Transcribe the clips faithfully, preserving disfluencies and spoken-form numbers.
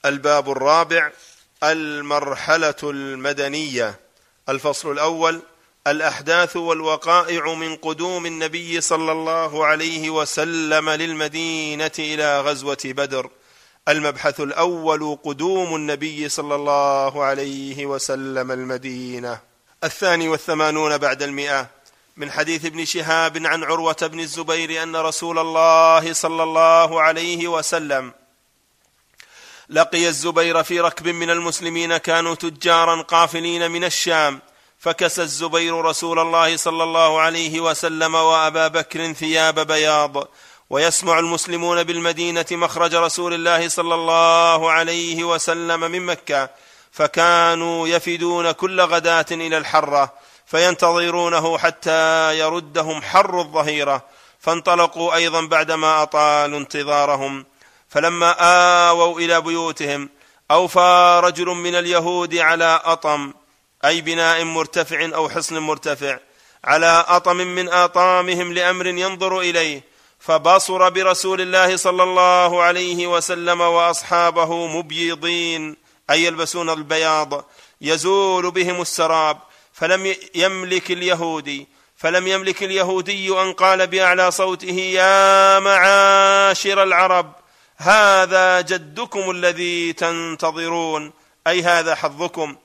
الباب الرابع: المرحلة المدنية. الفصل الأول: الأحداث والوقائع من قدوم النبي صلى الله عليه وسلم للمدينة إلى غزوة بدر. المبحث الأول: قدوم النبي صلى الله عليه وسلم المدينة. الثاني والثمانون بعد المئة، من حديث ابن شهاب عن عروة بن الزبير أن رسول الله صلى الله عليه وسلم لقي الزبير في ركب من المسلمين كانوا تجارا قافلين من الشام، فكسى الزبير رسول الله صلى الله عليه وسلم وأبا بكر ثياب بياض، ويسمع المسلمون بالمدينة مخرج رسول الله صلى الله عليه وسلم من مكة، فكانوا يفدون كل غداة إلى الحرة فينتظرونه حتى يردهم حر الظهيرة، فانطلقوا أيضا بعدما أطالوا انتظارهم. فلما آووا إلى بيوتهم أوفى رجل من اليهود على أطم، أي بناء مرتفع أو حصن مرتفع، على أطم من آطامهم لأمر ينظر إليه، فبصر برسول الله صلى الله عليه وسلم وأصحابه مبيضين، أي يلبسون البياض، يزول بهم السراب، فلم يملك اليهودي فلم يملك اليهودي أن قال بأعلى صوته: يا معاشر العرب، هذا جدكم الذي تنتظرون، أي هذا حظكم.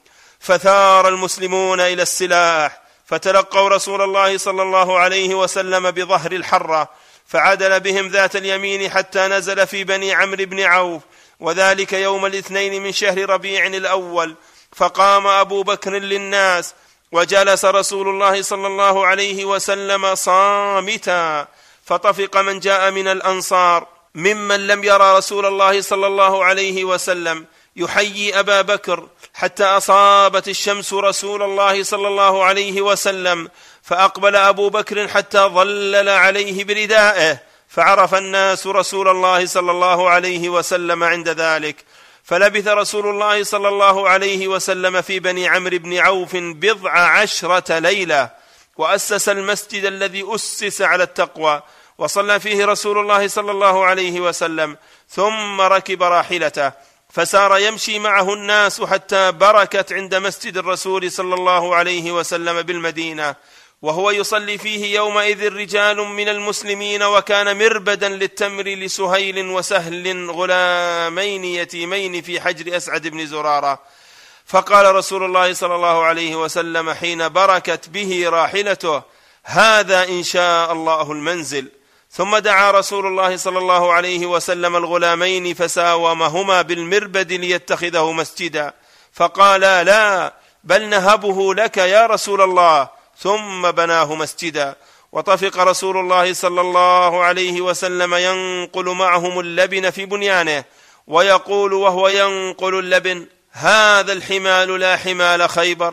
فثار المسلمون إلى السلاح، فتلقوا رسول الله صلى الله عليه وسلم بظهر الحرة، فعدل بهم ذات اليمين حتى نزل في بني عمرو بن عوف، وذلك يوم الاثنين من شهر ربيع الأول. فقام أبو بكر للناس، وجلس رسول الله صلى الله عليه وسلم صامتا، فطفق من جاء من الأنصار ممن لم يرى رسول الله صلى الله عليه وسلم يحيي أبا بكر، حتى أصابت الشمس رسول الله صلى الله عليه وسلم، فأقبل أبو بكر حتى ظلل عليه بردائه، فعرف الناس رسول الله صلى الله عليه وسلم عند ذلك. فلبث رسول الله صلى الله عليه وسلم في بني عمرو بن عوف بضع عشرة ليلة، وأسس المسجد الذي أسس على التقوى، وصلى فيه رسول الله صلى الله عليه وسلم، ثم ركب راحلته فسار يمشي معه الناس حتى بركت عند مسجد الرسول صلى الله عليه وسلم بالمدينة، وهو يصلي فيه يومئذ رجال من المسلمين، وكان مربدا للتمر لسهيل وسهل غلامين يتيمين في حجر أسعد بن زرارة. فقال رسول الله صلى الله عليه وسلم حين بركت به راحلته: هذا إن شاء الله المنزل. ثم دعا رسول الله صلى الله عليه وسلم الغلامين فساومهما بالمربد ليتخذه مسجدا، فقال: لا، بل نهبه لك يا رسول الله، ثم بناه مسجدا. وطفق رسول الله صلى الله عليه وسلم ينقل معهم اللبن في بنيانه، ويقول وهو ينقل اللبن: هذا الحمال لا حمال خيبر،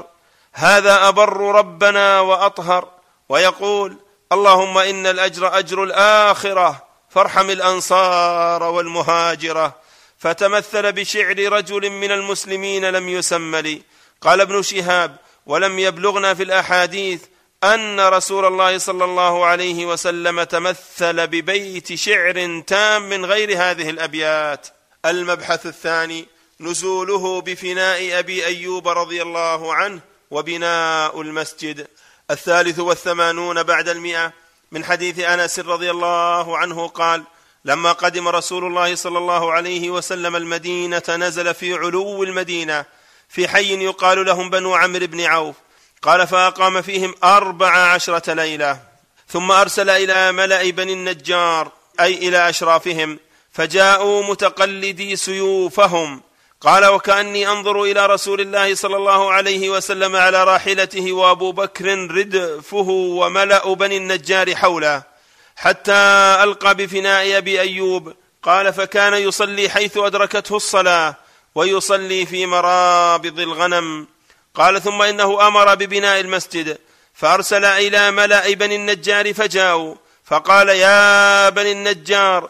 هذا أبر ربنا وأطهر. ويقول: اللهم إن الأجر أجر الآخرة، فارحم الأنصار والمهاجرة. فتمثل بشعر رجل من المسلمين لم يسم لي. قال ابن شهاب: ولم يبلغنا في الأحاديث أن رسول الله صلى الله عليه وسلم تمثل ببيت شعر تام من غير هذه الأبيات. المبحث الثاني: نزوله بفناء أبي أيوب رضي الله عنه وبناء المسجد. الثالث والثمانون بعد المئة، من حديث أنس رضي الله عنه قال: لما قدم رسول الله صلى الله عليه وسلم المدينة نزل في علو المدينة في حي يقال لهم بنو عمرو بن عوف. قال: فأقام فيهم أربع عشرة ليلة، ثم أرسل إلى ملأ بني النجار، أي إلى أشرافهم، فجاءوا متقلدي سيوفهم. قال: وكأني أنظر إلى رسول الله صلى الله عليه وسلم على راحلته، وأبو بكر ردفه وملأ بني النجار حوله، حتى ألقى بفناء أبي أيوب. قال: فكان يصلي حيث أدركته الصلاة، ويصلي في مرابض الغنم. قال: ثم إنه أمر ببناء المسجد، فأرسل إلى ملأ بني النجار فجاءوا، فقال: يا بني النجار،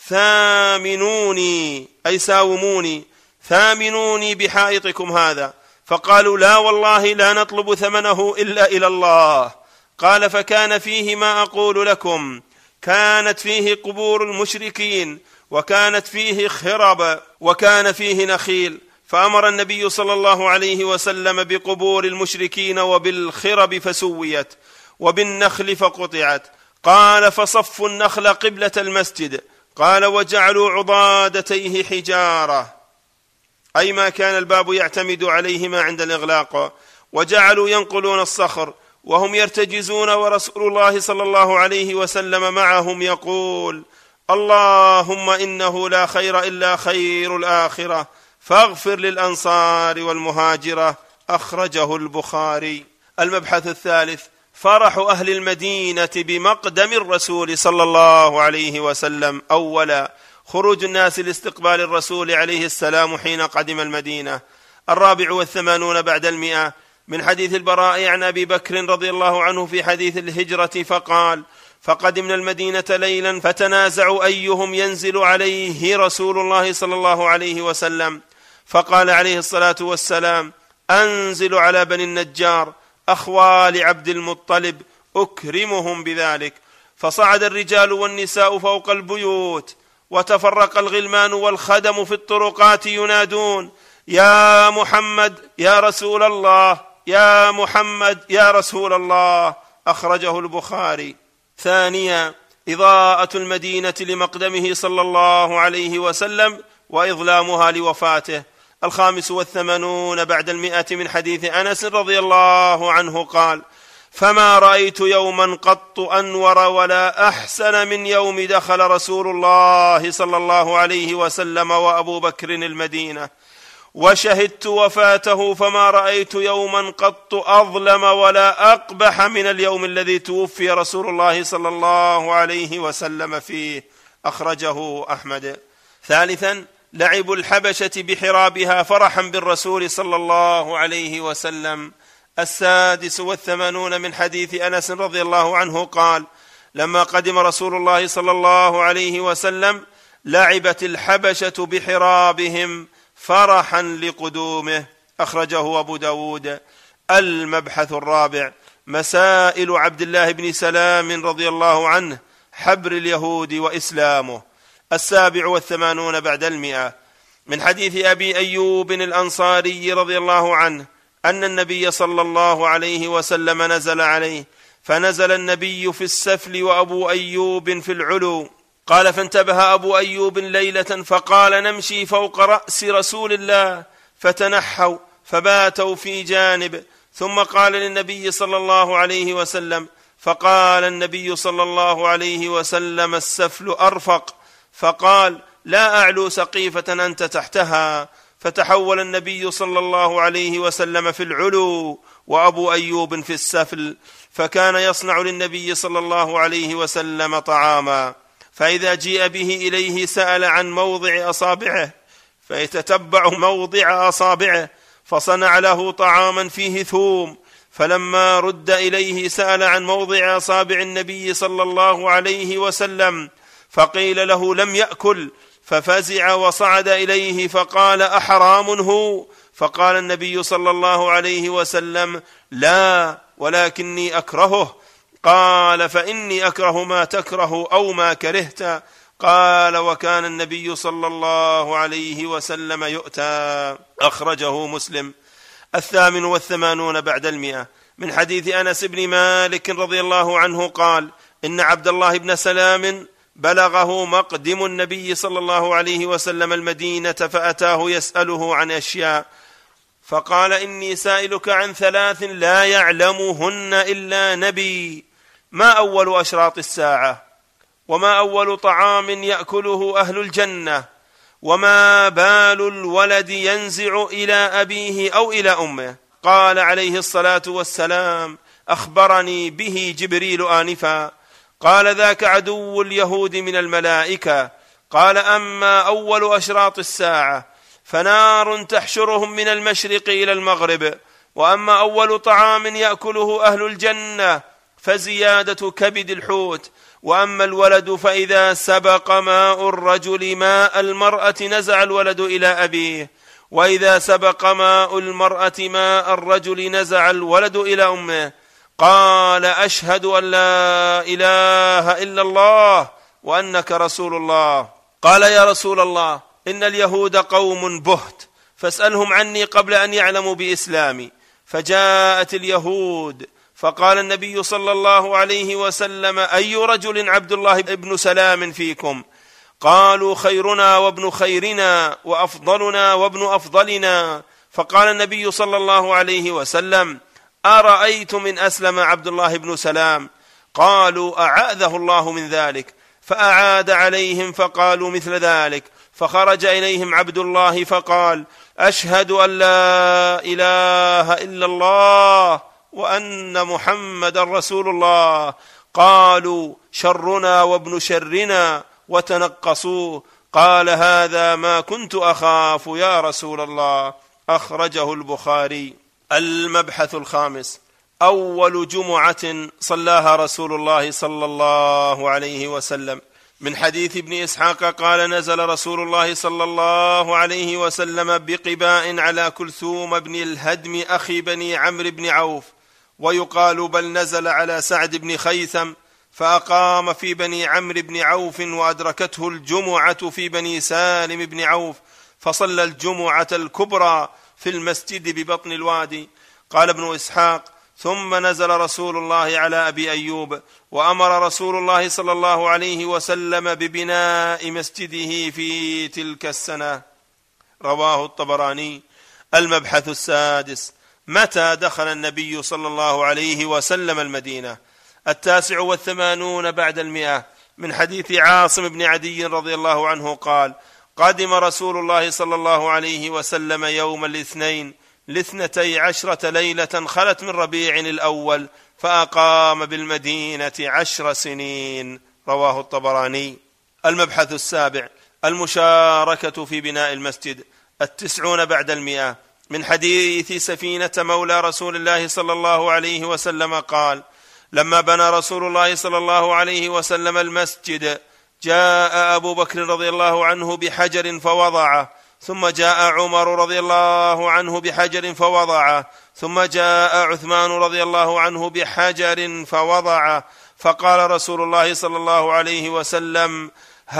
ثامنوني، أي ساوموني، ثامنوني بحائطكم هذا. فقالوا: لا والله لا نطلب ثمنه إلا إلى الله. قال: فكان فيه ما أقول لكم، كانت فيه قبور المشركين، وكانت فيه خرب وكان فيه نخيل، فأمر النبي صلى الله عليه وسلم بقبور المشركين وبالخرب فسويت وبالنخل فقطعت. قال: فصفوا النخل قبلة المسجد. قال: وجعلوا عضادتيه حجارة، أي ما كان الباب يعتمد عليهما عند الإغلاق، وجعلوا ينقلون الصخر وهم يرتجزون، ورسول الله صلى الله عليه وسلم معهم يقول: اللهم إنه لا خير إلا خير الآخرة فاغفر للأنصار والمهاجرة. أخرجه البخاري. المبحث الثالث: فرح أهل المدينة بمقدم الرسول صلى الله عليه وسلم. أولا، خروج الناس لاستقبال الرسول عليه السلام حين قدم المدينة. الرابع والثمانون بعد المئة، من حديث البراء عن أبي بكر رضي الله عنه في حديث الهجرة فقال: فقدمنا المدينة ليلا فتنازعوا أيهم ينزل عليه رسول الله صلى الله عليه وسلم، فقال عليه الصلاة والسلام: أنزل على بني النجار أخوال عبد المطلب أكرمهم بذلك. فصعد الرجال والنساء فوق البيوت، وتفرق الغلمان والخدم في الطرقات ينادون: يا محمد يا رسول الله، يا محمد يا رسول الله. أخرجه البخاري. ثانيا، إضاءة المدينة لمقدمه صلى الله عليه وسلم وإظلامها لوفاته. الخامس والثمانون بعد المئة، من حديث أنس رضي الله عنه قال: فما رأيت يوما قط أنور ولا أحسن من يوم دخل رسول الله صلى الله عليه وسلم وأبو بكر المدينة، وشهدت وفاته، فما رأيت يوما قط أظلم ولا أقبح من اليوم الذي توفي رسول الله صلى الله عليه وسلم فيه. أخرجه أحمد. ثالثا، لعب الحبشة بحرابها فرحا بالرسول صلى الله عليه وسلم. السادس والثمانون، من حديث أنس رضي الله عنه قال: لما قدم رسول الله صلى الله عليه وسلم لعبت الحبشة بحرابهم فرحا لقدومه. أخرجه أبو داود. المبحث الرابع: مسائل عبد الله بن سلام رضي الله عنه، حبر اليهود وإسلامه. السابع والثمانون بعد المئة، من حديث أبي أيوب الأنصاري رضي الله عنه أن النبي صلى الله عليه وسلم نزل عليه، فنزل النبي في السفل وأبو أيوب في العلو. قال: فانتبه أبو أيوب ليلة فقال: نمشي فوق رأس رسول الله، فتنحوا فباتوا في جانب، ثم قال للنبي صلى الله عليه وسلم، فقال النبي صلى الله عليه وسلم: السفل أرفق. فقال: لا أعلو سقيفة أنت تحتها. فتحول النبي صلى الله عليه وسلم في العلو وأبو أيوب في السفل، فكان يصنع للنبي صلى الله عليه وسلم طعاما، فإذا جيء به إليه سأل عن موضع أصابعه فيتتبع موضع أصابعه، فصنع له طعاما فيه ثوم، فلما رد إليه سأل عن موضع أصابع النبي صلى الله عليه وسلم، فقيل له: لم يأكل، ففزع وصعد إليه فقال: أحرام هو؟ فقال النبي صلى الله عليه وسلم: لا، ولكني أكرهه. قال: فإني أكره ما تكره أو ما كرهت. قال: وكان النبي صلى الله عليه وسلم يؤتى. أخرجه مسلم. الثامن والثمانون بعد المئة، من حديث أنس بن مالك رضي الله عنه قال: إن عبد الله بن سلام بلغه مقدم النبي صلى الله عليه وسلم المدينة، فأتاه يسأله عن أشياء، فقال: إني سائلك عن ثلاث لا يعلمهن إلا نبي: ما أول أشراط الساعة؟ وما أول طعام يأكله أهل الجنة؟ وما بال الولد ينزع إلى أبيه أو إلى أمه؟ قال عليه الصلاة والسلام: أخبرني به جبريل آنفا. قال: ذاك عدو اليهود من الملائكة. قال: أما أول أشراط الساعة فنار تحشرهم من المشرق إلى المغرب. وأما أول طعام يأكله أهل الجنة فزيادة كبد الحوت. وأما الولد فإذا سبق ماء الرجل ماء المرأة نزع الولد إلى أبيه، وإذا سبق ماء المرأة ماء الرجل نزع الولد إلى أمه. قال: أشهد أن لا إله إلا الله وأنك رسول الله. قال: يا رسول الله، إن اليهود قوم بهت، فاسألهم عني قبل أن يعلموا بإسلامي. فجاءت اليهود، فقال النبي صلى الله عليه وسلم: أي رجل عبد الله بن سلام فيكم؟ قالوا: خيرنا وابن خيرنا وأفضلنا وابن أفضلنا. فقال النبي صلى الله عليه وسلم: أرأيتم إن أسلم عبد الله بن سلام؟ قالوا: أعاذه الله من ذلك. فأعاد عليهم فقالوا مثل ذلك. فخرج إليهم عبد الله فقال: أشهد أن لا إله إلا الله وأن محمد رسول الله. قالوا: شرنا وابن شرنا، وتنقصوه. قال: هذا ما كنت أخاف يا رسول الله. أخرجه البخاري. المبحث الخامس: أول جمعة صلاها رسول الله صلى الله عليه وسلم. من حديث ابن إسحاق قال: نزل رسول الله صلى الله عليه وسلم بقباء على كلثوم بن الهدم أخي بني عمرو بن عوف، ويقال بل نزل على سعد بن خيثم، فأقام في بني عمرو بن عوف، وأدركته الجمعة في بني سالم بن عوف، فصلى الجمعة الكبرى في المسجد ببطن الوادي. قال ابن إسحاق: ثم نزل رسول الله على أبي أيوب، وأمر رسول الله صلى الله عليه وسلم ببناء مسجده في تلك السنة. رواه الطبراني. المبحث السادس: متى دخل النبي صلى الله عليه وسلم المدينة؟ التاسع والثمانون بعد المئة. من حديث عاصم بن عدي رضي الله عنه قال: قدم رسول الله صلى الله عليه وسلم يوم الاثنين لاثنتي عشرة ليلة خلت من ربيع الأول، فأقام بالمدينة عشر سنين. رواه الطبراني. المبحث السابع: المشاركة في بناء المسجد. التسعون بعد المئة. من حديث سفينة مولى رسول الله صلى الله عليه وسلم قال: لما بنى رسول الله صلى الله عليه وسلم المسجد، جاء أبو بكر رضي الله عنه بحجر فوضعه، ثم جاء عمر رضي الله عنه بحجر فوضعه، ثم جاء عثمان رضي الله عنه بحجر فوضعه، فقال رسول الله صلى الله عليه وسلم: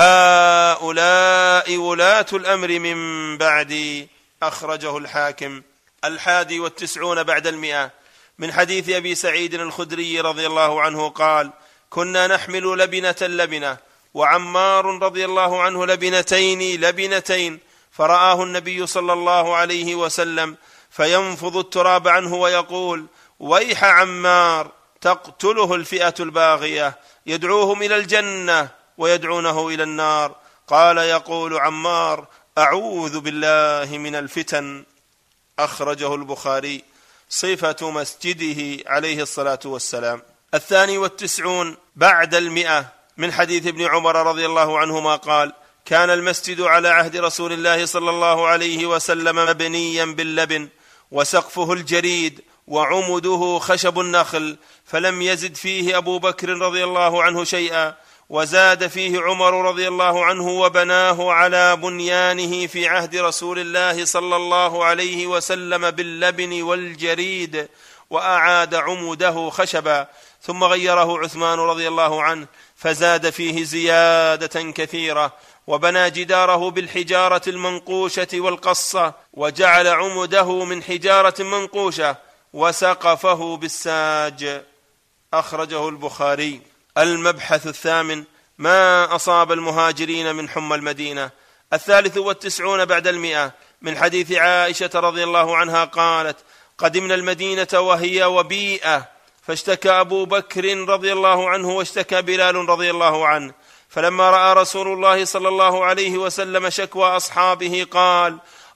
هؤلاء ولاة الأمر من بعدي. أخرجه الحاكم. الحادي والتسعون بعد المئة. من حديث أبي سعيد الخدري رضي الله عنه قال: كنا نحمل لبنة لبنة، وعمار رضي الله عنه لبنتين لبنتين، فرآه النبي صلى الله عليه وسلم فينفض التراب عنه ويقول: ويح عمار، تقتله الفئة الباغية، يدعوهم إلى الجنة ويدعونه إلى النار. قال يقول عمار: أعوذ بالله من الفتن. أخرجه البخاري. صفة مسجده عليه الصلاة والسلام. الثاني والتسعون بعد المئة. من حديث ابن عمر رضي الله عنهما قال: كان المسجد على عهد رسول الله صلى الله عليه وسلم مبنيا باللبن، وسقفه الجريد، وعمده خشب النخل، فلم يزد فيه أبو بكر رضي الله عنه شيئا، وزاد فيه عمر رضي الله عنه وبناه على بنيانه في عهد رسول الله صلى الله عليه وسلم باللبن والجريد، وأعاد عمده خشبا، ثم غيره عثمان رضي الله عنه فزاد فيه زيادة كثيرة، وبنى جداره بالحجارة المنقوشة والقصة، وجعل عمده من حجارة منقوشة، وسقفه بالساج. أخرجه البخاري. المبحث الثامن: ما أصاب المهاجرين من حمى المدينة. الثالث والتسعون بعد المئة. من حديث عائشة رضي الله عنها قالت: قدمنا المدينة وهي وبيئة، فاشتكى أبو بكر رضي الله عنه واشتكى بلال رضي الله عنه، فلما رأى رسول الله صلى الله عليه وسلم شكوى أصحابه قال: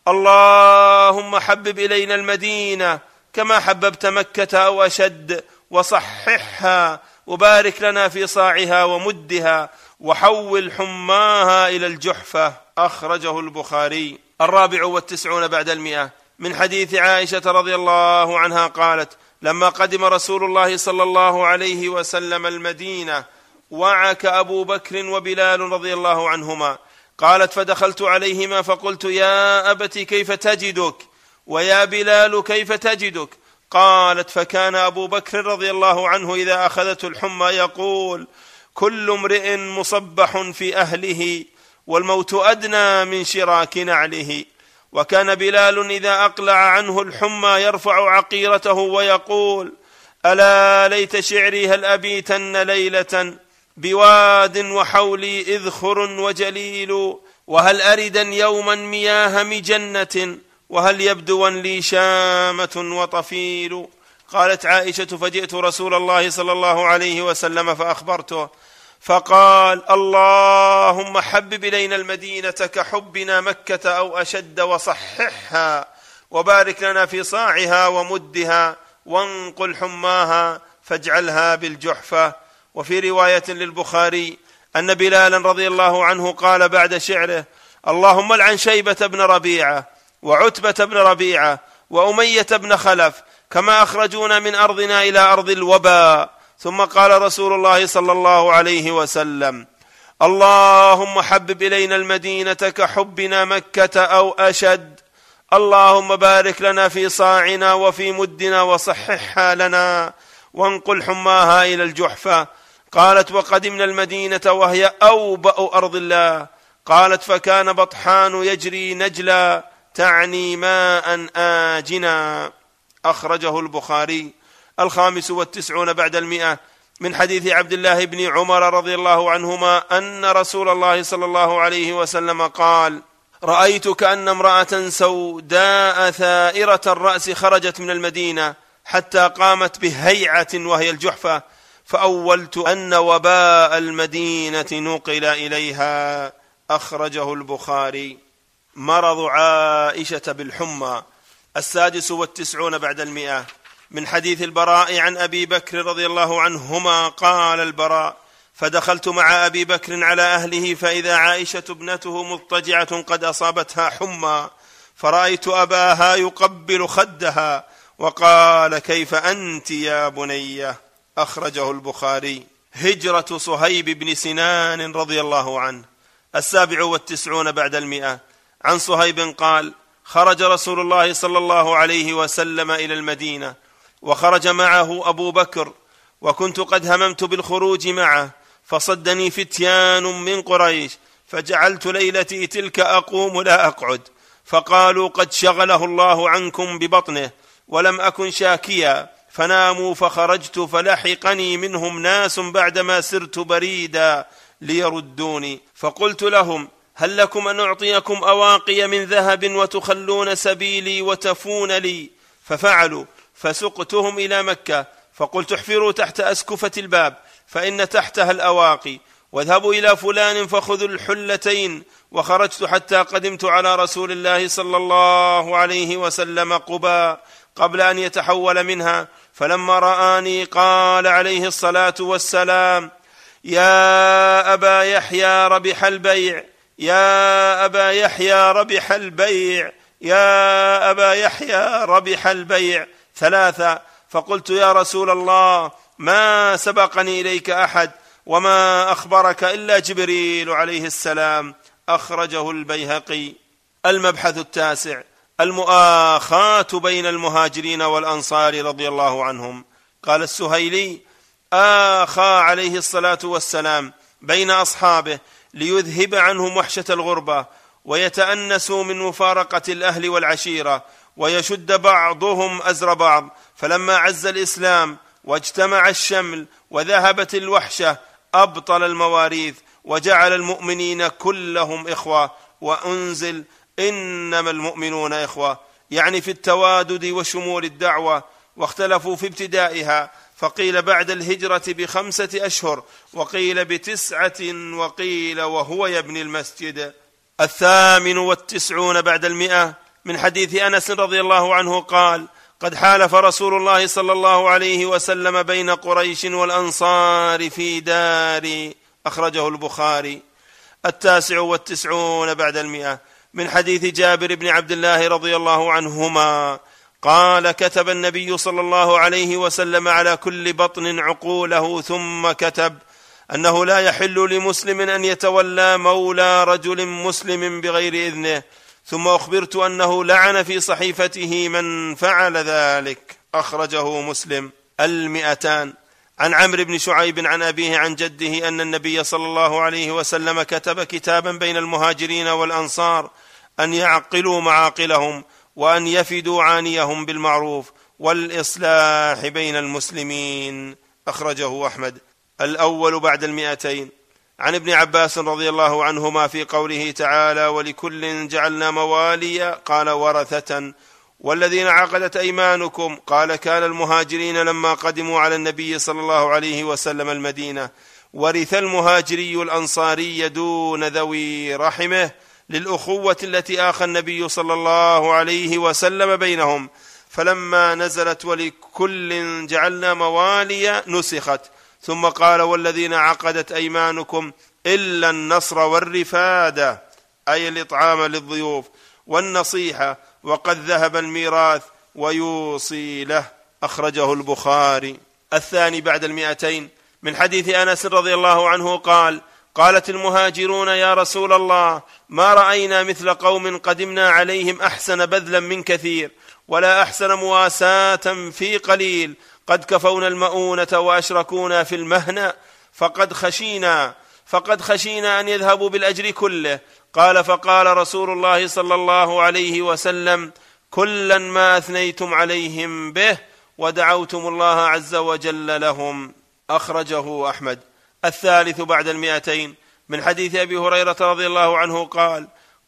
اللهم حبب إلينا المدينة كما حببت مكة أو أشد، وصححها، وبارك لنا في صاعها ومدها، وحول حماها إلى الجحفة. أخرجه البخاري. الرابع والتسعون بعد المئة. من حديث عائشة رضي الله عنها قالت: لما قدم رسول الله صلى الله عليه وسلم المدينة، وعك أبو بكر وبلال رضي الله عنهما. قالت: فدخلت عليهما فقلت: يا أبت كيف تجدك؟ ويا بلال كيف تجدك؟ قالت: فكان أبو بكر رضي الله عنه إذا أخذته الحمى يقول: كل امرئ مصبح في أهله، والموت أدنى من شراك نعله. وكان بلال إذا أقلع عنه الحمى يرفع عقيرته ويقول: ألا ليت شعري هل أبيتن ليلة بواد وحولي إذخر وجليل، وهل أردا يوما مياه مجنة، وهل يبدوا لي شامة وطفيل. قالت عائشة: فجئت رسول الله صلى الله عليه وسلم فأخبرته، فقال: اللهم حبب إلينا المدينة كحبنا مكة أو أشد، وصححها، وبارك لنا في صاعها ومدها، وانقل حماها فاجعلها بالجحفة. وفي رواية للبخاري أن بلالا رضي الله عنه قال بعد شعره: اللهم لعن شيبة بن ربيعة وعتبة بن ربيعة وأمية بن خلف، كما أخرجونا من أرضنا إلى أرض الوباء. ثم قال رسول الله صلى الله عليه وسلم: اللهم حبب إلينا المدينة كحبنا مكة أو أشد، اللهم بارك لنا في صاعنا وفي مدنا، وصححها لنا، وانقل حماها إلى الجحفة. قالت: وقدمنا المدينة وهي أوبأ أرض الله. قالت: فكان بطحان يجري نجلا، تعني ماء آجنا. أخرجه البخاري. الخامس والتسعون بعد المئة، من حديث عبد الله بن عمر رضي الله عنهما أن رسول الله صلى الله عليه وسلم قال: رأيت كأن امرأة سوداء ثائرة الرأس خرجت من المدينة حتى قامت بهيعة وهي الجحفة، فأولت أن وباء المدينة نقل إليها. أخرجه البخاري. مرض عائشة بالحمى. السادس والتسعون بعد المئة، من حديث البراء عن أبي بكر رضي الله عنهما قال البراء: فدخلت مع أبي بكر على أهله فإذا عائشة ابنته مضطجعة قد أصابتها حمى، فرأيت أباها يقبل خدها وقال: كيف أنت يا بنية؟ أخرجه البخاري. هجرة صهيب بن سنان رضي الله عنه. السابع والتسعون بعد المئة، عن صهيب قال: خرج رسول الله صلى الله عليه وسلم إلى المدينة، وخرج معه أبو بكر، وكنت قد هممت بالخروج معه، فصدني فتيان من قريش، فجعلت ليلتي تلك أقوم لا أقعد، فقالوا: قد شغله الله عنكم ببطنه، ولم أكن شاكيا، فناموا، فخرجت فلحقني منهم ناس بعدما سرت بريدا ليردوني، فقلت لهم: هل لكم أن أعطيكم أواقي من ذهب وتخلون سبيلي وتفون لي؟ ففعلوا، فسقتهم إلى مكة، فقلت: احفروا تحت أسكفة الباب فإن تحتها الأواقي، واذهبوا إلى فلان فخذوا الحلتين. وخرجت حتى قدمت على رسول الله صلى الله عليه وسلم قباء قبل أن يتحول منها، فلما رآني قال عليه الصلاة والسلام: يا أبا يحيى ربح البيع، يا أبا يحيى ربح البيع، يا أبا يحيى ربح البيع ثلاثة. فقلت: يا رسول الله، ما سبقني إليك أحد، وما أخبرك إلا جبريل عليه السلام. أخرجه البيهقي. المبحث التاسع، المؤاخاة بين المهاجرين والأنصار رضي الله عنهم. قال السهيلي: آخى عليه الصلاة والسلام بين أصحابه ليذهب عنهم وحشة الغربة، ويتأنسوا من مفارقة الأهل والعشيرة، ويشد بعضهم أزر بعض. فلما عز الإسلام واجتمع الشمل وذهبت الوحشة أبطل المواريث، وجعل المؤمنين كلهم إخوة، وأنزل: إنما المؤمنون إخوة، يعني في التوادد وشمول الدعوة. واختلفوا في ابتدائها، فقيل بعد الهجرة بخمسة أشهر، وقيل بتسعة، وقيل وهو يبني المسجد. الثامن والتسعون بعد المئة، من حديث أنس رضي الله عنه قال: قد حالف رسول الله صلى الله عليه وسلم بين قريش والأنصار في داري. أخرجه البخاري. التاسع والتسعون بعد المئة، من حديث جابر بن عبد الله رضي الله عنهما قال: كتب النبي صلى الله عليه وسلم على كل بطن عقوله، ثم كتب أنه لا يحل لمسلم أن يتولى مولى رجل مسلم بغير إذنه، ثم أخبرت أنه لعن في صحيفته من فعل ذلك. أخرجه مسلم. المئتان، عن عمرو بن شعيب عن أبيه عن جده أن النبي صلى الله عليه وسلم كتب كتابا بين المهاجرين والأنصار أن يعقلوا معاقلهم وأن يفدوا عانيهم بالمعروف والإصلاح بين المسلمين. أخرجه أحمد. الأول بعد المئتين عن ابن عباس رضي الله عنهما في قوله تعالى: ولكل جعلنا موالي، قال: ورثة. والذين عقدت أيمانكم، قال: كان المهاجرين لما قدموا على النبي صلى الله عليه وسلم المدينة ورث المهاجري الأنصاري دون ذوي رحمه للأخوة التي آخى النبي صلى الله عليه وسلم بينهم، فلما نزلت ولكل جعلنا موالي نسخت، ثم قال: والذين عقدت أيمانكم إلا النصر والرفادة، أي الإطعام للضيوف والنصيحة، وقد ذهب الميراث ويوصي له. أخرجه البخاري. الثاني بعد المئتين من حديث أنس رضي الله عنه قال: قالت المهاجرون: يا رسول الله، ما رأينا مثل قوم قدمنا عليهم أحسن بذلا من كثير، ولا أحسن مواساة في قليل، قد كفونا المؤونة وأشركونا في المهنة، فقد خشينا فقد خشينا أن يذهبوا بالأجر كله. قال: فقال رسول الله صلى الله عليه وسلم: كلا ما أثنيتم عليهم به ودعوتم الله عز وجل لهم. أخرجه أحمد. الثالث بعد المئتين من حديث أبي هريرة رضي الله عنه قال: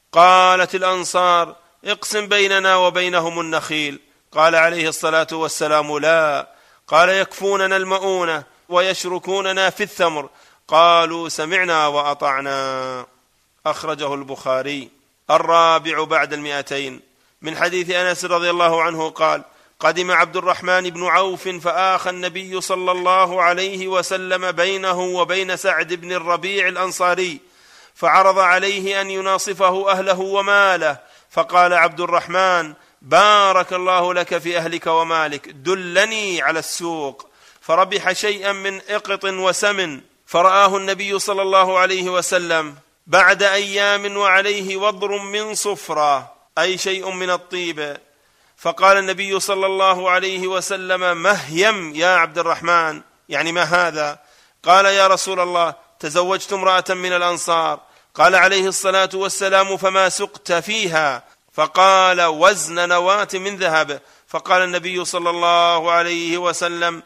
قالت الأنصار: اقسم بيننا وبينهم النخيل. قال عليه الصلاة والسلام: لا. قال: يكفوننا المؤونة ويشركوننا في الثمر. قالوا: سمعنا وأطعنا. أخرجه البخاري. الرابع بعد المئتين من حديث أنس رضي الله عنه قال: قدم عبد الرحمن بن عوف فآخى النبي صلى الله عليه وسلم بينه وبين سعد بن الربيع الأنصاري، فعرض عليه أن يناصفه أهله وماله، فقال عبد الرحمن: بارك الله لك في أهلك ومالك، دلني على السوق. فربح شيئا من إقط وسمن، فرآه النبي صلى الله عليه وسلم بعد أيام وعليه وضر من صفرة، أي شيء من الطيب، فقال النبي صلى الله عليه وسلم: مهيم يا عبد الرحمن، يعني ما هذا؟ قال: يا رسول الله، تزوجت امرأة من الأنصار. قال عليه الصلاة والسلام: فما سقت فيها؟ فقال: وزن نواة من ذهب. فقال النبي صلى الله عليه وسلم: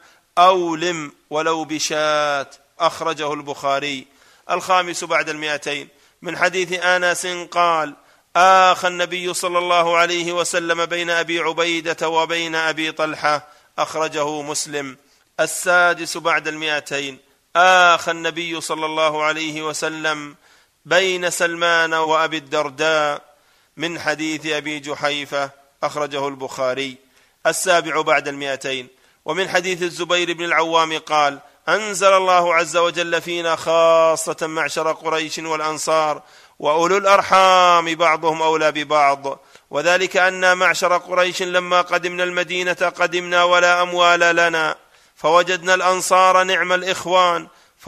أولم ولو بشاة. أخرجه البخاري. الخامس بعد المئتين من حديث أنس قال: آخى النبي صلى الله عليه وسلم بين أبي عبيدة وبين أبي طلحة. أخرجه مسلم. السادس بعد المئتين آخى النبي صلى الله عليه وسلم بين سلمان وأبي الدرداء، من حديث أبي جحيفة. أخرجه البخاري. السابع بعد المئتين ومن حديث الزبير بن العوام قال: أنزل الله عز وجل فينا خاصة معشر قريش والأنصار وأولو الأرحام بعضهم أولى ببعض، وذلك أن معشر قريش لما قدمنا المدينة قدمنا ولا أموال لنا، فوجدنا الأنصار نعم الإخوان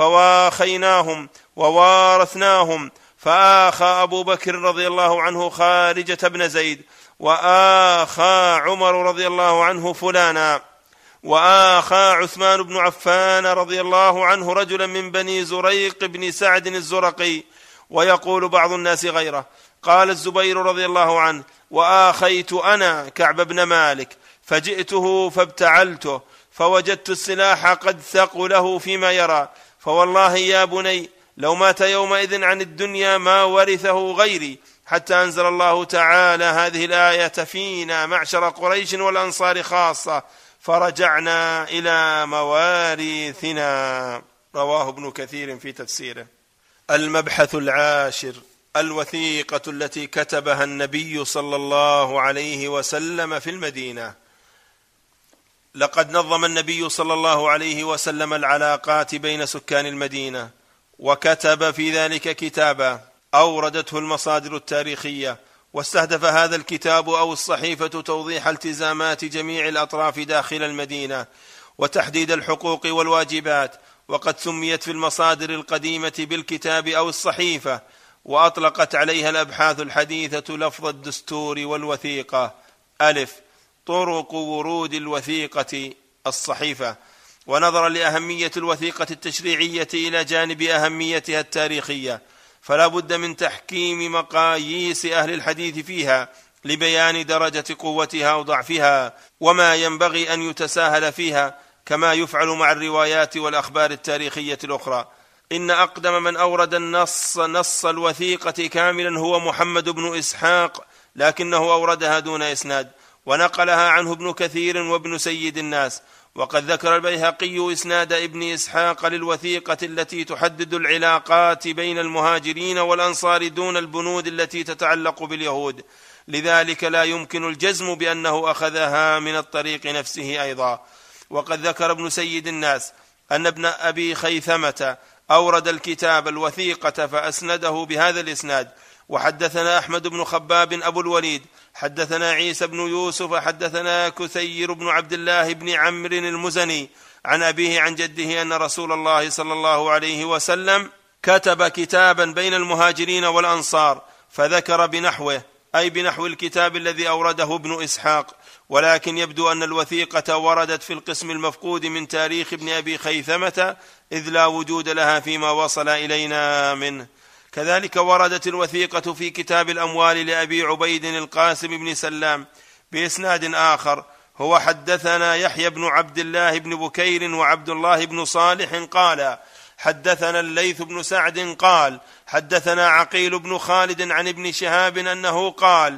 فواخيناهم ووارثناهم، فآخى أبو بكر رضي الله عنه خارجة بن زيد، وآخى عمر رضي الله عنه فلانا، وآخى عثمان بن عفان رضي الله عنه رجلا من بني زريق بن سعد الزرقي، ويقول بعض الناس غيره. قال الزبير رضي الله عنه: وآخيت أنا كعب بن مالك، فجئته فابتعلته، فوجدت السلاح قد ثقله فيما يرى، فوالله يا بني لو مات يومئذ عن الدنيا ما ورثه غيري، حتى أنزل الله تعالى هذه الآية فينا معشر قريش والأنصار خاصة، فرجعنا إلى مواريثنا. رواه ابن كثير في تفسيره. المبحث العاشر: الوثيقة التي كتبها النبي صلى الله عليه وسلم في المدينة. لقد نظم النبي صلى الله عليه وسلم العلاقات بين سكان المدينة، وكتب في ذلك كتابا أوردته المصادر التاريخية، واستهدف هذا الكتاب أو الصحيفة توضيح التزامات جميع الأطراف داخل المدينة وتحديد الحقوق والواجبات، وقد سميت في المصادر القديمة بالكتاب أو الصحيفة، وأطلقت عليها الأبحاث الحديثة لفظ الدستور والوثيقة. ألف: طرق ورود الوثيقة الصحيفة. ونظرا لأهمية الوثيقة التشريعية إلى جانب أهميتها التاريخية، فلا بد من تحكيم مقاييس أهل الحديث فيها لبيان درجة قوتها وضعفها، وما ينبغي أن يتساهل فيها، كما يفعل مع الروايات والأخبار التاريخية الأخرى. إن أقدم من أورد النص نص الوثيقة كاملا هو محمد بن إسحاق، لكنه أوردها دون إسناد، ونقلها عنه ابن كثير وابن سيد الناس. وقد ذكر البيهقي إسناد ابن إسحاق للوثيقة التي تحدد العلاقات بين المهاجرين والأنصار دون البنود التي تتعلق باليهود، لذلك لا يمكن الجزم بأنه أخذها من الطريق نفسه أيضا. وقد ذكر ابن سيد الناس أن ابن أبي خيثمة أورد الكتاب الوثيقة فأسنده بهذا الإسناد: وحدثنا أحمد بن خباب أبو الوليد حدثنا عيسى بن يوسف حدثنا كثير بن عبد الله بن عمرو المزني عن أبيه عن جده أن رسول الله صلى الله عليه وسلم كتب كتابا بين المهاجرين والأنصار، فذكر بنحوه، أي بنحو الكتاب الذي أورده ابن إسحاق، ولكن يبدو أن الوثيقة وردت في القسم المفقود من تاريخ ابن أبي خيثمة، إذ لا وجود لها فيما وصل إلينا منه. كذلك وردت الوثيقة في كتاب الأموال لأبي عبيد القاسم بن سلام بإسناد آخر، هو حدثنا يحيى بن عبد الله بن بكير وعبد الله بن صالح قال حدثنا الليث بن سعد قال حدثنا عقيل بن خالد عن ابن شهاب أنه قال: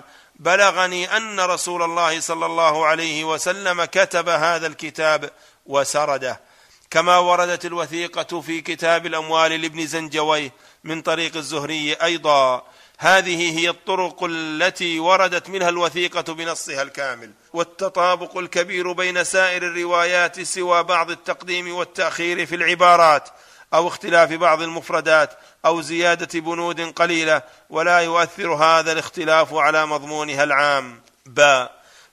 بلغني أن رسول الله صلى الله عليه وسلم كتب هذا الكتاب وسرده. كما وردت الوثيقة في كتاب الأموال لابن زنجويه من طريق الزهري أيضا. هذه هي الطرق التي وردت منها الوثيقة بنصها الكامل، والتطابق الكبير بين سائر الروايات سوى بعض التقديم والتأخير في العبارات أو اختلاف بعض المفردات أو زيادة بنود قليلة، ولا يؤثر هذا الاختلاف على مضمونها العام. ب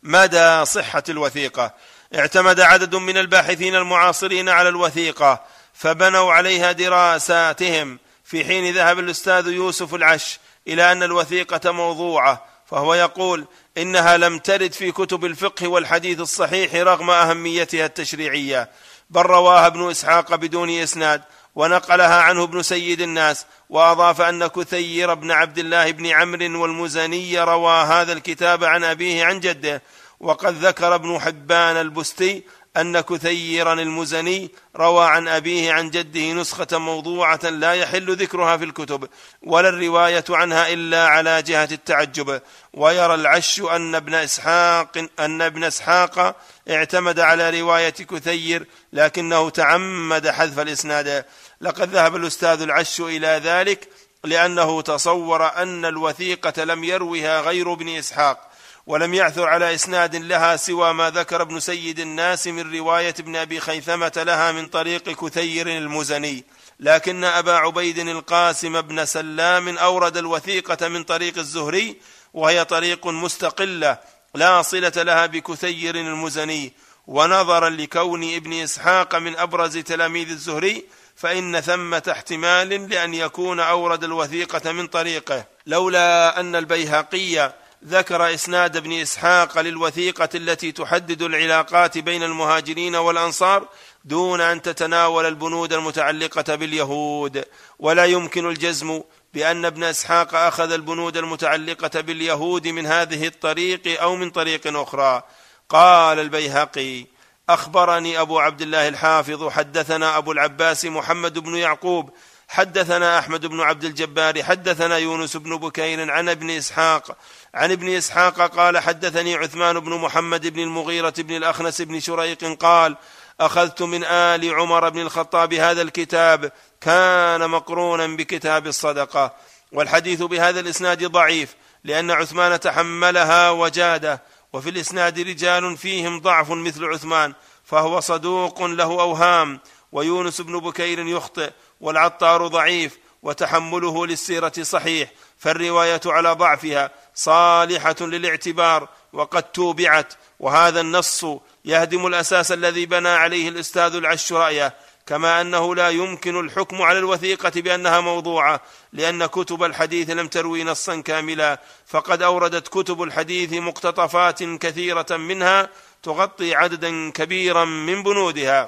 مدى صحة الوثيقة. اعتمد عدد من الباحثين المعاصرين على الوثيقة فبنوا عليها دراساتهم، في حين ذهب الأستاذ يوسف العش إلى أن الوثيقة موضوعة، فهو يقول إنها لم ترد في كتب الفقه والحديث الصحيح رغم أهميتها التشريعية، بل رواها ابن إسحاق بدون إسناد ونقلها عنه ابن سيد الناس، وأضاف أن كثير بن عبد الله بن عمرو والمزني روى هذا الكتاب عن أبيه عن جده. وقد ذكر ابن حبان البستي أن كثيرا المزني روى عن أبيه عن جده نسخة موضوعة لا يحل ذكرها في الكتب ولا الرواية عنها إلا على جهة التعجب. ويرى العش أن ابن إسحاق أن ابن إسحاق اعتمد على رواية كثير لكنه تعمد حذف الإسناد. لقد ذهب الأستاذ العش إلى ذلك لأنه تصور أن الوثيقة لم يروها غير ابن إسحاق، ولم يعثر على إسناد لها سوى ما ذكر ابن سيد الناس من رواية ابن أبي خيثمة لها من طريق كثير المزني. لكن أبا عبيد القاسم بن سلام أورد الوثيقة من طريق الزهري، وهي طريق مستقلة لا صلة لها بكثير المزني. ونظرا لكون ابن إسحاق من أبرز تلاميذ الزهري فإن ثمة احتمال لأن يكون أورد الوثيقة من طريقه، لولا أن البيهقي ذكر إسناد ابن إسحاق للوثيقة التي تحدد العلاقات بين المهاجرين والأنصار دون أن تتناول البنود المتعلقة باليهود. ولا يمكن الجزم بأن ابن إسحاق أخذ البنود المتعلقة باليهود من هذه الطريق أو من طريق أخرى. قال البيهقي: أخبرني أبو عبد الله الحافظ حدثنا أبو العباس محمد بن يعقوب حدثنا أحمد بن عبد الجبار حدثنا يونس بن بكير عن ابن إسحاق عن ابن إسحاق قال حدثني عثمان بن محمد بن المغيرة بن الأخنس بن شريق قال: أخذت من آل عمر بن الخطاب هذا الكتاب، كان مقرونا بكتاب الصدقة. والحديث بهذا الإسناد ضعيف لأن عثمان تحملها وجاده، وفي الإسناد رجال فيهم ضعف مثل عثمان فهو صدوق له أوهام، ويونس بن بكير يخطئ، والعطار ضعيف وتحمله للسيرة صحيح، فالرواية على ضعفها صالحة للاعتبار وقد توبعت. وهذا النص يهدم الأساس الذي بنى عليه الأستاذ العش رأيه، كما أنه لا يمكن الحكم على الوثيقة بأنها موضوعة لأن كتب الحديث لم تروي نصا كاملا، فقد أوردت كتب الحديث مقتطفات كثيرة منها تغطي عددا كبيرا من بنودها.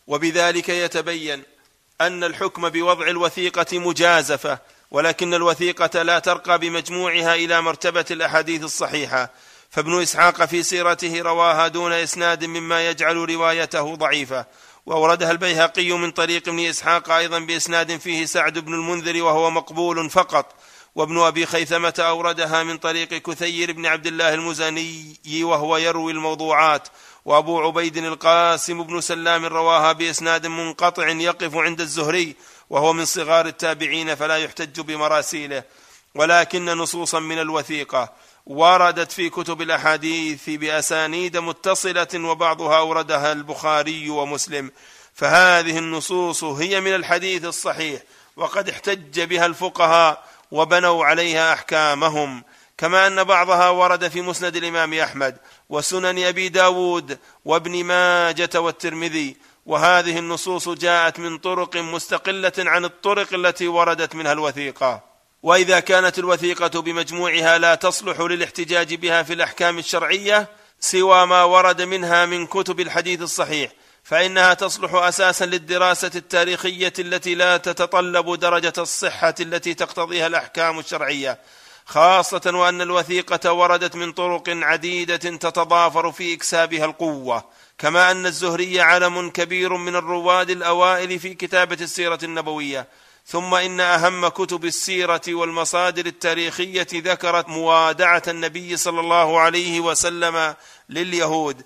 وبذلك يتبين أن الحكم بوضع الوثيقة مجازفة، ولكن الوثيقة لا ترقى بمجموعها إلى مرتبة الأحاديث الصحيحة، فابن إسحاق في سيرته رواها دون إسناد مما يجعل روايته ضعيفة، وأوردها البيهقي من طريق ابن إسحاق أيضا بإسناد فيه سعد بن المنذر وهو مقبول فقط، وابن أبي خيثمة أوردها من طريق كثير بن عبد الله المزني وهو يروي الموضوعات، وأبو عبيد القاسم بن سلام رواها بإسناد منقطع يقف عند الزهري وهو من صغار التابعين فلا يحتج بمراسيله. ولكن نصوصا من الوثيقة وردت في كتب الأحاديث بأسانيد متصلة، وبعضها أوردها البخاري ومسلم، فهذه النصوص هي من الحديث الصحيح، وقد احتج بها الفقهاء وبنوا عليها أحكامهم، كما أن بعضها ورد في مسند الإمام أحمد وسنن أبي داود وابن ماجة والترمذي، وهذه النصوص جاءت من طرق مستقلة عن الطرق التي وردت منها الوثيقة. وإذا كانت الوثيقة بمجموعها لا تصلح للاحتجاج بها في الأحكام الشرعية سوى ما ورد منها من كتب الحديث الصحيح، فإنها تصلح أساسا للدراسة التاريخية التي لا تتطلب درجة الصحة التي تقتضيها الأحكام الشرعية، خاصة وأن الوثيقة وردت من طرق عديدة تتضافر في إكسابها القوة، كما أن الزهري علم كبير من الرواد الأوائل في كتابة السيرة النبوية. ثم إن أهم كتب السيرة والمصادر التاريخية ذكرت موادعة النبي صلى الله عليه وسلم لليهود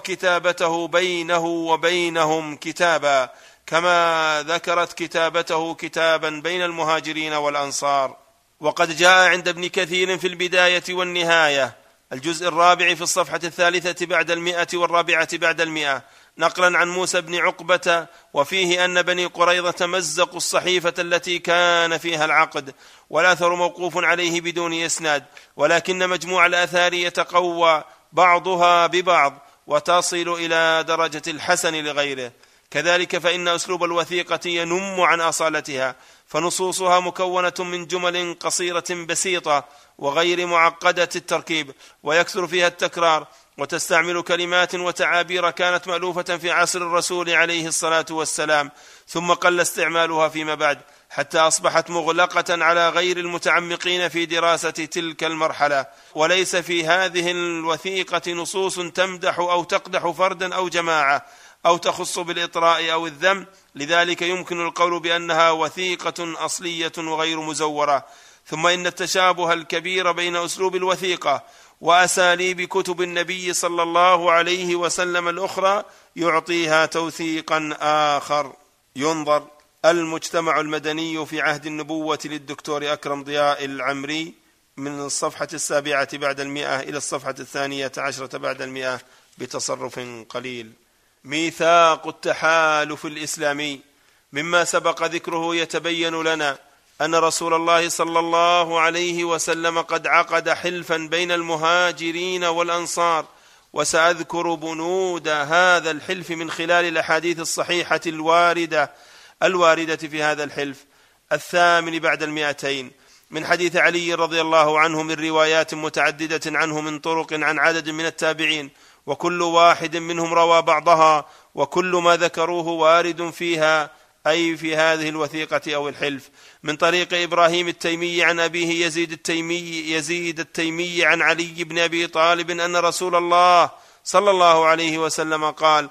وكتابته بينه وبينهم كتابا، كما ذكرت كتابته كتابا بين المهاجرين والأنصار. وقد جاء عند ابن كثير في البداية والنهاية الجزء الرابع في الصفحة الثالثة بعد المئة والرابعة بعد المئة نقلا عن موسى بن عقبة، وفيه أن بني قريظة مزقوا الصحيفة التي كان فيها العقد، والأثر موقوف عليه بدون إسناد، ولكن مجموع الآثار يتقوى بعضها ببعض وتصل إلى درجة الحسن لغيره. كذلك فإن أسلوب الوثيقة ينم عن أصالتها، فنصوصها مكونة من جمل قصيرة بسيطة وغير معقدة التركيب، ويكثر فيها التكرار، وتستعمل كلمات وتعابير كانت مألوفة في عصر الرسول عليه الصلاة والسلام، ثم قل استعمالها فيما بعد حتى أصبحت مغلقة على غير المتعمقين في دراسة تلك المرحلة. وليس في هذه الوثيقة نصوص تمدح أو تقدح فردا أو جماعة أو تخص بالإطراء أو الذم، لذلك يمكن القول بأنها وثيقة أصلية وغير مزورة. ثم إن التشابه الكبير بين أسلوب الوثيقة وأساليب كتب النبي صلى الله عليه وسلم الأخرى يعطيها توثيقا آخر. ينظر المجتمع المدني في عهد النبوة للدكتور أكرم ضياء العمري من الصفحة السابعة بعد المئة إلى الصفحة الثانية عشرة بعد المئة بتصرف قليل. ميثاق التحالف الإسلامي. مما سبق ذكره يتبين لنا أن رسول الله صلى الله عليه وسلم قد عقد حلفا بين المهاجرين والأنصار، وسأذكر بنود هذا الحلف من خلال الأحاديث الصحيحة الواردة الواردة في هذا الحلف. الثامن بعد المئتين من حديث علي رضي الله عنه من روايات متعددة عنه من طرق عن عدد من التابعين، وكل واحد منهم روى بعضها، وكل ما ذكروه وارد فيها، أي في هذه الوثيقة أو الحلف. من طريق إبراهيم التيمي عن أبيه يزيد التيمي, يزيد التيمي عن علي بن أبي طالب أن رسول الله صلى الله عليه وسلم قال: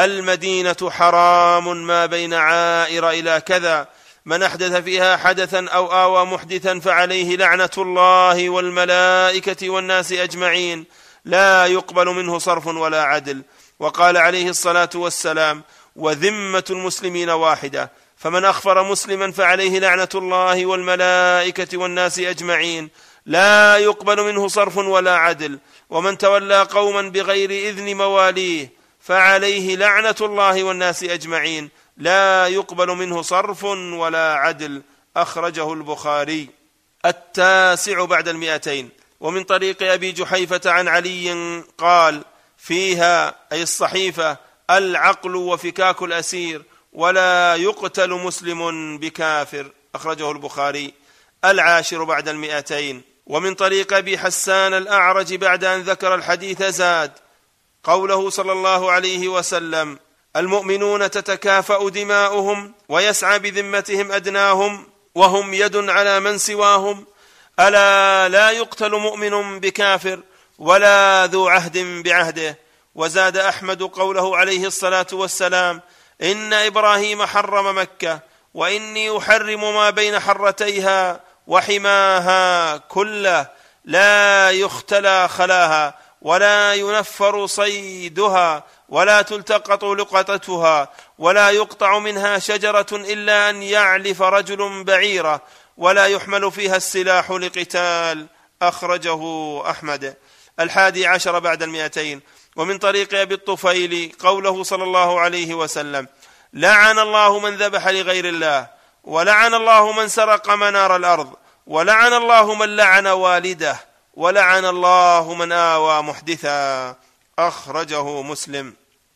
المدينة حرام ما بين عائر إلى كذا، من أحدث فيها حدثا أو آوى محدثا فعليه لعنة الله والملائكة والناس أجمعين، لا يقبل منه صرف ولا عدل. وقال عليه الصلاة والسلام: وذمة المسلمين واحدة، فمن أخفر مسلما فعليه لعنة الله والملائكة والناس أجمعين، لا يقبل منه صرف ولا عدل. ومن تولى قوما بغير إذن مواليه فعليه لعنة الله والناس أجمعين، لا يقبل منه صرف ولا عدل. أخرجه البخاري. التاسع بعد المئتين ومن طريق أبي جحيفة عن علي قال: فيها أي الصحيفة العقل وفكاك الأسير، ولا يقتل مسلم بكافر. أخرجه البخاري. العاشر بعد المئتين ومن طريق أبي حسان الأعرج بعد أن ذكر الحديث زاد قوله صلى الله عليه وسلم: المؤمنون تتكافأ دماؤهم ويسعى بذمتهم أدناهم وهم يد على من سواهم. ألا لا يقتل مؤمن بكافر ولا ذو عهد بعهده. وزاد أحمد قوله عليه الصلاة والسلام: إن إبراهيم حرم مكة وإني أحرم ما بين حرتيها وحماها كله، لا يختلى خلاها ولا ينفر صيدها ولا تلتقط لقطتها ولا يقطع منها شجرة إلا أن يعلف رجل بعيرة ولا يحمل فيها السلاح لقتال. أخرجه أحمد. الحادي عشر بعد المئتين. ومن طريق أبي الطفيل قوله صلى الله عليه وسلم: لعن الله من ذبح لغير الله، ولعن الله من سرق منار الأرض، ولعن الله من لعن والده، ولعن الله من آوى محدثا. أخرجه مسلم.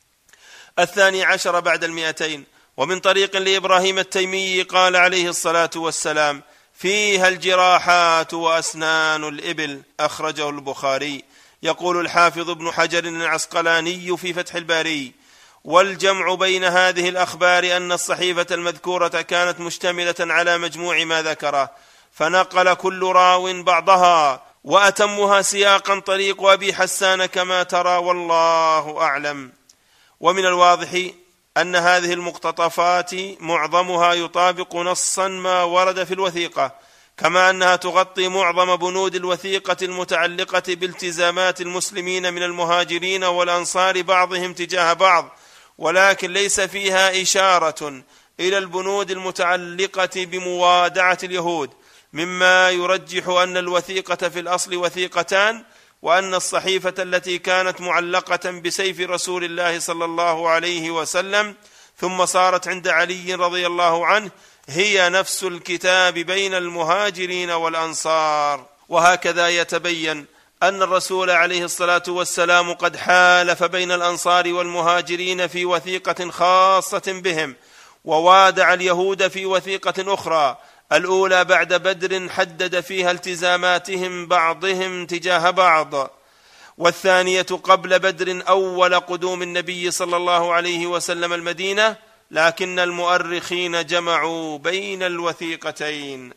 الثاني عشر بعد المئتين. ومن طريق لإبراهيم التيمي قال عليه الصلاة والسلام: فيها الجراحات وأسنان الإبل. أخرجه البخاري. يقول الحافظ ابن حجر العسقلاني في فتح الباري: والجمع بين هذه الأخبار أن الصحيفة المذكورة كانت مشتملة على مجموع ما ذكره، فنقل كل راو بعضها، وأتمها سياقا طريق أبي حسان كما ترى، والله أعلم. ومن الواضح أن هذه المقتطفات معظمها يطابق نصا ما ورد في الوثيقة، كما أنها تغطي معظم بنود الوثيقة المتعلقة بالتزامات المسلمين من المهاجرين والأنصار بعضهم تجاه بعض، ولكن ليس فيها إشارة إلى البنود المتعلقة بموادعة اليهود، مما يرجح أن الوثيقة في الأصل وثيقتان، وأن الصحيفة التي كانت معلقة بسيف رسول الله صلى الله عليه وسلم ثم صارت عند علي رضي الله عنه هي نفس الكتاب بين المهاجرين والأنصار. وهكذا يتبين أن الرسول عليه الصلاة والسلام قد حالف بين الأنصار والمهاجرين في وثيقة خاصة بهم، ووادع اليهود في وثيقة أخرى، الأولى بعد بدر حدد فيها التزاماتهم بعضهم تجاه بعض، والثانية قبل بدر أول قدوم النبي صلى الله عليه وسلم المدينة، لكن المؤرخين جمعوا بين الوثيقتين.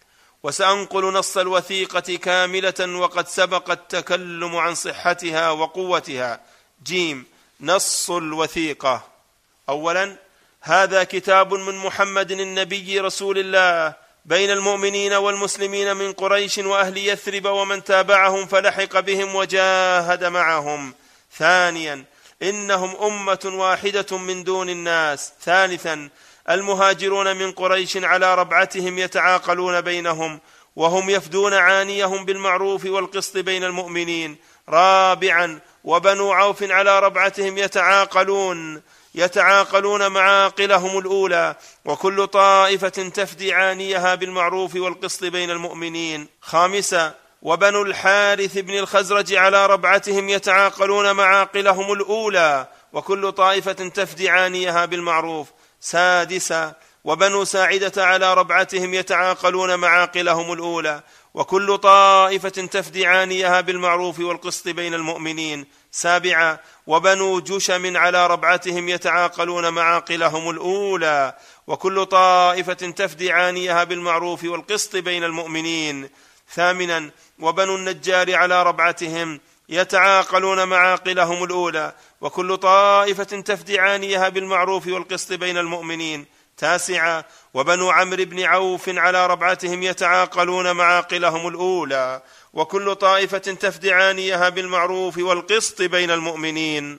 وسأنقل نص الوثيقة كاملة وقد سبق التكلم عن صحتها وقوتها. جيم. نص الوثيقة: أولا، هذا كتاب من محمد النبي رسول الله بين المؤمنين والمسلمين من قريش وأهل يثرب ومن تابعهم فلحق بهم وجاهد معهم. ثانيا، إنهم أمة واحدة من دون الناس. ثالثا، المهاجرون من قريش على ربعتهم يتعاقلون بينهم، وهم يفدون عانيهم بالمعروف والقسط بين المؤمنين. رابعا، وبنو عوف على ربعتهم يتعاقلون يتعاقلون معاقلهم الأولى، وكل طائفة تفدي عانيها بالمعروف والقسط بين المؤمنين. خامسا، وبنو الحارث بن الخزرج على ربعتهم يتعاقلون معاقلهم الأولى، وكل طائفة تفدي عانيها بالمعروف. سادسا، وبنو ساعدة على ربعتهم يتعاقلون معاقلهم الأولى، وكل طائفة تفدي عانيها بالمعروف والقسط بين المؤمنين. سابعا، وبنو جشم على ربعتهم يتعاقلون معاقلهم الأولى، وكل طائفة تفدي عانيها بالمعروف والقسط بين المؤمنين. ثامنا، وبنو النجار على ربعتهم يتعاقلون معاقلهم الأولى، وكل طائفة تفدي عانيها بالمعروف والقسط بين المؤمنين. تاسعا، وبنو عمرو بن عوف على ربعتهم يتعاقلون معاقلهم الأولى، وكل طائفة تفدي عانيها بالمعروف والقسط بين المؤمنين.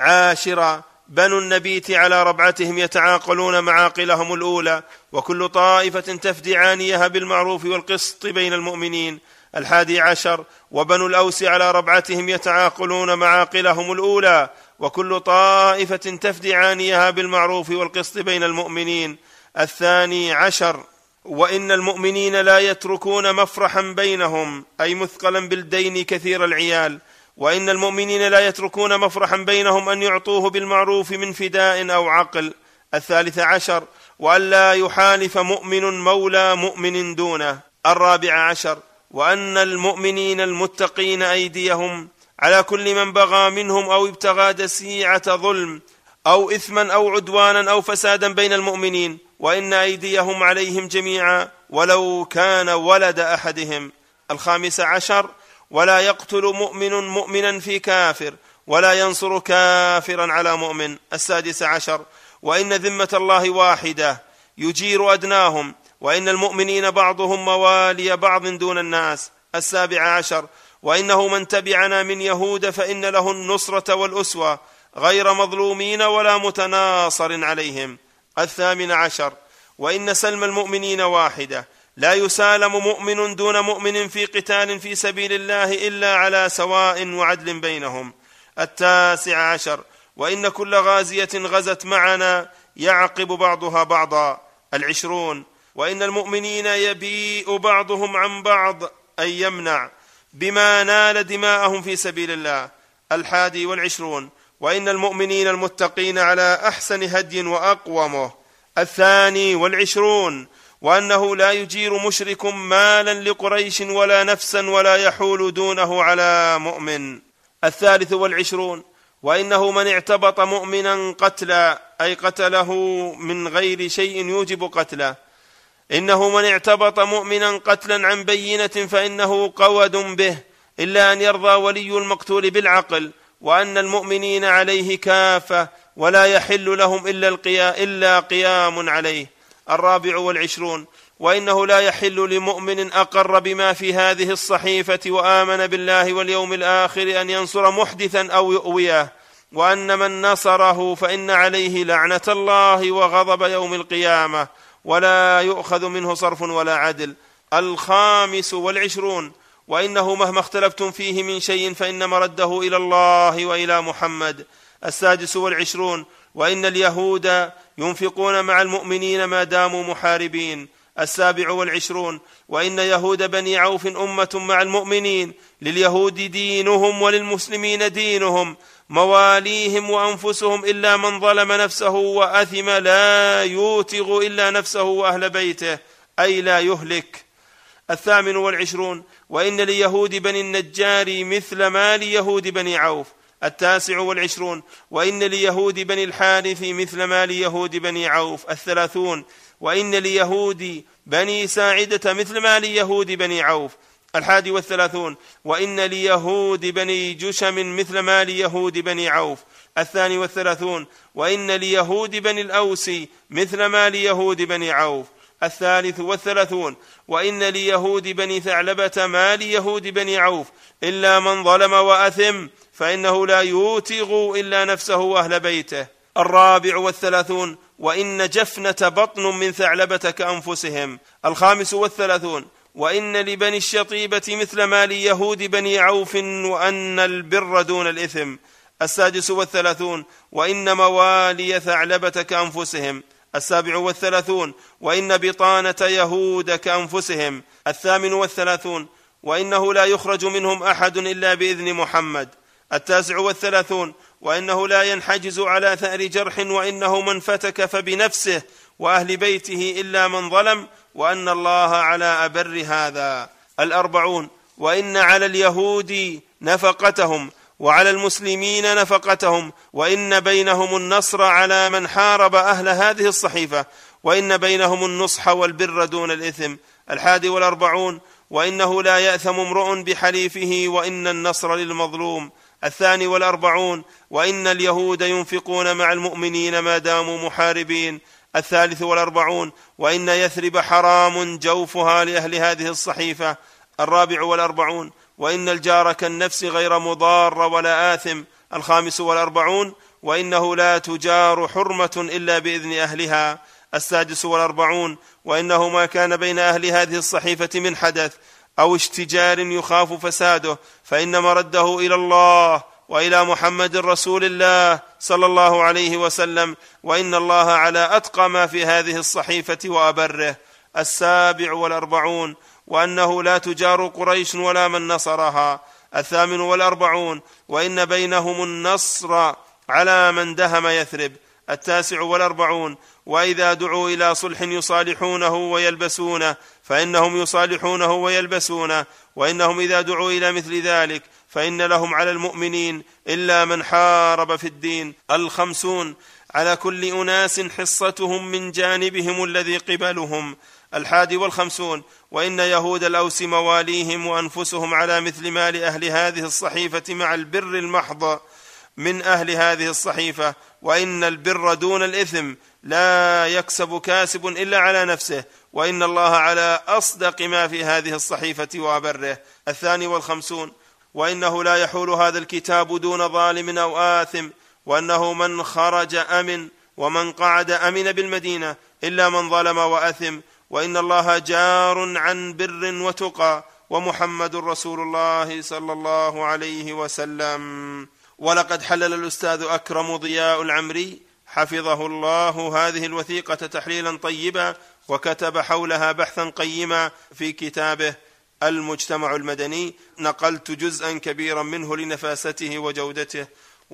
عاشرا، بنو النبيت على ربعتهم يتعاقلون معاقلهم الأولى، وكل طائفة تفدي عانيها بالمعروف والقسط بين المؤمنين. الحادي عشر، وبنو الأوس على ربعتهم يتعاقلون معاقلهم الأولى، وكل طائفة تفدي عانيها بالمعروف والقسط بين المؤمنين. الثاني عشر، وإن المؤمنين لا يتركون مفرحا بينهم، أي مثقلا بالدين كثير العيال، وإن المؤمنين لا يتركون مفرحا بينهم أن يعطوه بالمعروف من فداء أو عقل. الثالث عشر، وأن لا يحالف مؤمن مولى مؤمن دونه. الرابع عشر، وأن المؤمنين المتقين أيديهم على كل من بغى منهم أو ابتغى دسيعة ظلم أو إثما أو عدوانا أو فسادا بين المؤمنين، وإن أيديهم عليهم جميعا ولو كان ولد أحدهم. الخامس عشر: ولا يقتل مؤمن مؤمنا في كافر ولا ينصر كافرا على مؤمن. السادس عشر: وإن ذمة الله واحدة يجير أدناهم، وإن المؤمنين بعضهم موالي بعض دون الناس. السابع عشر: وإنه من تبعنا من يهود فإن له النصرة والأسوة غير مظلومين ولا متناصر عليهم. الثامن عشر: وإن سلم المؤمنين واحدة لا يسالم مؤمن دون مؤمن في قتال في سبيل الله إلا على سواء وعدل بينهم. التاسع عشر: وإن كل غازية غزت معنا يعقب بعضها بعضا. العشرون: وإن المؤمنين يبيء بعضهم عن بعض أي يمنع بما نال دماءهم في سبيل الله. الحادي والعشرون: وإن المؤمنين المتقين على أحسن هدي وأقومه. الثاني والعشرون: وأنه لا يجير مشرك مالا لقريش ولا نفسا ولا يحول دونه على مؤمن. الثالث والعشرون: وإنه من اعتبط مؤمنا قتلا أي قتله من غير شيء يوجب قتله. إنه من اعتبط مؤمنا قتلا عن بينة فإنه قود به إلا أن يرضى ولي المقتول بالعقل، وأن المؤمنين عليه كافة ولا يحل لهم إلا, القيا إلا قيام عليه. الرابع والعشرون: وإنه لا يحل لمؤمن أقر بما في هذه الصحيفة وآمن بالله واليوم الآخر أن ينصر محدثا أو يؤويه، وأن من نصره فإن عليه لعنة الله وغضب يوم القيامة ولا يؤخذ منه صرف ولا عدل. الخامس والعشرون: وإنه مهما اختلفتم فيه من شيء فإن مرده إلى الله وإلى محمد. السادس والعشرون: وإن اليهود ينفقون مع المؤمنين ما داموا محاربين. السابع والعشرون: وإن يهود بني عوف أمة مع المؤمنين، لليهود دينهم وللمسلمين دينهم، مواليهم وأنفسهم إلا من ظلم نفسه وأثم لا يوتغ إلا نفسه وأهل بيته أي لا يهلك. الثامن والعشرون: وإن ليهود بني النجار مثل ما ليهود بني عوف. التاسع والعشرون: وإن ليهود بني الحارث مثل ما ليهود بني عوف. الثلاثون: وإن ليهود بني ساعدة مثل ما ليهود بني عوف. الحادي والثلاثون: وإن ليهود بني جشم مثل ما ليهود بني عوف. الثاني والثلاثون: وإن ليهود بني الأوس مثل ما ليهود بني عوف. الثالث والثلاثون: وإن ليهود بني ثعلبة ما ليهود بني عوف إلا من ظلم وأثم فإنه لا يوتغ إلا نفسه وأهل بيته. الرابع والثلاثون: وإن جفنة بطن من ثعلبة كأنفسهم. الخامس والثلاثون: وإن لبني الشطيبة مثل ما ليهود بني عوف وأن البر دون الإثم. السادس والثلاثون: وإن موالي ثعلبة كأنفسهم. السابع والثلاثون: وإن بطانة يهود كأنفسهم. الثامن والثلاثون: وإنه لا يخرج منهم أحد إلا بإذن محمد. التاسع والثلاثون: وإنه لا ينحجز على ثأر جرح، وإنه من فتك فبنفسه وأهل بيته إلا من ظلم، وأن الله على أبر هذا. الأربعون: وإن على اليهود نفقتهم وعلى المسلمين نفقتهم، وإن بينهم النصر على من حارب أهل هذه الصحيفة، وإن بينهم النصح والبر دون الإثم. الحادي والأربعون: وإنه لا يأثم امرؤ بحليفه وإن النصر للمظلوم. الثاني والأربعون: وإن اليهود ينفقون مع المؤمنين ما داموا محاربين. الثالث والأربعون: وإن يثرب حرام جوفها لأهل هذه الصحيفة. الرابع والأربعون: وإن الجار كالنفس غير مضار ولا آثم. الخامس والأربعون: وإنه لا تجار حرمة إلا بإذن أهلها. السادس والأربعون: وإنه ما كان بين أهل هذه الصحيفة من حدث أو اشتجار يخاف فساده فإن مرده إلى الله وإلى محمد رسول الله صلى الله عليه وسلم، وإن الله على أتقى ما في هذه الصحيفة وأبره. السابع والأربعون: وأنه لا تجار قريش ولا من نصرها. الثامن والأربعون: وإن بينهم النصر على من دهم يثرب. التاسع والأربعون: وإذا دعوا إلى صلح يصالحونه ويلبسونه فإنهم يصالحونه ويلبسونه، وإنهم إذا دعوا إلى مثل ذلك فإن لهم على المؤمنين إلا من حارب في الدين. الخمسون: على كل أناس حصتهم من جانبهم الذي قبلهم. الحادي والخمسون: وإن يهود الأوس مواليهم وأنفسهم على مثل مال أهل هذه الصحيفة مع البر المحض من أهل هذه الصحيفة، وإن البر دون الإثم لا يكسب كاسب إلا على نفسه، وإن الله على أصدق ما في هذه الصحيفة وأبره. الثاني والخمسون: وإنه لا يحول هذا الكتاب دون ظالم أو آثم، وأنه من خرج أمن ومن قعد أمن بالمدينة إلا من ظلم وأثم، وإن الله جار عن بر وتقى، ومحمد رسول الله صلى الله عليه وسلم. ولقد حلل الأستاذ أكرم ضياء العمري حفظه الله هذه الوثيقة تحليلا طيبا، وكتب حولها بحثا قيما في كتابه المجتمع المدني. نقلت جزءا كبيرا منه لنفاسته وجودته،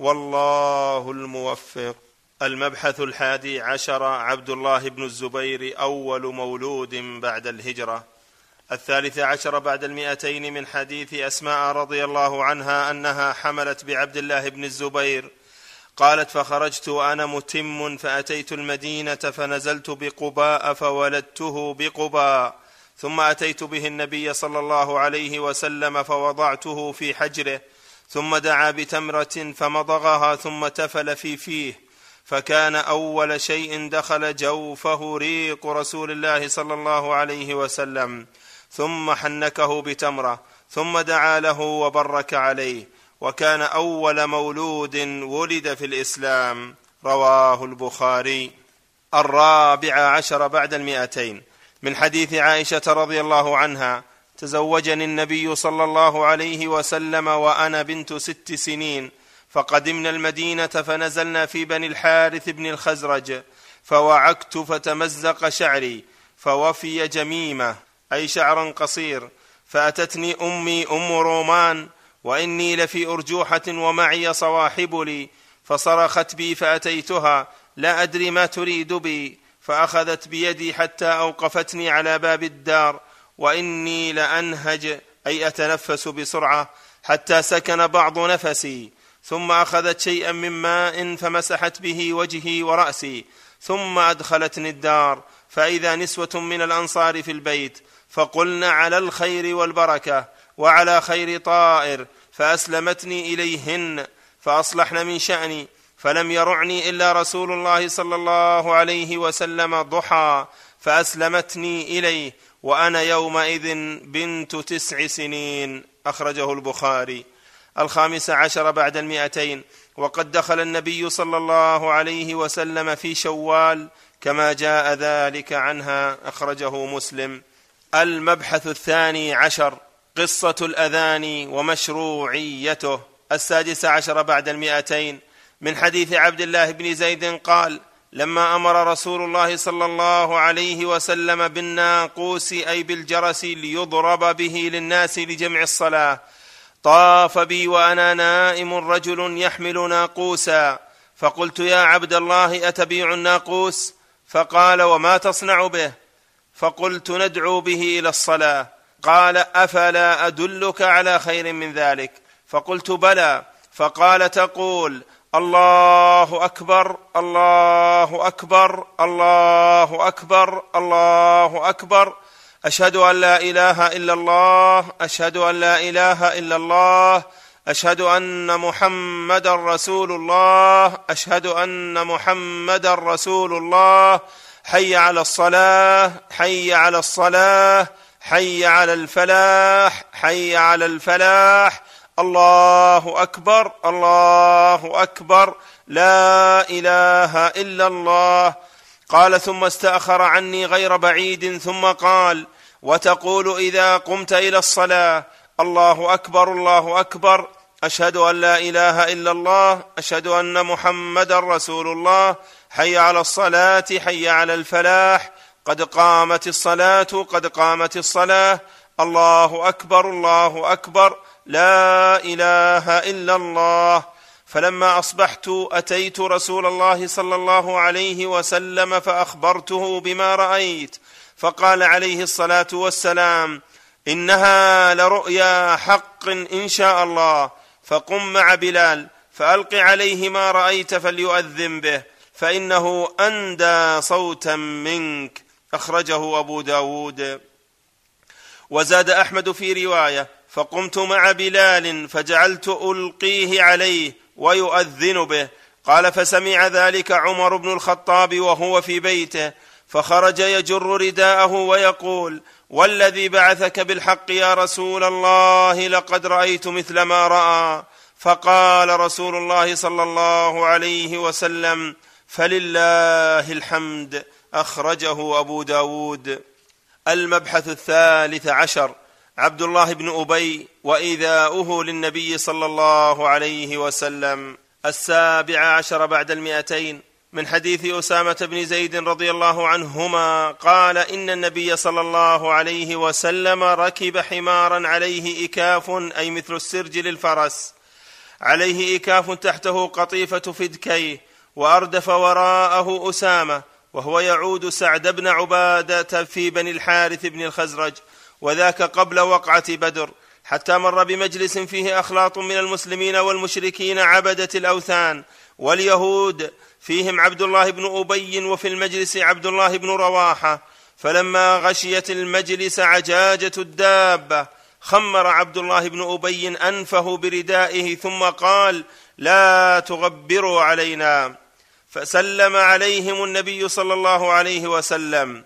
والله الموفق. المبحث الحادي عشر: عبد الله بن الزبير أول مولود بعد الهجرة. الثالث عشر بعد المئتين من حديث أسماء رضي الله عنها أنها حملت بعبد الله بن الزبير. قالت: فخرجت وأنا متم فأتيت المدينة فنزلت بقباء فولدته بقباء، ثم أتيت به النبي صلى الله عليه وسلم فوضعته في حجره، ثم دعا بتمرة فمضغها ثم تفل في فيه، فكان أول شيء دخل جوفه ريق رسول الله صلى الله عليه وسلم، ثم حنكه بتمرة، ثم دعا له وبرك عليه، وكان أول مولود ولد في الإسلام. رواه البخاري. الرابع عشر بعد المئتين من حديث عائشة رضي الله عنها: تزوجني النبي صلى الله عليه وسلم وأنا بنت ست سنين، فقدمنا المدينة فنزلنا في بني الحارث بن الخزرج، فوعكت فتمزق شعري فوفي جميمة، أي شعرا قصير، فأتتني أمي أم رومان وإني لفي أرجوحة ومعي صواحب لي، فصرخت بي فأتيتها لا أدري ما تريد بي، فأخذت بيدي حتى أوقفتني على باب الدار، وإني لأنهج أي أتنفس بسرعة حتى سكن بعض نفسي، ثم أخذت شيئا من ماء فمسحت به وجهي ورأسي، ثم أدخلتني الدار فإذا نسوة من الأنصار في البيت، فقلنا على الخير والبركة وعلى خير طائر، فأسلمتني إليهن فأصلحن من شأني، فلم يرعني إلا رسول الله صلى الله عليه وسلم ضحى فأسلمتني إليه، وأنا يومئذ بنت تسع سنين. أخرجه البخاري. الخامس عشر بعد المئتين: وقد دخل النبي صلى الله عليه وسلم في شوال كما جاء ذلك عنها. أخرجه مسلم. المبحث الثاني عشر: قصة الأذان ومشروعيته. السادس عشر بعد المئتين من حديث عبد الله بن زيد قال: لما أمر رسول الله صلى الله عليه وسلم بالناقوس أي بالجرس ليضرب به للناس لجمع الصلاة، طاف بي وأنا نائم رجل يحمل ناقوسا، فقلت: يا عبد الله أتبيع الناقوس؟ فقال: وما تصنع به؟ فقلت: ندعو به إلى الصلاة. قال: أفلا أدلك على خير من ذلك؟ فقلت: بلى. فقال: تقول: الله أكبر الله أكبر الله أكبر الله أكبر، أشهد أن لا إله إلا الله أشهد أن لا إله إلا الله أشهد أن محمدا رسول الله أشهد أن محمدا رسول الله، حي على الصلاة حي على الصلاة حي على الفلاح حي على الفلاح، الله أكبر الله أكبر، لا إله إلا الله. قال: ثم استأخر عني غير بعيد ثم قال: وتقول إذا قمت إلى الصلاة: الله أكبر الله أكبر، أشهد أن لا إله إلا الله أشهد أن محمدا رسول الله، حي على الصلاة حي على الفلاح، قد قامت الصلاة قد قامت الصلاة، الله أكبر الله أكبر، لا إله إلا الله. فلما أصبحت أتيت رسول الله صلى الله عليه وسلم فأخبرته بما رأيت، فقال عليه الصلاة والسلام: إنها لرؤيا حق إن شاء الله، فقم مع بلال فألق عليه ما رأيت فليؤذن به، فإنه أندى صوتا منك. أخرجه أبو داود. وزاد أحمد في رواية: فقمت مع بلال فجعلت ألقيه عليه ويؤذن به. قال: فسمع ذلك عمر بن الخطاب وهو في بيته، فخرج يجر رداءه ويقول: والذي بعثك بالحق يا رسول الله لقد رأيت مثل ما رأى. فقال رسول الله صلى الله عليه وسلم: فلله الحمد. أخرجه أبو داود. المبحث الثالث عشر: عبد الله بن أبي وإيذاؤه للنبي صلى الله عليه وسلم. السابع عشر بعد المئتين من حديث أسامة بن زيد رضي الله عنهما قال: إن النبي صلى الله عليه وسلم ركب حمارا عليه إكاف، أي مثل السرج للفرس، عليه إكاف تحته قطيفة فدكيه، وأردف وراءه أسامة وهو يعود سعد بن عبادة في بني الحارث بن الخزرج، وذاك قبل وقعة بدر، حتى مر بمجلس فيه أخلاط من المسلمين والمشركين عبدة الأوثان واليهود، فيهم عبد الله بن أبي، وفي المجلس عبد الله بن رواحة. فلما غشيت المجلس عجاجة الدابة خمر عبد الله بن أبي أنفه بردائه ثم قال: لا تغبروا علينا. فسلم عليهم النبي صلى الله عليه وسلم،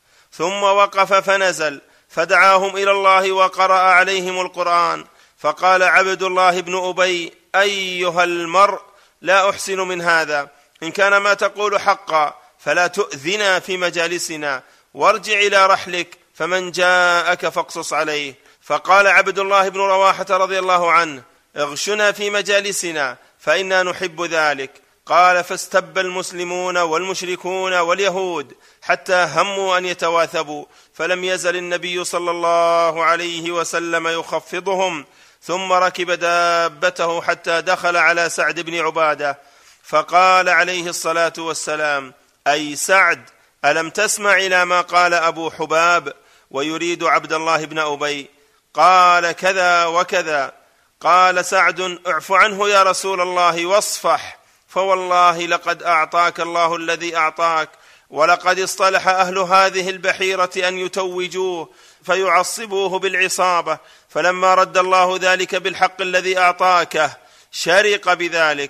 ثم وقف فنزل فدعاهم إلى الله وقرأ عليهم القرآن. فقال عبد الله بن أبي: أيها المرء، لا أحسن من هذا، إن كان ما تقول حقا فلا تؤذنا في مجالسنا، وارجع إلى رحلك، فمن جاءك فاقصص عليه. فقال عبد الله بن رواحة رضي الله عنه: اغشنا في مجالسنا فإنا نحب ذلك. قال: فاستب المسلمون والمشركون واليهود حتى هموا أن يتواثبوا، فلم يزل النبي صلى الله عليه وسلم يخفضهم، ثم ركب دابته حتى دخل على سعد بن عبادة، فقال عليه الصلاة والسلام: أي سعد، ألم تسمع إلى ما قال أبو حباب؟ ويريد عبد الله بن أبي. قال: كذا وكذا. قال سعد: اعف عنه يا رسول الله واصفح، فوالله لقد أعطاك الله الذي أعطاك، ولقد اصطلح أهل هذه البحيرة أن يتوجوه فيعصبوه بالعصابة، فلما رد الله ذلك بالحق الذي أعطاكه شرق بذلك،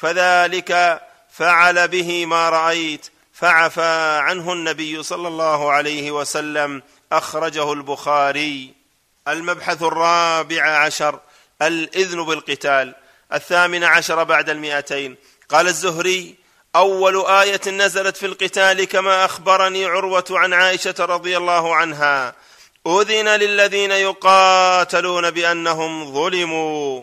فذلك فعل به ما رأيت، فعفى عنه النبي صلى الله عليه وسلم. أخرجه البخاري. المبحث الرابع عشر: الإذن بالقتال. الثامن عشر بعد المئتين. قال الزهري: أول آية نزلت في القتال كما أخبرني عروة عن عائشة رضي الله عنها: أذن للذين يقاتلون بأنهم ظلموا.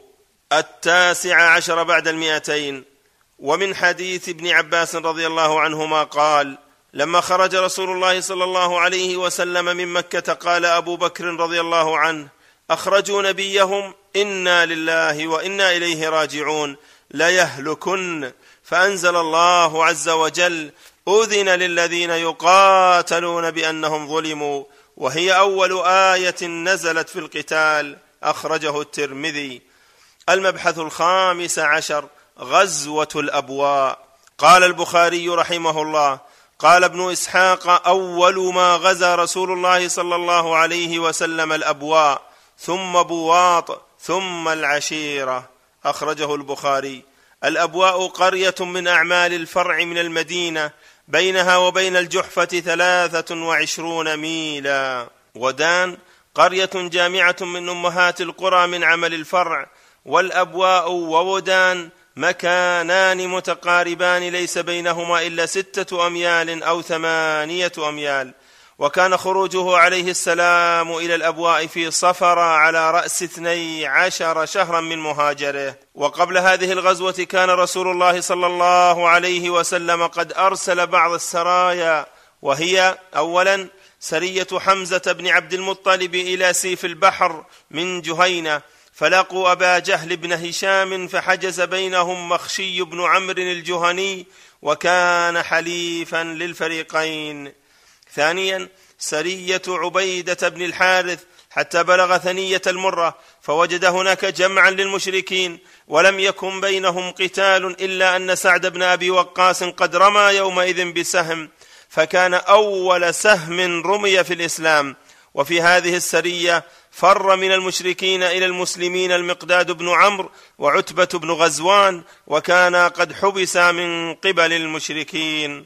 التاسع عشر بعد المئتين. ومن حديث ابن عباس رضي الله عنهما قال: لما خرج رسول الله صلى الله عليه وسلم من مكة قال أبو بكر رضي الله عنه: أخرجوا نبيهم، إنا لله وإنا إليه راجعون، لا يهلكن. فأنزل الله عز وجل: أذن للذين يقاتلون بأنهم ظلموا، وهي أول آية نزلت في القتال. أخرجه الترمذي. المبحث الخامس عشر: غزوة الأبواء. قال البخاري رحمه الله: قال ابن إسحاق: أول ما غزا رسول الله صلى الله عليه وسلم الأبواء، ثم بواط، ثم العشيرة. أخرجه البخاري. الأبواء قرية من أعمال الفرع من المدينة، بينها وبين الجحفة ثلاثة وعشرون ميلا. ودان قرية جامعة من أمهات القرى من عمل الفرع. والأبواء وودان مكانان متقاربان ليس بينهما إلا ستة أميال أو ثمانية أميال. وكان خروجه عليه السلام إلى الأبواء في صفر على رأس اثني عشر شهرا من مهاجره. وقبل هذه الغزوة كان رسول الله صلى الله عليه وسلم قد أرسل بعض السرايا، وهي: أولا سرية حمزة بن عبد المطلب إلى سيف البحر من جهينة، فلاقوا أبا جهل بن هشام فحجز بينهم مخشي بن عمرو الجهني، وكان حليفا للفريقين. ثانيا سرية عبيدة بن الحارث حتى بلغ ثنية المرة، فوجد هناك جمعا للمشركين ولم يكن بينهم قتال، إلا أن سعد بن أبي وقاص قد رمى يومئذ بسهم، فكان أول سهم رمي في الإسلام. وفي هذه السرية فر من المشركين إلى المسلمين المقداد بن عمرو وعتبة بن غزوان، وكان قد حبس من قبل المشركين.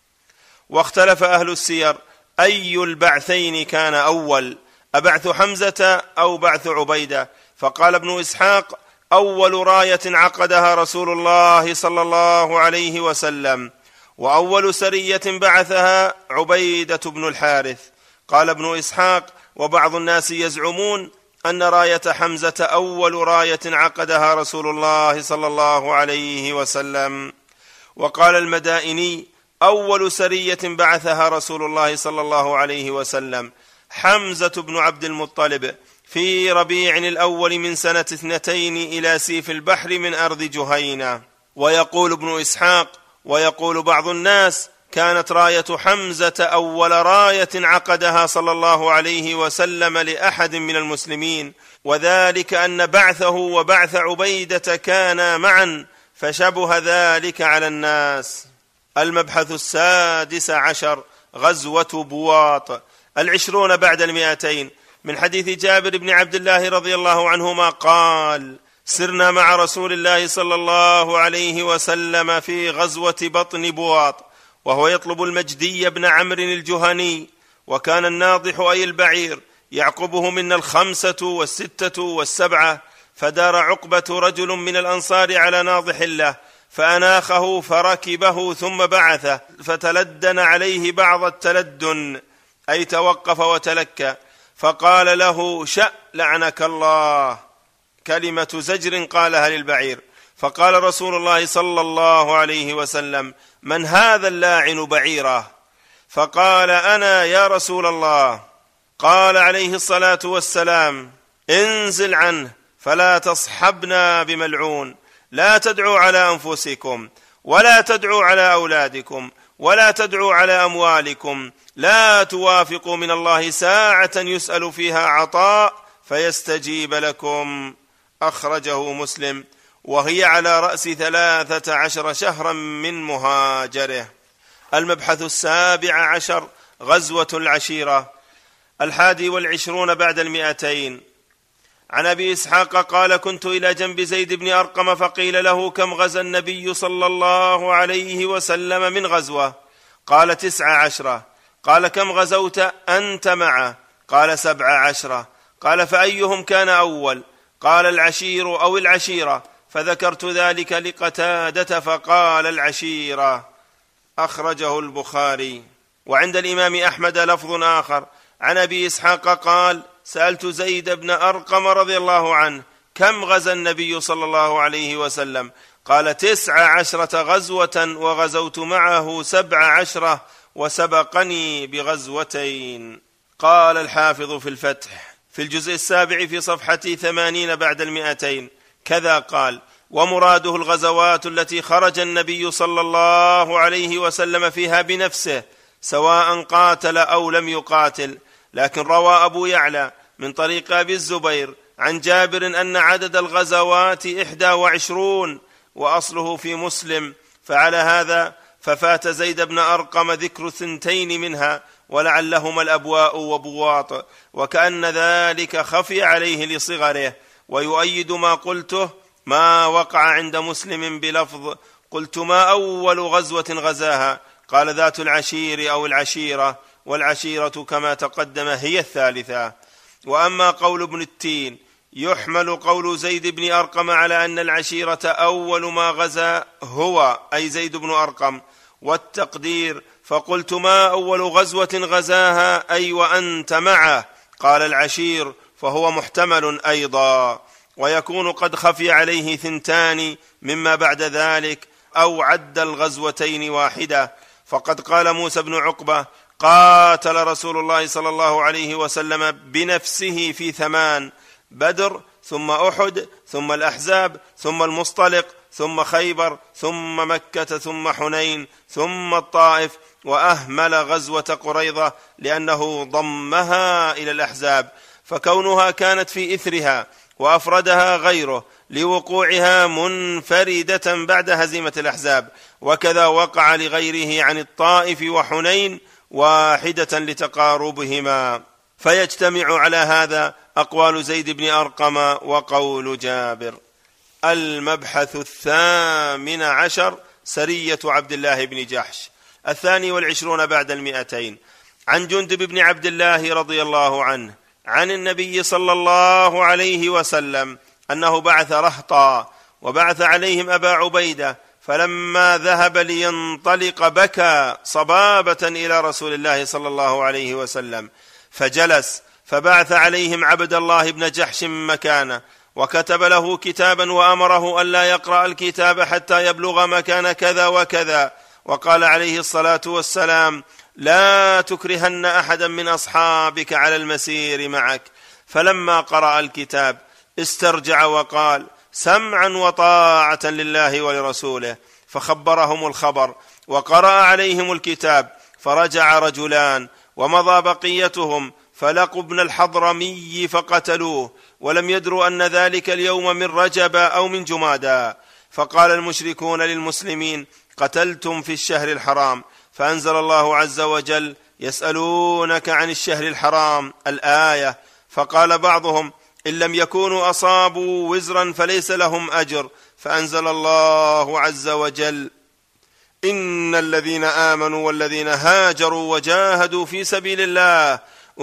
واختلف أهل السير أي البعثين كان أول، أبعث حمزة أو بعث عبيدة؟ فقال ابن إسحاق: أول راية عقدها رسول الله صلى الله عليه وسلم، وأول سرية بعثها عبيدة بن الحارث. قال ابن إسحاق: وبعض الناس يزعمون أن راية حمزة أول راية عقدها رسول الله صلى الله عليه وسلم. وقال المدائني: أول سرية بعثها رسول الله صلى الله عليه وسلم حمزة بن عبد المطلب في ربيع الأول من سنة اثنتين إلى سيف البحر من أرض جهينة. ويقول ابن إسحاق: ويقول بعض الناس: كانت راية حمزة أول راية عقدها صلى الله عليه وسلم لأحد من المسلمين، وذلك أن بعثه وبعث عبيدة كانا معا، فشبه ذلك على الناس. المبحث السادس عشر: غزوة بواط. العشرون بعد المئتين. من حديث جابر بن عبد الله رضي الله عنهما قال: سرنا مع رسول الله صلى الله عليه وسلم في غزوة بطن بواط، وهو يطلب المجدي بن عمرو الجهني، وكان الناضح أي البعير يعقبه منا الخمسة والستة والسبعة، فدار عقبة رجل من الأنصار على ناضح له فأناخه فركبه ثم بعثه، فتلدن عليه بعض التلدن، أي توقف وتلكى، فقال له: شأ لعنك الله، كلمة زجر قالها للبعير. فقال رسول الله صلى الله عليه وسلم: من هذا اللاعن بعيره؟ فقال: أنا يا رسول الله. قال عليه الصلاة والسلام: انزل عنه فلا تصحبنا بملعون، لا تدعوا على أنفسكم ولا تدعوا على أولادكم ولا تدعوا على أموالكم، لا توافقوا من الله ساعة يسأل فيها عطاء فيستجيب لكم. أخرجه مسلم. وهي على رأس ثلاثة عشر شهرا من مهاجره. المبحث السابع عشر: غزوة العشيرة. الحادي والعشرون بعد المئتين. عن أبي إسحاق قال: كنت إلى جنب زيد بن أرقم فقيل له: كم غزا النبي صلى الله عليه وسلم من غزوة؟ قال: تسع عشرة. قال: كم غزوت أنت معه؟ قال: سبع عشرة. قال: فأيهم كان أول؟ قال: العشير أو العشيرة. فذكرت ذلك لقتادة فقال: العشيرة. أخرجه البخاري. وعند الإمام أحمد لفظ آخر عن أبي إسحاق قال: سألت زيد بن أرقم رضي الله عنه: كم غزا النبي صلى الله عليه وسلم؟ قال: تسع عشرة غزوة، وغزوت معه سبع عشرة، وسبقني بغزوتين. قال الحافظ في الفتح في الجزء السابع في صفحة ثمانين بعد المئتين: كذا قال: ومراده الغزوات التي خرج النبي صلى الله عليه وسلم فيها بنفسه، سواء قاتل أو لم يقاتل. لكن روى أبو يعلى من طريق أبي الزبير عن جابر أن عدد الغزوات إحدى وعشرون، وأصله في مسلم، فعلى هذا ففات زيد بن أرقم ذكر ثنتين منها، ولعلهما الأبواء وبواط، وكأن ذلك خفي عليه لصغره. ويؤيد ما قلته ما وقع عند مسلم بلفظ: قلت: ما أول غزوة غزاها؟ قال: ذات العشير أو العشيرة، والعشيرة كما تقدم هي الثالثة. وأما قول ابن التين يحمل قول زيد بن أرقم على أن العشيرة أول ما غزا هو أي زيد بن أرقم، والتقدير: فقلت: ما أول غزوة غزاها؟ أي وأنت معه. قال: العشير، فهو محتمل أيضا، ويكون قد خفي عليه ثنتان مما بعد ذلك، أو عد الغزوتين واحدة. فقد قال موسى بن عقبة: قاتل رسول الله صلى الله عليه وسلم بنفسه في ثمان: بدر، ثم أحد، ثم الأحزاب، ثم المصطلق، ثم خيبر، ثم مكة، ثم حنين، ثم الطائف، وأهمل غزوة قريظة لأنه ضمها إلى الأحزاب. فكونها كانت في إثرها وأفردها غيره لوقوعها منفردة بعد هزيمة الأحزاب، وكذا وقع لغيره عن الطائف وحنين واحدة لتقاربهما، فيجتمع على هذا أقوال زيد بن أرقم وقول جابر. المبحث الثامن عشر سرية عبد الله بن جحش. الثاني والعشرون بعد المئتين. عن جندب بن عبد الله رضي الله عنه عن النبي صلى الله عليه وسلم أنه بعث رهطا وبعث عليهم أبا عبيدة، فلما ذهب لينطلق بكى صبابة إلى رسول الله صلى الله عليه وسلم، فجلس، فبعث عليهم عبد الله بن جحش مكانه، وكتب له كتابا وأمره ألا يقرأ الكتاب حتى يبلغ مكان كذا وكذا، وقال عليه الصلاة والسلام: لا تكرهن أحدا من أصحابك على المسير معك. فلما قرأ الكتاب استرجع وقال: سمعا وطاعة لله ولرسوله، فخبرهم الخبر وقرأ عليهم الكتاب، فرجع رجلان ومضى بقيتهم فلقوا ابن الحضرمي فقتلوه، ولم يدروا أن ذلك اليوم من رجب أو من جمادى. فقال المشركون للمسلمين: قتلتم في الشهر الحرام، فأنزل الله عز وجل: يسألونك عن الشهر الحرام، الآية. فقال بعضهم: إن لم يكونوا أصابوا وزرا فليس لهم أجر، فأنزل الله عز وجل: إن الذين آمنوا والذين هاجروا وجاهدوا في سبيل الله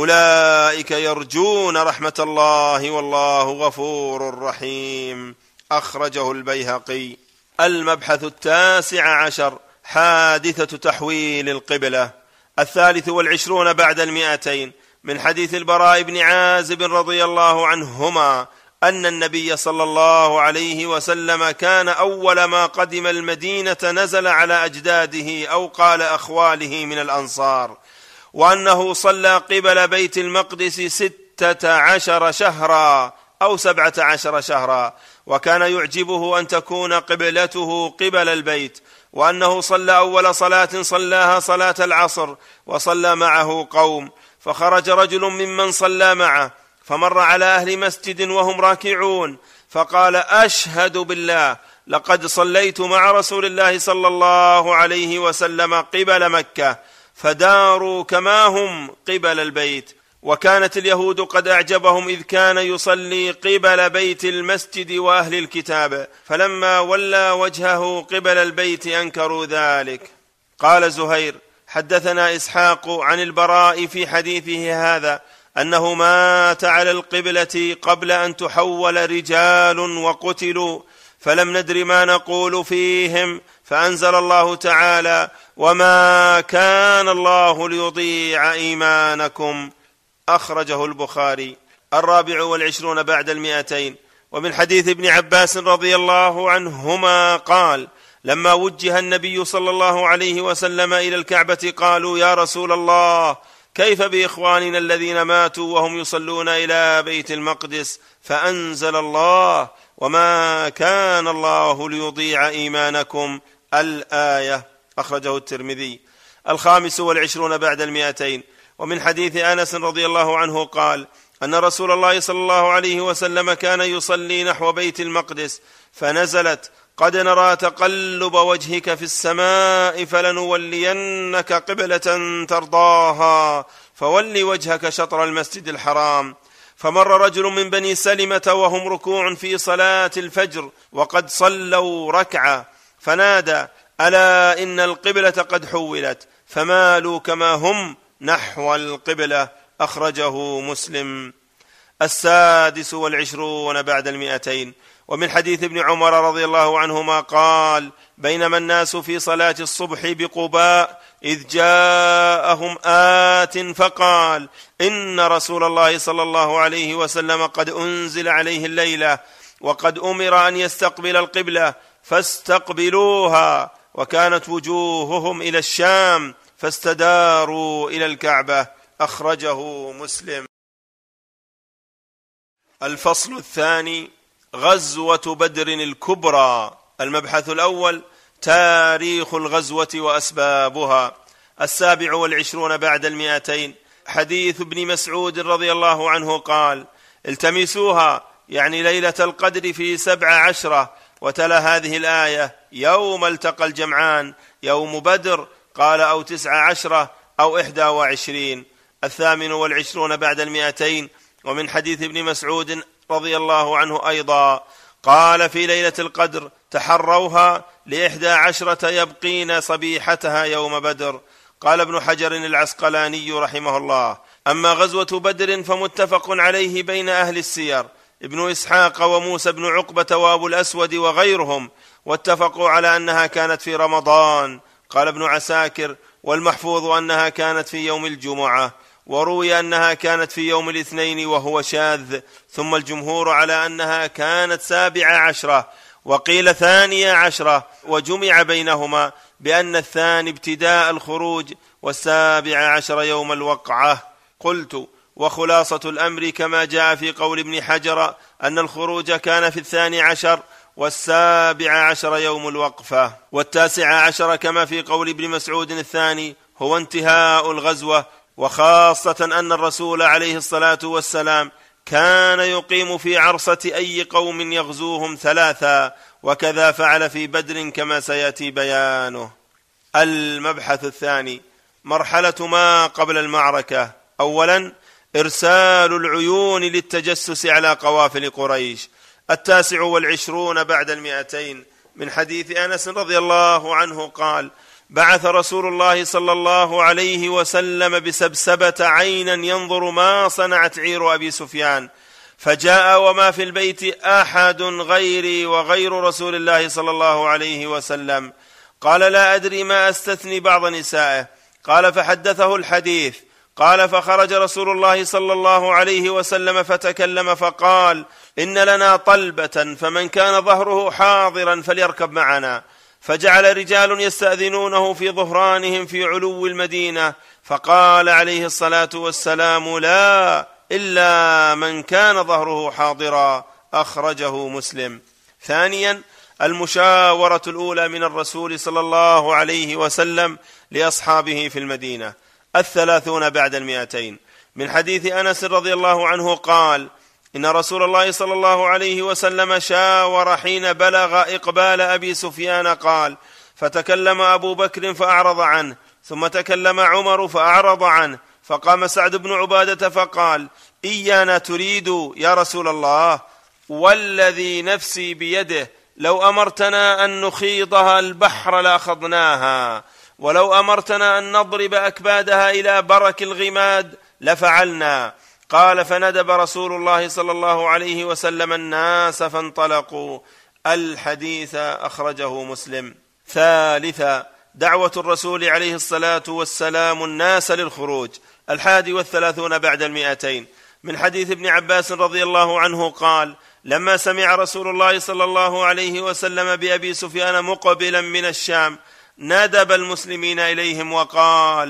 أولئك يرجون رحمة الله والله غفور رحيم. أخرجه البيهقي. المبحث التاسع عشر حادثة تحويل القبلة. الثالث والعشرون بعد المئتين. من حديث البراء بن عازب رضي الله عنهما أن النبي صلى الله عليه وسلم كان أول ما قدم المدينة نزل على أجداده أو قال أخواله من الأنصار، وأنه صلى قبل بيت المقدس ستة عشر شهرا أو سبعة عشر شهرا، وكان يعجبه أن تكون قبلته قبل البيت، وأنه صلى أول صلاة صلاها صلاة العصر، وصلى معه قوم، فخرج رجل ممن صلى معه فمر على أهل مسجد وهم راكعون، فقال: أشهد بالله لقد صليت مع رسول الله صلى الله عليه وسلم قبل مكة، فداروا كما هم قبل البيت. وكانت اليهود قد أعجبهم إذ كان يصلي قبل بيت المسجد وأهل الكتاب، فلما ولى وجهه قبل البيت أنكروا ذلك. قال زهير: حدثنا إسحاق عن البراء في حديثه هذا أنه مات على القبلة قبل أن تحول رجال وقتلوا، فلم ندر ما نقول فيهم، فأنزل الله تعالى: وما كان الله ليضيع إيمانكم. أخرجه البخاري. الرابع والعشرون بعد المئتين. ومن حديث ابن عباس رضي الله عنهما قال: لما وجه النبي صلى الله عليه وسلم إلى الكعبة قالوا: يا رسول الله، كيف بإخواننا الذين ماتوا وهم يصلون إلى بيت المقدس؟ فأنزل الله: وما كان الله ليضيع إيمانكم، الآية. أخرجه الترمذي. الخامس والعشرون بعد المئتين. ومن حديث أنس رضي الله عنه قال: أن رسول الله صلى الله عليه وسلم كان يصلي نحو بيت المقدس، فنزلت: قد نرى تقلب وجهك في السماء فلنولينك قبلة ترضاها، فول وجهك شطر المسجد الحرام. فمر رجل من بني سلمة وهم ركوع في صلاة الفجر وقد صلوا ركعة، فنادى: ألا إن القبلة قد حولت، فمالوا كما هم نحو القبلة. أخرجه مسلم. السادس والعشرون بعد المئتين. ومن حديث ابن عمر رضي الله عنهما قال: بينما الناس في صلاة الصبح بقباء إذ جاءهم آت فقال: إن رسول الله صلى الله عليه وسلم قد أنزل عليه الليلة، وقد أمر أن يستقبل القبلة، فاستقبلوها، وكانت وجوههم إلى الشام، فاستداروا إلى الكعبة. أخرجه مسلم. الفصل الثاني: غزوة بدر الكبرى. المبحث الأول: تاريخ الغزوة وأسبابها. السابع والعشرون بعد المئتين. حديث ابن مسعود رضي الله عنه قال: التمسوها، يعني ليلة القدر في سبع عشرة، وتلا هذه الآية: يوم التقى الجمعان يوم بدر، قال: أو تسع عشرة أو إحدى وعشرين. الثامن والعشرون بعد المئتين. ومن حديث ابن مسعود رضي الله عنه أيضا قال: في ليلة القدر تحروها لإحدى عشرة يبقين صبيحتها يوم بدر. قال ابن حجر العسقلاني رحمه الله: أما غزوة بدر فمتفق عليه بين أهل السير، ابن إسحاق وموسى بن عقبة وأبو الأسود وغيرهم، واتفقوا على أنها كانت في رمضان. قال ابن عساكر: والمحفوظ أنها كانت في يوم الجمعة، وروي أنها كانت في يوم الاثنين وهو شاذ. ثم الجمهور على أنها كانت سابع عشرة، وقيل ثانية عشرة، وجمع بينهما بأن الثاني ابتداء الخروج، والسابع عشر يوم الوقعة. قلت: وخلاصة الأمر كما جاء في قول ابن حجر أن الخروج كان في الثاني عشر، والسابع عشر يوم الوقفة، والتاسع عشر كما في قول ابن مسعود الثاني هو انتهاء الغزوة. وخاصة أن الرسول عليه الصلاة والسلام كان يقيم في عرصة أي قوم يغزوهم ثلاثا، وكذا فعل في بدر كما سيأتي بيانه. المبحث الثاني: مرحلة ما قبل المعركة. أولا: إرسال العيون للتجسس على قوافل قريش. التاسع والعشرون بعد المئتين. من حديث أنس رضي الله عنه قال: بعث رسول الله صلى الله عليه وسلم بسبسبة عينا ينظر ما صنعت عير أبي سفيان، فجاء وما في البيت أحد غيري وغير رسول الله صلى الله عليه وسلم. قال: لا أدري ما أستثني بعض نسائه. قال: فحدثه الحديث. قال: فخرج رسول الله صلى الله عليه وسلم فتكلم فقال: إن لنا طلبة، فمن كان ظهره حاضرا فليركب معنا. فجعل رجال يستأذنونه في ظهرانهم في علو المدينة، فقال عليه الصلاة والسلام: لا، إلا من كان ظهره حاضرا. أخرجه مسلم. ثانيا: المشاورة الأولى من الرسول صلى الله عليه وسلم لأصحابه في المدينة. الثلاثون بعد المئتين. من حديث أنس رضي الله عنه قال: إن رسول الله صلى الله عليه وسلم شاور حين بلغ إقبال أبي سفيان، قال: فتكلم أبو بكر فأعرض عنه، ثم تكلم عمر فأعرض عنه، فقام سعد بن عبادة فقال: إيانا تريد يا رسول الله؟ والذي نفسي بيده لو أمرتنا أن نخيضها البحر لأخذناها، ولو أمرتنا أن نضرب أكبادها إلى برك الغماد لفعلنا. قال: فندب رسول الله صلى الله عليه وسلم الناس فانطلقوا. الحديث أخرجه مسلم. ثالثا: دعوة الرسول عليه الصلاة والسلام الناس للخروج. الحادي والثلاثون بعد المئتين. من حديث ابن عباس رضي الله عنه قال: لما سمع رسول الله صلى الله عليه وسلم بأبي سفيان مقبلا من الشام، ندب المسلمين إليهم وقال: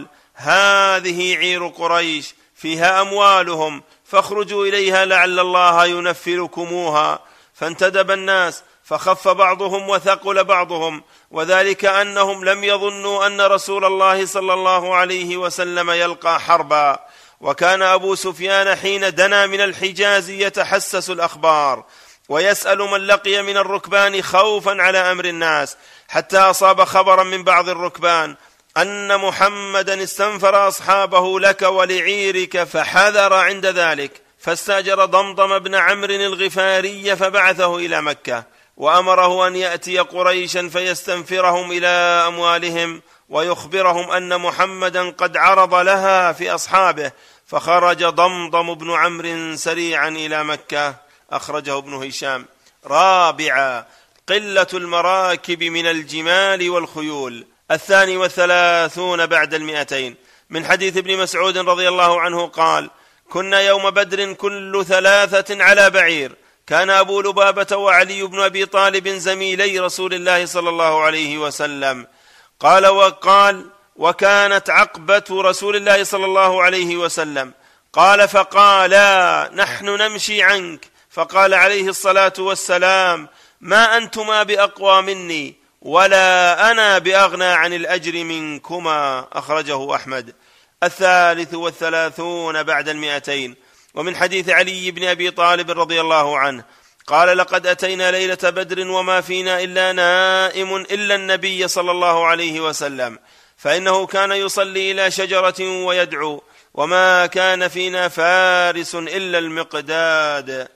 هذه عير قريش فيها أموالهم، فاخرجوا إليها لعل الله ينفلكموها. فانتدب الناس، فخف بعضهم وثقل بعضهم، وذلك أنهم لم يظنوا أن رسول الله صلى الله عليه وسلم يلقى حربا. وكان أبو سفيان حين دنا من الحجاز يتحسس الأخبار، ويسأل من لقي من الركبان خوفا على أمر الناس، حتى أصاب خبرا من بعض الركبان أن محمدا استنفر أصحابه لك ولعيرك، فحذر عند ذلك، فاستأجر ضمضم بن عمرو الغفاري فبعثه إلى مكة، وأمره أن يأتي قريشا فيستنفرهم إلى أموالهم، ويخبرهم أن محمدا قد عرض لها في أصحابه. فخرج ضمضم بن عمرو سريعا إلى مكة. أخرجه ابن هشام. رابعا: قلة المراكب من الجمال والخيول. الثاني والثلاثون بعد المئتين. من حديث ابن مسعود رضي الله عنه قال: كنا يوم بدر كل ثلاثة على بعير، كان أبو لبابة وعلي بن أبي طالب زميلي رسول الله صلى الله عليه وسلم. قال: وقال وكانت عقبة رسول الله صلى الله عليه وسلم. قال: فقالا: نحن نمشي عنك. فقال عليه الصلاة والسلام: ما أنتما بأقوى مني، ولا أنا بأغنى عن الأجر منكما. أخرجه أحمد. الثالث والثلاثون بعد المئتين. ومن حديث علي بن أبي طالب رضي الله عنه قال: لقد أتينا ليلة بدر وما فينا إلا نائم إلا النبي صلى الله عليه وسلم، فإنه كان يصلي إلى شجرة ويدعو، وما كان فينا فارس إلا المقداد.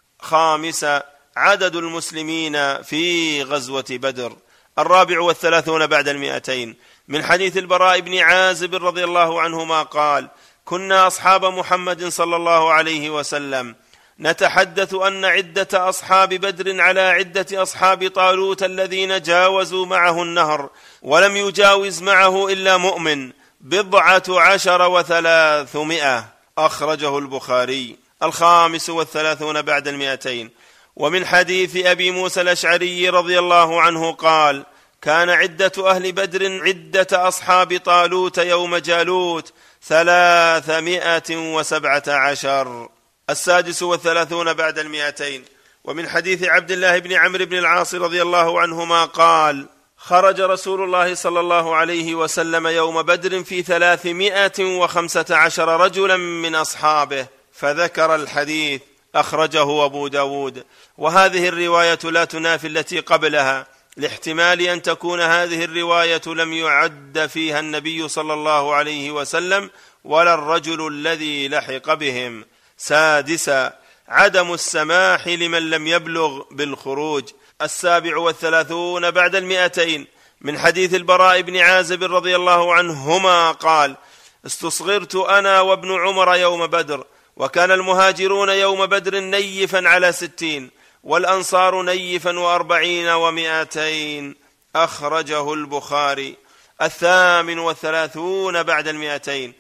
خامسا عدد المسلمين في غزوة بدر. الرابع والثلاثون بعد المئتين. من حديث البراء بن عازب رضي الله عنهما قال: كنا أصحاب محمد صلى الله عليه وسلم نتحدث أن عدة أصحاب بدر على عدة أصحاب طالوت الذين جاوزوا معه النهر ولم يجاوز معه إلا مؤمن بضعة عشر وثلاثمائة. أخرجه البخاري. الخامس والثلاثون بعد المئتين. ومن حديث أبي موسى الأشعري رضي الله عنه قال: كان عدة أهل بدر عدة أصحاب طالوت يوم جالوت ثلاثمائة وسبعة عشر. السادس والثلاثون بعد المئتين. ومن حديث عبد الله بن عمرو بن العاص رضي الله عنهما قال: خرج رسول الله صلى الله عليه وسلم يوم بدر في ثلاثمائة وخمسة عشر رجلا من أصحابه، فذكر الحديث. أخرجه أبو داود. وهذه الرواية لا تنافي التي قبلها، لاحتمال أن تكون هذه الرواية لم يعد فيها النبي صلى الله عليه وسلم ولا الرجل الذي لحق بهم. سادسا عدم السماح لمن لم يبلغ بالخروج. السابع والثلاثون بعد المئتين. من حديث البراء بن عازب رضي الله عنهما قال: استصغرت أنا وابن عمر يوم بدر، وكان المهاجرون يوم بدر نيفا على ستين، والأنصار نيفا وأربعين ومئتين. أخرجه البخاري. الثامن والثلاثون بعد المئتين.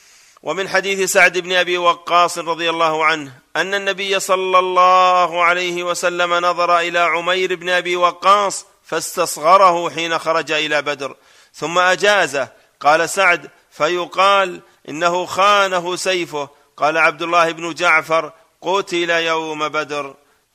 ومن حديث سعد بن أبي وقاص رضي الله عنه أن النبي صلى الله عليه وسلم نظر إلى عمير بن أبي وقاص فاستصغره حين خرج إلى بدر ثم أجازه. قال سعد: فيقال إنه خانه سيفه. قال عبد الله بن جعفر: قتل يوم بدر.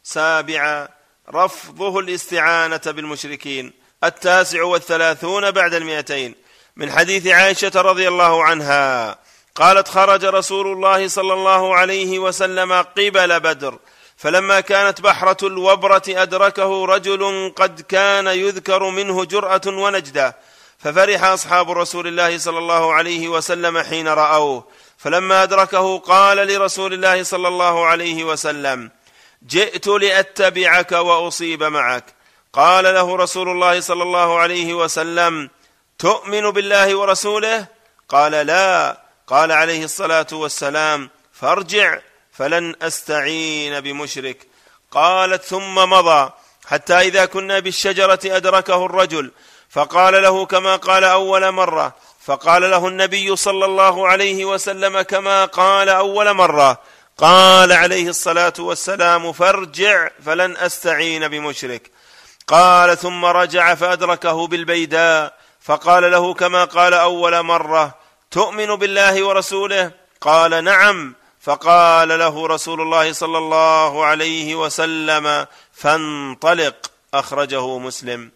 سابعا رفضه الاستعانة بالمشركين. التاسع والثلاثون بعد المئتين. من حديث عائشة رضي الله عنها قالت: خرج رسول الله صلى الله عليه وسلم قبل بدر، فلما كانت بحرة الوبرة أدركه رجل قد كان يذكر منه جرأة ونجدة، ففرح أصحاب رسول الله صلى الله عليه وسلم حين رأوه، فلما أدركه قال لرسول الله صلى الله عليه وسلم: جئت لأتبعك وأصيب معك. قال له رسول الله صلى الله عليه وسلم: تؤمن بالله ورسوله؟ قال: لا. قال عليه الصلاة والسلام: فارجع فلن أستعين بمشرك. قالت: ثم مضى حتى إذا كنا بالشجرة أدركه الرجل فقال له كما قال أول مرة، فقال له النبي صلى الله عليه وسلم كما قال أول مرة. قال عليه الصلاة والسلام: فارجع فلن أستعين بمشرك. قال: ثم رجع فأدركه بالبيداء فقال له كما قال أول مرة: تؤمن بالله ورسوله؟ قال: نعم. فقال له رسول الله صلى الله عليه وسلم: فانطلق. أخرجه مسلم.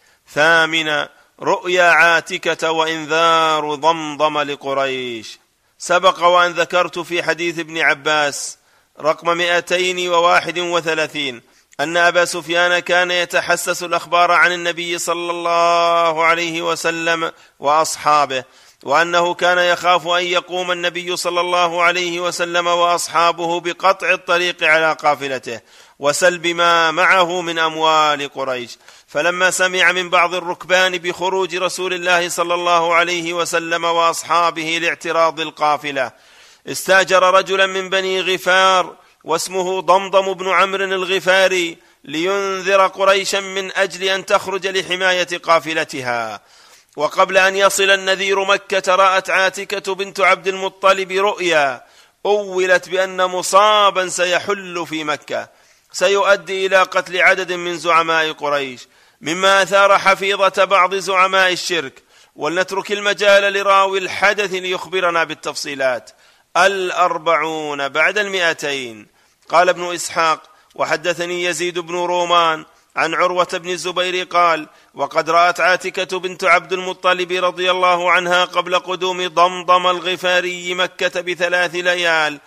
ثامنا رؤيا عاتكة وإنذار ضمضم لقريش. سبق وأن ذكرت في حديث ابن عباس رقم مئتين وواحد وثلاثين أن أبا سفيان كان يتحسس الأخبار عن النبي صلى الله عليه وسلم وأصحابه، وأنه كان يخاف أن يقوم النبي صلى الله عليه وسلم وأصحابه بقطع الطريق على قافلته وسلب ما معه من أموال قريش. فلما سمع من بعض الركبان بخروج رسول الله صلى الله عليه وسلم وأصحابه لاعتراض القافلة استأجر رجلا من بني غفار واسمه ضمضم بن عمرو الغفاري لينذر قريشا من أجل أن تخرج لحماية قافلتها. وقبل أن يصل النذير مكة رأت عاتكة بنت عبد المطلب رؤيا أولت بأن مصابا سيحل في مكة سيؤدي إلى قتل عدد من زعماء قريش، مما أثار حفيظة بعض زعماء الشرك. ولنترك المجال لراوي الحدث ليخبرنا بالتفصيلات. الأربعون بعد المئتين. قال ابن إسحاق: وحدثني يزيد بن رومان عن عروة بن الزبير قال: وقد رأت عاتكة بنت عبد المطلب رضي الله عنها قبل قدوم ضمضم الغفاري مكة بثلاث ليال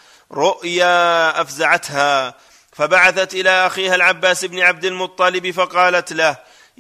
رؤيا أفزعتها، فبعثت إلى أخيها العباس بن عبد المطلب فقالت له: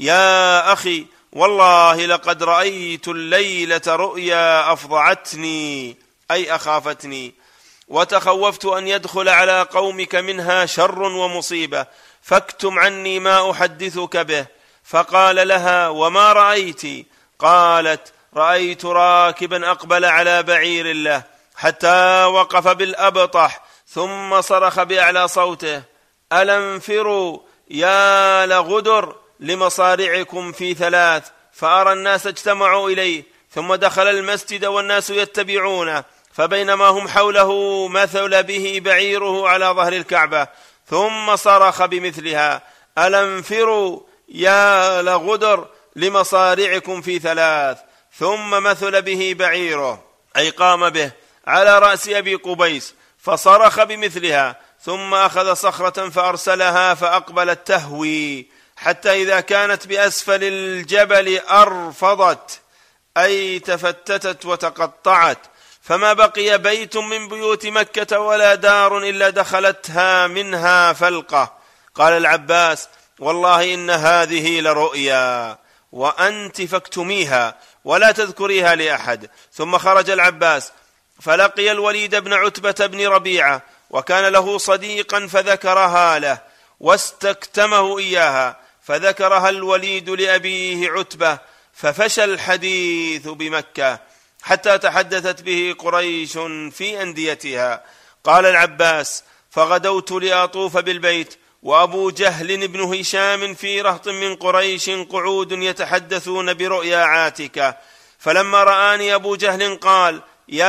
يا أخي، والله لقد رأيت الليلة رؤيا أفضعتني، أي أخافتني، وتخوفت أن يدخل على قومك منها شر ومصيبة، فاكتم عني ما أحدثك به. فقال لها: وما رأيت؟ قالت: رأيت راكبا أقبل على بعير له حتى وقف بالأبطح، ثم صرخ بأعلى صوته: ألا انفروا يا لغدر لمصارعكم في ثلاث. فأرى الناس اجتمعوا إليه، ثم دخل المسجد والناس يتبعونه، فبينما هم حوله مثل به بعيره على ظهر الكعبة، ثم صرخ بمثلها: ألا انفروا يا لغدر لمصارعكم في ثلاث، ثم مثل به بعيره، أي قام به على رأس أبي قبيس، فصرخ بمثلها، ثم أخذ صخرة فأرسلها فأقبلت تهوي، حتى إذا كانت بأسفل الجبل أرفضت، أي تفتتت وتقطعت، فما بقي بيت من بيوت مكة ولا دار إلا دخلتها منها فلقة. قال العباس: والله إن هذه لرؤيا، وأنت فاكتميها ولا تذكريها لأحد. ثم خرج العباس فلقي الوليد بن عتبة بن ربيعة، وكان له صديقا فذكرها له واستكتمه إياها، فذكرها الوليد لأبيه عتبة، ففشى الحديث بمكة حتى تحدثت به قريش في أنديتها. قال العباس: فغدوت لأطوف بالبيت، وأبو جهل بن هشام في رهط من قريش قعود يتحدثون برؤيا عاتكة، فلما رآني أبو جهل قال: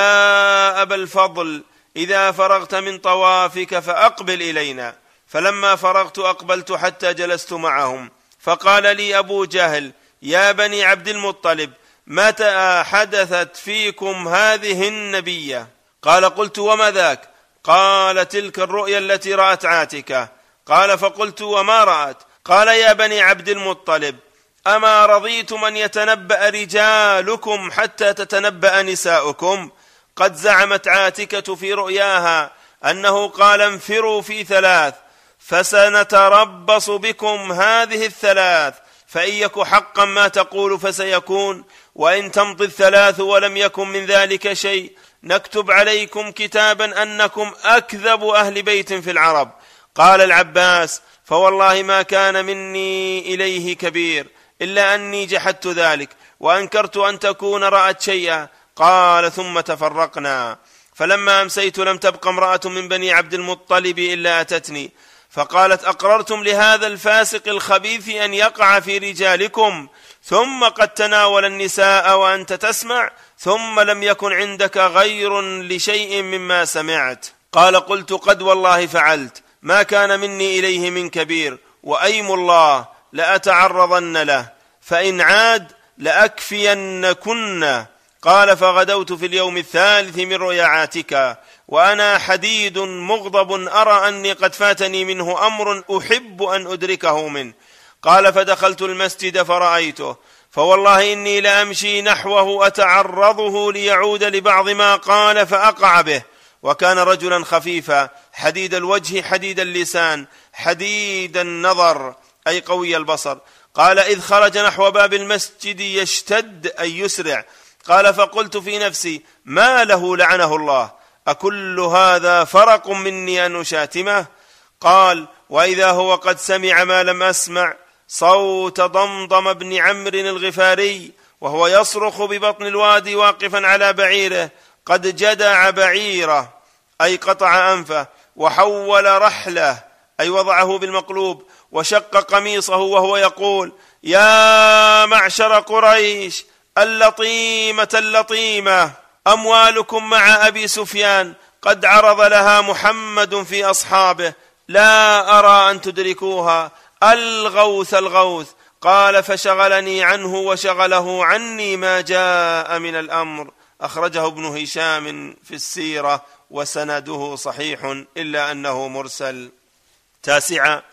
يا أبا الفضل، إذا فرغت من طوافك فأقبل إلينا. فلما فرغت أقبلت حتى جلست معهم، فقال لي أبو جهل: يا بني عبد المطلب، متى حدثت فيكم هذه النبية؟ قال: قلت: وما ذاك؟ قال: تلك الرؤيا التي رأت عاتكة. قال: فقلت: وما رأت؟ قال: يا بني عبد المطلب، أما رضيتم أن يتنبأ رجالكم حتى تتنبأ نساؤكم؟ قد زعمت عاتكة في رؤياها أنه قال: انفروا في ثلاث، فسنتربص بكم هذه الثلاث، فإن يك حقا ما تقول فسيكون، وإن تمضي الثلاث ولم يكن من ذلك شيء نكتب عليكم كتابا أنكم أكذب أهل بيت في العرب. قال العباس: فوالله ما كان مني إليه كبير، إلا أني جحدت ذلك وأنكرت أن تكون رأت شيئا. قال: ثم تفرقنا، فلما أمسيت لم تبق امرأة من بني عبد المطلب إلا أتتني، فقالت: أقررتم لهذا الفاسق الخبيث أن يقع في رجالكم، ثم قد تناول النساء وأنت تسمع، ثم لم يكن عندك غير لشيء مما سمعت. قال: قلت: قد والله فعلت، ما كان مني إليه من كبير، وأيم الله لأتعرضن له، فإن عاد لأكفينكن. قال: فغدوت في اليوم الثالث من رؤيا عاتكة وأنا حديد مغضب، أرى أني قد فاتني منه أمر أحب أن أدركه منه. قال: فدخلت المسجد فرأيته، فوالله إني لأمشي نحوه أتعرضه ليعود لبعض ما قال فأقع به. وكان رجلا خفيفا حديد الوجه حديد اللسان حديد النظر، أي قوي البصر. قال: إذ خرج نحو باب المسجد يشتد أي يسرع. قال: فقلت في نفسي: ما له لعنه الله، أكل هذا فرق مني أن أشاتمه؟ قال: وإذا هو قد سمع ما لم أسمع، صوت ضمضم بن عمرو الغفاري وهو يصرخ ببطن الوادي واقفا على بعيره، قد جدع بعيره أي قطع أنفه، وحول رحله أي وضعه بالمقلوب، وشق قميصه وهو يقول: يا معشر قريش اللطيمة اللطيمة، أموالكم مع أبي سفيان قد عرض لها محمد في أصحابه، لا أرى أن تدركوها، الغوث الغوث. قال: فشغلني عنه وشغله عني ما جاء من الأمر. أخرجه ابن هشام في السيرة وسنده صحيح إلا أنه مرسل. تاسعا: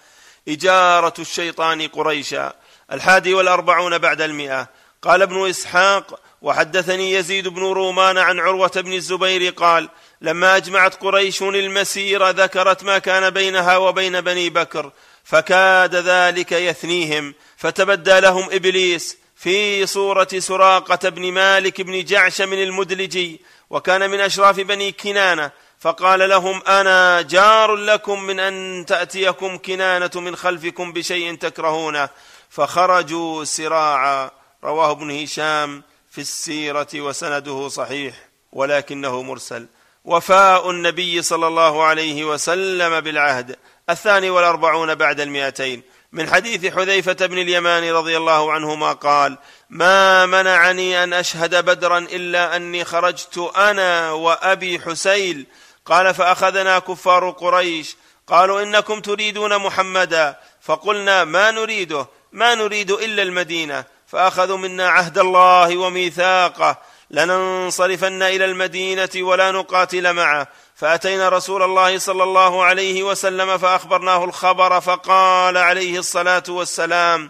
إجارة الشيطان قريشا. الحادي والأربعون بعد المئة. قال ابن إسحاق: وحدثني يزيد بن رومان عن عروة بن الزبير قال: لما أجمعت قريش المسير ذكرت ما كان بينها وبين بني بكر، فكاد ذلك يثنيهم، فتبدى لهم إبليس في صورة سراقة بن مالك بن جعشم المدلجي، وكان من أشراف بني كنانة، فقال لهم: أنا جار لكم من أن تأتيكم كنانة من خلفكم بشيء تكرهونه، فخرجوا سراعا. رواه ابن هشام في السيرة وسنده صحيح ولكنه مرسل. وفاء النبي صلى الله عليه وسلم بالعهد. الثاني والأربعون بعد المئتين. من حديث حذيفة بن اليمان رضي الله عنهما قال: ما منعني أن أشهد بدرا إلا أني خرجت أنا وأبي حسيل. قال: فأخذنا كفار قريش قالوا: إنكم تريدون محمدا، فقلنا: ما نريده ما نريد إلا المدينة. فأخذوا منا عهد الله وميثاقه لننصرفن إلى المدينة ولا نقاتل معه. فأتينا رسول الله صلى الله عليه وسلم فأخبرناه الخبر، فقال عليه الصلاة والسلام: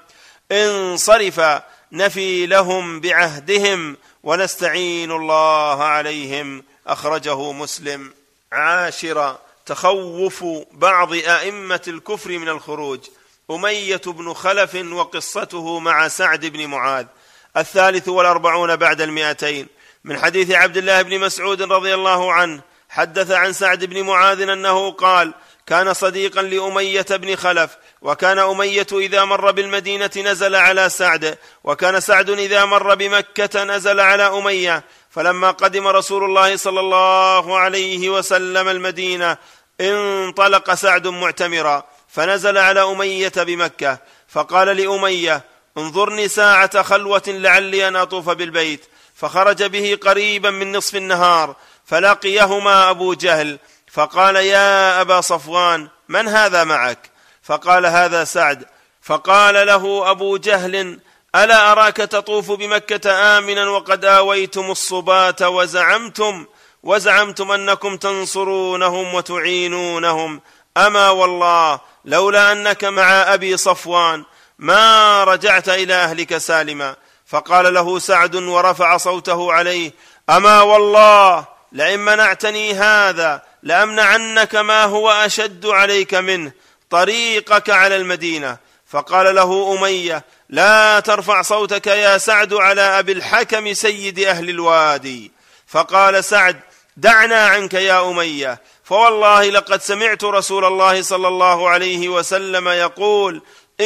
انصرفا نفي لهم بعهدهم ونستعين الله عليهم. أخرجه مسلم. عاشرا: تخوف بعض أئمة الكفر من الخروج. أمية بن خلف وقصته مع سعد بن معاذ. الثالث والأربعون بعد المئتين. من حديث عبد الله بن مسعود رضي الله عنه حدث عن سعد بن معاذ أنه قال: كان صديقا لأمية بن خلف، وكان أمية إذا مر بالمدينة نزل على سعد، وكان سعد إذا مر بمكة نزل على أمية. فلما قدم رسول الله صلى الله عليه وسلم المدينة انطلق سعد معتمرا، فنزل على أمية بمكة، فقال لأمية: انظرني ساعة خلوة لعلي أن أطوف بالبيت. فخرج به قريبا من نصف النهار، فلقيهما أبو جهل، فقال: يا أبا صفوان، من هذا معك؟ فقال: هذا سعد. فقال له أبو جهل: ألا أراك تطوف بمكة آمنا وقد آويتم الصبات وزعمتم وزعمتم أنكم تنصرونهم وتعينونهم، أما والله لولا أنك مع أبي صفوان ما رجعت إلى أهلك سالما. فقال له سعد ورفع صوته عليه: أما والله لئن منعتني هذا لأمنعنك ما هو أشد عليك منه، طريقك على المدينة. فقال له أمية: لا ترفع صوتك يا سعد على أبي الحكم سيد أهل الوادي. فقال سعد: دعنا عنك يا أمية، فوالله لقد سمعت رسول الله صلى الله عليه وسلم يقول: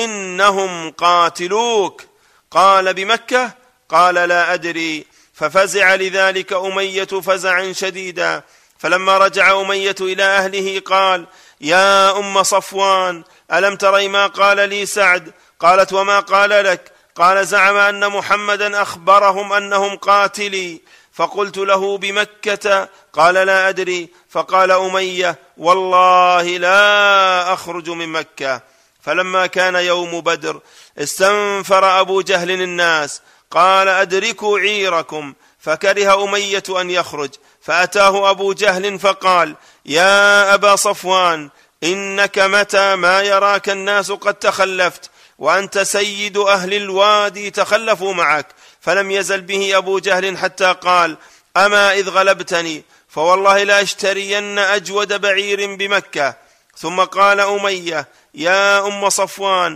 إنهم قاتلوك. قال: بمكة؟ قال: لا أدري. ففزع لذلك أمية فزعا شديدا. فلما رجع أمية إلى أهله قال: يا أم صفوان، ألم تري ما قال لي سعد؟ قالت: وما قال لك؟ قال: زعم أن محمدا أخبرهم أنهم قاتلي. فقلت له: بمكة؟ قال: لا أدري. فقال أمية: والله لا أخرج من مكة. فلما كان يوم بدر استنفر أبو جهل الناس، قال: أدركوا عيركم. فكره أمية أن يخرج، فأتاه أبو جهل فقال: يا أبا صفوان، إنك متى ما يراك الناس قد تخلفت وأنت سيد أهل الوادي تخلفوا معك. فلم يزل به أبو جهل حتى قال: أما إذ غلبتني فوالله لا أشترين أجود بعير بمكة. ثم قال أمية: يا أم صفوان،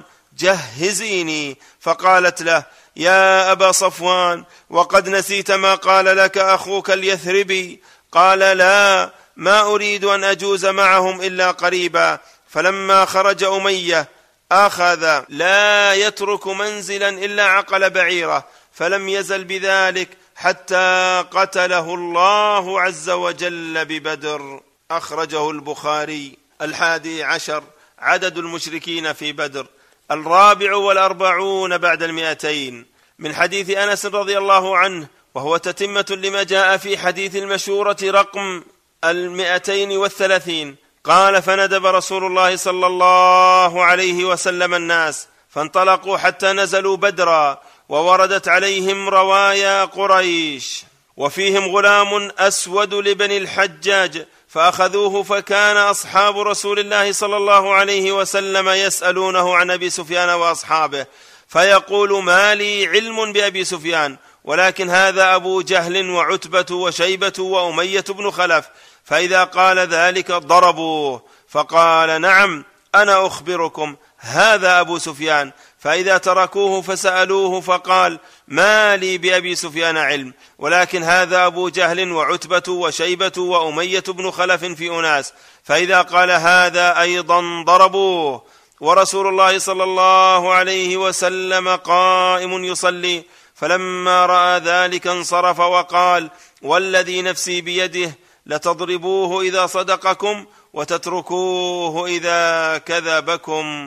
جهزيني. فقالت له: يا أبا صفوان، وقد نسيت ما قال لك أخوك اليثربي. قال: لا، ما أريد أن أجوز معهم إلا قريبا. فلما خرج أمية أخذ لا يترك منزلا إلا عقل بعيره، فلم يزل بذلك حتى قتله الله عز وجل ببدر. أخرجه البخاري. الحادي عشر: عدد المشركين في بدر. الرابع والأربعون بعد المئتين. من حديث أنس رضي الله عنه، وهو تتمة لما جاء في حديث المشورة رقم المئتين والثلاثين. قال: فندب رسول الله صلى الله عليه وسلم الناس، فانطلقوا حتى نزلوا بدرا، ووردت عليهم روايا قريش، وفيهم غلام أسود لبني الحجاج، فأخذوه، فكان أصحاب رسول الله صلى الله عليه وسلم يسألونه عن أبي سفيان وأصحابه، فيقول: ما لي علم بأبي سفيان، ولكن هذا أبو جهل وعتبة وشيبة وأمية بن خلف. فإذا قال ذلك ضربوه، فقال: نعم أنا أخبركم، هذا أبو سفيان. فإذا تركوه فسألوه فقال: ما لي بأبي سفيان علم، ولكن هذا أبو جهل وعتبة وشيبة وأمية بن خلف في أناس. فإذا قال هذا أيضا ضربوه. ورسول الله صلى الله عليه وسلم قائم يصلي، فلما رأى ذلك انصرف وقال: والذي نفسي بيده لتضربوه إذا صدقكم وتتركوه إذا كذبكم.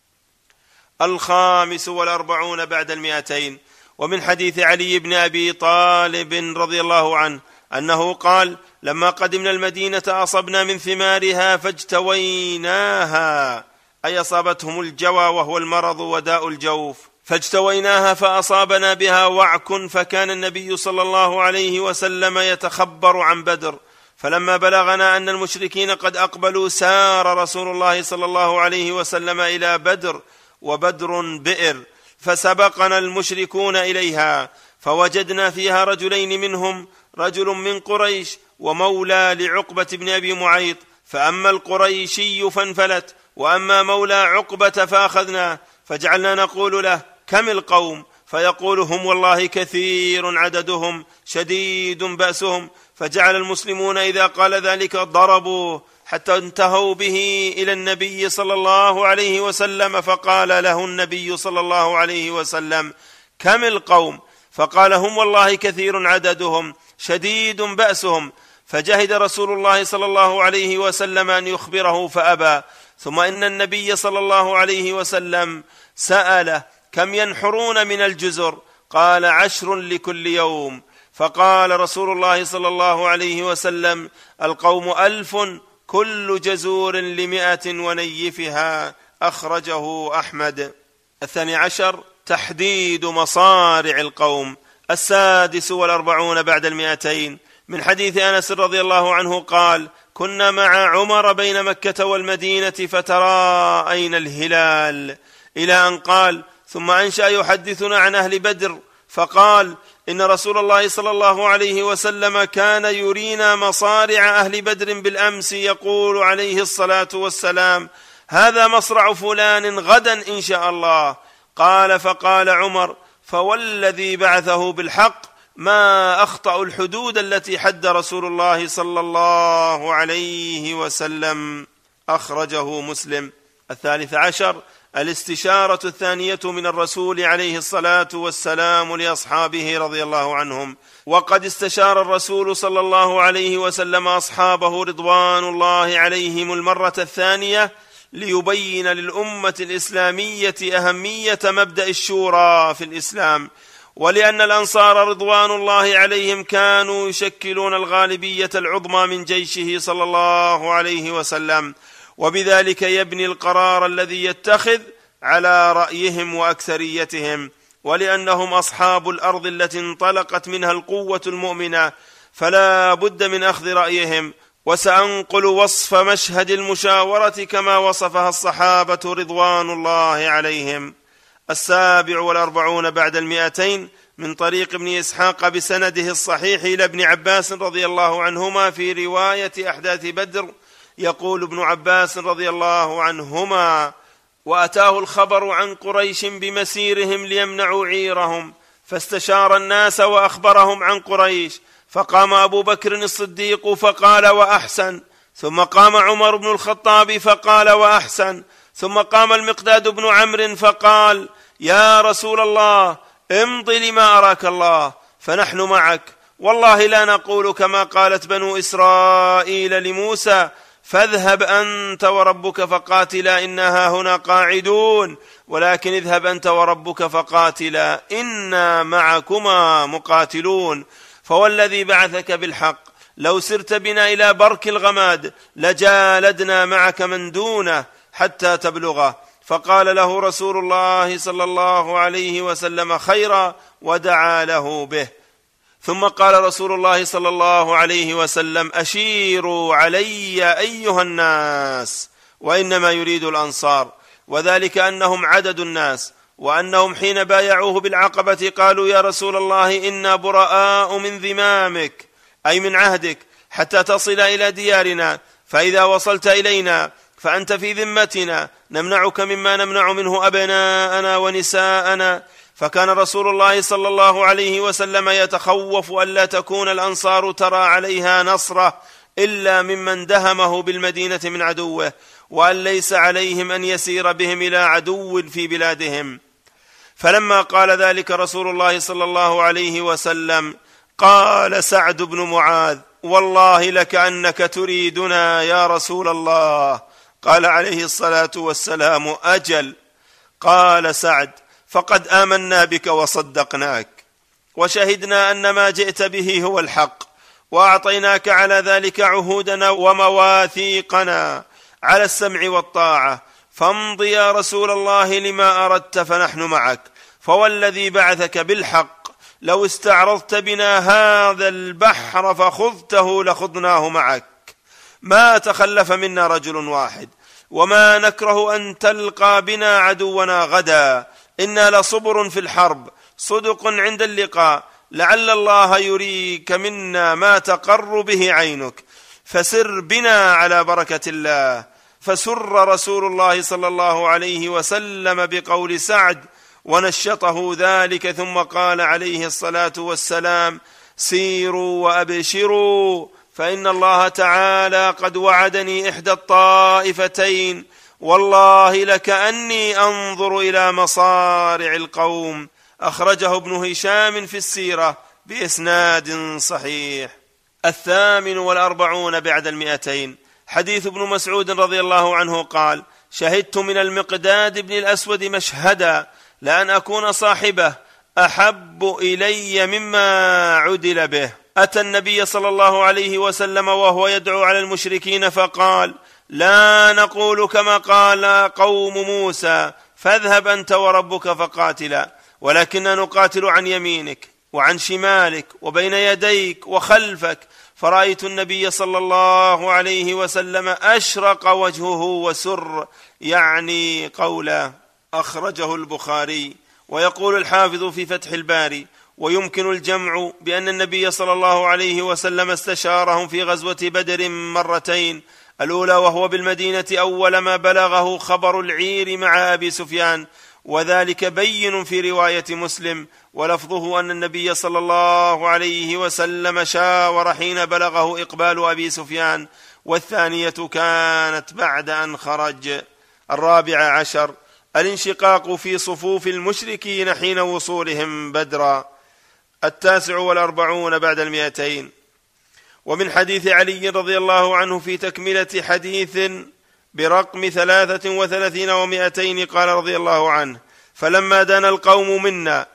الخامس والأربعون بعد المئتين. ومن حديث علي بن أبي طالب رضي الله عنه أنه قال: لما قدمنا المدينة أصبنا من ثمارها فاجتويناها، أي أصابتهم الجوى وهو المرض وداء الجوف، فاجتويناها فأصابنا بها وعك، فكان النبي صلى الله عليه وسلم يتخبر عن بدر. فلما بلغنا أن المشركين قد أقبلوا سار رسول الله صلى الله عليه وسلم إلى بدر، وبدر بئر، فسبقنا المشركون إليها، فوجدنا فيها رجلين منهم رجل من قريش ومولى لعقبة بن أبي معيط، فأما القريشي فانفلت، وأما مولى عقبة فأخذناه، فجعلنا نقول له: كم القوم؟ فيقول: هم والله كثير عددهم شديد بأسهم. فجعل المسلمون إذا قال ذلك ضربوه، حتى انتهوا به إلى النبي صلى الله عليه وسلم، فقال له النبي صلى الله عليه وسلم: كم القوم؟ فقال: هم والله كثير عددهم شديد بأسهم. فجهد رسول الله صلى الله عليه وسلم أن يخبره فأبى. ثم إن النبي صلى الله عليه وسلم سأله: كم ينحرون من الجزر؟ قال: عشر لكل يوم. فقال رسول الله صلى الله عليه وسلم: القوم ألف، كل جزور لمئة ونيفها. أخرجه أحمد. الثاني عشر تحديد مصارع القوم. السادس والأربعون بعد المئتين. من حديث أنس رضي الله عنه قال: كنا مع عمر بين مكة والمدينة فتراءينا الهلال، إلى أن قال: ثم أنشأ يحدثنا عن أهل بدر، فقال: إن رسول الله صلى الله عليه وسلم كان يرينا مصارع أهل بدر بالأمس، يقول عليه الصلاة والسلام: هذا مصرع فلان غدا إن شاء الله. قال: فقال عمر: فوالذي بعثه بالحق ما أخطأ الحدود التي حد رسول الله صلى الله عليه وسلم. أخرجه مسلم. الثالث عشر الاستشارة الثانية من الرسول عليه الصلاة والسلام لأصحابه رضي الله عنهم. وقد استشار الرسول صلى الله عليه وسلم أصحابه رضوان الله عليهم المرة الثانية ليبين للأمة الإسلامية أهمية مبدأ الشورى في الإسلام، ولأن الأنصار رضوان الله عليهم كانوا يشكلون الغالبية العظمى من جيشه صلى الله عليه وسلم، وبذلك يبني القرار الذي يتخذ على رأيهم وأكثريتهم، ولأنهم أصحاب الأرض التي انطلقت منها القوة المؤمنة، فلا بد من أخذ رأيهم. وسأنقل وصف مشهد المشاورة كما وصفها الصحابة رضوان الله عليهم. السابع والأربعون بعد المئتين. من طريق ابن إسحاق بسنده الصحيح إلى ابن عباس رضي الله عنهما في رواية أحداث بدر، يقول ابن عباس رضي الله عنهما: وأتاه الخبر عن قريش بمسيرهم ليمنعوا عيرهم، فاستشار الناس وأخبرهم عن قريش، فقام أبو بكر الصديق فقال: وأحسن، ثم قام عمر بن الخطاب فقال: وأحسن، ثم قام المقداد بن عمرو فقال: يا رسول الله امض لما أراك الله، فنحن معك، والله لا نقول كما قالت بنو إسرائيل لموسى: فاذهب أنت وربك فقاتلا إنها هنا قاعدون، ولكن اذهب أنت وربك فقاتلا إنا معكما مقاتلون. فوالذي بعثك بالحق لو سرت بنا إلى برك الغماد لجالدنا معك من دونه حتى تبلغه. فقال له رسول الله صلى الله عليه وسلم: خيرا، ودعا له به. ثم قال رسول الله صلى الله عليه وسلم: أشيروا علي أيها الناس. وإنما يريد الأنصار، وذلك أنهم عدد الناس، وأنهم حين بايعوه بالعقبة قالوا: يا رسول الله إنا براء من ذمامك، أي من عهدك، حتى تصل إلى ديارنا، فإذا وصلت إلينا فأنت في ذمتنا، نمنعك مما نمنع منه أبناءنا ونساءنا. فكان رسول الله صلى الله عليه وسلم يتخوف ألا تكون الأنصار ترى عليها نصره إلا ممن دهمه بالمدينة من عدوه، وأن ليس عليهم أن يسير بهم إلى عدو في بلادهم. فلما قال ذلك رسول الله صلى الله عليه وسلم قال سعد بن معاذ: والله لكأنك تريدنا يا رسول الله. قال عليه الصلاة والسلام: أجل. قال سعد: فقد آمنا بك وصدقناك، وشهدنا أن ما جئت به هو الحق، وأعطيناك على ذلك عهودنا ومواثيقنا على السمع والطاعة، فامض يا رسول الله لما أردت فنحن معك، فوالذي بعثك بالحق لو استعرضت بنا هذا البحر فخذته لخضناه معك، ما تخلف منا رجل واحد، وما نكره أن تلقى بنا عدونا غدا، إنا لصبر في الحرب صدق عند اللقاء، لعل الله يريك منا ما تقر به عينك، فسر بنا على بركة الله. فسر رسول الله صلى الله عليه وسلم بقول سعد ونشطه ذلك، ثم قال عليه الصلاة والسلام: سيروا وأبشروا، فإن الله تعالى قد وعدني إحدى الطائفتين، والله لكأني أنظر إلى مصارع القوم. أخرجه ابن هشام في السيرة بإسناد صحيح. الثامن والأربعون بعد المئتين، حديث ابن مسعود رضي الله عنه قال: شهدت من المقداد بن الأسود مشهدا لأن أكون صاحبه أحب إلي مما عدل به. أتى النبي صلى الله عليه وسلم وهو يدعو على المشركين فقال: لا نقول كما قال قوم موسى فاذهب أنت وربك فقاتلا، ولكننا نقاتل عن يمينك وعن شمالك وبين يديك وخلفك. فرأيت النبي صلى الله عليه وسلم أشرق وجهه وسر، يعني قولا. أخرجه البخاري. ويقول الحافظ في فتح الباري: ويمكن الجمع بأن النبي صلى الله عليه وسلم استشارهم في غزوة بدر مرتين، الأولى وهو بالمدينة أول ما بلغه خبر العير مع أبي سفيان، وذلك بين في رواية مسلم، ولفظه أن النبي صلى الله عليه وسلم شاور حين بلغه إقبال أبي سفيان، والثانية كانت بعد أن خرج. الرابع عشر الانشقاق في صفوف المشركين حين وصولهم بدرا. التاسع والأربعون بعد المئتين، ومن حديث علي رضي الله عنه في تكملة حديث برقم ثلاثة وثلاثين ومئتين قال رضي الله عنه: فلما دان القوم منا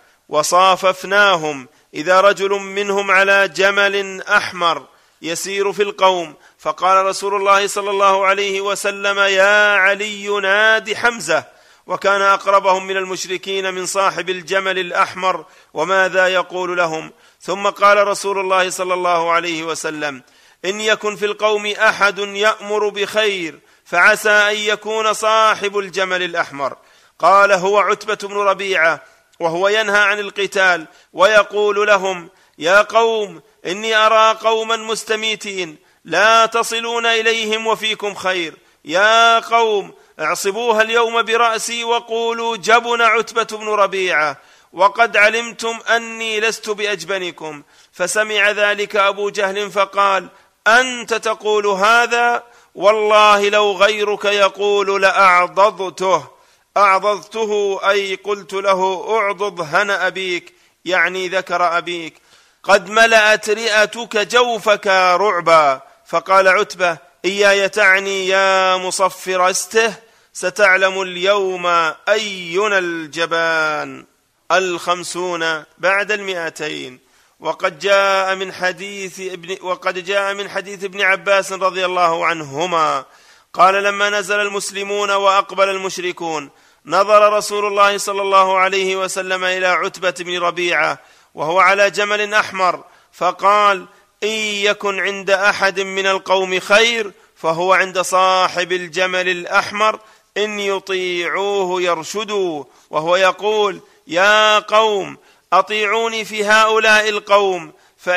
وصاففناهم إذا رجل منهم على جمل أحمر يسير في القوم، فقال رسول الله صلى الله عليه وسلم: يا علي نادي حمزة، وكان أقربهم من المشركين من صاحب الجمل الأحمر، وماذا يقول لهم؟ ثم قال رسول الله صلى الله عليه وسلم: إن يكن في القوم أحد يأمر بخير فعسى أن يكون صاحب الجمل الأحمر. قال: هو عتبة بن ربيعة، وهو ينهى عن القتال ويقول لهم: يا قوم إني أرى قوما مستميتين لا تصلون إليهم وفيكم خير، يا قوم اعصبوها اليوم برأسي وقولوا جبن عتبة بن ربيعة، وقد علمتم أني لست بأجبنكم. فسمع ذلك أبو جهل فقال: أنت تقول هذا؟ والله لو غيرك يقول لأعضضته. أعضضته أي قلت له أعضض هنا أبيك، يعني ذكر أبيك، قد ملأت رئتك جوفك رعبا. فقال عتبة: إياي تعني يا مصفر استه، ستعلم اليوم أينا الجبان. الخمسون بعد المئتين، وقد جاء من حديث ابن وقد جاء من حديث ابن عباس رضي الله عنهما قال: لما نزل المسلمون وأقبل المشركون نظر رسول الله صلى الله عليه وسلم إلى عتبة بن ربيعة وهو على جمل أحمر، فقال: إن يكن عند أحد من القوم خير فهو عند صاحب الجمل الأحمر، إن يطيعوه يرشدوا. وهو يقول: يا قوم أطيعوني في هؤلاء القوم،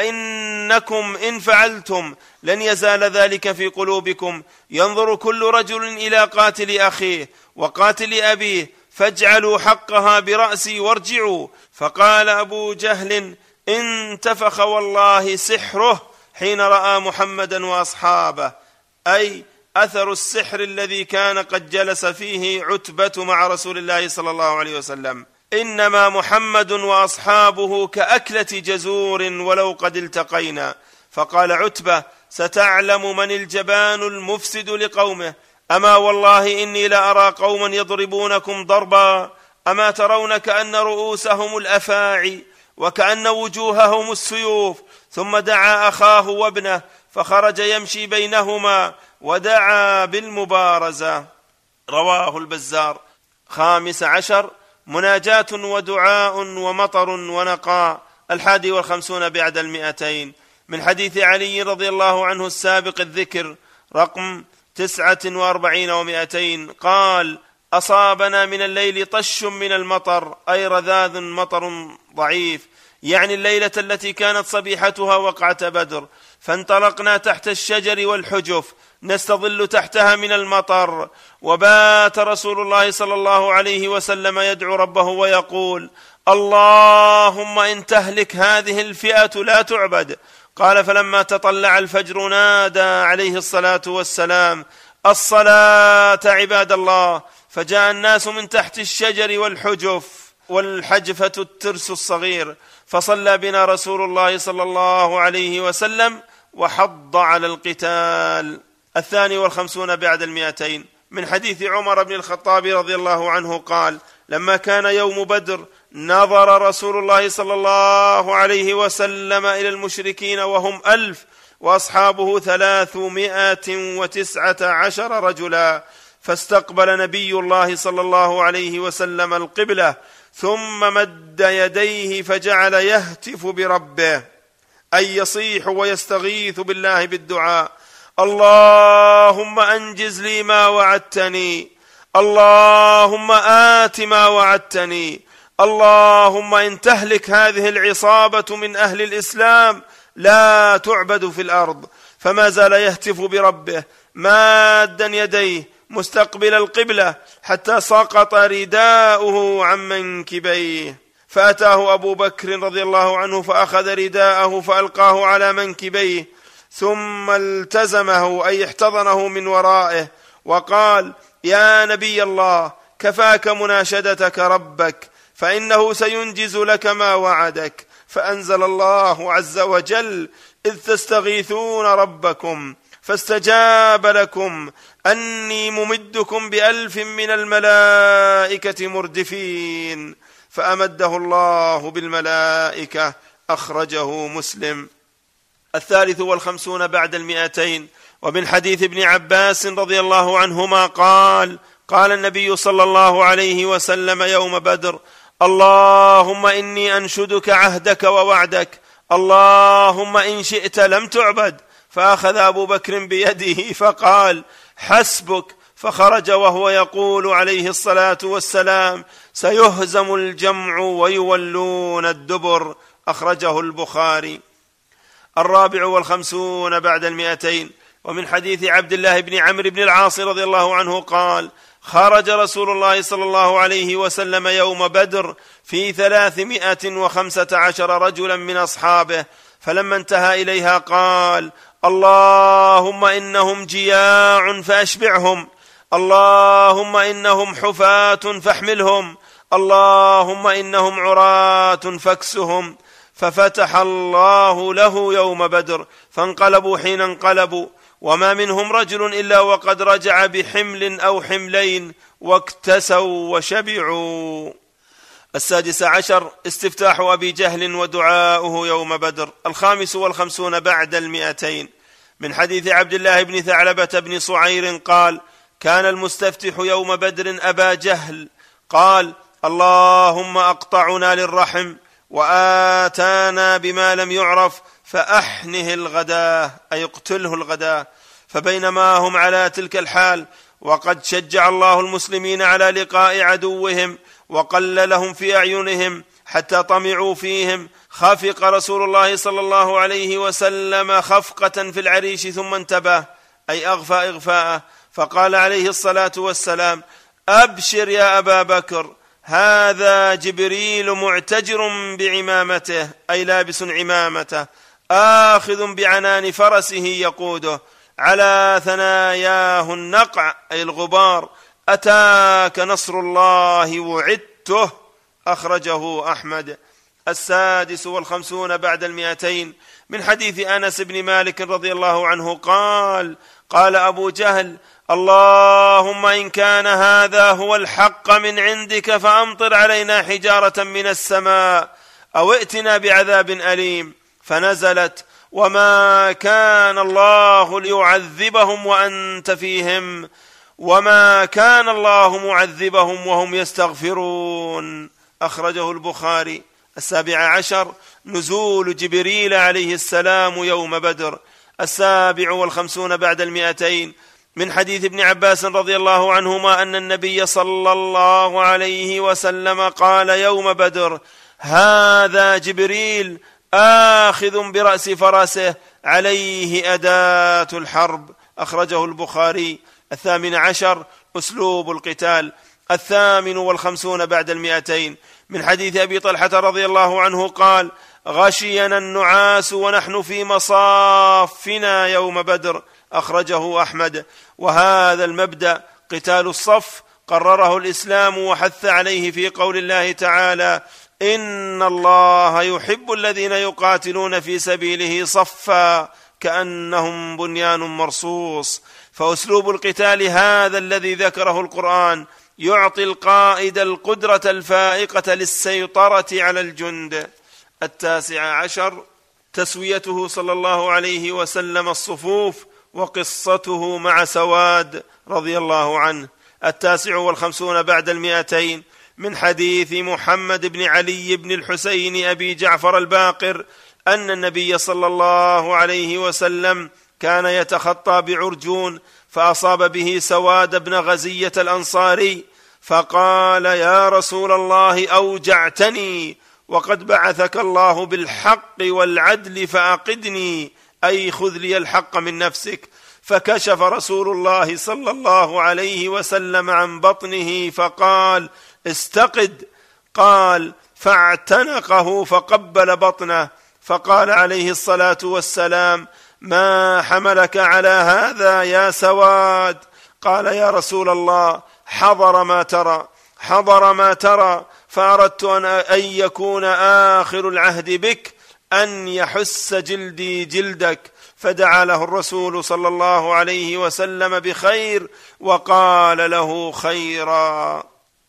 فإنكم إن فعلتم لن يزال ذلك في قلوبكم، ينظر كل رجل إلى قاتل أخيه وقاتل أبيه، فاجعلوا حقها برأسي وارجعوا. فقال أبو جهل: انتفخ والله سحره حين رأى محمدا وأصحابه، أي أثر السحر الذي كان قد جلس فيه عتبة مع رسول الله صلى الله عليه وسلم. إنما محمد وأصحابه كأكلة جزور ولو قد التقينا. فقال عتبة: ستعلم من الجبان المفسد لقومه. أما والله إني لأرى قوما يضربونكم ضربا، أما ترون كأن رؤوسهم الأفاعي وكأن وجوههم السيوف. ثم دعا أخاه وابنه فخرج يمشي بينهما ودعا بالمبارزة. رواه البزار. خامس عشر: مناجاة ودعاء ومطر ونقاء. الحادي والخمسون بعد المئتين، من حديث علي رضي الله عنه السابق الذكر رقم تسعة وأربعين ومئتين، قال: أصابنا من الليل طش من المطر، أي رذاذ مطر ضعيف، يعني الليلة التي كانت صبيحتها وقعة بدر، فانطلقنا تحت الشجر والحجف نستظل تحتها من المطر، وبات رسول الله صلى الله عليه وسلم يدعو ربه ويقول: اللهم إن تهلك هذه الفئة لا تعبد. قال: فلما تطلع الفجر نادى عليه الصلاة والسلام: الصلاة عباد الله. فجاء الناس من تحت الشجر والحجف، والحجفة الترس الصغير، فصلى بنا رسول الله صلى الله عليه وسلم وحض على القتال. الثاني والخمسون بعد المئتين، من حديث عمر بن الخطاب رضي الله عنه قال: لما كان يوم بدر نظر رسول الله صلى الله عليه وسلم إلى المشركين وهم ألف وأصحابه ثلاثمائة وتسعة عشر رجلا، فاستقبل نبي الله صلى الله عليه وسلم القبلة، ثم مد يديه فجعل يهتف بربه، أي يصيح ويستغيث بالله بالدعاء: اللهم أنجز لي ما وعدتني، اللهم آت ما وعدتني، اللهم إن تهلك هذه العصابة من أهل الإسلام لا تعبد في الأرض. فما زال يهتف بربه مادا يديه مستقبل القبلة حتى سقط رداؤه عن منكبيه، فأتاه أبو بكر رضي الله عنه فأخذ رداءه فألقاه على منكبيه، ثم التزمه أي احتضنه من ورائه وقال: يا نبي الله، كفاك مناشدتك ربك، فإنه سينجز لك ما وعدك. فأنزل الله عز وجل: إذ تستغيثون ربكم فاستجاب لكم أني ممدكم بألف من الملائكة مردفين، فأمده الله بالملائكة. أخرجه مسلم. الثالث والخمسون بعد المئتين، ومن حديث ابن عباس رضي الله عنهما قال: قال النبي صلى الله عليه وسلم يوم بدر: اللهم إني أنشدك عهدك ووعدك، اللهم إن شئت لم تعبد. فأخذ أبو بكر بيده فقال: حسبك. فخرج وهو يقول عليه الصلاة والسلام: سيهزم الجمع ويولون الدبر. أخرجه البخاري. الرابع والخمسون بعد المئتين، ومن حديث عبد الله بن عمرو بن العاص رضي الله عنه قال: خرج رسول الله صلى الله عليه وسلم يوم بدر في ثلاثمائة وخمسة عشر رجلا من أصحابه، فلما انتهى إليها قال: اللهم إنهم جياع فأشبعهم، اللهم إنهم حفاة فاحملهم، اللهم إنهم عراة فاكسهم. ففتح الله له يوم بدر، فانقلبوا حين انقلبوا، وما منهم رجل إلا وقد رجع بحمل أو حملين واكتسوا وشبعوا. السادس عشر، استفتاح أبي جهل ودعاؤه يوم بدر. الخامس والخمسون بعد المئتين، من حديث عبد الله بن ثعلبة بن صعير قال: كان المستفتح يوم بدر أبا جهل، قال: اللهم أقطعنا للرحم وآتانا بما لم يعرف، فأحنه الغداة أي اقتله الغداة. فبينما هم على تلك الحال وقد شجع الله المسلمين على لقاء عدوهم وقللهم في أعينهم حتى طمعوا فيهم، خفق رسول الله صلى الله عليه وسلم خفقة في العريش ثم انتبه أي أغفى إغفاءه، فقال عليه الصلاة والسلام: أبشر يا أبا بكر، هذا جبريل معتجر بعمامته أي لابس عمامته، آخذ بعنان فرسه يقوده، على ثناياه النقع أي الغبار، أتاك نصر الله وعدته. أخرجه أحمد. السادس والخمسون بعد المئتين من حديث أنس بن مالك رضي الله عنه قال: قال أبو جهل: اللهم إن كان هذا هو الحق من عندك فأمطر علينا حجارة من السماء أو ائتنا بعذاب أليم. فنزلت: وما كان الله ليعذبهم وأنت فيهم وما كان الله معذبهم وهم يستغفرون. أخرجه البخاري. السابع عشر نزول جبريل عليه السلام يوم بدر. السابع والخمسون بعد المئتين من حديث ابن عباس رضي الله عنهما أن النبي صلى الله عليه وسلم قال يوم بدر: هذا جبريل آخذ برأس فرسه عليه أداة الحرب. أخرجه البخاري. الثامن عشر أسلوب القتال. الثامن والخمسون بعد المئتين من حديث أبي طلحة رضي الله عنه قال: غشينا النعاس ونحن في مصافنا يوم بدر. أخرجه أحمد. وهذا المبدأ قتال الصف قرره الإسلام وحث عليه في قول الله تعالى: إن الله يحب الذين يقاتلون في سبيله صفا كأنهم بنيان مرصوص. فأسلوب القتال هذا الذي ذكره القرآن يعطي القائد القدرة الفائقة للسيطرة على الجند. التاسع عشر تسويته صلى الله عليه وسلم الصفوف وقصته مع سواد رضي الله عنه. التاسع والخمسون بعد المئتين من حديث محمد بن علي بن الحسين أبي جعفر الباقر أن النبي صلى الله عليه وسلم كان يتخطى بعرجون فأصاب به سواد بن غزية الأنصاري، فقال: يا رسول الله أوجعتني وقد بعثك الله بالحق والعدل فأقدني، أي خذ لي الحق من نفسك. فكشف رسول الله صلى الله عليه وسلم عن بطنه فقال: استقد. قال: فاعتنقه فقبل بطنه، فقال عليه الصلاة والسلام: ما حملك على هذا يا سواد؟ قال: يا رسول الله حضر ما ترى حضر ما ترى فأردت أن يكون آخر العهد بك أن يحس جلدي جلدك. فدعا له الرسول صلى الله عليه وسلم بخير وقال له خيرا.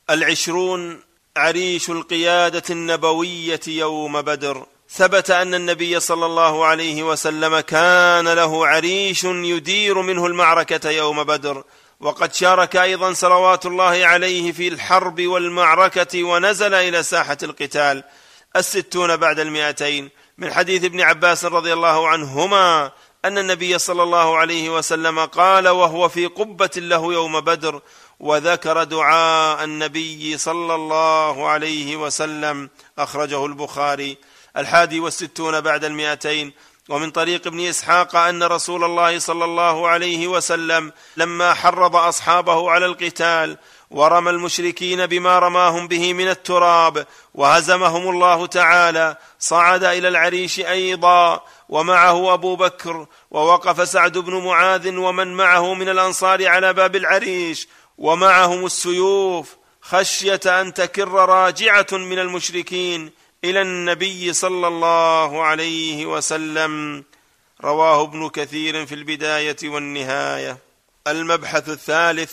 العشرون عريش القيادة النبوية يوم بدر. ثبت أن النبي صلى الله عليه وسلم كان له عريش يدير منه المعركة يوم بدر، وقد شارك أيضا صلوات الله عليه في الحرب والمعركة ونزل إلى ساحة القتال. الستون بعد المئتين من حديث ابن عباس رضي الله عنهما أن النبي صلى الله عليه وسلم قال وهو في قبة له يوم بدر، وذكر دعاء النبي صلى الله عليه وسلم. أخرجه البخاري. الحادي والستون بعد المئتين ومن طريق ابن إسحاق أن رسول الله صلى الله عليه وسلم لما حرض أصحابه على القتال ورمى المشركين بما رماهم به من التراب وهزمهم الله تعالى، صعد إلى العريش أيضا ومعه أبو بكر، ووقف سعد بن معاذ ومن معه من الأنصار على باب العريش ومعهم السيوف خشية أن تكر راجعة من المشركين إلى النبي صلى الله عليه وسلم. رواه ابن كثير في البداية والنهاية. المبحث الثالث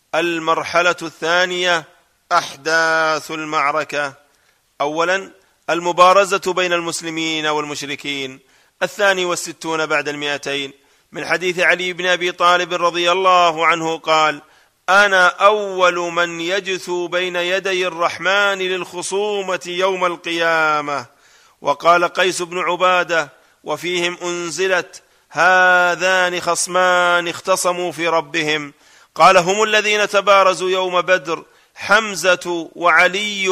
المرحلة الثانية أحداث المعركة. أولا المبارزة بين المسلمين والمشركين. الثاني والستون بعد المئتين من حديث علي بن أبي طالب رضي الله عنه قال: أنا أول من يجثو بين يدي الرحمن للخصومة يوم القيامة. وقال قيس بن عبادة: وفيهم أنزلت: هذان خصمان اختصموا في ربهم. قال: هم الذين تبارزوا يوم بدر، حمزة وعلي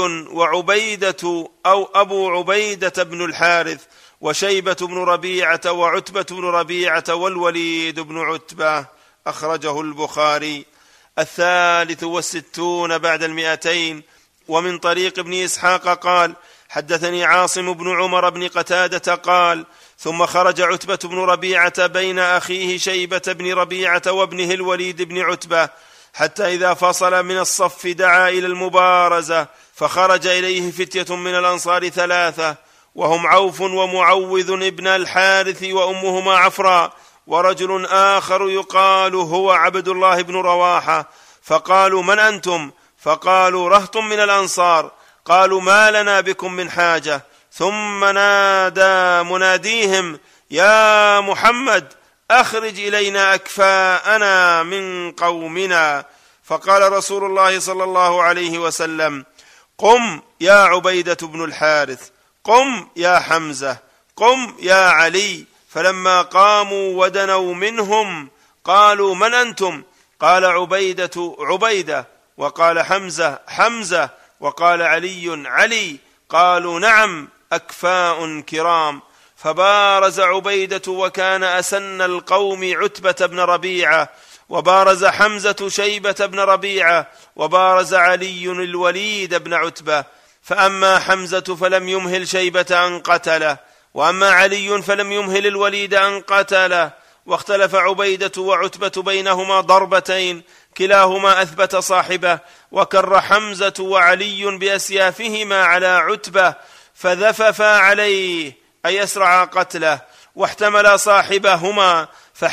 وعبيدة أو أبو عبيدة بن الحارث وشيبة بن ربيعة وعتبة بن ربيعة والوليد بن عتبة. أخرجه البخاري. الثالث والستون بعد المئتين، ومن طريق ابن إسحاق قال: حدثني عاصم بن عمر بن قتادة قال: ثم خرج عتبة بن ربيعة بين أخيه شيبة بن ربيعة وابنه الوليد بن عتبة، حتى إذا فصل من الصف دعا إلى المبارزة، فخرج إليه فتية من الأنصار ثلاثة، وهم عوف ومعوذ ابن الحارث وأمهما عفراء، ورجل آخر يقال هو عبد الله بن رواحة. فقالوا: من أنتم؟ فقالوا: رهط من الأنصار. قالوا: ما لنا بكم من حاجة. ثم نادى مناديهم: يا محمد، أخرج إلينا أكفاءنا من قومنا. فقال رسول الله صلى الله عليه وسلم: قم يا عبيدة بن الحارث، قم يا حمزة، قم يا علي. فلما قاموا ودنوا منهم قالوا: من أنتم؟ قال: عبيدة عبيدة، وقال حمزة حمزة، وقال علي علي. قالوا: نعم، أكفاء كرام. فبارز عبيدة وكان أسن القوم عتبة بن ربيعة، وبارز حمزة شيبة بن ربيعة، وبارز علي الوليد بن عتبة. فأما حمزة فلم يمهل شيبة أن قتله، وأما علي فلم يمهل الوليد أن قتله. واختلف عبيدة وعتبة بينهما ضربتين، كلاهما أثبت صاحبه، وكر حمزة وعلي بأسيافهما على عتبة فذففا عليه، أي أسرع قتله، واحتمل صاحبهما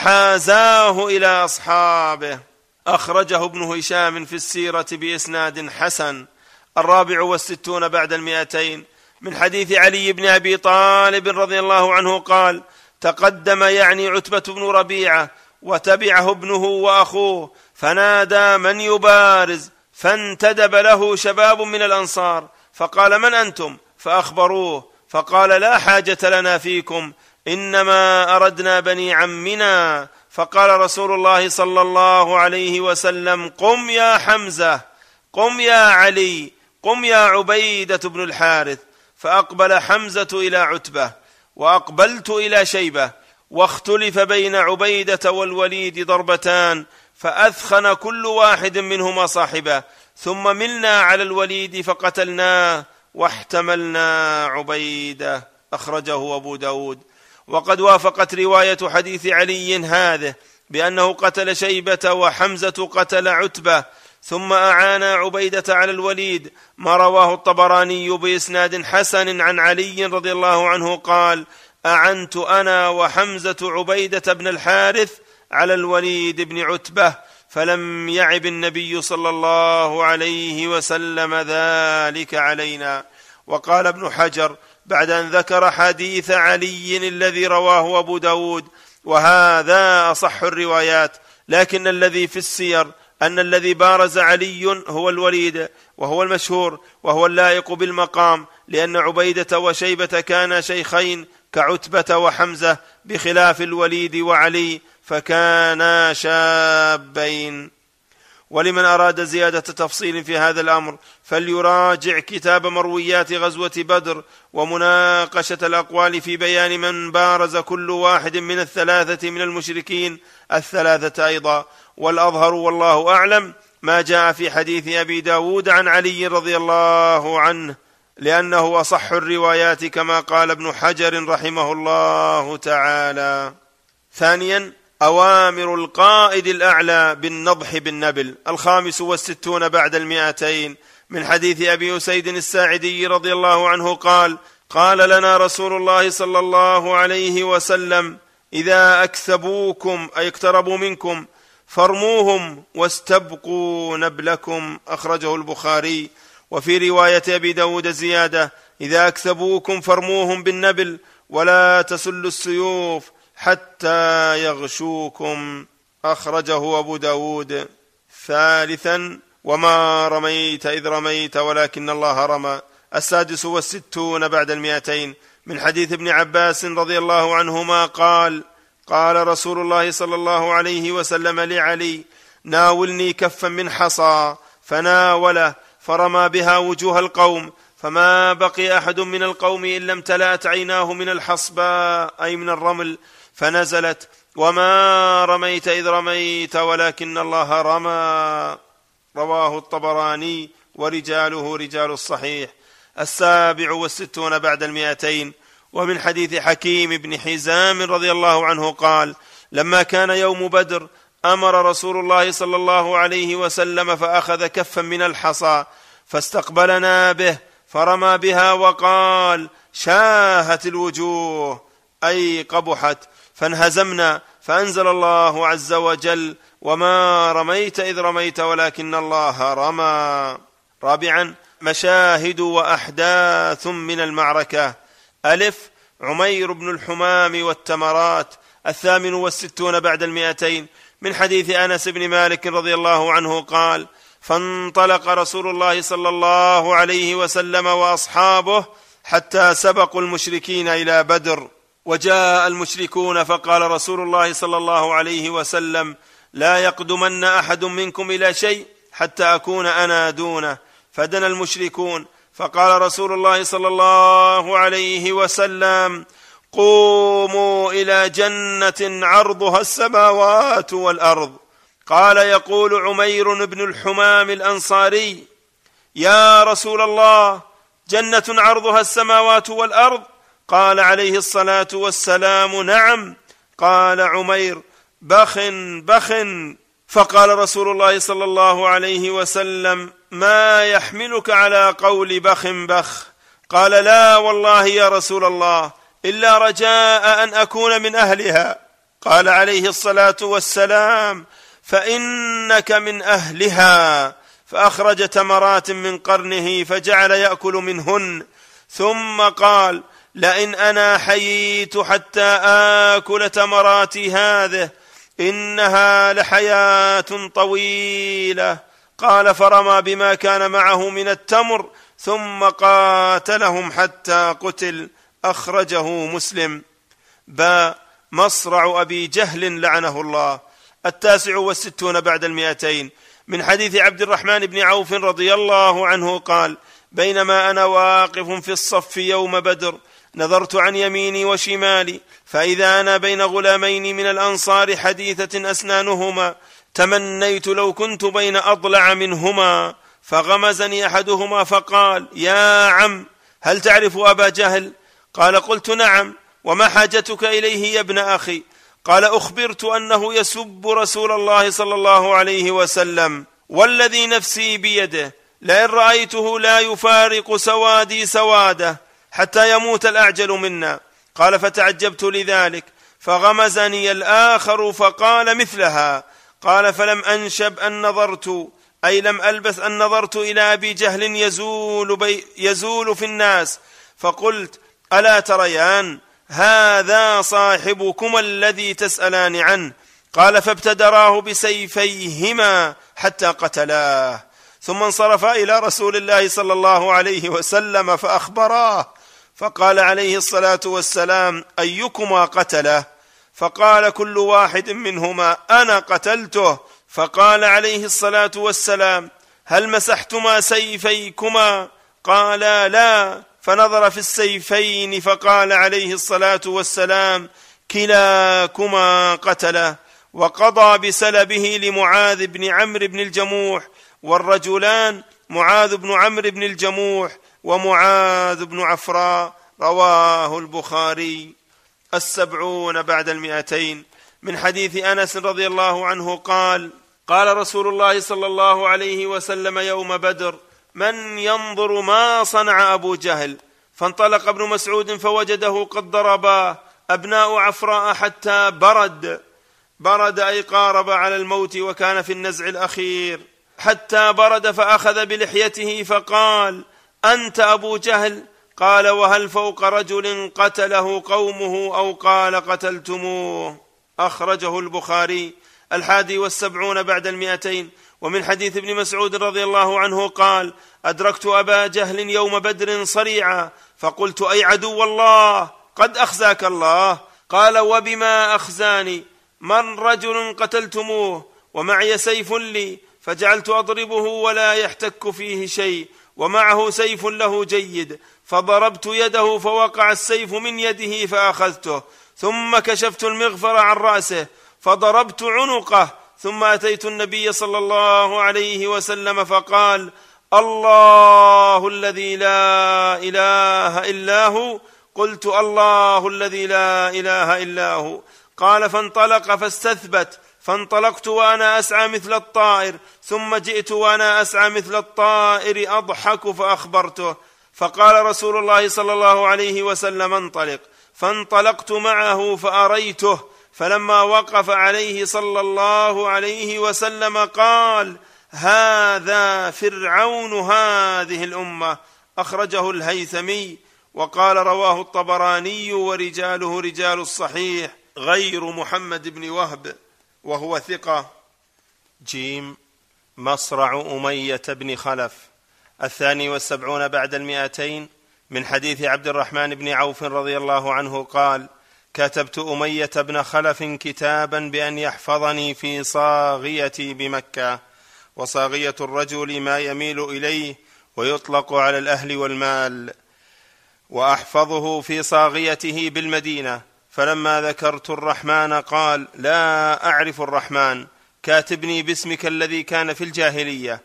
فحازاه إلى أصحابه. أخرجه ابن هشام في السيرة بإسناد حسن. الرابع والستون بعد المئتين، من حديث علي بن أبي طالب رضي الله عنه قال: تقدم يعني عتبة بن ربيعة، وتبعه ابنه وأخوه، فنادى: من يبارز؟ فانتدب له شباب من الأنصار، فقال: من أنتم؟ فأخبروه، فقال: لا حاجة لنا فيكم، إنما أردنا بني عمنا. فقال رسول الله صلى الله عليه وسلم: قم يا حمزة، قم يا علي، قم يا عبيدة بن الحارث. فأقبل حمزة إلى عتبة، وأقبلت إلى شيبة، واختلف بين عبيدة والوليد ضربتان، فأثخن كل واحد منهما صاحبه، ثم ملنا على الوليد فقتلناه، واحتملنا عبيدة. أخرجه أبو داود. وقد وافقت رواية حديث علي هذه بأنه قتل شيبة وحمزة قتل عتبة، ثم أعان عبيدة على الوليد، ما رواه الطبراني بإسناد حسن عن علي رضي الله عنه قال: أعنت أنا وحمزة عبيدة بن الحارث على الوليد بن عتبة، فلم يعب النبي صلى الله عليه وسلم ذلك علينا. وقال ابن حجر بعد أن ذكر حديث علي الذي رواه أبو داود: وهذا أصح الروايات، لكن الذي في السير أن الذي بارز علي هو الوليد، وهو المشهور، وهو اللائق بالمقام، لأن عبيدة وشيبة كانا شيخين كعتبة وحمزة، بخلاف الوليد وعلي فكانا شابين. ولمن أراد زيادة تفصيل في هذا الأمر فليراجع كتاب مرويات غزوة بدر ومناقشة الأقوال في بيان من بارز كل واحد من الثلاثة من المشركين الثلاثة أيضا. والأظهر والله أعلم ما جاء في حديث أبي داود عن علي رضي الله عنه، لأنه أصح الروايات كما قال ابن حجر رحمه الله تعالى. ثانيا، أوامر القائد الأعلى بالنضح بالنبل. الخامس والستون بعد المئتين، من حديث أبي أسيد الساعدي رضي الله عنه قال: قال لنا رسول الله صلى الله عليه وسلم: إذا أكثبوكم أي اقتربوا منكم فارموهم واستبقوا نبلكم. أخرجه البخاري. وفي رواية أبي داود زيادة: إذا أكثبوكم فارموهم بالنبل ولا تسلوا السيوف حتى يغشوكم. أخرجه أبو داود. ثالثا، وما رميت إذ رميت ولكن الله رمى. السادس والستون بعد المئتين، من حديث ابن عباس رضي الله عنهما قال: قال رسول الله صلى الله عليه وسلم لعلي: ناولني كفا من حصى، فناوله فرمى بها وجوه القوم، فما بقي أحد من القوم إلا امتلأت عيناه من الحصباء أي من الرمل، فنزلت: وما رميت إذ رميت ولكن الله رمى. رواه الطبراني ورجاله رجال الصحيح. السابع والستون بعد المئتين. ومن حديث حكيم بن حزام رضي الله عنه قال: لما كان يوم بدر أمر رسول الله صلى الله عليه وسلم فأخذ كفا من الحصى فاستقبلنا به فرمى بها وقال: شاهت الوجوه أي قبحت، فانهزمنا، فأنزل الله عز وجل: وما رميت إذ رميت ولكن الله رمى. رابعا: مشاهد وأحداث من المعركة. ألف: عمير بن الحمام والتمرات. الثامن والستون بعد المئتين. من حديث أنس بن مالك رضي الله عنه قال: فانطلق رسول الله صلى الله عليه وسلم وأصحابه حتى سبقوا المشركين إلى بدر، وجاء المشركون فقال رسول الله صلى الله عليه وسلم: لا يقدمن أحد منكم إلى شيء حتى أكون أنا دونه. فدنا المشركون فقال رسول الله صلى الله عليه وسلم: قوموا إلى جنة عرضها السماوات والأرض. قال يقول عمير بن الحمام الأنصاري: يا رسول الله، جنة عرضها السماوات والأرض؟ قال عليه الصلاة والسلام: نعم. قال عمير: بخ بخ. فقال رسول الله صلى الله عليه وسلم: ما يحملك على قول بخ بخ؟ قال: لا والله يا رسول الله، إلا رجاء أن أكون من أهلها. قال عليه الصلاة والسلام: فإنك من أهلها. فأخرج تمرات من قرنه فجعل يأكل منهن، ثم قال: لئن أنا حييت حتى آكل تمراتي هذه إنها لحياة طويلة. قال: فرمى بما كان معه من التمر ثم قاتلهم حتى قتل. أخرجه مسلم. با مصرع أبي جهل لعنه الله. التاسع والستون بعد المئتين. من حديث عبد الرحمن بن عوف رضي الله عنه قال: بينما أنا واقف في الصف يوم بدر نظرت عن يميني وشمالي فإذا أنا بين غلامين من الأنصار حديثة أسنانهما، تمنيت لو كنت بين أضلع منهما. فغمزني أحدهما فقال: يا عم، هل تعرف أبا جهل؟ قال: قلت: نعم. وما حاجتك إليه يا ابن أخي؟ قال: أخبرت أنه يسب رسول الله صلى الله عليه وسلم، والذي نفسي بيده لئن رأيته لا يفارق سوادي سواده حتى يموت الأعجل منا. قال: فتعجبت لذلك، فغمزني الآخر فقال مثلها. قال: فلم أنشب أن نظرت، أي لم ألبث أن نظرت إلى أبي جهل يزول, بي يزول في الناس، فقلت: ألا تريان هذا صاحبكما الذي تسألان عنه؟ قال: فابتدراه بسيفيهما حتى قتلاه، ثم انصرفا إلى رسول الله صلى الله عليه وسلم فأخبراه، فقال عليه الصلاة والسلام: أيكما قتله؟ فقال كل واحد منهما: أنا قتلته. فقال عليه الصلاة والسلام: هل مسحتما سيفيكما؟ قالا: لا. فنظر في السيفين فقال عليه الصلاة والسلام: كلاكما قتله. وقضى بسلبه لمعاذ بن عمرو بن الجموح، والرجلان معاذ بن عمرو بن الجموح ومعاذ بن عفراء. رواه البخاري. السبعون بعد المئتين. من حديث أنس رضي الله عنه قال: قال رسول الله صلى الله عليه وسلم يوم بدر: من ينظر ما صنع أبو جهل؟ فانطلق ابن مسعود فوجده قد ضرباه أبناء عفراء حتى برد برد أي قارب على الموت، وكان في النزع الأخير، حتى برد، فأخذ بلحيته فقال: أنت أبو جهل؟ قال: وهل فوق رجل قتله قومه أو قال قتلتموه؟ أخرجه البخاري. الحادي والسبعون بعد المئتين. ومن حديث ابن مسعود رضي الله عنه قال: أدركت أبا جهل يوم بدر صريعا، فقلت: أي عدو الله، قد أخزاك الله. قال: وبما أخزاني؟ من رجل قتلتموه ومعي سيف لي، فجعلت أضربه ولا يحتك فيه شيء، ومعه سيف له جيد، فضربت يده فوقع السيف من يده فأخذته، ثم كشفت المغفر عن رأسه فضربت عنقه، ثم أتيت النبي صلى الله عليه وسلم فقال: الله الذي لا إله إلا هو. قلت: الله الذي لا إله إلا هو. قال: فانطلق فاستثبت، فانطلقت وأنا أسعى مثل الطائر، ثم جئت وأنا أسعى مثل الطائر أضحك فأخبرته، فقال رسول الله صلى الله عليه وسلم: انطلق. فانطلقت معه فأريته، فلما وقف عليه صلى الله عليه وسلم قال: هذا فرعون هذه الأمة. أخرجه الهيثمي، وقال: رواه الطبراني ورجاله رجال الصحيح غير محمد بن وهب وهو ثقة. جيم. مصرع أمية بن خلف. الثاني والسبعون بعد المئتين. من حديث عبد الرحمن بن عوف رضي الله عنه قال: كتبت أمية بن خلف كتابا بأن يحفظني في صاغيتي بمكة، وصاغية الرجل ما يميل إليه ويطلق على الأهل والمال، وأحفظه في صاغيته بالمدينة. فلما ذكرت الرحمن قال: لا أعرف الرحمن، كاتبني باسمك الذي كان في الجاهلية،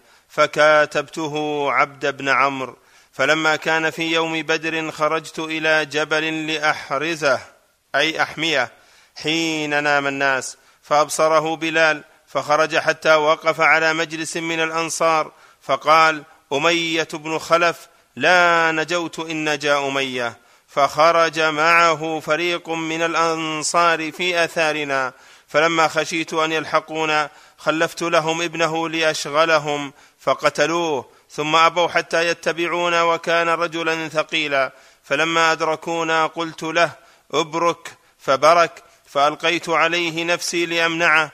فكاتبته عبد بن عمرو. فلما كان في يوم بدر خرجت إلى جبل لأحرزه أي أحميه حين نام الناس، فأبصره بلال، فخرج حتى وقف على مجلس من الأنصار، فقال: أمية بن خلف، لا نجوت إن نجا أمية. فخرج معه فريق من الأنصار في آثارنا، فلما خشيت أن يلحقونا خلفت لهم ابنه ليشغلهم، فقتلوه، ثم أبوا حتى يتبعونا، وكان رجلا ثقيلا. فلما أدركونا قلت له: أبرك، فبرك، فألقيت عليه نفسي لأمنعه،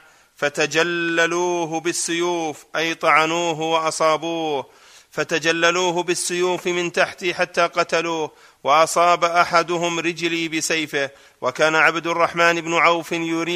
فتجللوه بالسيوف أي طعنوه وأصابوه، فتجللوه بالسيوف من تحتي حتى قتلوه، وأصاب أحدهم رجلي بسيفه. وكان عبد الرحمن بن عوف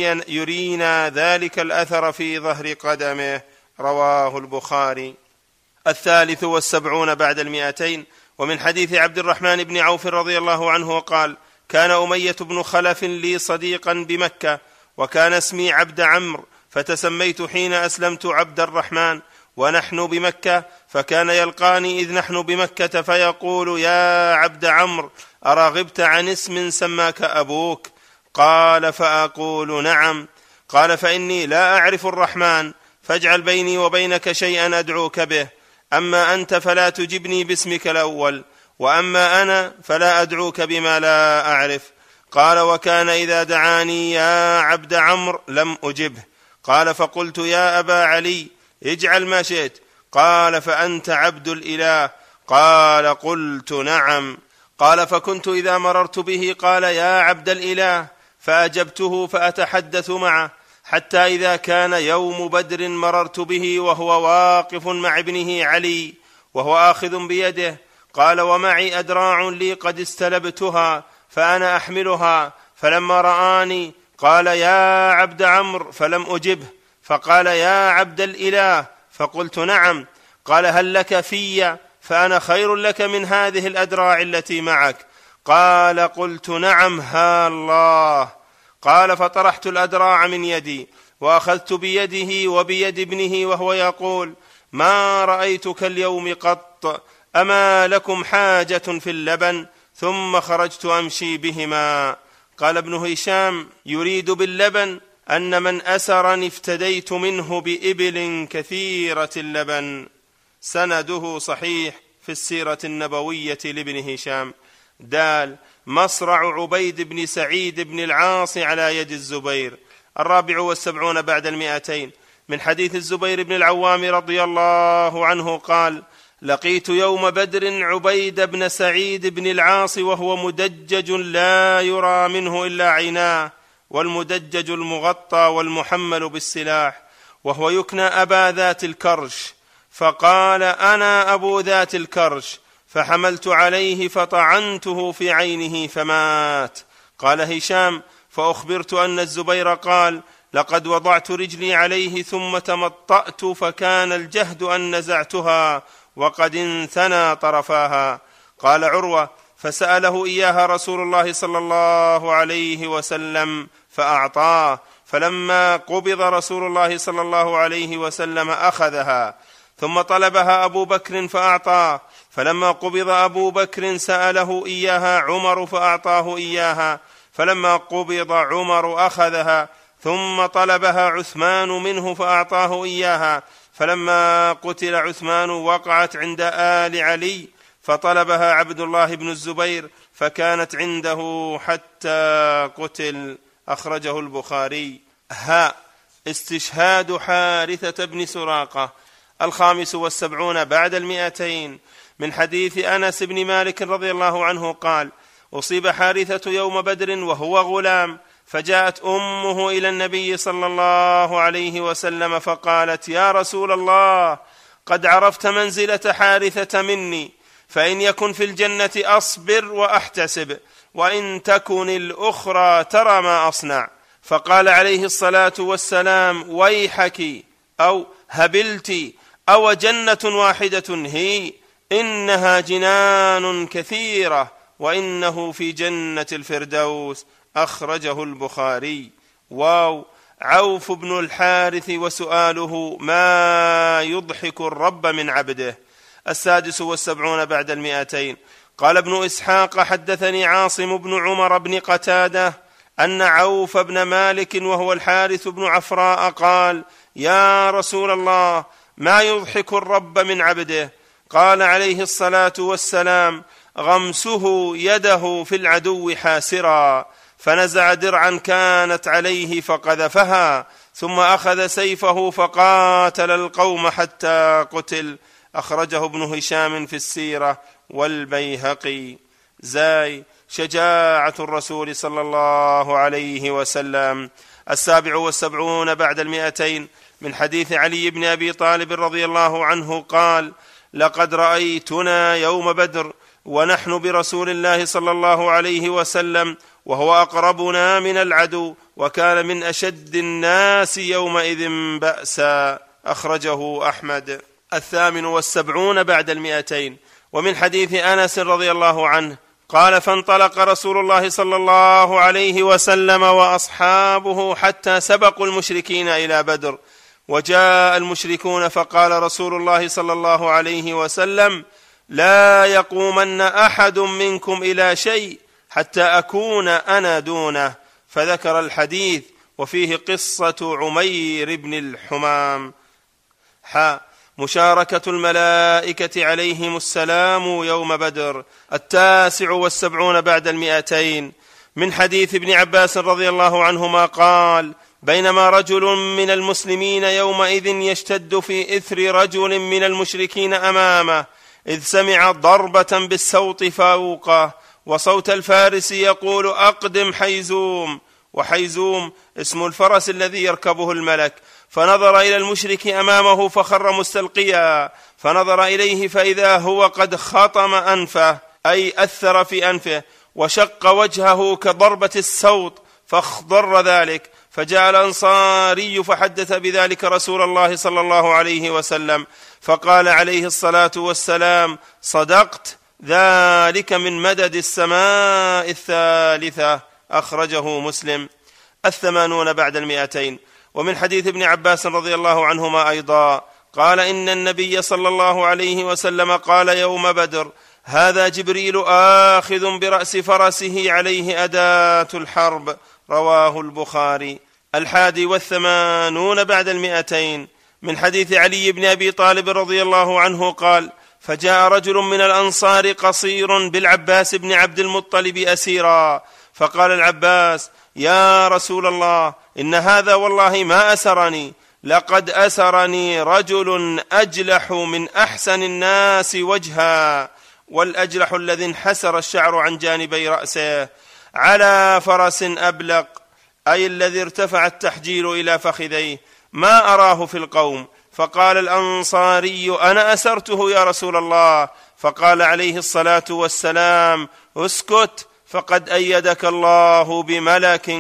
يرينا ذلك الأثر في ظهر قدمه. رواه البخاري. الثالث والسبعون بعد المئتين. ومن حديث عبد الرحمن بن عوف رضي الله عنه قال: كان أمية بن خلف لي صديقا بمكة، وكان اسمي عبد عمرو، فتسميت حين أسلمت عبد الرحمن، ونحن بمكة، فكان يلقاني إذ نحن بمكة فيقول: يا عبد عمرو، أرغبت عن اسم سماك أبوك؟ قال: فأقول: نعم. قال: فإني لا أعرف الرحمن، فاجعل بيني وبينك شيئا أدعوك به، أما أنت فلا تجبني باسمك الأول، وأما أنا فلا أدعوك بما لا أعرف. قال: وكان إذا دعاني يا عبد عمرو لم أجبه. قال: فقلت: يا أبا علي، اجعل ما شئت. قال: فأنت عبد الإله؟ قال: قلت: نعم. قال: فكنت إذا مررت به قال: يا عبد الإله، فأجبته فأتحدث معه، حتى إذا كان يوم بدر مررت به وهو واقف مع ابنه علي وهو آخذ بيده. قال: ومعي أدراع لي قد استلبتها فأنا أحملها. فلما رآني قال: يا عبد عمرو، فلم أجبه. فقال: يا عبد الإله، فقلت: نعم. قال: هل لك في؟ فأنا خير لك من هذه الأدراع التي معك. قال: قلت: نعم، ها الله. قال: فطرحت الأدراع من يدي، وأخذت بيده وبيد ابنه وهو يقول: ما رأيتك اليوم قط، أما لكم حاجة في اللبن؟ ثم خرجت أمشي بهما. قال ابن هشام: يريد باللبن أن من أسرني افتديت منه بإبل كثيرة اللبن. سنده صحيح في السيرة النبوية لابن هشام. دال. مصرع عبيد بن سعيد بن العاص على يد الزبير. الرابع والسبعون بعد المئتين. من حديث الزبير بن العوام رضي الله عنه قال: لقيت يوم بدر عبيد بن سعيد بن العاص وهو مدجج لا يرى منه إلا عيناه، والمدجج المغطى والمحمل بالسلاح، وهو يكنى أبا ذات الكرش، فقال: أنا أبو ذات الكرش، فحملت عليه فطعنته في عينه فمات. قال هشام: فأخبرت أن الزبير قال: لقد وضعت رجلي عليه ثم تمطأت، فكان الجهد أن نزعتها وقد انثنى طرفاها. قال عروة: فسأله إياها رسول الله صلى الله عليه وسلم فأعطاه، فلما قبض رسول الله صلى الله عليه وسلم أخذها، ثم طلبها أبو بكر فأعطاه، فلما قبض أبو بكر سأله إياها عمر فأعطاه إياها، فلما قبض عمر أخذها، ثم طلبها عثمان منه فأعطاه إياها، فلما قتل عثمان وقعت عند آل علي، فطلبها عبد الله بن الزبير فكانت عنده حتى قتل. أخرجه البخاري. ها استشهاد حارثة بن سراقة. الخامس والسبعون بعد المئتين، من حديث أنس بن مالك رضي الله عنه قال: أصيب حارثة يوم بدر وهو غلام، فجاءت أمه إلى النبي صلى الله عليه وسلم فقالت: يا رسول الله، قد عرفت منزلة حارثة مني، فإن يكن في الجنة أصبر وأحتسب، وإن تكن الأخرى ترى ما أصنع. فقال عليه الصلاة والسلام: ويحك، أو هبلت، أو جنة واحدة هي، إنها جنان كثيرة، وإنه في جنة الفردوس. أخرجه البخاري. واو عوف بن الحارث وسؤاله: ما يضحك الرب من عبده. السادس والسبعون بعد المئتين، قال ابن إسحاق: حدثني عاصم بن عمر بن قتادة أن عوف بن مالك وهو الحارث بن عفراء قال: يا رسول الله، ما يضحك الرب من عبده؟ قال عليه الصلاة والسلام: غمسه يده في العدو حاسرا، فنزع درعا كانت عليه فقذفها، ثم أخذ سيفه فقاتل القوم حتى قتل. أخرجه ابن هشام في السيرة والبيهقي. زاي شجاعة الرسول صلى الله عليه وسلم. السابع والسبعون بعد المئتين، من حديث علي بن أبي طالب رضي الله عنه قال: لقد رأيتنا يوم بدر ونحن برسول الله صلى الله عليه وسلم، وهو أقربنا من العدو، وكان من أشد الناس يومئذ بأسا. أخرجه أحمد. الثامن والسبعون بعد المئتين، ومن حديث أنس رضي الله عنه قال: فانطلق رسول الله صلى الله عليه وسلم وأصحابه حتى سبقوا المشركين إلى بدر، وجاء المشركون، فقال رسول الله صلى الله عليه وسلم: لا يقومن أحد منكم إلى شيء حتى أكون أنا دونه. فذكر الحديث وفيه قصة عمير بن الحمام. حا مشاركة الملائكة عليهم السلام يوم بدر. التاسع والسبعون بعد المئتين، من حديث ابن عباس رضي الله عنهما قال: بينما رجل من المسلمين يومئذ يشتد في إثر رجل من المشركين أمامه، إذ سمع ضربة بالسوط فوقه، وصوت الفارس يقول: أقدم حيزوم. وحيزوم اسم الفرس الذي يركبه الملك. فنظر إلى المشرك أمامه فخر مستلقيا، فنظر إليه فإذا هو قد خطم أنفه، أي أثر في أنفه، وشق وجهه كضربة السوط، فاخضر ذلك. فجاء الأنصاري فحدث بذلك رسول الله صلى الله عليه وسلم، فقال عليه الصلاة والسلام: صدقت، ذلك من مدد السماء الثالثة. أخرجه مسلم. الثمانون بعد المئتين، ومن حديث ابن عباس رضي الله عنهما أيضا قال: إن النبي صلى الله عليه وسلم قال يوم بدر: هذا جبريل آخذ برأس فرسه عليه أداة الحرب. رواه البخاري. الحادي والثمانون بعد المئتين، من حديث علي بن أبي طالب رضي الله عنه قال: فجاء رجل من الأنصار قصير بالعباس بن عبد المطلب أسيرا، فقال العباس: يا رسول الله، إن هذا والله ما أسرني، لقد أسرني رجل أجلح من أحسن الناس وجها، والأجلح الذي انحسر الشعر عن جانبي رأسه، على فرس أبلق، أي الذي ارتفع التحجير إلى فخذيه، ما أراه في القوم. فقال الأنصاري: أنا أسرته يا رسول الله. فقال عليه الصلاة والسلام: اسكت، فقد أيدك الله بملك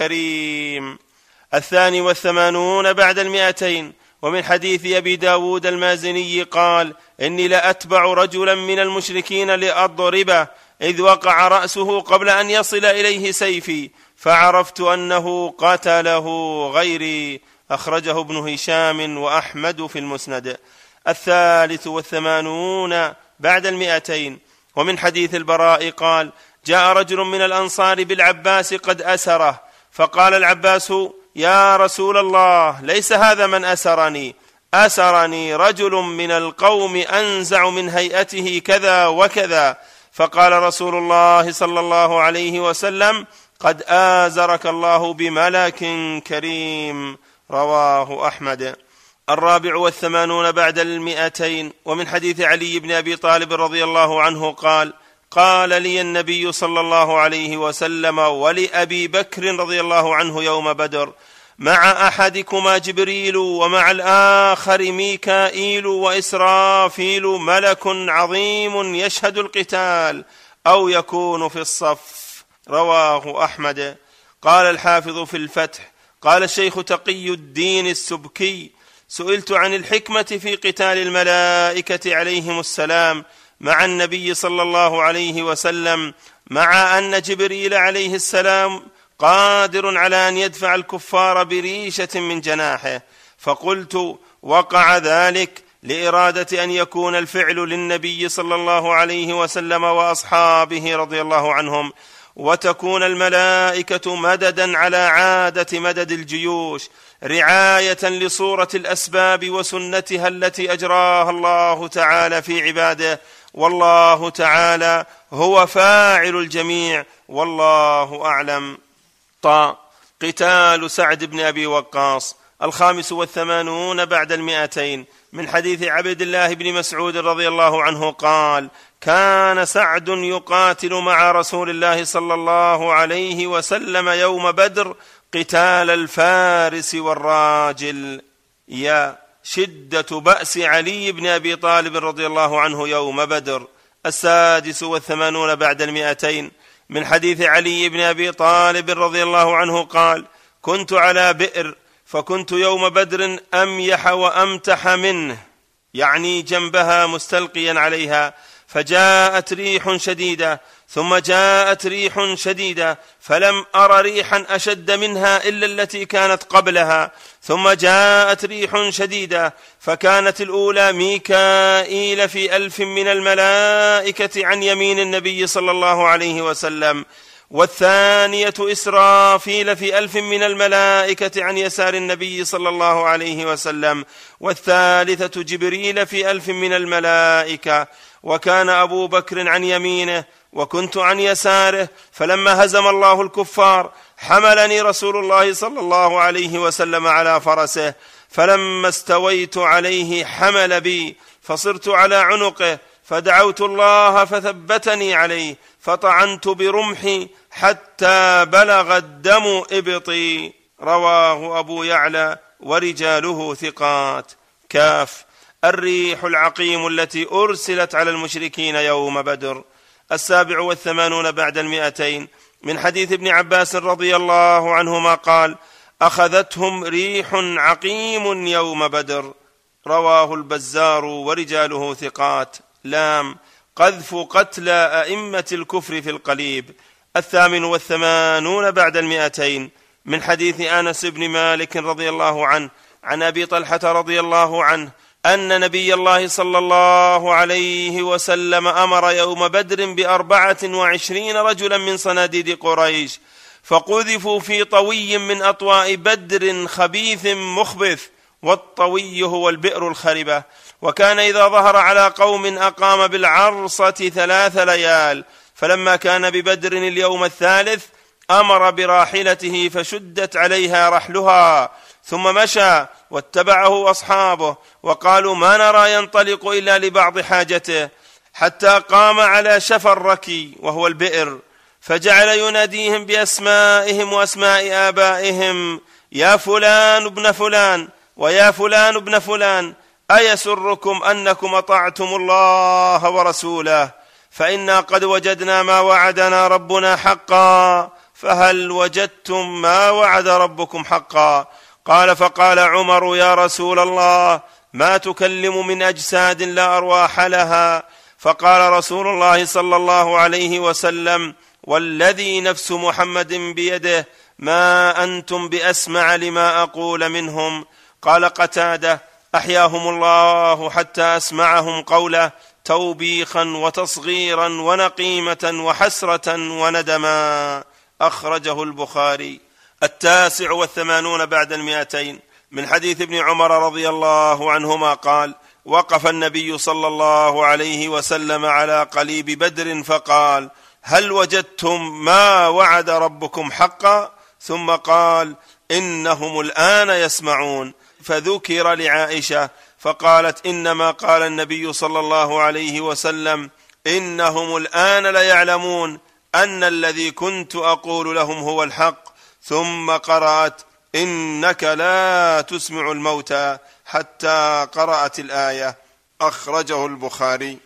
كريم. الثاني والثمانون بعد المئتين، ومن حديث أبي داود المازني قال: إني لأتبع رجلا من المشركين لأضربه، إذ وقع رأسه قبل أن يصل إليه سيفي، فعرفت أنه قتله غيري. أخرجه ابن هشام وأحمد في المسند. الثالث والثمانون بعد المئتين، ومن حديث البراء قال: جاء رجل من الأنصار بالعباس قد أسره، فقال العباس: يا رسول الله، ليس هذا من أسرني، أسرني رجل من القوم أنزع من هيئته كذا وكذا. فقال رسول الله صلى الله عليه وسلم: قد آزرك الله بملك كريم. رواه أحمد. الرابع والثمانون بعد المئتين، ومن حديث علي بن أبي طالب رضي الله عنه قال: قال لي النبي صلى الله عليه وسلم ولأبي بكر رضي الله عنه يوم بدر: مع أحدكما جبريل ومع الآخر ميكائيل وإسرافيل ملك عظيم يشهد القتال أو يكون في الصف. رواه أحمد. قال الحافظ في الفتح: قال الشيخ تقي الدين السبكي: سئلت عن الحكمة في قتال الملائكة عليهم السلام مع النبي صلى الله عليه وسلم، مع أن جبريل عليه السلام قادر على أن يدفع الكفار بريشة من جناحه، فقلت: وقع ذلك لإرادة أن يكون الفعل للنبي صلى الله عليه وسلم وأصحابه رضي الله عنهم، وتكون الملائكة مددا على عادة مدد الجيوش، رعاية لصورة الأسباب وسنتها التي أجراها الله تعالى في عباده، والله تعالى هو فاعل الجميع، والله أعلم. طا قتال سعد بن أبي وقاص. الخامس والثمانون بعد المئتين، من حديث عبد الله بن مسعود رضي الله عنه قال: كان سعد يقاتل مع رسول الله صلى الله عليه وسلم يوم بدر قتال الفارس والراجل. يا شدة بأس علي بن أبي طالب رضي الله عنه يوم بدر. السادس والثمانون بعد المئتين، من حديث علي بن أبي طالب رضي الله عنه قال: كنت على بئر، فكنت يوم بدر أميح وأمتح منه، يعني جنبها مستلقيا عليها، فجاءت ريح شديدة، ثم جاءت ريح شديدة، فلم أر ريحا أشد منها إلا التي كانت قبلها، ثم جاءت ريح شديدة، فكانت الأولى ميكائيل في ألف من الملائكة عن يمين النبي صلى الله عليه وسلم، والثانية إسرافيل في ألف من الملائكة عن يسار النبي صلى الله عليه وسلم، والثالثة جبريل في ألف من الملائكة، وكان أبو بكر عن يمينه وكنت عن يساره. فلما هزم الله الكفار حملني رسول الله صلى الله عليه وسلم على فرسه، فلما استويت عليه حمل بي، فصرت على عنقه، فدعوت الله فثبتني عليه، فطعنت برمحي حتى بلغ الدم إبطي. رواه أبو يعلى ورجاله ثقات. كاف الريح العقيم التي أرسلت على المشركين يوم بدر. السابع والثمانون بعد المئتين، من حديث ابن عباس رضي الله عنهما قال: أخذتهم ريح عقيم يوم بدر. رواه البزار ورجاله ثقات. لام قذف قتلى أئمة الكفر في القليب. الثامن والثمانون بعد المئتين، من حديث أنس بن مالك رضي الله عنه عن أبي طلحة رضي الله عنه أن نبي الله صلى الله عليه وسلم أمر يوم بدر بأربعة وعشرين رجلا من صناديد قريش، فقذفوا في طوي من أطواء بدر خبيث مخبث، والطوي هو البئر الخربة، وكان إذا ظهر على قوم أقام بالعرصة ثلاث ليال، فلما كان ببدر اليوم الثالث أمر براحلته فشدت عليها رحلها، ثم مشى واتبعه أصحابه، وقالوا: ما نرى ينطلق إلا لبعض حاجته، حتى قام على شفى الركي وهو البئر، فجعل يناديهم بأسمائهم وأسماء آبائهم: يا فلان ابن فلان ويا فلان ابن فلان، أيسركم أنكم أطعتم الله ورسوله؟ فإنا قد وجدنا ما وعدنا ربنا حقا، فهل وجدتم ما وعد ربكم حقا؟ قال: فقال عمر: يا رسول الله، ما تكلم من أجساد لا أرواح لها؟ فقال رسول الله صلى الله عليه وسلم: والذي نفس محمد بيده ما أنتم بأسمع لما أقول منهم. قال قتادة: أحياهم الله حتى أسمعهم قوله توبيخا وتصغيرا ونقيمة وحسرة وندما. أخرجه البخاري. التاسع والثمانون بعد المئتين، من حديث ابن عمر رضي الله عنهما قال: وقف النبي صلى الله عليه وسلم على قليب بدر فقال: هل وجدتم ما وعد ربكم حقا؟ ثم قال: إنهم الآن يسمعون. فذكر لعائشة فقالت: إنما قال النبي صلى الله عليه وسلم: إنهم الآن ليعلمون أن الذي كنت أقول لهم هو الحق. ثم قرأت: إنك لا تسمع الموتى، حتى قرأت الآية. أخرجه البخاري.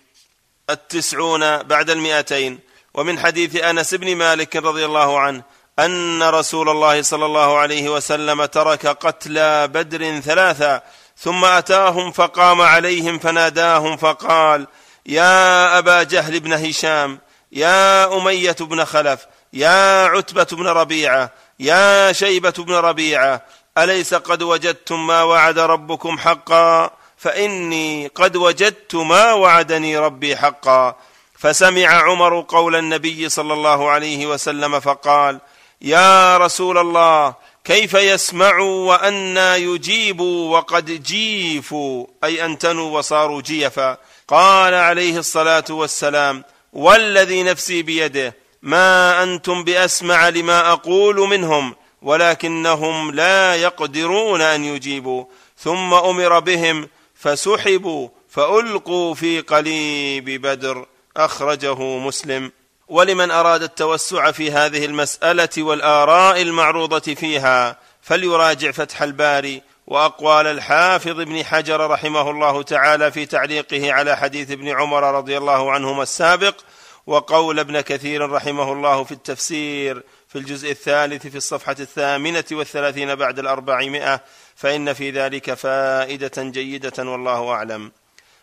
التسعون بعد المئتين، ومن حديث أنس بن مالك رضي الله عنه أن رسول الله صلى الله عليه وسلم ترك قتلى بدر ثلاثة، ثم أتاهم فقام عليهم فناداهم فقال: يا أبا جهل بن هشام، يا أمية بن خلف، يا عتبة بن ربيعة، يا شيبة بن ربيعة، أليس قد وجدتم ما وعد ربكم حقا؟ فإني قد وجدت ما وعدني ربي حقا. فسمع عمر قول النبي صلى الله عليه وسلم فقال: يا رسول الله، كيف يسمعوا وأنا يجيبوا وقد جيفوا، أي أنتنوا وصاروا جيفا. قال عليه الصلاة والسلام: والذي نفسي بيده ما أنتم بأسمع لما أقول منهم، ولكنهم لا يقدرون أن يجيبوا. ثم أمر بهم فسحبوا فألقوا في قليب بدر. أخرجه مسلم. ولمن أراد التوسع في هذه المسألة والآراء المعروضة فيها فليراجع فتح الباري وأقوال الحافظ ابن حجر رحمه الله تعالى في تعليقه على حديث ابن عمر رضي الله عنهما السابق، وقول ابن كثير رحمه الله في التفسير في الجزء الثالث في الصفحة الثامنة والثلاثين بعد الأربعمائة، فإن في ذلك فائدة جيدة والله أعلم.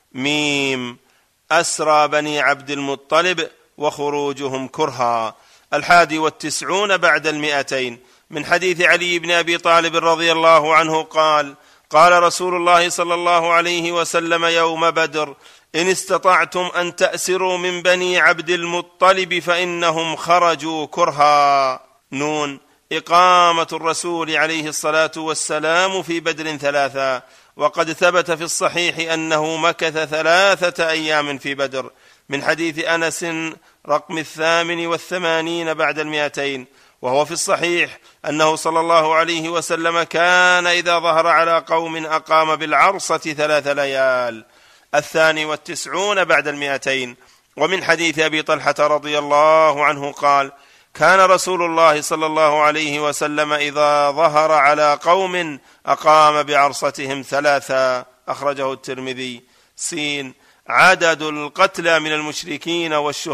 ميم. أسرى بني عبد المطلب وخروجهم كرها. الحادي والتسعون بعد المئتين، من حديث علي بن أبي طالب رضي الله عنه قال: قال رسول الله صلى الله عليه وسلم يوم بدر: إن استطعتم أن تأسروا من بني عبد المطلب فإنهم خرجوا كرها. نون. إقامة الرسول عليه الصلاة والسلام في بدر ثلاثة، وقد ثبت في الصحيح أنه مكث ثلاثة أيام في بدر، من حديث أنس رقم الثامن والثمانين بعد المئتين، وهو في الصحيح أنه صلى الله عليه وسلم كان إذا ظهر على قوم أقام بالعرصة ثلاث ليال. الثاني والتسعون بعد المئتين، ومن حديث أبي طلحة رضي الله عنه قال: كان رسول الله صلى الله عليه وسلم إذا ظهر على قوم أقام بعرصتهم ثلاثا. أخرجه الترمذي. سين. عدد القتلى من المشركين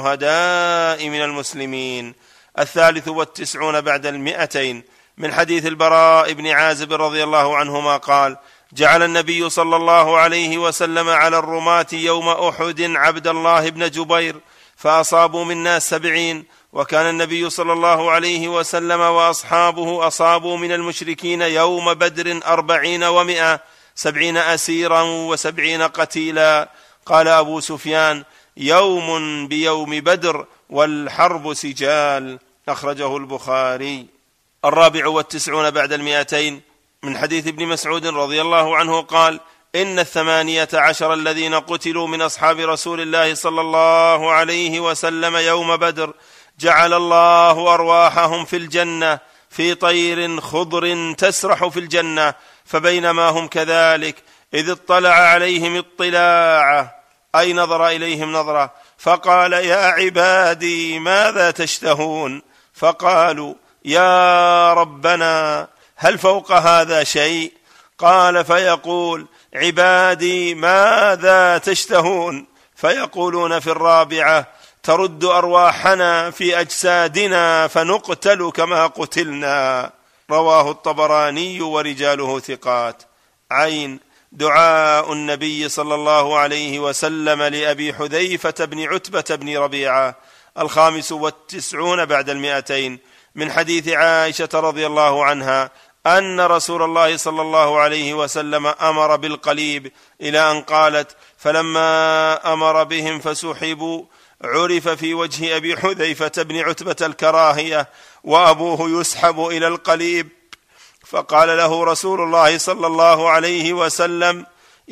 والشهداء من المسلمين. الثالث والتسعون بعد المئتين، من حديث البراء بن عازب رضي الله عنهما قال: جعل النبي صلى الله عليه وسلم على الرماة يوم أحد عبد الله بن جبير فأصابوا منا سبعين، وكان النبي صلى الله عليه وسلم وأصحابه أصابوا من المشركين يوم بدر أربعين ومئة، سبعين أسيرا وسبعين قتيلا. قال أبو سفيان: يوم بيوم بدر والحرب سجال. أخرجه البخاري. الرابع والتسعون بعد المئتين، من حديث ابن مسعود رضي الله عنه قال: إن الثمانية عشر الذين قتلوا من أصحاب رسول الله صلى الله عليه وسلم يوم بدر جعل الله أرواحهم في الجنة في طير خضر تسرح في الجنة، فبينما هم كذلك إذ اطلع عليهم اطلاعة، أي نظر إليهم نظرة، فقال: يا عبادي ماذا تشتهون؟ فقالوا: يا ربنا هل فوق هذا شيء؟ قال: فيقول: عبادي ماذا تشتهون؟ فيقولون في الرابعة: ترد أرواحنا في أجسادنا فنقتل كما قتلنا. رواه الطبراني ورجاله ثقات. عين دعاء النبي صلى الله عليه وسلم لأبي حذيفة بن عتبة بن ربيعة، الخامس والتسعون بعد المئتين، من حديث عائشة رضي الله عنها أن رسول الله صلى الله عليه وسلم أمر بالقليب، إلى أن قالت: فلما أمر بهم فسحبوا عرف في وجه أبي حذيفة بن عتبة الكراهية وأبوه يسحب إلى القليب. فقال له رسول الله صلى الله عليه وسلم: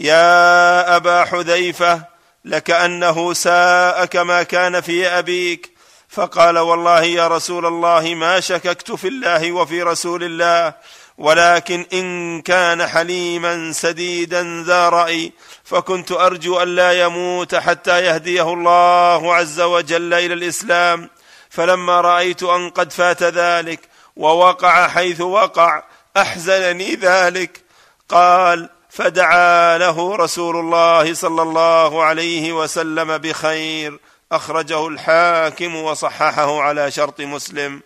يا أبا حذيفة لكأنه ساءك ما كان في أبيك. فقال: والله يا رسول الله ما شككت في الله وفي رسول الله، ولكن إن كان حليما سديدا ذا رأي فكنت أرجو أن لا يموت حتى يهديه الله عز وجل إلى الإسلام. فلما رأيت أن قد فات ذلك ووقع حيث وقع أحزنني ذلك. قال: فدعا له رسول الله صلى الله عليه وسلم بخير. أخرجه الحاكم وصححه على شرط مسلم.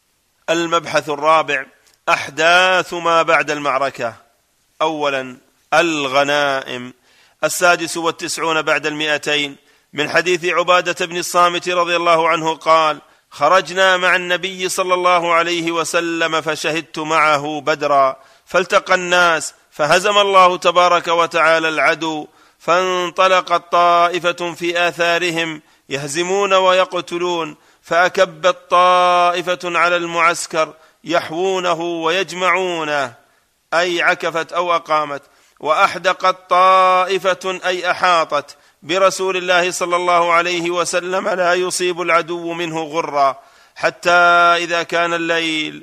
المبحث الرابع: أحداث ما بعد المعركة. أولا الغنائم، السادس والتسعون بعد المئتين، من حديث عبادة بن الصامت رضي الله عنه قال: خرجنا مع النبي صلى الله عليه وسلم فشهدت معه بدرا، فالتقى الناس فهزم الله تبارك وتعالى العدو، فانطلقت طائفة في آثارهم يهزمون ويقتلون، فأكبت طائفة على المعسكر يحوونه ويجمعونه، أي عكفت أو أقامت، وأحدقت طائفة أي أحاطت برسول الله صلى الله عليه وسلم لا يصيب العدو منه غرة، حتى إذا كان الليل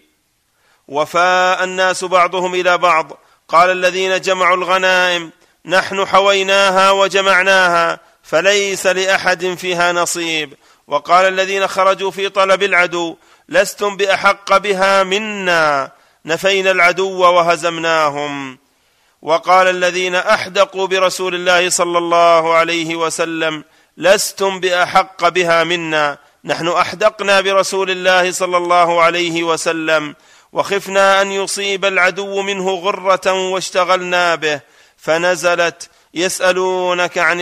وفاء الناس بعضهم إلى بعض قال الذين جمعوا الغنائم: نحن حويناها وجمعناها فليس لأحد فيها نصيب. وقال الذين خرجوا في طلب العدو: لستم بأحق بها منا، نفينا العدو وهزمناهم. وقال الذين أحدقوا برسول الله صلى الله عليه وسلم: لستم بأحق بها منا، نحن أحدقنا برسول الله صلى الله عليه وسلم، وخفنا أن يصيب العدو منه غرة واشتغلنا به. فنزلت: يسألونك عن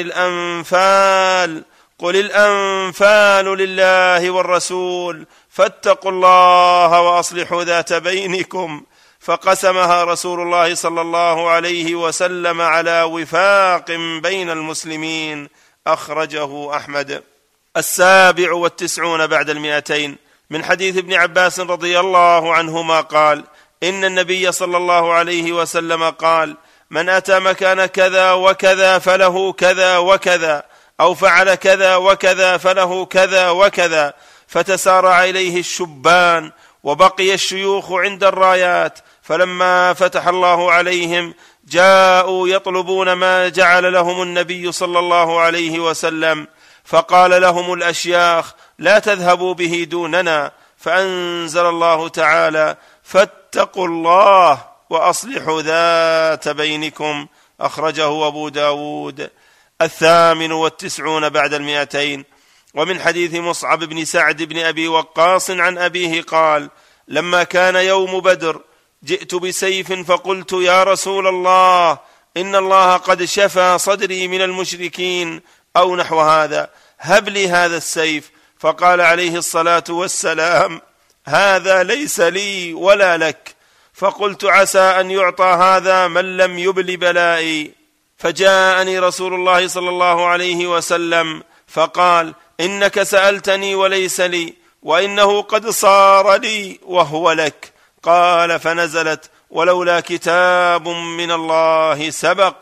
الأنفال، قل الأنفال لله والرسول، فاتقوا الله وأصلحوا ذات بينكم. فقسمها رسول الله صلى الله عليه وسلم على وفاق بين المسلمين. أخرجه أحمد. السابع والتسعون بعد المئتين، من حديث ابن عباس رضي الله عنهما قال: إن النبي صلى الله عليه وسلم قال: من أتى مكان كذا وكذا فله كذا وكذا، أو فعل كذا وكذا فله كذا وكذا. فتسارع إليه الشبان وبقي الشيوخ عند الرايات، فلما فتح الله عليهم جاءوا يطلبون ما جعل لهم النبي صلى الله عليه وسلم، فقال لهم الأشياخ: لا تذهبوا به دوننا. فأنزل الله تعالى: فاتقوا الله وأصلحوا ذات بينكم. أخرجه أبو داود. الثامن والتسعون بعد المئتين، ومن حديث مصعب بن سعد بن أبي وقاص عن أبيه قال: لما كان يوم بدر جئت بسيف فقلت: يا رسول الله، إن الله قد شفى صدري من المشركين، أو نحو هذا، هب لي هذا السيف. فقال عليه الصلاة والسلام: هذا ليس لي ولا لك. فقلت: عسى أن يعطى هذا من لم يبل بلائي. فجاءني رسول الله صلى الله عليه وسلم فقال: إنك سألتني وليس لي، وإنه قد صار لي وهو لك. قال: فنزلت: ولولا كتاب من الله سبق.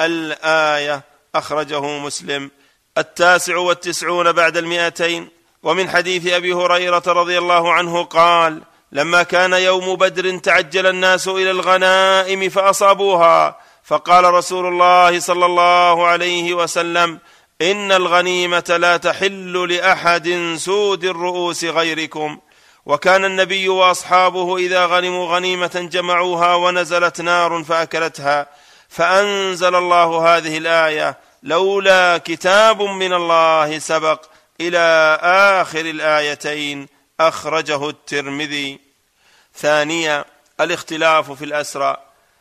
الآية. أخرجه مسلم. التاسع والتسعون بعد المئتين، ومن حديث أبي هريرة رضي الله عنه قال: لما كان يوم بدر تعجل الناس إلى الغنائم فأصابوها، فقال رسول الله صلى الله عليه وسلم: إن الغنيمة لا تحل لأحد سود الرؤوس غيركم. وكان النبي وأصحابه إذا غنموا غنيمة جمعوها ونزلت نار فأكلتها، فأنزل الله هذه الآية: لولا كتاب من الله سبق، إلى آخر الآيتين. أخرجه الترمذي. ثانيا، الاختلاف في الأسرى.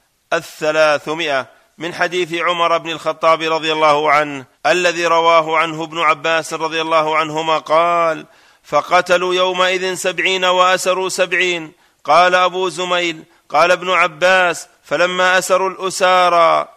الثلاثمائة من حديث عمر بن الخطاب رضي الله عنه الذي رواه عنه ابن عباس رضي الله عنهما قال: فقتلوا يومئذ سبعين وأسروا سبعين. قال أبو زميل: قال ابن عباس: فلما أسروا الأسارى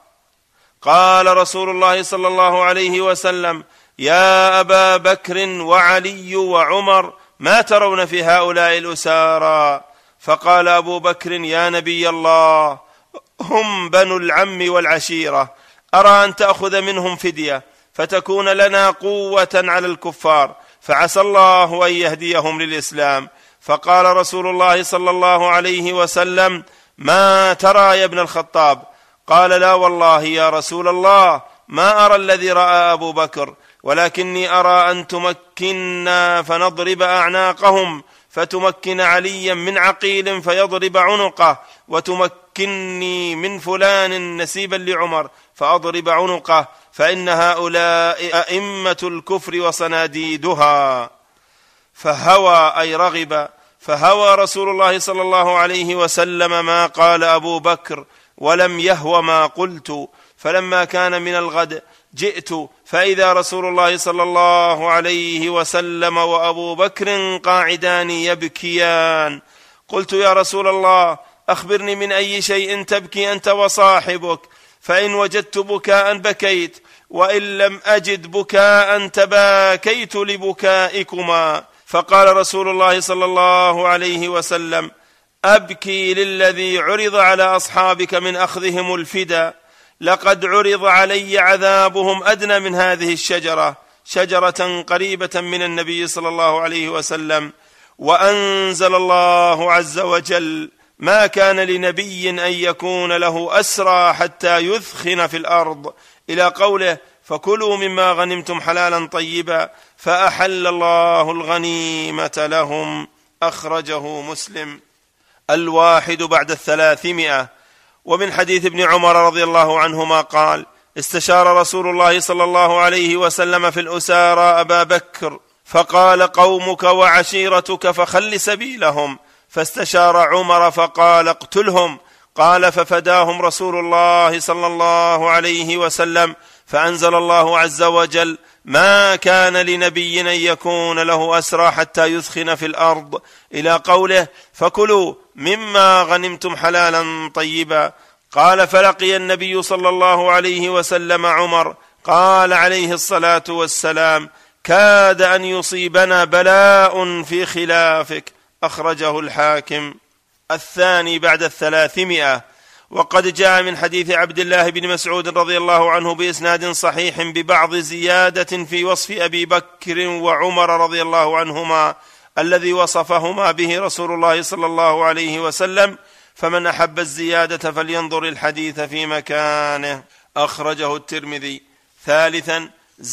قال رسول الله صلى الله عليه وسلم: يا أبا بكر وعلي وعمر، ما ترون في هؤلاء الأسارى؟ فقال أبو بكر: يا نبي الله، هم بنو العم والعشيرة، أرى أن تأخذ منهم فدية فتكون لنا قوة على الكفار، فعسى الله أن يهديهم للإسلام. فقال رسول الله صلى الله عليه وسلم: ما ترى يا ابن الخطاب؟ قال: لا والله يا رسول الله، ما أرى الذي رأى أبو بكر، ولكني أرى أن تمكننا فنضرب أعناقهم، فتمكن عليا من عقيل فيضرب عنقه، وتمكنني من فلان نسيبا لعمر فأضرب عنقه، فإن هؤلاء أئمة الكفر وصناديدها. فهوى أي رغب، فهوى رسول الله صلى الله عليه وسلم ما قال أبو بكر، ولم يهو ما قلت. فلما كان من الغد جئت فإذا رسول الله صلى الله عليه وسلم وأبو بكر قاعدان يبكيان. قلت: يا رسول الله، أخبرني من أي شيء تبكي أنت وصاحبك؟ فإن وجدت بكاء بكيت، وإن لم أجد بكاء تباكيت لبكائكما. فقال رسول الله صلى الله عليه وسلم: أبكي للذي عرض على أصحابك من أخذهم الفدا، لقد عرض علي عذابهم أدنى من هذه الشجرة، شجرة قريبة من النبي صلى الله عليه وسلم. وأنزل الله عز وجل: ما كان لنبي أن يكون له أسرى حتى يثخن في الأرض، إلى قوله: فكلوا مما غنمتم حلالا طيبا، فأحل الله الغنيمة لهم. أخرجه مسلم. الواحد بعد الثلاثمائة. ومن حديث ابن عمر رضي الله عنهما قال: استشار رسول الله صلى الله عليه وسلم في الأسارى أبا بكر، فقال: قومك وعشيرتك فخل سبيلهم. فاستشار عمر فقال: اقتلهم. قال: ففداهم رسول الله صلى الله عليه وسلم. فأنزل الله عز وجل: ما كان لنبي أن يكون له أسرى حتى يثخن في الأرض، إلى قوله: فكلوا مما غنمتم حلالا طيبا. قال: فلقي النبي صلى الله عليه وسلم عمر، قال عليه الصلاة والسلام: كاد أن يصيبنا بلاء في خلافك. أخرجه الحاكم. الثاني بعد الثلاثمائة. وقد جاء من حديث عبد الله بن مسعود رضي الله عنه بإسناد صحيح ببعض زيادة في وصف أبي بكر وعمر رضي الله عنهما الذي وصفهما به رسول الله صلى الله عليه وسلم، فمن أحب الزيادة فلينظر الحديث في مكانه. أخرجه الترمذي. ثالثا،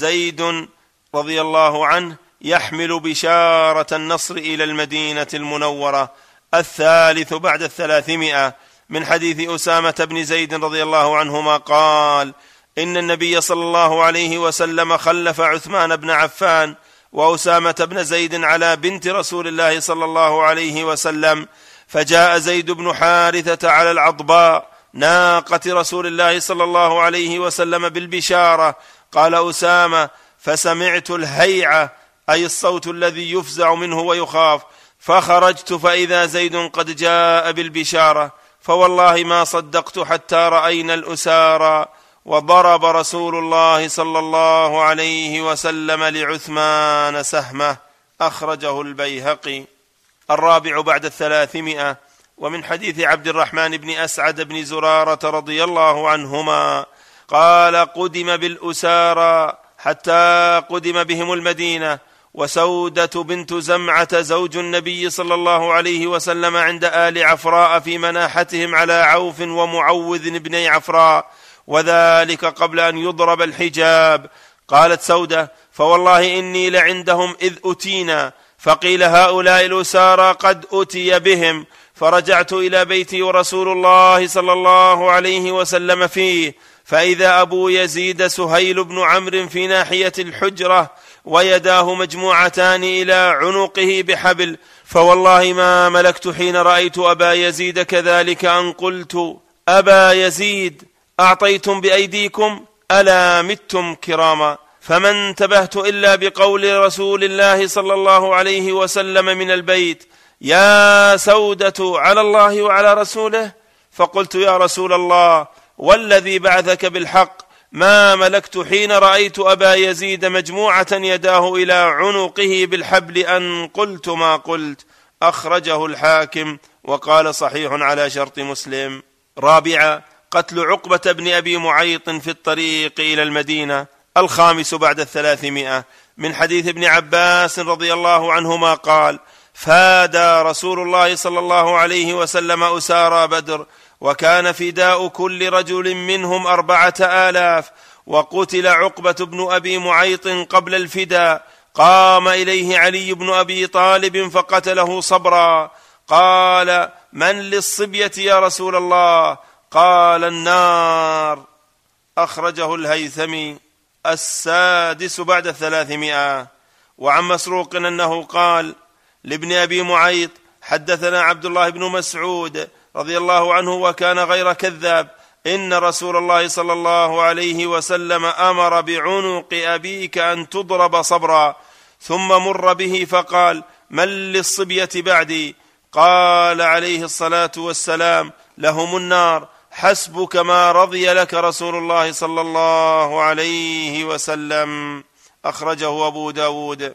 زيد رضي الله عنه يحمل بشارة النصر إلى المدينة المنورة. الثالث بعد الثلاثمائة. من حديث أسامة بن زيد رضي الله عنهما قال: إن النبي صلى الله عليه وسلم خلف عثمان بن عفان وأسامة بن زيد على بنت رسول الله صلى الله عليه وسلم، فجاء زيد بن حارثة على العضباء ناقة رسول الله صلى الله عليه وسلم بالبشارة. قال أسامة: فسمعت الهيعة، أي الصوت الذي يفزع منه ويخاف، فخرجت فإذا زيد قد جاء بالبشارة، فوالله ما صدقت حتى رأينا الأسارى. وضرب رسول الله صلى الله عليه وسلم لعثمان سهمه. أخرجه البيهقي. الرابع بعد الثلاثمائة. ومن حديث عبد الرحمن بن أسعد بن زرارة رضي الله عنهما قال: قدم بالأسارى حتى قدم بهم المدينة، وسودة بنت زمعة زوج النبي صلى الله عليه وسلم عند آل عفراء في مناحتهم على عوف ومعوذ بن عفراء، وذلك قبل أن يضرب الحجاب. قالت سودة: فوالله إني لعندهم إذ أتينا، فقيل هؤلاء الأسارى قد أتي بهم، فرجعت إلى بيتي ورسول الله صلى الله عليه وسلم فيه، فإذا أبو يزيد سهيل بن عمرو في ناحية الحجرة ويداه مجموعتان إلى عنقه بحبل، فوالله ما ملكت حين رأيت أبا يزيد كذلك أن قلت: أبا يزيد، أعطيتم بأيديكم؟ ألا متم كراما؟ فما انتبهت إلا بقول رسول الله صلى الله عليه وسلم من البيت: يا سودة، على الله وعلى رسوله. فقلت: يا رسول الله، والذي بعثك بالحق ما ملكت حين رأيت أبا يزيد مجموعة يداه إلى عنقه بالحبل أن قلت ما قلت. أخرجه الحاكم وقال صحيح على شرط مسلم. رابعا: قتل عقبة بن أبي معيط في الطريق إلى المدينة. الخامس بعد الثلاثمائة، من حديث ابن عباس رضي الله عنهما قال: فادى رسول الله صلى الله عليه وسلم أسارى بدر، وكان فداء كل رجل منهم أربعة آلاف، وقتل عقبة بن أبي معيط قبل الفداء. قام إليه علي بن أبي طالب فقتله صبرا. قال: من للصبية يا رسول الله؟ قال: النار. أخرجه الهيثمي. السادس بعد الثلاثمائة، وعن مسروق أنه قال لابن أبي معيط: حدثنا عبد الله بن مسعود رضي الله عنه وكان غير كذاب، إن رسول الله صلى الله عليه وسلم أمر بعنق أبيك أن تضرب صبرا، ثم مر به فقال: من للصبية بعدي؟ قال عليه الصلاة والسلام: لهم النار، حسبك ما رضي لك رسول الله صلى الله عليه وسلم. أخرجه أبو داود.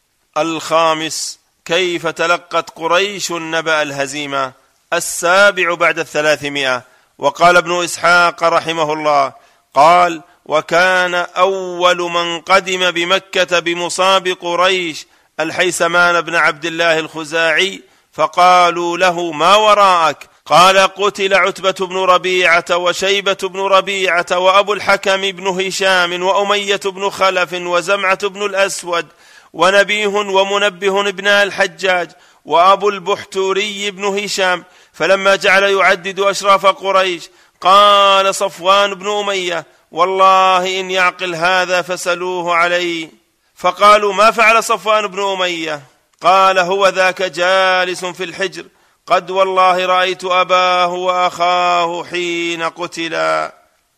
الخامس: كيف تلقت قريش نبأ الهزيمة. السابع بعد الثلاثمائة، وقال ابن إسحاق رحمه الله قال: وكان أول من قدم بمكة بمصاب قريش الحيثمان بن عبد الله الخزاعي، فقالوا له: ما وراءك؟ قال: قتل عتبة بن ربيعة وشيبة بن ربيعة وأبو الحكم بن هشام وأمية بن خلف وزمعة بن الأسود ونبيه ومنبه ابن الحجاج وأبو البحتوري بن هشام. فلما جعل يعدد أشراف قريش قال صفوان بن أمية: والله إن يعقل هذا فسلوه علي. فقالوا: ما فعل صفوان بن أمية؟ قال: هو ذاك جالس في الحجر، قد والله رأيت أباه وأخاه حين قتلا.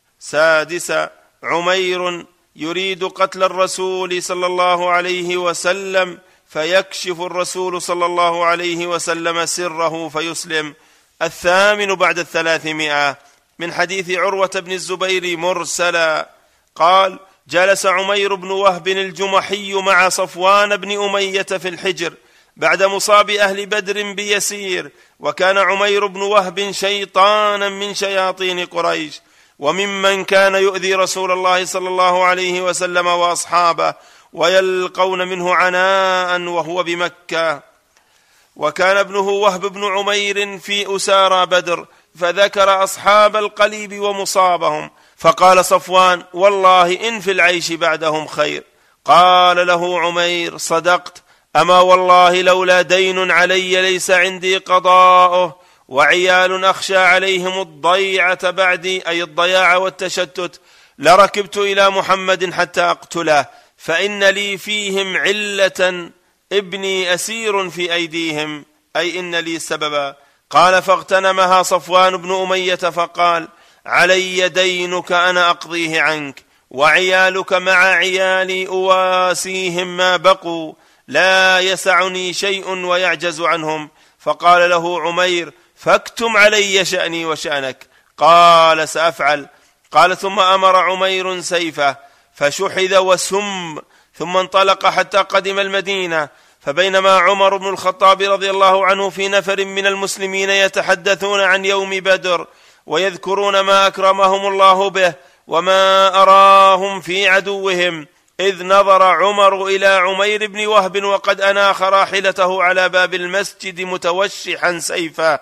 سادسا: عمير يريد قتل الرسول صلى الله عليه وسلم، فيكشف الرسول صلى الله عليه وسلم سره فيسلم. الثامن بعد الثلاثمائة، من حديث عروة بن الزبير مرسلا قال: جلس عمير بن وهب الجمحي مع صفوان بن أمية في الحجر بعد مصاب أهل بدر بيسير، وكان عمير بن وهب شيطانا من شياطين قريش، وممن كان يؤذي رسول الله صلى الله عليه وسلم وأصحابه ويلقون منه عناء وهو بمكة. وكان ابنه وهب بن عمير في أسارى بدر، فذكر أصحاب القليب ومصابهم، فقال صفوان: والله إن في العيش بعدهم خير. قال له عمير: صدقت، أما والله لولا دين علي ليس عندي قضاؤه، وعيال أخشى عليهم الضيعة بعدي، أي الضياع والتشتت، لركبت إلى محمد حتى أقتله، فإن لي فيهم علة، ابني أسير في أيديهم، أي إن لي سببا. قال: فاغتنمها صفوان بن أمية فقال: علي دينك أنا أقضيه عنك، وعيالك مع عيالي أواسيهم ما بقوا، لا يسعني شيء ويعجز عنهم. فقال له عمير: فاكتم علي شأني وشأنك. قال: سأفعل. قال: ثم أمر عمير سيفه فشحذ وسم، ثم انطلق حتى قدم المدينة. فبينما عمر بن الخطاب رضي الله عنه في نفر من المسلمين يتحدثون عن يوم بدر ويذكرون ما أكرمهم الله به وما أراهم في عدوهم، إذ نظر عمر إلى عمير بن وهب وقد أناخ راحلته على باب المسجد متوشحا سيفا،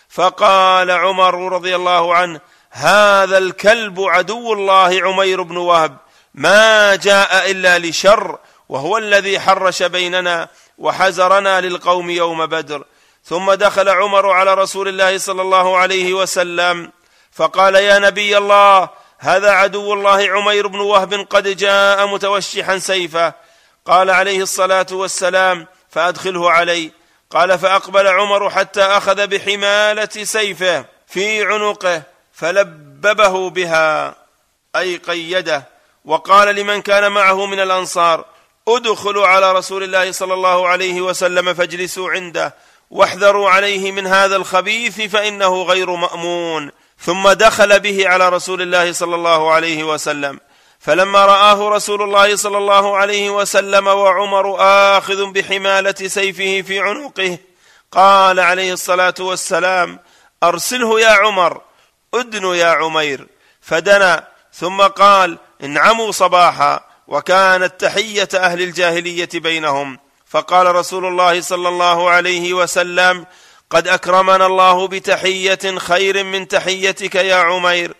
فقال عمر رضي الله عنه: هذا الكلب عدو الله عمير بن وهب، ما جاء إلا لشر، وهو الذي حرش بيننا وحزرنا للقوم يوم بدر. ثم دخل عمر على رسول الله صلى الله عليه وسلم فقال: يا نبي الله، هذا عدو الله عمير بن وهب قد جاء متوشحا سيفه. قال عليه الصلاة والسلام: فأدخله علي. قال: فأقبل عمر حتى أخذ بحمالة سيفه في عنقه فلببه بها، أي قيده، وقال لمن كان معه من الأنصار: ادخلوا على رسول الله صلى الله عليه وسلم فاجلسوا عنده واحذروا عليه من هذا الخبيث فإنه غير مأمون. ثم دخل به على رسول الله صلى الله عليه وسلم، فلما رآه رسول الله صلى الله عليه وسلم وعمر آخذ بحمالة سيفه في عنقه، قال عليه الصلاة والسلام: أرسله يا عمر، أدن يا عمير. فدنا ثم قال: انعموا صباحا. وكانت تحية أهل الجاهلية بينهم. فقال رسول الله صلى الله عليه وسلم: قد أكرمنا الله بتحية خير من تحيتك يا عمير،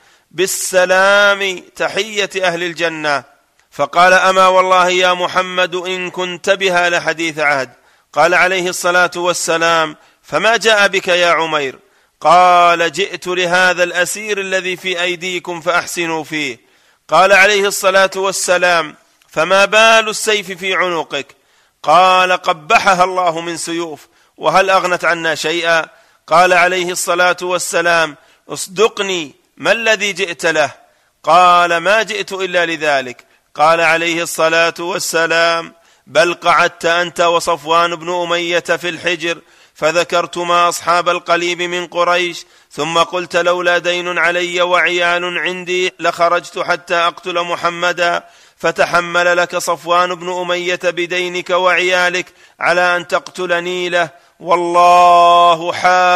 بالسلام تحية أهل الجنة. فقال: أما والله يا محمد إن كنت بها لحديث عهد. قال عليه الصلاة والسلام: فما جاء بك يا عمير؟ قال: جئت لهذا الأسير الذي في أيديكم فأحسنوا فيه. قال عليه الصلاة والسلام: فما بال السيف في عنقك؟ قال: قبحها الله من سيوف، وهل أغنت عنا شيئا؟ قال عليه الصلاة والسلام: اصدقني، ما الذي جئت له؟ قال: ما جئت إلا لذلك. قال عليه الصلاة والسلام: بل قعدت أنت وصفوان بن أمية في الحجر فذكرتما أصحاب القليب من قريش، ثم قلت: لولا دين علي وعيال عندي لخرجت حتى أقتل محمدا، فتحمل لك صفوان بن أمية بدينك وعيالك على أن تقتلني له، والله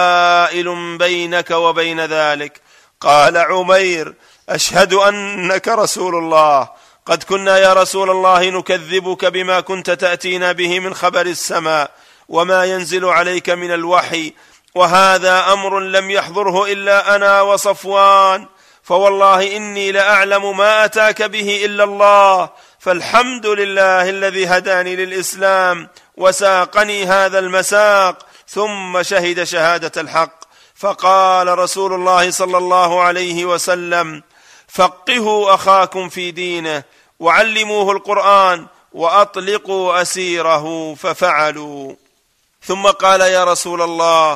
حائل بينك وبين ذلك. قال عمير: أشهد أنك رسول الله، قد كنا يا رسول الله نكذبك بما كنت تأتينا به من خبر السماء وما ينزل عليك من الوحي، وهذا أمر لم يحضره إلا أنا وصفوان، فوالله إني لأعلم ما أتاك به إلا الله، فالحمد لله الذي هداني للإسلام وساقني هذا المساق. ثم شهد شهادة الحق. فقال رسول الله صلى الله عليه وسلم: فقهوا أخاكم في دينه وعلموه القرآن وأطلقوا أسيره، ففعلوا. ثم قال: يا رسول الله،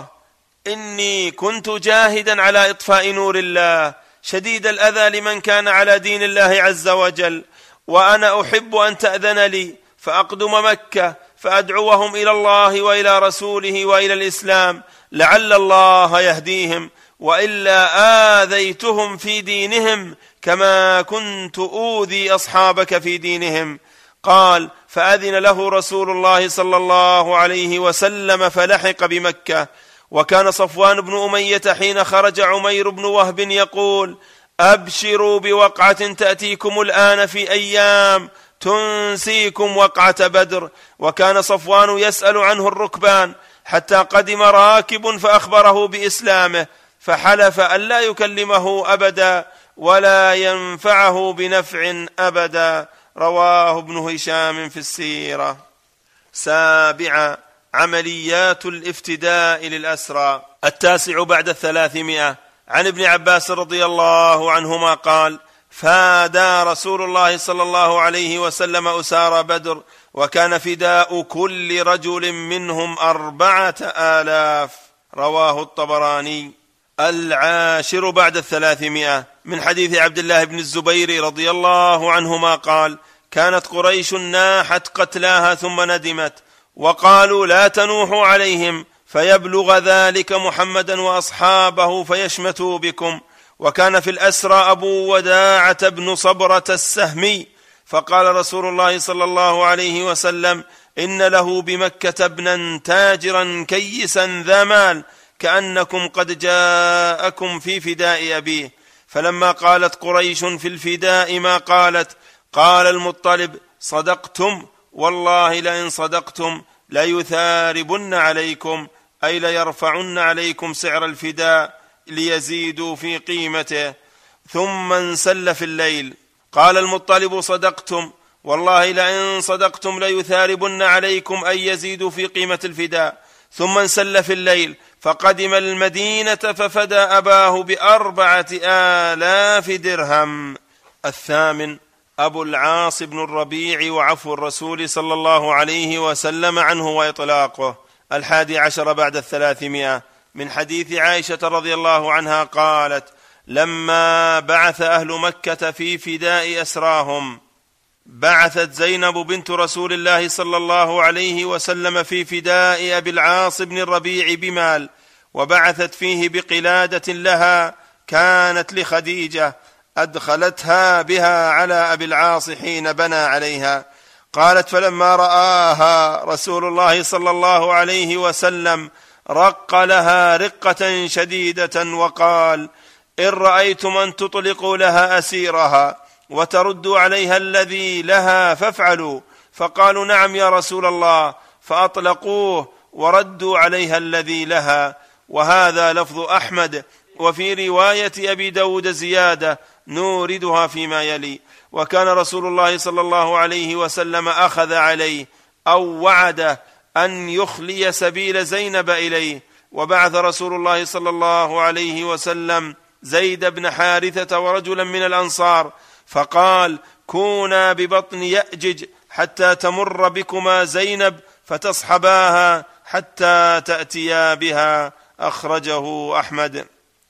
إني كنت جاهدا على إطفاء نور الله شديد الأذى لمن كان على دين الله عز وجل، وأنا أحب أن تأذن لي فأقدم مكة فأدعوهم إلى الله وإلى رسوله وإلى الإسلام، لعل الله يهديهم، وإلا آذيتهم في دينهم كما كنت أوذي أصحابك في دينهم. قال: فأذن له رسول الله صلى الله عليه وسلم فلحق بمكة. وكان صفوان بن أمية حين خرج عمير بن وهب يقول: أبشروا بوقعة تأتيكم الآن في أيام تنسيكم وقعة بدر. وكان صفوان يسأل عنه الركبان حتى قدم راكب فأخبره بإسلامه، فحلف أن لا يكلمه أبدا ولا ينفعه بنفع أبدا. رواه ابن هشام في السيرة. سابعا: عمليات الافتداء للأسرى. التاسع بعد الثلاثمائة. عن ابن عباس رضي الله عنهما قال: فادى رسول الله صلى الله عليه وسلم أسارى بدر، وكان فداء كل رجل منهم أربعة آلاف. رواه الطبراني. العاشر بعد الثلاثمائة. من حديث عبد الله بن الزبير رضي الله عنهما قال: كانت قريش ناحت قتلاها ثم ندمت وقالوا: لا تنوحوا عليهم فيبلغ ذلك محمدا وأصحابه فيشمتوا بكم. وكان في الأسرى أبو وداعة بن صبرة السهمي، فقال رسول الله صلى الله عليه وسلم: إن له بمكة ابنا تاجرا كيسا ذا مال، كأنكم قد جاءكم في فداء أبيه. فلما قالت قريش في الفداء ما قالت، قال المطلب: صدقتم، والله لئن صدقتم ليثاربن عليكم، أي ليرفعن عليكم سعر الفداء ليزيدوا في قيمته. ثم انسل في الليل قال المطلب: صدقتم، والله لئن صدقتم ليثاربن عليكم أن يزيدوا في قيمة الفداء. ثم انسل في الليل فقدم المدينة ففدى أباه بأربعة آلاف درهم. الثامن أبو العاص بن الربيع وعفو الرسول صلى الله عليه وسلم عنه وإطلاقه. الحادي عشر بعد الثلاثمائة من حديث عائشة رضي الله عنها قالت: لما بعث أهل مكة في فداء أسراهم بعثت زينب بنت رسول الله صلى الله عليه وسلم في فداء أبي العاص بن الربيع بمال، وبعثت فيه بقلادة لها كانت لخديجة أدخلتها بها على أبي العاص حين بنى عليها. قالت: فلما رآها رسول الله صلى الله عليه وسلم رق لها رقة شديدة وقال: إن رأيتم أن تطلقوا لها أسيرها وتردوا عليها الذي لها فافعلوا. فقالوا: نعم يا رسول الله، فأطلقوه وردوا عليها الذي لها. وهذا لفظ أحمد. وفي رواية أبي داود زيادة نوردها فيما يلي: وكان رسول الله صلى الله عليه وسلم أخذ عليه أو وعده أن يخلي سبيل زينب إليه. وبعث رسول الله صلى الله عليه وسلم زيد بن حارثة ورجلا من الأنصار، فقال: كونا ببطن يأجج حتى تمر بكما زينب فتصحباها حتى تأتيا بها. أخرجه أحمد.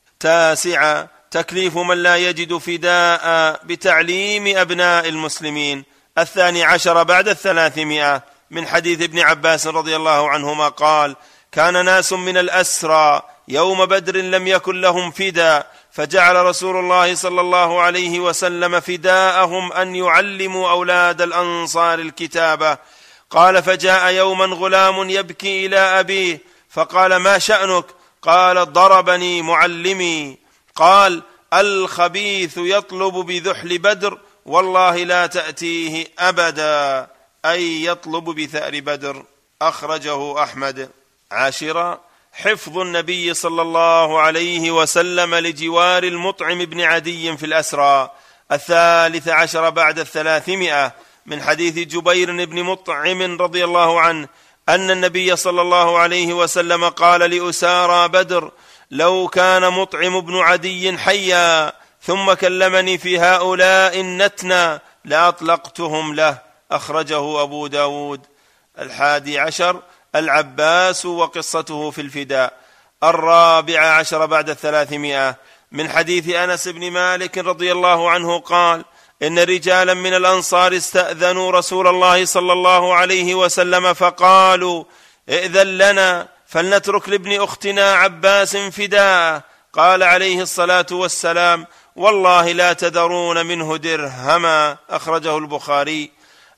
تاسعا تكليف من لا يجد فداء بتعليم أبناء المسلمين. الثاني عشر بعد الثلاثمائة من حديث ابن عباس رضي الله عنهما قال: كان ناس من الأسرى يوم بدر لم يكن لهم فداء، فجعل رسول الله صلى الله عليه وسلم فداءهم أن يعلموا أولاد الأنصار الكتابة. قال: فجاء يوما غلام يبكي إلى أبيه فقال: ما شأنك؟ قال: ضربني معلمي. قال: الخبيث يطلب بذحل بدر والله لا تأتيه أبدا، أي يطلب بثأر بدر. أخرجه أحمد. عاشرا حفظ النبي صلى الله عليه وسلم لجوار المطعم بن عدي في الأسرى. الثالث عشر بعد الثلاثمائة من حديث جبير بن مطعم رضي الله عنه أن النبي صلى الله عليه وسلم قال لأسارى بدر: لو كان مطعم بن عدي حيا ثم كلمني في هؤلاء النتنى لأطلقتهم له. أخرجه أبو داود. الحادي عشر العباس وقصته في الفداء. الرابع عشر بعد الثلاثمائة من حديث أنس بن مالك رضي الله عنه قال: إن رجالا من الأنصار استأذنوا رسول الله صلى الله عليه وسلم فقالوا: ائذن لنا فلنترك لابن أختنا عباس فداء. قال عليه الصلاة والسلام: والله لا تذرون منه درهما. أخرجه البخاري.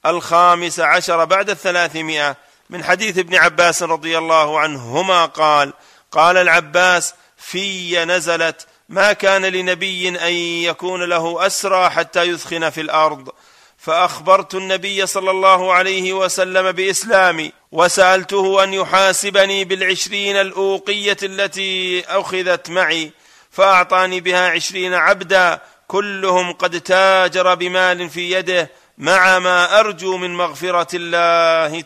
الخامس عشر بعد الثلاثمائة من حديث ابن عباس رضي الله عنهما قال: قال العباس: في نزلت: ما كان لنبي أن يكون له أسرى حتى يثخن في الأرض. فأخبرت النبي صلى الله عليه وسلم بإسلامي وسألته أن يحاسبني بالعشرين الأوقية التي أخذت معي، فأعطاني بها عشرين عبدا كلهم قد تاجر بمال في يده، مع ما أرجو من مغفرة الله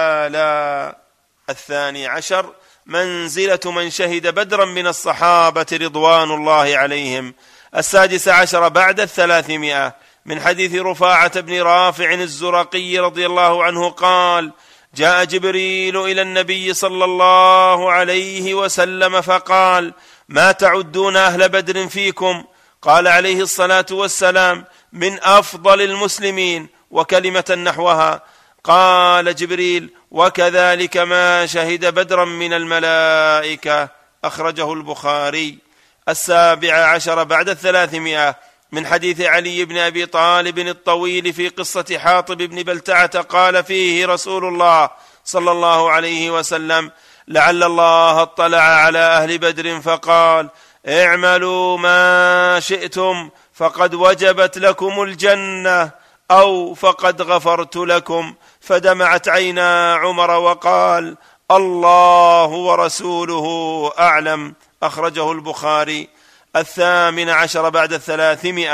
تعالى. الثاني عشر منزلة من شهد بدرا من الصحابة رضوان الله عليهم. السادس عشر بعد الثلاثمائة من حديث رفاعة بن رافع الزرقي رضي الله عنه قال: جاء جبريل إلى النبي صلى الله عليه وسلم فقال: ما تعدون أهل بدر فيكم؟ قال عليه الصلاة والسلام: من أفضل المسلمين، وكلمة نحوها. قال جبريل: وكذلك ما شهد بدرا من الملائكة. أخرجه البخاري. السابع عشر بعد الثلاثمائة من حديث علي بن أبي طالب الطويل في قصة حاطب بن بلتعة قال فيه رسول الله صلى الله عليه وسلم: لعل الله اطلع على أهل بدر فقال: اعملوا ما شئتم فقد وجبت لكم الجنة، أو فقد غفرت لكم. فدمعت عينا عمر وقال: الله ورسوله أعلم. أخرجه البخاري. الثامن عشر بعد الثلاثمائة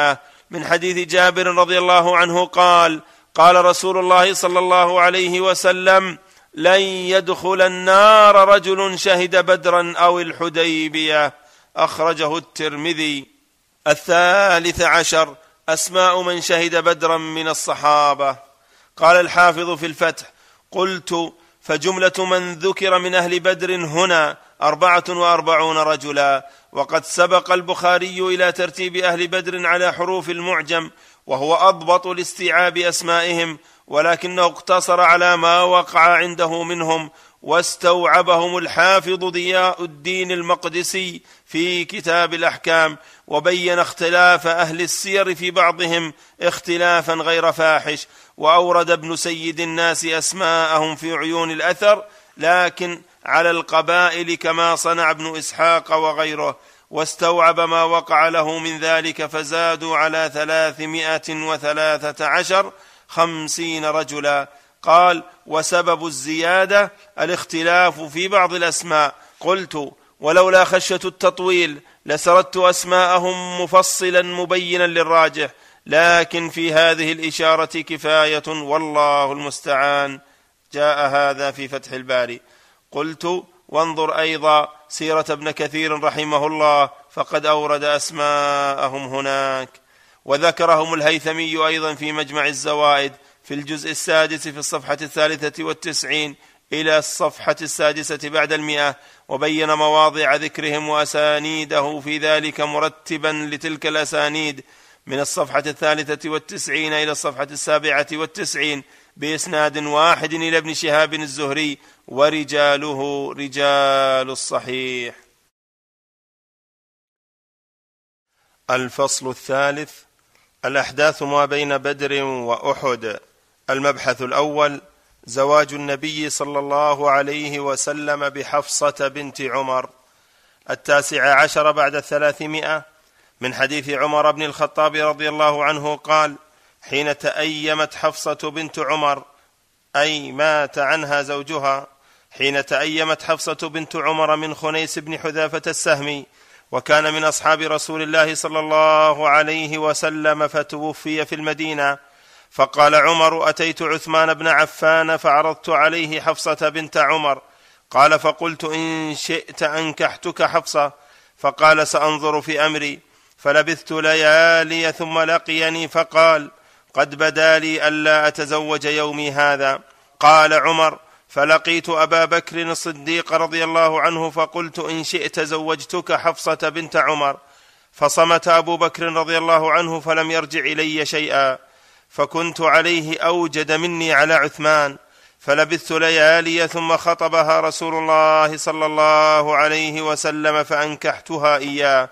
من حديث جابر رضي الله عنه قال: قال رسول الله صلى الله عليه وسلم: لن يدخل النار رجل شهد بدرا أو الحديبية. أخرجه الترمذي. الثالث عشر: أسماء من شهد بدرا من الصحابة. قال الحافظ في الفتح: قلت: فجملة من ذكر من أهل بدر هنا أربعة وأربعون رجلا، وقد سبق البخاري إلى ترتيب أهل بدر على حروف المعجم، وهو أضبط لاستيعاب أسمائهم، ولكنه اقتصر على ما وقع عنده منهم، واستوعبهم الحافظ ضياء الدين المقدسي في كتاب الأحكام، وبين اختلاف أهل السير في بعضهم اختلافا غير فاحش، وأورد ابن سيد الناس أسماءهم في عيون الأثر، لكن على القبائل كما صنع ابن إسحاق وغيره، واستوعب ما وقع له من ذلك، فزادوا على ثلاثمائة وثلاثة عشر خمسين رجلا. قال: وسبب الزيادة الاختلاف في بعض الأسماء. قلت: ولولا خشية التطويل لسردت أسماءهم مفصلا مبينا للراجح، لكن في هذه الإشارة كفاية، والله المستعان. جاء هذا في فتح الباري. قلت: وانظر أيضا سيرة ابن كثير رحمه الله، فقد أورد أسماءهم هناك، وذكرهم الهيثمي أيضا في مجمع الزوائد في الجزء السادس في الصفحة الثالثة والتسعين إلى الصفحة السادسة بعد المئة، وبين مواضع ذكرهم وأسانيده في ذلك مرتبا لتلك الأسانيد من الصفحة الثالثة والتسعين إلى الصفحة السابعة والتسعين بإسناد واحد إلى ابن شهاب الزهري، ورجاله رجال الصحيح. الفصل الثالث: الأحداث ما بين بدر وأحد. المبحث الأول: زواج النبي صلى الله عليه وسلم بحفصة بنت عمر. التاسع عشر بعد الثلاثمائة، من حديث عمر بن الخطاب رضي الله عنه قال: حين تأيمت حفصة بنت عمر، أي مات عنها زوجها، حين تأيمت حفصة بنت عمر من خنيس بن حذافة السهمي، وكان من أصحاب رسول الله صلى الله عليه وسلم، فتوفي في المدينة. فقال عمر: أتيت عثمان بن عفان فعرضت عليه حفصة بنت عمر، قال: فقلت: إن شئت أنكحتك حفصة. فقال: سأنظر في أمري. فلبثت ليالي ثم لقيني فقال: قد بدا لي ألا أتزوج يومي هذا. قال عمر: فلقيت أبا بكر الصديق رضي الله عنه فقلت: إن شئت زوجتك حفصة بنت عمر. فصمت أبو بكر رضي الله عنه فلم يرجع إلي شيئا، فكنت عليه أوجد مني على عثمان. فلبثت ليالي ثم خطبها رسول الله صلى الله عليه وسلم فأنكحتها إياه.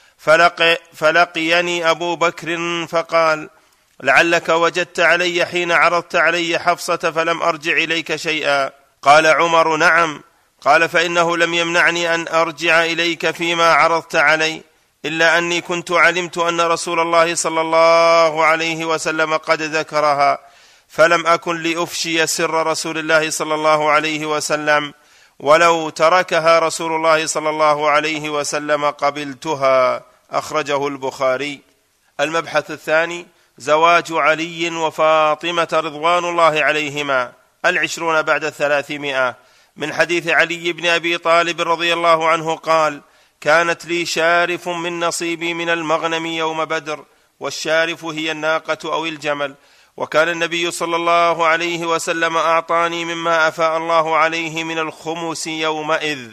فلقي فلقيني أبو بكر فقال: لعلك وجدت علي حين عرضت علي حفصة فلم أرجع إليك شيئا. قال عمر: نعم. قال: فإنه لم يمنعني أن أرجع إليك فيما عرضت علي، إلا أني كنت علمت أن رسول الله صلى الله عليه وسلم قد ذكرها، فلم أكن لأفشي سر رسول الله صلى الله عليه وسلم، ولو تركها رسول الله صلى الله عليه وسلم قبلتها. أخرجه البخاري. المبحث الثاني: زواج علي وفاطمة رضوان الله عليهما. العشرون بعد الثلاثمائة، من حديث علي بن أبي طالب رضي الله عنه قال: كانت لي شارف من نصيبي من المغنم يوم بدر، والشارف هي الناقة أو الجمل، وكان النبي صلى الله عليه وسلم أعطاني مما أفاء الله عليه من الخمس يومئذ.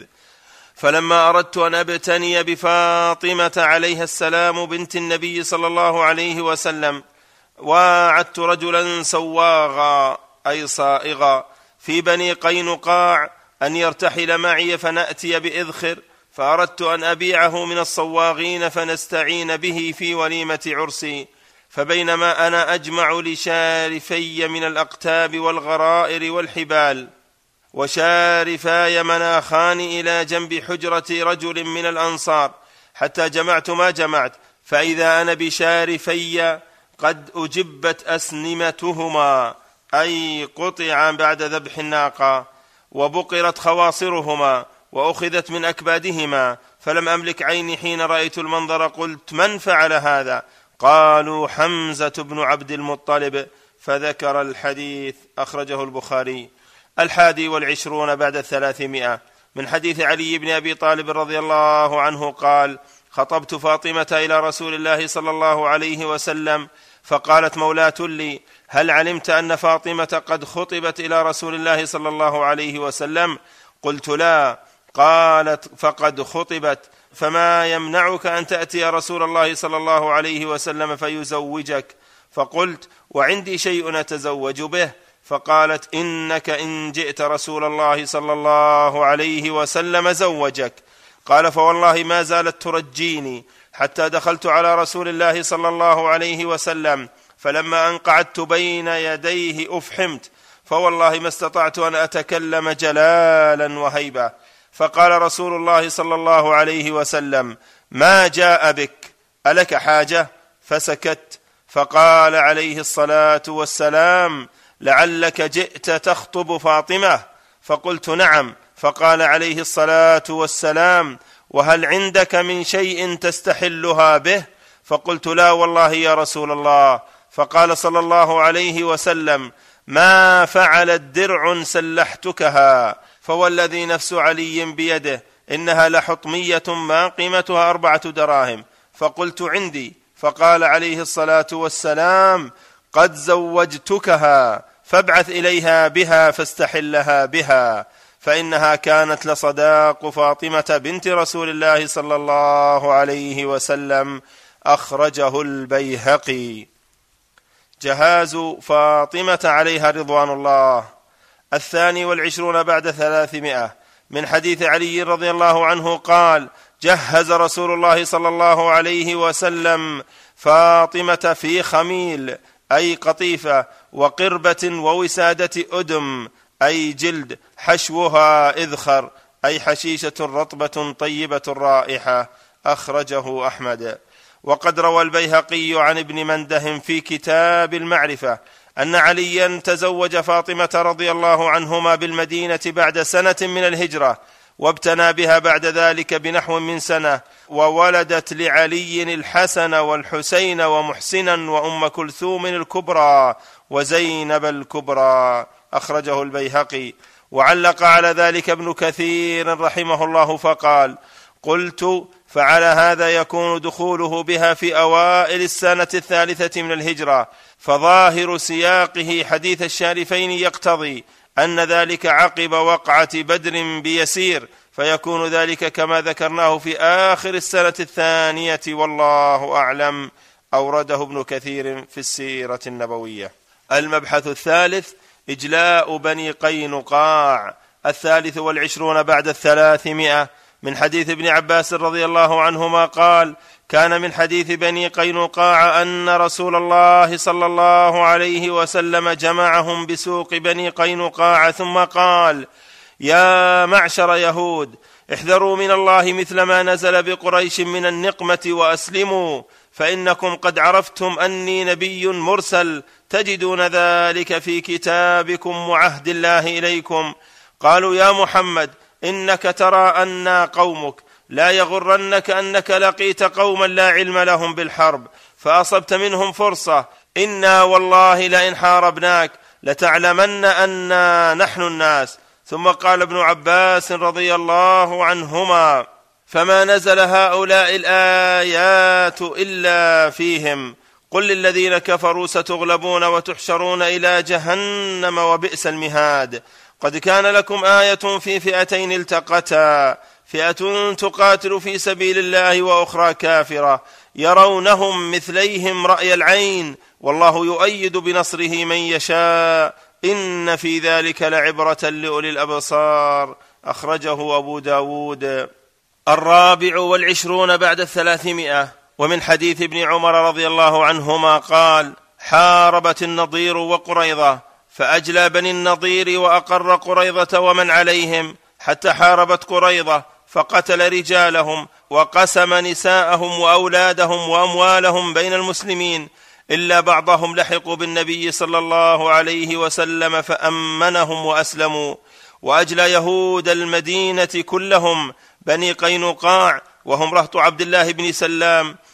فلما أردت أن أبتني بفاطمة عليها السلام بنت النبي صلى الله عليه وسلم، واعدت رجلا سواغا أي صائغا في بني قينقاع أن يرتحل معي فنأتي بإذخر، فأردت أن أبيعه من الصواغين فنستعين به في وليمة عرسي. فبينما أنا أجمع لشارفي من الأقتاب والغرائر والحبال، وشارفاي مناخان إلى جنب حجرة رجل من الأنصار، حتى جمعت ما جمعت، فإذا أنا بشارفي قد أجبت أسنمتهما أي قطعا بعد ذبح الناقة، وبقرت خواصرهما وأخذت من أكبادهما، فلم أملك عيني حين رأيت المنظر، قلت: من فعل هذا؟ قالوا حمزة بن عبد المطلب، فذكر الحديث. أخرجه البخاري. الحادي والعشرون بعد الثلاثمائة، من حديث علي بن أبي طالب رضي الله عنه قال: خطبت فاطمة إلى رسول الله صلى الله عليه وسلم، فقالت مولاة لي: هل علمت أن فاطمة قد خطبت إلى رسول الله صلى الله عليه وسلم؟ قلت: لا. قالت: فقد خطبت، فما يمنعك أن تأتي يا رسول الله صلى الله عليه وسلم فيزوجك؟ فقلت: وعندي شيء نتزوج به. فقالت: إنك إن جئت رسول الله صلى الله عليه وسلم زوجك. قال: فوالله ما زالت ترجيني حتى دخلت على رسول الله صلى الله عليه وسلم، فلما أن قعدت بين يديه أفحمت، فوالله ما استطعت أن أتكلم جلالا وهيبة. فقال رسول الله صلى الله عليه وسلم: ما جاء بك؟ ألك حاجة؟ فسكت. فقال عليه الصلاة والسلام: لعلك جئت تخطب فاطمة؟ فقلت: نعم. فقال عليه الصلاة والسلام: وهل عندك من شيء تستحلها به؟ فقلت: لا والله يا رسول الله. فقال صلى الله عليه وسلم: ما فعلت درع سلحتكها، فوالذي نفس علي بيده إنها لحطمية ما قيمتها أربعة دراهم. فقلت: عندي. فقال عليه الصلاة والسلام: قد زوجتكها، فابعث إليها بها فاستحلها بها، فإنها كانت لصداق فاطمة بنت رسول الله صلى الله عليه وسلم. أخرجه البيهقي. جهاز فاطمة عليها رضوان الله. الثاني والعشرون بعد ثلاثمائة، من حديث علي رضي الله عنه قال: جهز رسول الله صلى الله عليه وسلم فاطمة في خميل أي قطيفة، وقربة، ووسادة أدم أي جلد، حشوها إذخر أي حشيشة رطبة طيبة الرائحة. أخرجه أحمد. وقد روى البيهقي عن ابن منده في كتاب المعرفة أن عليا تزوج فاطمة رضي الله عنهما بالمدينة بعد سنة من الهجرة، وابتنى بها بعد ذلك بنحو من سنة، وولدت لعلي الحسن والحسين ومحسنا وأم كلثوم الكبرى وزينب الكبرى. أخرجه البيهقي. وعلق على ذلك ابن كثير رحمه الله فقال: قلت: فعلى هذا يكون دخوله بها في أوائل السنة الثالثة من الهجرة، فظاهر سياقه حديث الشارفين يقتضي أن ذلك عقب وقعة بدر بيسير، فيكون ذلك كما ذكرناه في آخر السنة الثانية، والله أعلم. أورده ابن كثير في السيرة النبوية. المبحث الثالث: إجلاء بني قينقاع. الثالث والعشرون بعد الثلاثمائة، من حديث ابن عباس رضي الله عنهما قال: كان من حديث بني قينقاع أن رسول الله صلى الله عليه وسلم جمعهم بسوق بني قينقاع ثم قال: يا معشر يهود، احذروا من الله مثل ما نزل بقريش من النقمة وأسلموا، فإنكم قد عرفتم أني نبي مرسل، تجدون ذلك في كتابكم وعهد الله إليكم. قالوا: يا محمد، إنك ترى أنا قومك، لا يغرنك أنك لقيت قوما لا علم لهم بالحرب فأصبت منهم فرصة، إنا والله لئن حاربناك لتعلمن أننا نحن الناس. ثم قال ابن عباس رضي الله عنهما: فما نزل هؤلاء الآيات إلا فيهم، قل للذين كفروا ستغلبون وتحشرون إلى جهنم وبئس المهاد. قد كان لكم آية في فئتين التقتا، فئة تقاتل في سبيل الله وأخرى كافرة، يرونهم مثليهم رأي العين، والله يؤيد بنصره من يشاء، إن في ذلك لعبرة لأولي الأبصار. أخرجه أبو داود. الرابع والعشرون بعد الثلاثمائة، ومن حديث ابن عمر رضي الله عنهما قال: حاربت النضير وقريظة، فأجلى بني النضير وأقر قريظة ومن عليهم، حتى حاربت قريظة فقتل رجالهم وقسم نساءهم وأولادهم وأموالهم بين المسلمين، إلا بعضهم لحقوا بالنبي صلى الله عليه وسلم فأمنهم وأسلموا. وأجلى يهود المدينة كلهم بني قينقاع، وهم رهط عبد الله بن سلام،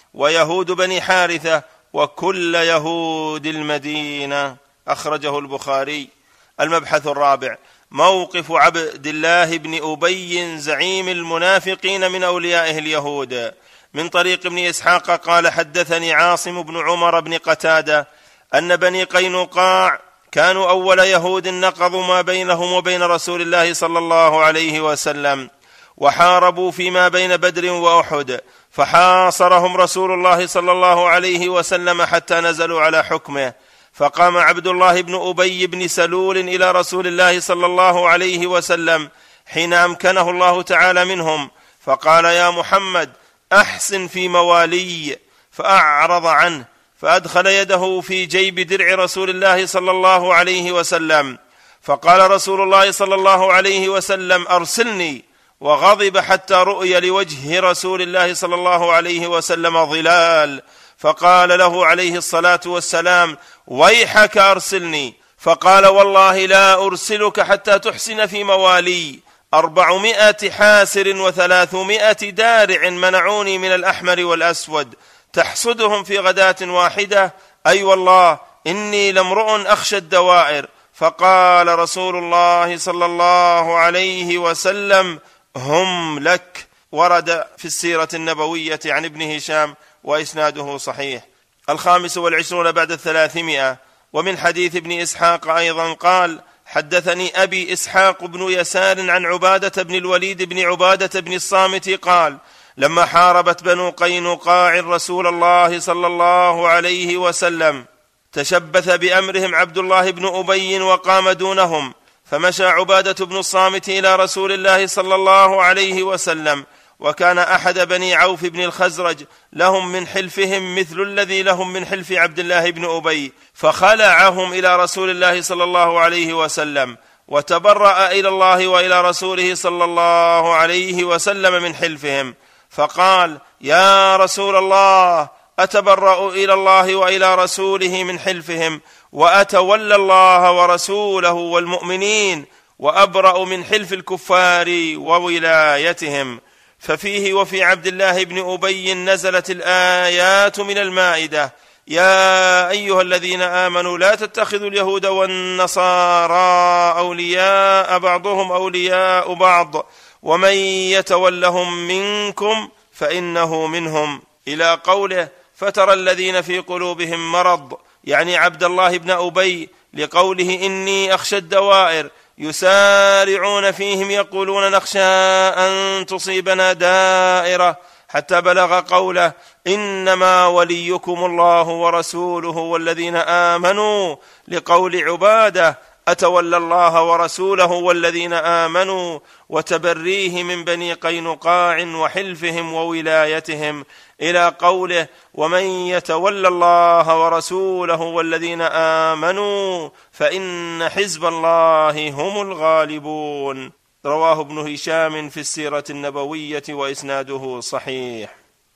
ويهود بني حارثة وكل يهود المدينة. أخرجه البخاري. المبحث الرابع: موقف عبد الله بن أبي زعيم المنافقين من أوليائه اليهود. من طريق ابن إسحاق قال: حدثني عاصم بن عمر بن قتادة أن بني قينقاع كانوا أول يهود نقضوا ما بينهم وبين رسول الله صلى الله عليه وسلم، وحاربوا فيما بين بدر وأحد، فحاصرهم رسول الله صلى الله عليه وسلم حتى نزلوا على حكمه. فقام عبد الله بن أبي بن سلول إلى رسول الله صلى الله عليه وسلم حين أمكنه الله تعالى منهم، فقال: يا محمد، أحسن في موالي. فأعرض عنه، فأدخل يده في جيب درع رسول الله صلى الله عليه وسلم، فقال رسول الله صلى الله عليه وسلم: أرسلني. وغضب حتى رؤي لوجه رسول الله صلى الله عليه وسلم ظلال، فقال له عليه الصلاة والسلام: ويحك أرسلني. فقال: والله لا أرسلك حتى تحسن في موالي. أربعمائة حاسر وثلاثمائة دارع منعوني من الأحمر والأسود، تحصدهم في غداة واحدة. أي والله إني لامرؤ أخشى الدوائر. فقال رسول الله صلى الله عليه وسلم: هم لك. ورد في السيرة النبوية عن ابن هشام وإسناده صحيح. الخامس والعشرون بعد الثلاثمائة. ومن حديث ابن إسحاق أيضا قال: حدثني أبي إسحاق بن يسار عن عبادة بن الوليد بن عبادة بن الصامت قال: لما حاربت بنو قينقاع رسول الله صلى الله عليه وسلم تشبث بأمرهم عبد الله بن أبي وقام دونهم، فمشى عبادة بن الصامت إلى رسول الله صلى الله عليه وسلم، وكان أحد بني عوف بن الخزرج لهم من حلفهم مثل الذي لهم من حلف عبد الله بن أبي، فخلعهم إلى رسول الله صلى الله عليه وسلم، وتبرأ إلى الله وإلى رسوله صلى الله عليه وسلم من حلفهم، فقال: يا رسول الله، أتبرأ إلى الله وإلى رسوله من حلفهم، وأتولى الله ورسوله والمؤمنين، وأبرأ من حلف الكفار وولايتهم. ففيه وفي عبد الله بن أبي نزلت الآيات من المائدة: يا أيها الذين آمنوا لا تتخذوا اليهود والنصارى أولياء بعضهم أولياء بعض ومن يتولهم منكم فإنه منهم، إلى قوله: فترى الذين في قلوبهم مرض، يعني عبد الله بن أبي، لقوله: إني أخشى الدوائر، يسارعون فيهم يقولون: نخشى أن تصيبنا دائرة، حتى بلغ قوله: إنما وليكم الله ورسوله والذين آمنوا، لقول عبادة: أتولى الله ورسوله والذين آمنوا، وتبريه من بني قينقاع وحلفهم وولايتهم، إلى قوله: ومن يتولى الله ورسوله والذين آمنوا فإن حزب الله هم الغالبون. رواه ابن هشام في السيرة النبوية وإسناده صحيح.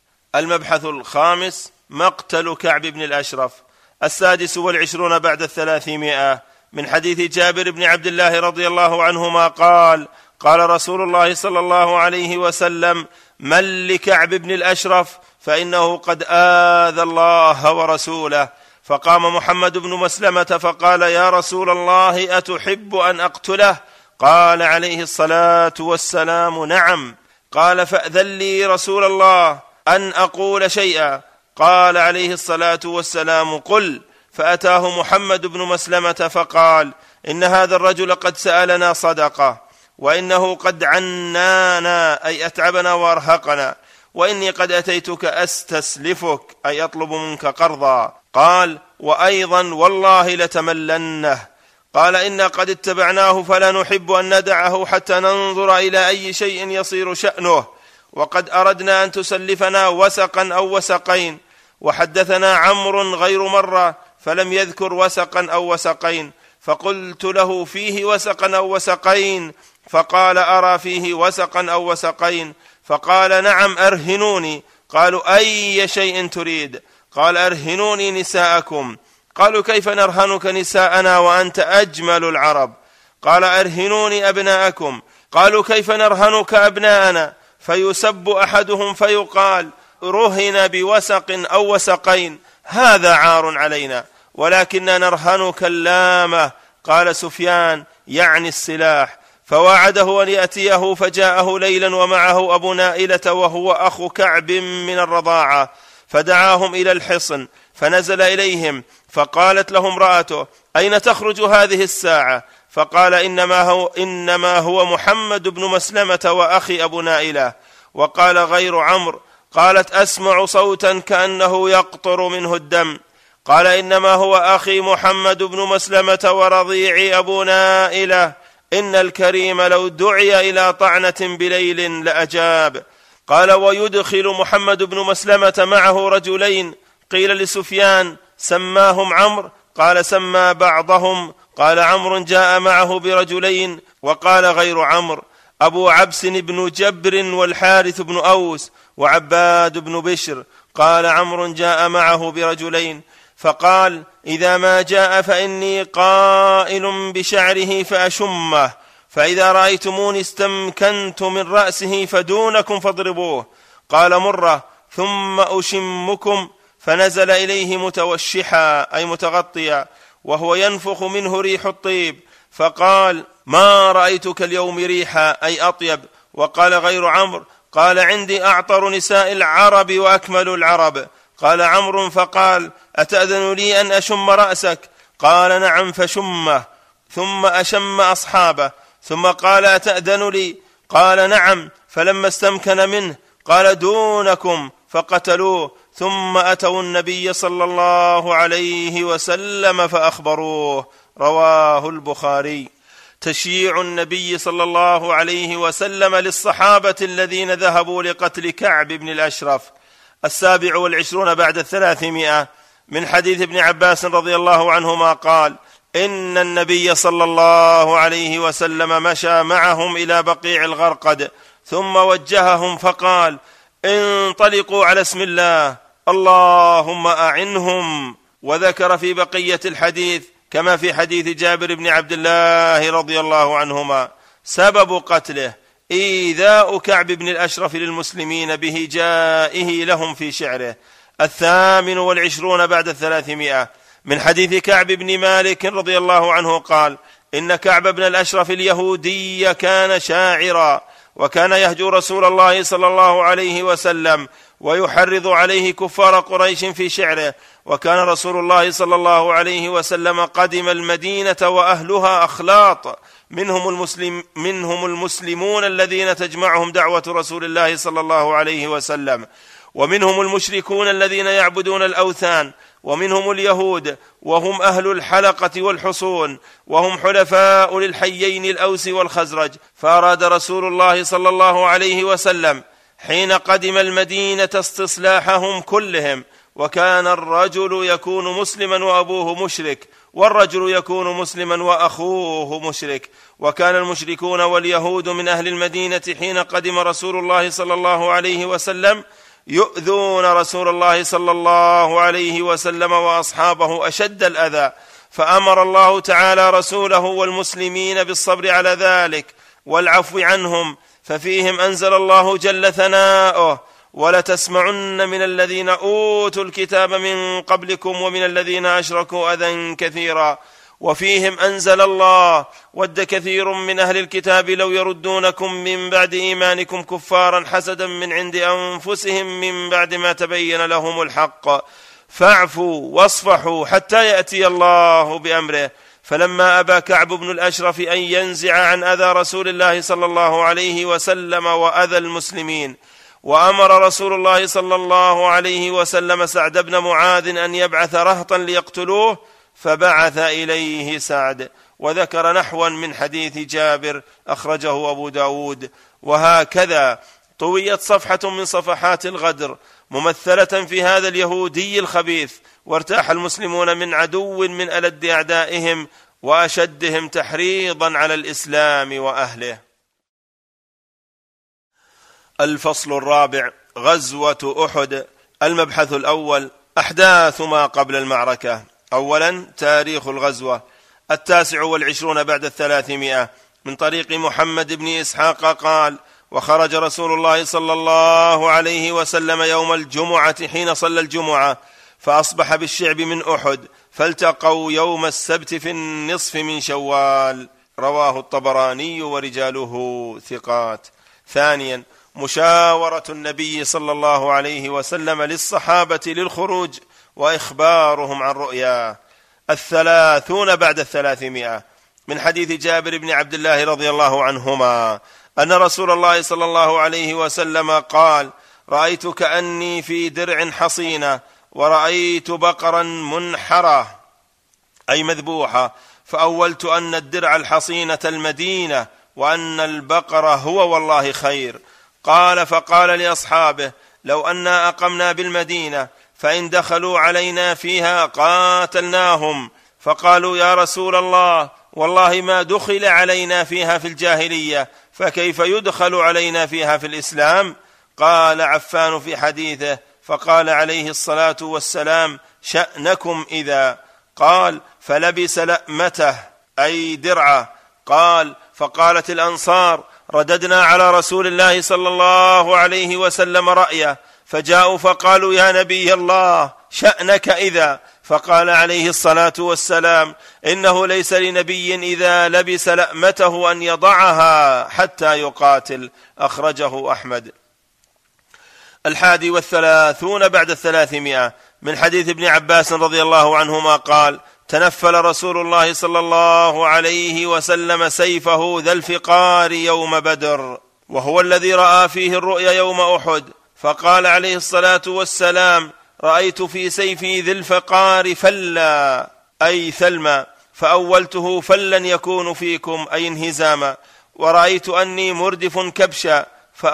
المبحث الخامس: مقتل كعب بن الأشرف. السادس والعشرون بعد الثلاثمائة. من حديث جابر بن عبد الله رضي الله عنهما قال: قال رسول الله صلى الله عليه وسلم: من لكعب بن الأشرف فإنه قد آذى الله ورسوله. فقام محمد بن مسلمة فقال: يا رسول الله، أتحب أن أقتله؟ قال عليه الصلاة والسلام: نعم. قال: فأذن لي رسول الله أن أقول شيئا. قال عليه الصلاة والسلام: قل. فأتاه محمد بن مسلمة فقال: إن هذا الرجل قد سألنا صدقة، وإنه قد عنانا، أي أتعبنا وأرهقنا، وإني قد أتيتك أستسلفك، أي أطلب منك قرضا. قال: وأيضا والله لتملنه. قال: إنا قد اتبعناه فلا نحب أن ندعه حتى ننظر إلى أي شيء يصير شأنه، وقد أردنا أن تسلفنا وسقا أو وسقين. وحدثنا عمرو غير مرة فلم يذكر وسقا أو وسقين، فقلت له: فيه وسقا أو وسقين؟ فقال: أرى فيه وسقا أو وسقين. فقال: نعم، أرهنوني. قالوا: أي شيء تريد؟ قال: أرهنوني نساءكم. قالوا: كيف نرهنك نساءنا وأنت أجمل العرب؟ قال: أرهنوني أبناءكم. قالوا: كيف نرهنك أبناءنا؟ فيسب أحدهم فيقال: رهن بوسق أو وسقين هذا عار علينا، ولكننا نرهنك اللامة. قال سفيان يعني السلاح، فوعده أن يأتيه، فجاءه ليلا ومعه أبو نائلة وهو أخو كعب من الرضاعة، فدعاهم إلى الحصن فنزل إليهم، فقالت له امرأته: أين تخرج هذه الساعة؟ فقال: إنما هو, إنما هو محمد بن مسلمة وأخي أبو نائلة. وقال غير عمرو: قالت: أسمع صوتا كأنه يقطر منه الدم. قال: إنما هو أخي محمد بن مسلمة ورضيعي أبو نائلة، إن الكريم لو دعي إلى طعنة بليل لأجاب. قال: ويدخل محمد بن مسلمة معه رجلين. قيل لسفيان: سماهم عمرو؟ قال: سمى بعضهم. قال عمرو: جاء معه برجلين. وقال غير عمرو: أبو عبس بن جبر والحارث بن أوس وعباد بن بشر. قال عمرو: جاء معه برجلين. فقال: إذا ما جاء فإني قائل بشعره فأشمه، فإذا رأيتموني استمكنت من رأسه فدونكم فاضربوه. قال مرة: ثم أشمكم. فنزل إليه متوشحا أي متغطيا، وهو ينفخ منه ريح الطيب، فقال: ما رأيتك اليوم ريحا أي أطيب. وقال غير عمرو: قال: عندي أعطر نساء العرب وأكمل العرب. قال عمرو فقال: أتأذن لي أن أشم رأسك؟ قال: نعم، فشمه. ثم أشم أصحابه، ثم قال: أتأذن لي؟ قال: نعم. فلما استمكن منه قال: دونكم، فقتلوه. ثم أتوا النبي صلى الله عليه وسلم فأخبروه. رواه البخاري. تشييع النبي صلى الله عليه وسلم للصحابة الذين ذهبوا لقتل كعب بن الأشرف. السابع والعشرون بعد الثلاثمائة، من حديث ابن عباس رضي الله عنهما قال: إن النبي صلى الله عليه وسلم مشى معهم إلى بقيع الغرقد، ثم وجههم فقال: انطلقوا على اسم الله، اللهم أعنهم. وذكر في بقية الحديث كما في حديث جابر بن عبد الله رضي الله عنهما سبب قتله إيذاء كعب بن الأشرف للمسلمين بهجائه لهم في شعره. الثامن والعشرون بعد الثلاثمائة، من حديث كعب بن مالك رضي الله عنه قال: إن كعب بن الأشرف اليهودي كان شاعرا، وكان يهجو رسول الله صلى الله عليه وسلم ويحرض عليه كفار قريش في شعره. وكان رسول الله صلى الله عليه وسلم قدم المدينة وأهلها أخلاط، منهم, المسلم منهم المسلمون الذين تجمعهم دعوة رسول الله صلى الله عليه وسلم، ومنهم المشركون الذين يعبدون الأوثان، ومنهم اليهود وهم أهل الحلقة والحصون، وهم حلفاء للحيين الأوس والخزرج. فأراد رسول الله صلى الله عليه وسلم حين قدم المدينة استصلاحهم كلهم، وكان الرجل يكون مسلما وأبوه مشرك، والرجل يكون مسلما وأخوه مشرك. وكان المشركون واليهود من أهل المدينة حين قدم رسول الله صلى الله عليه وسلم يؤذون رسول الله صلى الله عليه وسلم وأصحابه أشد الأذى، فأمر الله تعالى رسوله والمسلمين بالصبر على ذلك والعفو عنهم. ففيهم أنزل الله جل ثناؤه: ولتسمعن من الذين أوتوا الكتاب من قبلكم ومن الذين أشركوا أذى كثيرا. وفيهم أنزل الله: ود كثير من أهل الكتاب لو يردونكم من بعد إيمانكم كفارا حسدا من عند أنفسهم من بعد ما تبين لهم الحق، فاعفوا واصفحوا حتى يأتي الله بأمره. فلما أبى كعب بن الأشرف أن ينزع عن أذى رسول الله صلى الله عليه وسلم وأذى المسلمين، وأمر رسول الله صلى الله عليه وسلم سعد بن معاذ أن يبعث رهطا ليقتلوه، فبعث إليه سعد. وذكر نحوا من حديث جابر أخرجه أبو داود. وهكذا طويت صفحة من صفحات الغدر ممثلة في هذا اليهودي الخبيث، وارتاح المسلمون من عدو من ألد أعدائهم وأشدهم تحريضا على الإسلام وأهله. الفصل الرابع: غزوة أحد. المبحث الأول: أحداث ما قبل المعركة. أولا تاريخ الغزوة. التاسع والعشرون بعد الثلاثمائة، من طريق محمد بن إسحاق قال: وخرج رسول الله صلى الله عليه وسلم يوم الجمعة حين صلى الجمعة، فأصبح بالشعب من أحد، فالتقوا يوم السبت في النصف من شوال. رواه الطبراني ورجاله ثقات. ثانيا، مشاورة النبي صلى الله عليه وسلم للصحابة للخروج وإخبارهم عن رؤياه. الثلاثون بعد الثلاثمائة، من حديث جابر بن عبد الله رضي الله عنهما أن رسول الله صلى الله عليه وسلم قال: رأيت كأني في درع حصينة، ورأيت بقرا منحرة أي مذبوحة، فأولت أن الدرع الحصينة المدينة، وأن البقر هو والله خير. قال: فقال لأصحابه: لو أنا أقمنا بالمدينة فإن دخلوا علينا فيها قاتلناهم. فقالوا: يا رسول الله، والله ما دخل علينا فيها في الجاهلية، فكيف يدخل علينا فيها في الإسلام؟ قال عفان في حديثه: فقال عليه الصلاة والسلام: شأنكم إذا. قال: فلبس لأمته أي درعه. قال: فقالت الأنصار: رددنا على رسول الله صلى الله عليه وسلم رأيه، فجاءوا فقالوا: يا نبي الله، شأنك إذا. فقال عليه الصلاة والسلام: إنه ليس لنبي إذا لبس لأمته أن يضعها حتى يقاتل. أخرجه أحمد. الحادي والثلاثون بعد الثلاثمائة، من حديث ابن عباس رضي الله عنهما قال: تنفل رسول الله صلى الله عليه وسلم سيفه ذا الفقار يوم بدر، وهو الذي رأى فيه الرؤيا يوم أحد، فقال عليه الصلاة والسلام: رأيت في سيفي ذي الفقار فلا أي ثلما، فأولته فلا يكون فيكم أي انهزاما، ورأيت أني مردف كبشا،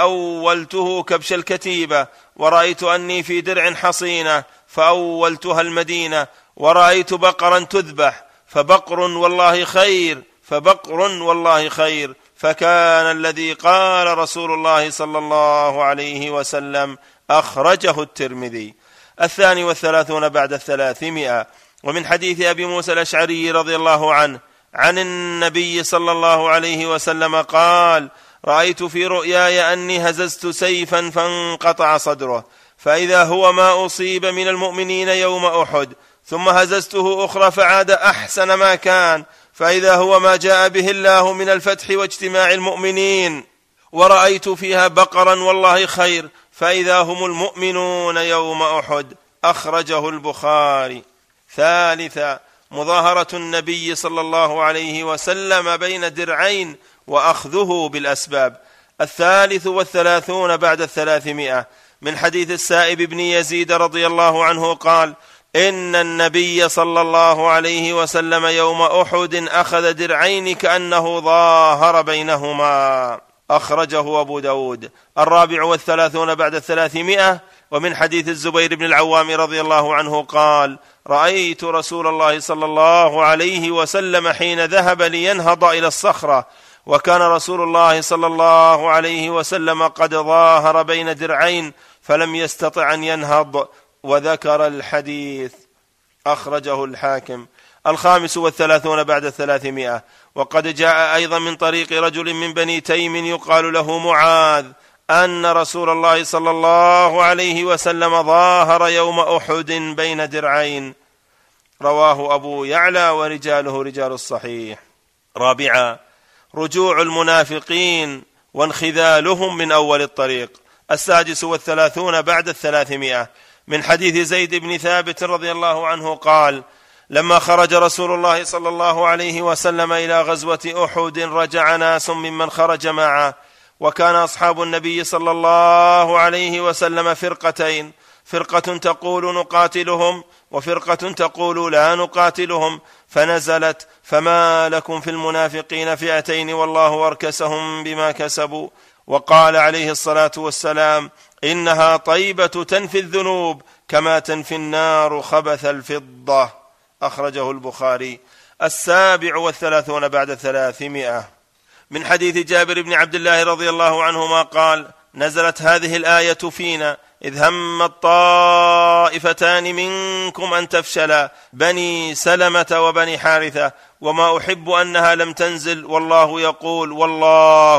فأولته كبش الكتيبة، ورأيت أني في درع حصينة، فأولتها المدينة، ورأيت بقرا تذبح، فبقر والله خير، فبقر والله خير. فكان الذي قال رسول الله صلى الله عليه وسلم. أخرجه الترمذي. الثاني والثلاثون بعد الثلاثمائة، ومن حديث أبي موسى الأشعري رضي الله عنه عن النبي صلى الله عليه وسلم قال: رأيت في رؤياي أني هززت سيفا فانقطع صدره، فإذا هو ما أصيب من المؤمنين يوم أحد، ثم هززته أخرى فعاد أحسن ما كان، فإذا هو ما جاء به الله من الفتح واجتماع المؤمنين، ورأيت فيها بقرا والله خير، فإذا هم المؤمنون يوم أحد. أخرجه البخاري. ثالثا، مظاهرة النبي صلى الله عليه وسلم بين درعين وأخذه بالأسباب. الثالث والثلاثون بعد الثلاثمائة، من حديث السائب بن يزيد رضي الله عنه قال: إن النبي صلى الله عليه وسلم يوم أحد أخذ درعين كأنه ظاهر بينهما. أخرجه أبو داود. الرابع والثلاثون بعد الثلاثمائة، ومن حديث الزبير بن العوام رضي الله عنه قال: رأيت رسول الله صلى الله عليه وسلم حين ذهب لينهض إلى الصخرة، وكان رسول الله صلى الله عليه وسلم قد ظاهر بين درعين فلم يستطع أن ينهض. وذكر الحديث. أخرجه الحاكم. الخامس والثلاثون بعد الثلاثمائة، وقد جاء أيضا من طريق رجل من بني تيم يقال له معاذ أن رسول الله صلى الله عليه وسلم ظاهر يوم أحد بين درعين. رواه أبو يعلى ورجاله رجال الصحيح. رابعا، رجوع المنافقين وانخذالهم من أول الطريق. السادس والثلاثون بعد الثلاثمائة، من حديث زيد بن ثابت رضي الله عنه قال: لما خرج رسول الله صلى الله عليه وسلم إلى غزوة أحد رجع ناس ممن خرج معه، وكان أصحاب النبي صلى الله عليه وسلم فرقتين، فرقة تقول نقاتلهم، وفرقة تقول لا نقاتلهم، فنزلت: فما لكم في المنافقين فئتين والله أركسهم بما كسبوا. وقال عليه الصلاة والسلام: إنها طيبة تنفي الذنوب كما تنفي النار خبث الفضة. أخرجه البخاري. السابع والثلاثون بعد الثلاثمائة، من حديث جابر بن عبد الله رضي الله عنهما قال: نزلت هذه الآية فينا إذ هم الطائفتان منكم أن تفشلا بني سلمة وبني حارثة وما أحب أنها لم تنزل والله يقول والله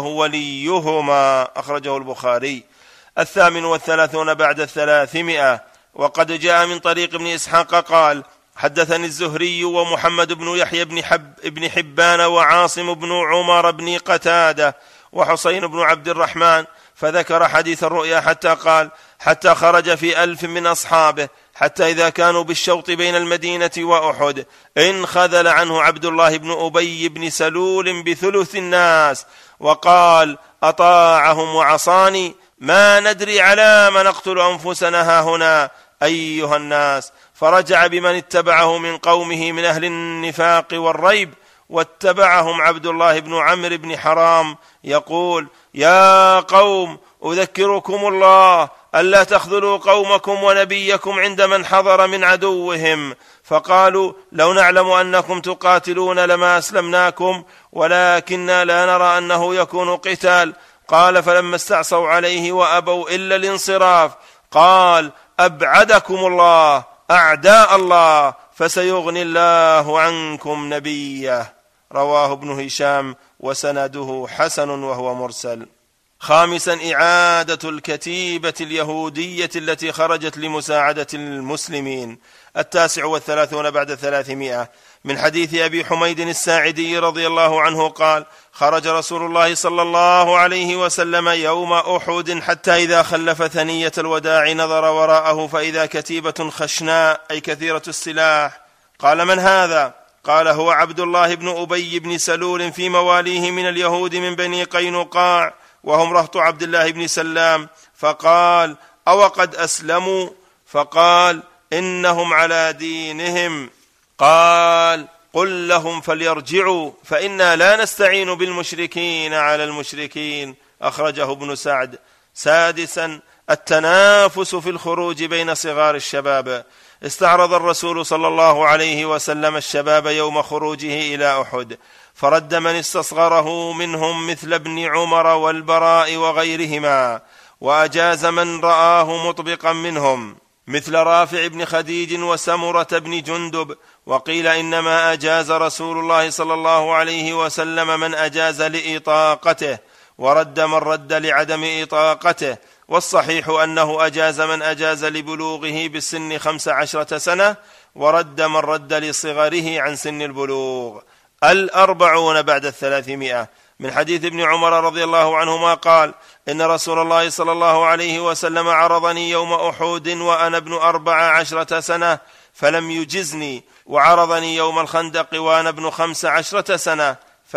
وليهما. أخرجه البخاري. الثامن والثلاثون بعد الثلاثمائة. وقد جاء من طريق ابن إسحاق قال حدثني الزهري ومحمد بن يحيى بن, حب بن حبان وعاصم بن عمر بن قتادة وحسين بن عبد الرحمن فذكر حديث الرؤيا حتى قال حتى خرج في ألف من أصحابه حتى إذا كانوا بالشوط بين المدينة وأحد انخذل عنه عبد الله بن أبي بن سلول بثلث الناس وقال أطاعهم وعصاني ما ندري على ما نقتل أنفسنا هاهنا أيها الناس. فرجع بمن اتبعه من قومه من أهل النفاق والريب واتبعهم عبد الله بن عمرو بن حرام يقول يا قوم أذكركم الله ألا تخذلوا قومكم ونبيكم عند من حضر من عدوهم. فقالوا لو نعلم أنكم تقاتلون لما أسلمناكم ولكننا لا نرى أنه يكون قتال. قال فلما استعصوا عليه وأبوا إلا الانصراف قال أبعدكم الله أعداء الله فسيغني الله عنكم نبيه. رواه ابن هشام وسنده حسن وهو مرسل. خامسا إعادة الكتيبة اليهودية التي خرجت لمساعدة المسلمين. التاسع والثلاثون بعد الثلاثمائة. من حديث أبي حميد الساعدي رضي الله عنه قال خرج رسول الله صلى الله عليه وسلم يوم أحد حتى إذا خلف ثنية الوداع نظر وراءه فإذا كتيبة خشناء أي كثيرة السلاح. قال من هذا؟ قال هو عبد الله بن أبي بن سلول في مواليه من اليهود من بني قينقاع وهم رهط عبد الله بن سلام. فقال أو قد أسلموا؟ فقال إنهم على دينهم. قال قل لهم فليرجعوا فإنا لا نستعين بالمشركين على المشركين. أخرجه ابن سعد. سادسا التنافس في الخروج بين صغار الشباب. استعرض الرسول صلى الله عليه وسلم الشباب يوم خروجه إلى أحد فرد من استصغره منهم مثل ابن عمر والبراء وغيرهما وأجاز من رآه مطبقا منهم مثل رافع بن خديج وسمرة بن جندب. وقيل إنما أجاز رسول الله صلى الله عليه وسلم من أجاز لإطاقته ورد من رد لعدم إطاقته. والصحيح أنه أجاز من أجاز لبلوغه بالسن خمس عشرة سنة ورد من رد لصغره عن سن البلوغ. الأربعون بعد الثلاثمائة. من حديث ابن عمر رضي الله عنهما قال إن رسول الله صلى الله عليه وسلم عرضني يوم أحد وأنا ابن أربع عشرة سنة فلم يجزني وعرضني يوم الخندق وأنا ابن خمس عشرة سنة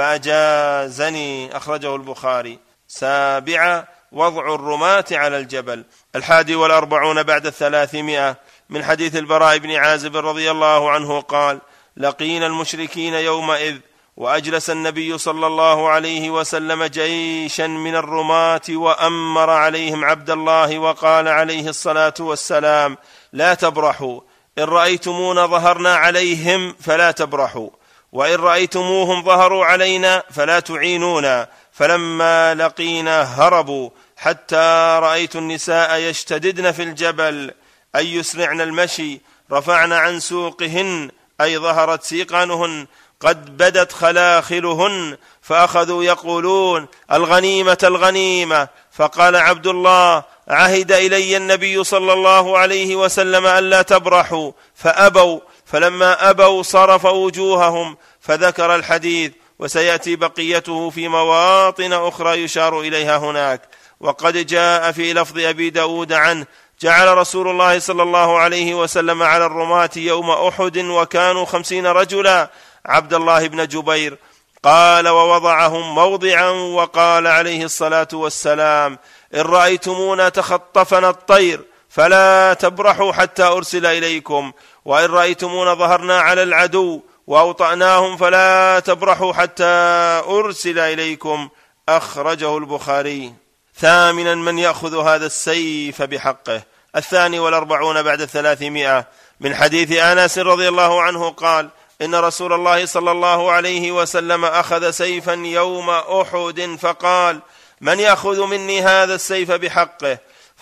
فأجازني. أخرجه البخاري. سابعة وضع الرماة على الجبل. الحادي والأربعون بعد الثلاثمائة. من حديث البراء بن عازب رضي الله عنه قال لقينا المشركين يومئذ وأجلس النبي صلى الله عليه وسلم جيشا من الرماة وأمر عليهم عبد الله وقال عليه الصلاة والسلام لا تبرحوا إن رأيتمونا ظهرنا عليهم فلا تبرحوا وإن رأيتموهم ظهروا علينا فلا تعينونا. فلما لقينا هربوا حتى رأيت النساء يشتددن في الجبل أي يسرعن المشي رفعن عن سوقهن أي ظهرت سيقانهن قد بدت خلاخلهن فأخذوا يقولون الغنيمة الغنيمة. فقال عبد الله عهد إلي النبي صلى الله عليه وسلم ألا تبرحوا فأبوا فلما أبوا صرف وجوههم. فذكر الحديث وسيأتي بقيته في مواطن أخرى يشار إليها هناك. وقد جاء في لفظ أبي داود عنه جعل رسول الله صلى الله عليه وسلم على الرماة يوم أحد وكانوا خمسين رجلا عبد الله بن جبير. قال ووضعهم موضعا وقال عليه الصلاة والسلام إن رأيتمونا تخطفنا الطير فلا تبرحوا حتى أرسل إليكم وإن رأيتمونا ظهرنا على العدو وأوطأناهم فلا تبرحوا حتى أرسل إليكم. أخرجه البخاري. ثامنا من يأخذ هذا السيف بحقه. الثاني والأربعون بعد الثلاثمائة. من حديث أنس رضي الله عنه قال إن رسول الله صلى الله عليه وسلم أخذ سيفا يوم أحد فقال من يأخذ مني هذا السيف بحقه؟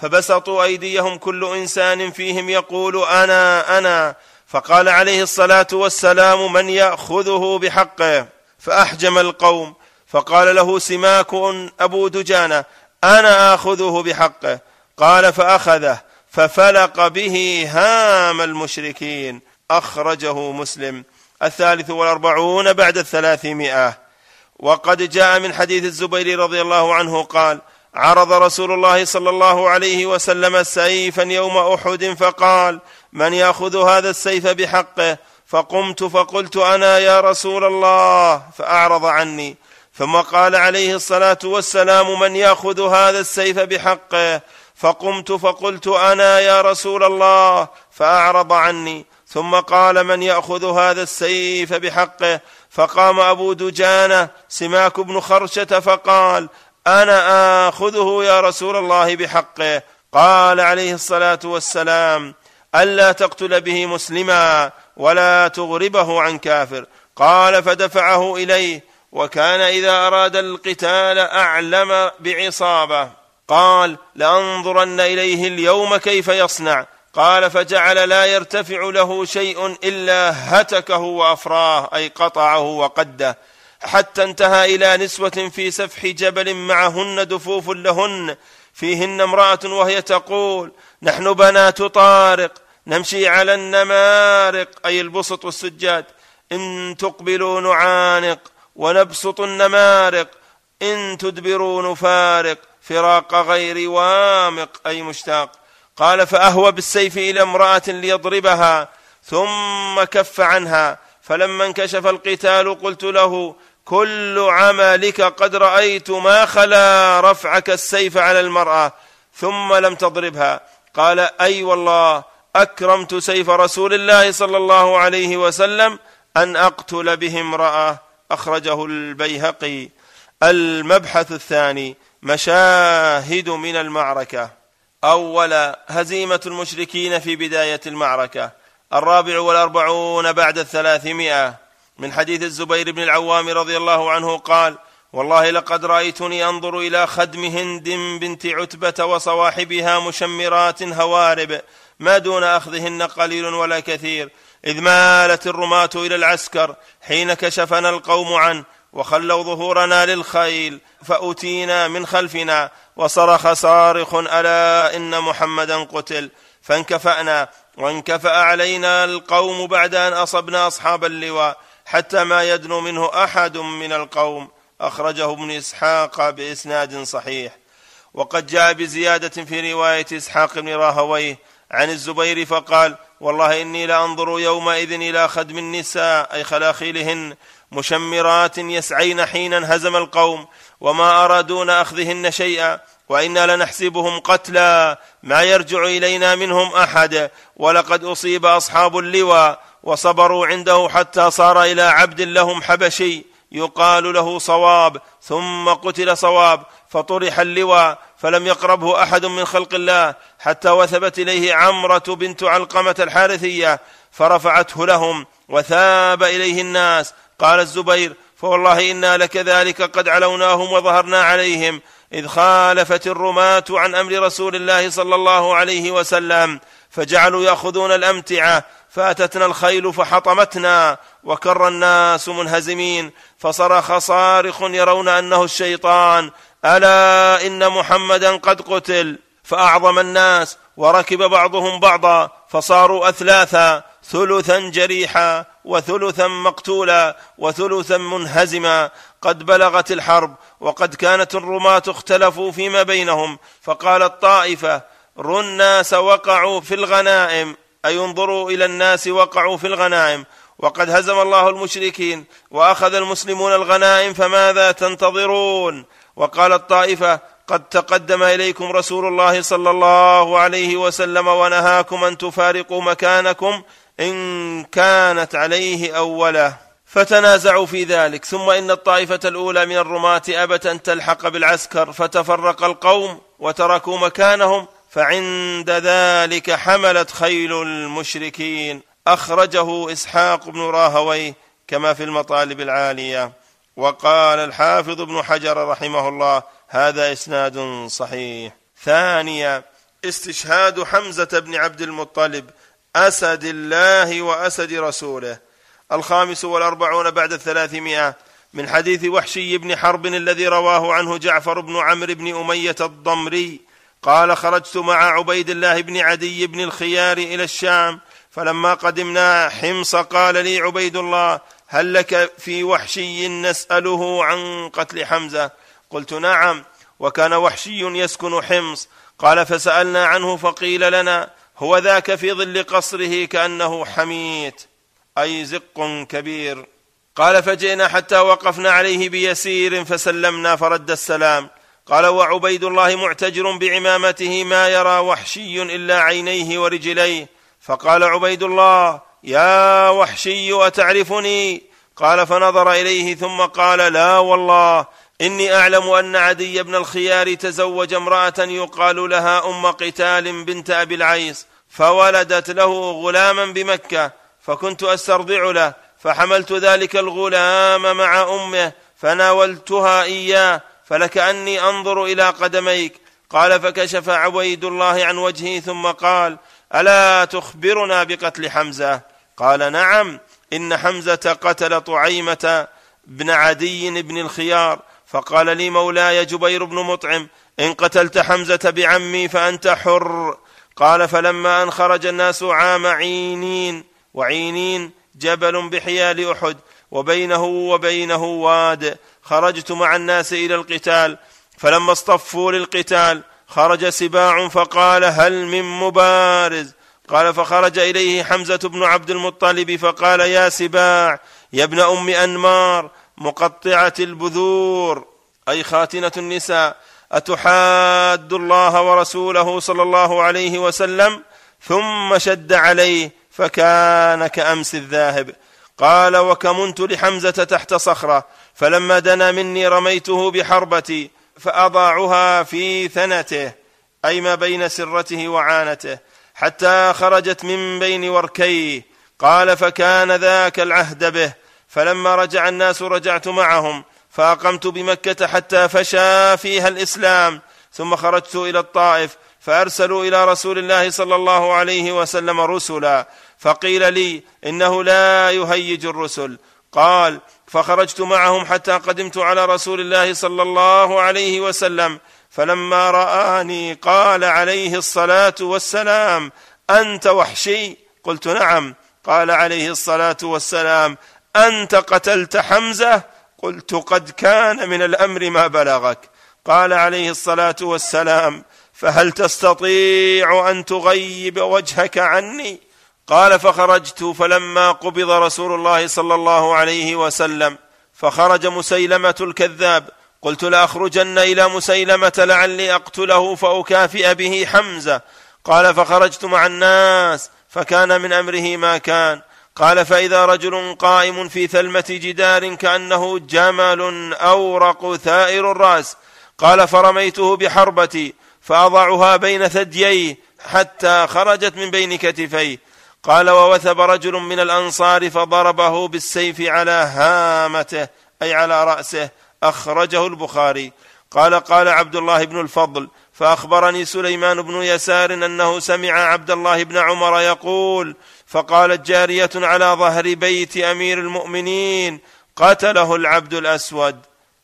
فبسطوا أيديهم كل إنسان فيهم يقول أنا أنا، فقال عليه الصلاة والسلام من يأخذه بحقه؟ فأحجم القوم، فقال له سماك أبو دجانة أنا آخذه بحقه. قال فأخذه ففلق به هام المشركين. أخرجه مسلم. الثالث والأربعون بعد الثلاثمائة. وقد جاء من حديث الزبير رضي الله عنه قال عرض رسول الله صلى الله عليه وسلم سيفا يوم أحد فقال من يأخذ هذا السيف بحقه؟ فقمت فقلت أنا يا رسول الله، فأعرض عني. ثم قال عليه الصلاة والسلام من يأخذ هذا السيف بحقه؟ فقمت فقلت أنا يا رسول الله، فأعرض عني. ثم قال من يأخذ هذا السيف بحقه؟ فقام أبو دجانة سماك بن خرشة فقال أنا آخذه يا رسول الله بحقه. قال عليه الصلاة والسلام ألا تقتل به مسلما ولا تغربه عن كافر. قال فدفعه إليه، وكان إذا أراد القتال أعلم بعصابة. قال لأنظرن إليه اليوم كيف يصنع. قال فجعل لا يرتفع له شيء إلا هتكه وأفراه، أي قطعه وقده، حتى انتهى إلى نسوة في سفح جبل معهن دفوف لهن، فيهن امرأة وهي تقول نحن بنات طارق نمشي على النمارق، أي البسط والسجاد، إن تقبلوا نعانق ونبسط النمارق، إن تدبروا نفارق، فراق غير وامق، أي مشتاق. قال فأهوى بالسيف إلى امرأة ليضربها ثم كف عنها، فلما انكشف القتال قلت له كل عملك قد رأيت ما خلا رفعك السيف على المرأة ثم لم تضربها. قال أي والله أكرمت سيف رسول الله صلى الله عليه وسلم أن أقتل به امرأة. أخرجه البيهقي. المبحث الثاني مشاهد من المعركة. أولا هزيمة المشركين في بداية المعركة. الرابع والأربعون بعد الثلاثمائة. من حديث الزبير بن العوام رضي الله عنه قال والله لقد رأيتني أنظر إلى خدم هند بنت عتبة وصواحبها مشمرات هوارب ما دون أخذهن قليل ولا كثير، إذ مالت الرماة إلى العسكر حين كشفنا القوم عنه وخلوا ظهورنا للخيل، فأتينا من خلفنا وصرخ صارخ ألا إن محمدا قتل، فانكفأنا وانكفأ علينا القوم بعد أن أصبنا أصحاب اللواء حتى ما يدنو منه أحد من القوم. أخرجه ابن إسحاق بإسناد صحيح. وقد جاء بزيادة في رواية إسحاق بن راهويه عن الزبير فقال والله إني لأنظر يومئذ إلى خدم النساء، أي خلاخيلهن، مشمرات يسعين حين انهزم القوم وما أرادون أخذهن شيئا، وإنا لنحسبهم قتلى ما يرجع إلينا منهم أحد، ولقد أصيب أصحاب اللواء وصبروا عنده حتى صار إلى عبد لهم حبشي يقال له صواب، ثم قتل صواب فطرح اللواء فلم يقربه أحد من خلق الله حتى وثبت إليه عمرة بنت علقمة الحارثية فرفعته لهم وثاب إليه الناس. قال الزبير فوالله إنا لكذلك قد علوناهم وظهرنا عليهم، إذ خالفت الرماة عن أمر رسول الله صلى الله عليه وسلم فجعلوا يأخذون الأمتعة، فأتتنا الخيل فحطمتنا وكر الناس منهزمين، فصرخ صارخ يرون أنه الشيطان ألا إن محمدا قد قتل، فأعظم الناس وركب بعضهم بعضا فصاروا أثلاثا، ثلثا جريحا وثلثا مقتولا وثلثا منهزما. قد بلغت الحرب وقد كانت الرماة اختلفوا فيما بينهم، فقال الطائفة روا الناس وقعوا في الغنائم، أي انظروا إلى الناس وقعوا في الغنائم، وقد هزم الله المشركين وأخذ المسلمون الغنائم فماذا تنتظرون؟ وقال الطائفة قد تقدم إليكم رسول الله صلى الله عليه وسلم ونهاكم أن تفارقوا مكانكم إن كانت عليه أوله، فتنازعوا في ذلك. ثم إن الطائفة الأولى من الرماة أبت أن تلحق بالعسكر فتفرق القوم وتركوا مكانهم، فعند ذلك حملت خيل المشركين. أخرجه إسحاق بن راهويه كما في المطالب العالية. وقال الحافظ ابن حجر رحمه الله هذا إسناد صحيح. ثانيا استشهاد حمزة بن عبد المطلب أسد الله وأسد رسوله. الخامس والأربعون بعد الثلاثمائة من حديث وحشي بن حرب الذي رواه عنه جعفر بن عمرو بن أمية الضمري قال: خرجت مع عبيد الله بن عدي بن الخيار إلى الشام، فلما قدمنا حمص قال لي عبيد الله: هل لك في وحشي نسأله عن قتل حمزة؟ قلت: نعم، وكان وحشي يسكن حمص. قال: فسألنا عنه فقيل لنا: هو ذاك في ظل قصره كأنه حميت، أي زق كبير. قال: فجئنا حتى وقفنا عليه بيسير فسلمنا فرد السلام. قال: وعبيد الله معتجر بعمامته ما يرى وحشي إلا عينيه ورجليه. فقال عبيد الله: يا وحشي أتعرفني؟ قال: فنظر إليه ثم قال: لا والله، إني أعلم أن عدي بن الخيار تزوج امرأة يقال لها أم قتال بنت أبي العيس، فولدت له غلاما بمكة، فكنت أسترضع له، فحملت ذلك الغلام مع أمه فناولتها إياه، فلكأني أنظر إلى قدميك. قال: فكشف عبيد الله عن وجهه ثم قال: ألا تخبرنا بقتل حمزة؟ قال: نعم، إن حمزة قتل طعيمة بن عدي بن الخيار. فقال لي مولاي جبير بن مطعم: إن قتلت حمزة بعمي فأنت حر. قال: فلما أن خرج الناس عام عينين، وعينين جبل بحيال أحد وبينه وبينه واد، خرجت مع الناس إلى القتال، فلما اصطفوا للقتال خرج سباع فقال: هل من مبارز؟ قال: فخرج إليه حمزة بن عبد المطلب فقال: يا سباع يا ابن أم أنمار مقطعة البذور، أي خاتنة النساء، أتحاد الله ورسوله صلى الله عليه وسلم؟ ثم شد عليه فكان كأمس الذاهب. قال: وكمنت لحمزة تحت صخرة، فلما دنا مني رميته بحربتي فأضاعها في ثنته، أي ما بين سرته وعانته، حتى خرجت من بين وركيه. قال: فكان ذاك العهد به. فلما رجع الناس رجعت معهم، فأقمت بمكة حتى فشى فيها الإسلام، ثم خرجت إلى الطائف، فأرسلوا إلى رسول الله صلى الله عليه وسلم رسلا، فقيل لي: إنه لا يهيج الرسل. قال: فخرجت معهم حتى قدمت على رسول الله صلى الله عليه وسلم، فلما رآني قال عليه الصلاة والسلام: أنت وحشي؟ قلت: نعم. قال عليه الصلاة والسلام: أنت قتلت حمزة؟ قلت: قد كان من الأمر ما بلغك. قال عليه الصلاة والسلام: فهل تستطيع أن تغيب وجهك عني؟ قال: فخرجت، فلما قبض رسول الله صلى الله عليه وسلم فخرج مسيلمة الكذاب، قلت: لأخرجن إلى مسيلمة لعلي أقتله فأكافئ به حمزة. قال: فخرجت مع الناس، فكان من أمره ما كان. قال: فإذا رجل قائم في ثلمة جدار كأنه جمل أورق ثائر الرأس. قال: فرميته بحربتي فأضعها بين ثدييه حتى خرجت من بين كتفيه. قال: ووثب رجل من الأنصار فضربه بالسيف على هامته، أي على رأسه. أخرجه البخاري. قال: قال عبد الله بن الفضل: فأخبرني سليمان بن يسار أنه سمع عبد الله بن عمر يقول: فقالت جارية على ظهر بيت أمير المؤمنين: قتله العبد الأسود.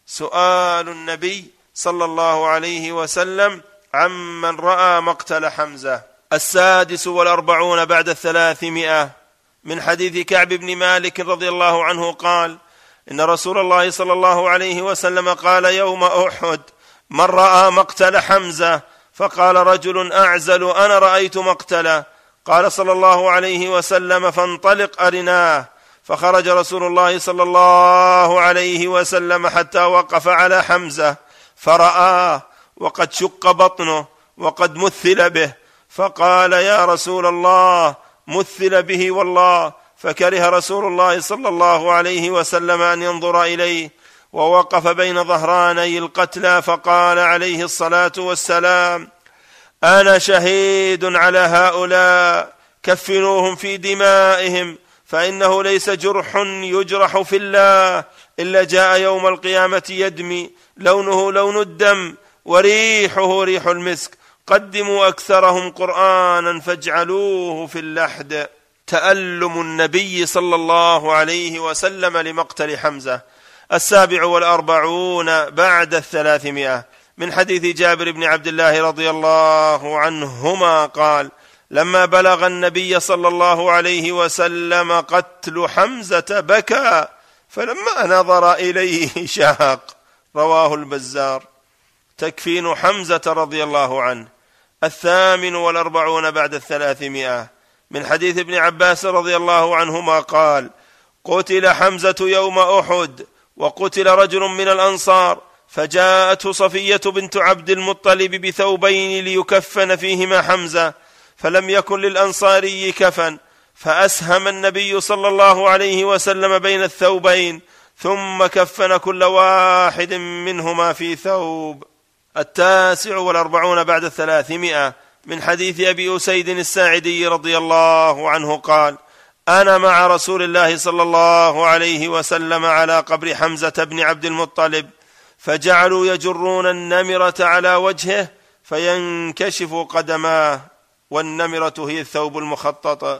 سؤال النبي صلى الله عليه وسلم عمن رأى مقتل حمزة. السادس والأربعون بعد الثلاثمائة من حديث كعب بن مالك رضي الله عنه قال: إن رسول الله صلى الله عليه وسلم قال يوم أحد: من رأى مقتل حمزة؟ فقال رجل أعزل: أنا رأيت مقتله. قال صلى الله عليه وسلم: فانطلق أرناه. فخرج رسول الله صلى الله عليه وسلم حتى وقف على حمزة فرآه وقد شق بطنه وقد مثل به، فقال: يا رسول الله، مثل به والله. فكره رسول الله صلى الله عليه وسلم أن ينظر إليه، ووقف بين ظهراني القتلى، فقال عليه الصلاة والسلام: أنا شهيد على هؤلاء، كفنوهم في دمائهم، فإنه ليس جرح يجرح في الله إلا جاء يوم القيامة يدمي، لونه لون الدم وريحه ريح المسك. قدموا أكثرهم قرآنا فاجعلوه في اللحد. تألم النبي صلى الله عليه وسلم لمقتل حمزة. السابع والأربعون بعد الثلاثمائة من حديث جابر بن عبد الله رضي الله عنهما قال: لما بلغ النبي صلى الله عليه وسلم قتل حمزة بكى، فلما نظر إليه شاق. رواه البزار. تكفين حمزة رضي الله عنه. الثامن والأربعون بعد الثلاثمائة من حديث ابن عباس رضي الله عنهما قال: قتل حمزة يوم أحد، وقتل رجل من الأنصار، فجاءته صفية بنت عبد المطلب بثوبين ليكفن فيهما حمزة، فلم يكن للأنصاري كفن، فأسهم النبي صلى الله عليه وسلم بين الثوبين، ثم كفن كل واحد منهما في ثوب. التاسع والأربعون بعد الثلاثمائة من حديث أبي أسيد الساعدي رضي الله عنه قال: أنا مع رسول الله صلى الله عليه وسلم على قبر حمزة بن عبد المطلب، فجعلوا يجرون النمرة على وجهه فينكشف قدماه، والنمرة هي الثوب المخطط،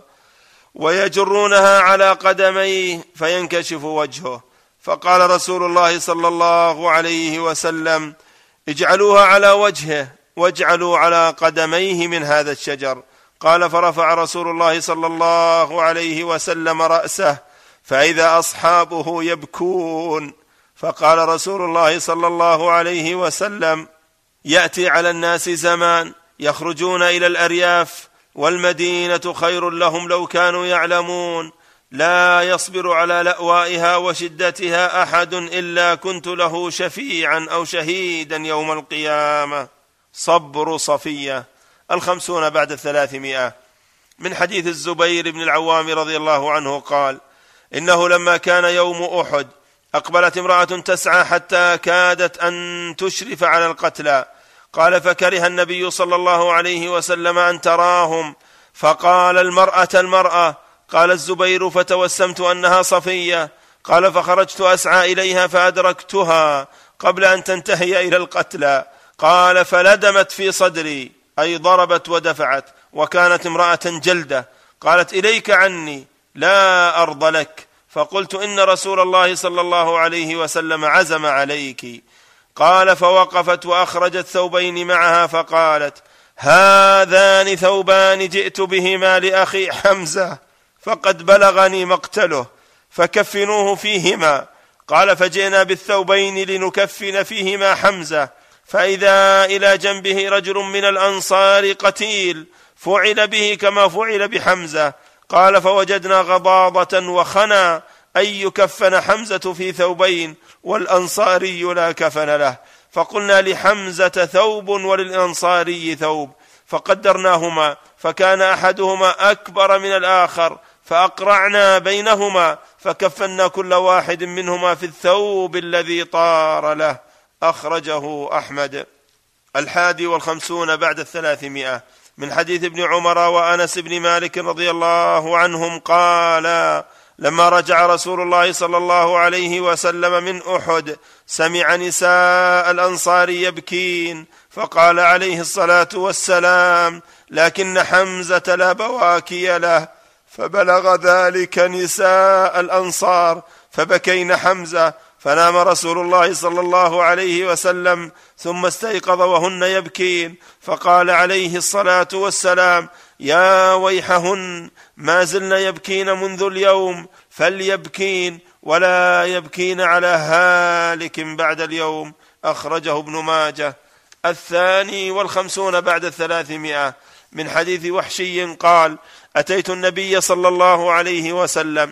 ويجرونها على قدميه فينكشف وجهه. فقال رسول الله صلى الله عليه وسلم: اجعلوها على وجهه واجعلوا على قدميه من هذا الشجر. قال: فرفع رسول الله صلى الله عليه وسلم رأسه فإذا أصحابه يبكون، فقال رسول الله صلى الله عليه وسلم: يأتي على الناس زمان يخرجون إلى الأرياف، والمدينة خير لهم لو كانوا يعلمون، لا يصبر على لأوائها وشدتها أحد إلا كنت له شفيعا أو شهيدا يوم القيامة. صبر صفية. الخمسون بعد الثلاثمائة من حديث الزبير بن العوام رضي الله عنه قال: إنه لما كان يوم أحد أقبلت امرأة تسعى حتى كادت أن تشرف على القتلى. قال: فكره النبي صلى الله عليه وسلم أن تراهم، فقال: المرأة المرأة. قال الزبير: فتوسمت أنها صفية. قال: فخرجت أسعى إليها فأدركتها قبل أن تنتهي إلى القتلى. قال: فلدمت في صدري، أي ضربت ودفعت، وكانت امرأة جلدة. قالت: إليك عني، لا أرضى لك. فقلت: إن رسول الله صلى الله عليه وسلم عزم عليك. قال: فوقفت وأخرجت ثوبين معها، فقالت: هذان ثوبان جئت بهما لأخي حمزة، فقد بلغني مقتله، فكفنوه فيهما. قال: فجئنا بالثوبين لنكفن فيهما حمزة، فإذا إلى جنبه رجل من الأنصار قتيل، فعل به كما فعل بحمزة. قال: فوجدنا غضاضة وخنا أن يكفن حمزة في ثوبين، والأنصاري لا كفن له، فقلنا لحمزة ثوب وللأنصاري ثوب، فقدرناهما، فكان أحدهما أكبر من الآخر، فأقرعنا بينهما، فكفنا كل واحد منهما في الثوب الذي طار له. أخرجه أحمد. الحادي والخمسون بعد الثلاثمائة من حديث ابن عمر وأنس بن مالك رضي الله عنهم قال: لما رجع رسول الله صلى الله عليه وسلم من أحد سمع نساء الأنصار يبكين، فقال عليه الصلاة والسلام: لكن حمزة لا بواكي له. فبلغ ذلك نساء الأنصار فبكين حمزة، فنام رسول الله صلى الله عليه وسلم، ثم استيقظ وهن يبكين، فقال عليه الصلاة والسلام: يا ويحهن، ما زلن يبكين منذ اليوم، فليبكين ولا يبكين على هالك بعد اليوم. أخرجه ابن ماجه. الثاني والخمسون بعد الثلاثمائة من حديث وحشي قال: أتيت النبي صلى الله عليه وسلم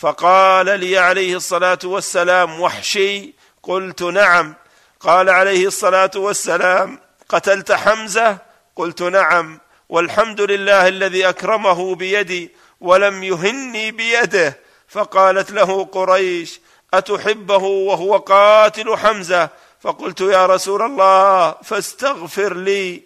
فقال لي عليه الصلاة والسلام: وحشي؟ قلت: نعم. قال عليه الصلاة والسلام: قتلت حمزة؟ قلت: نعم، والحمد لله الذي أكرمه بيدي ولم يهني بيده. فقالت له قريش: أتحبه وهو قاتل حمزة؟ فقلت: يا رسول الله فاستغفر لي.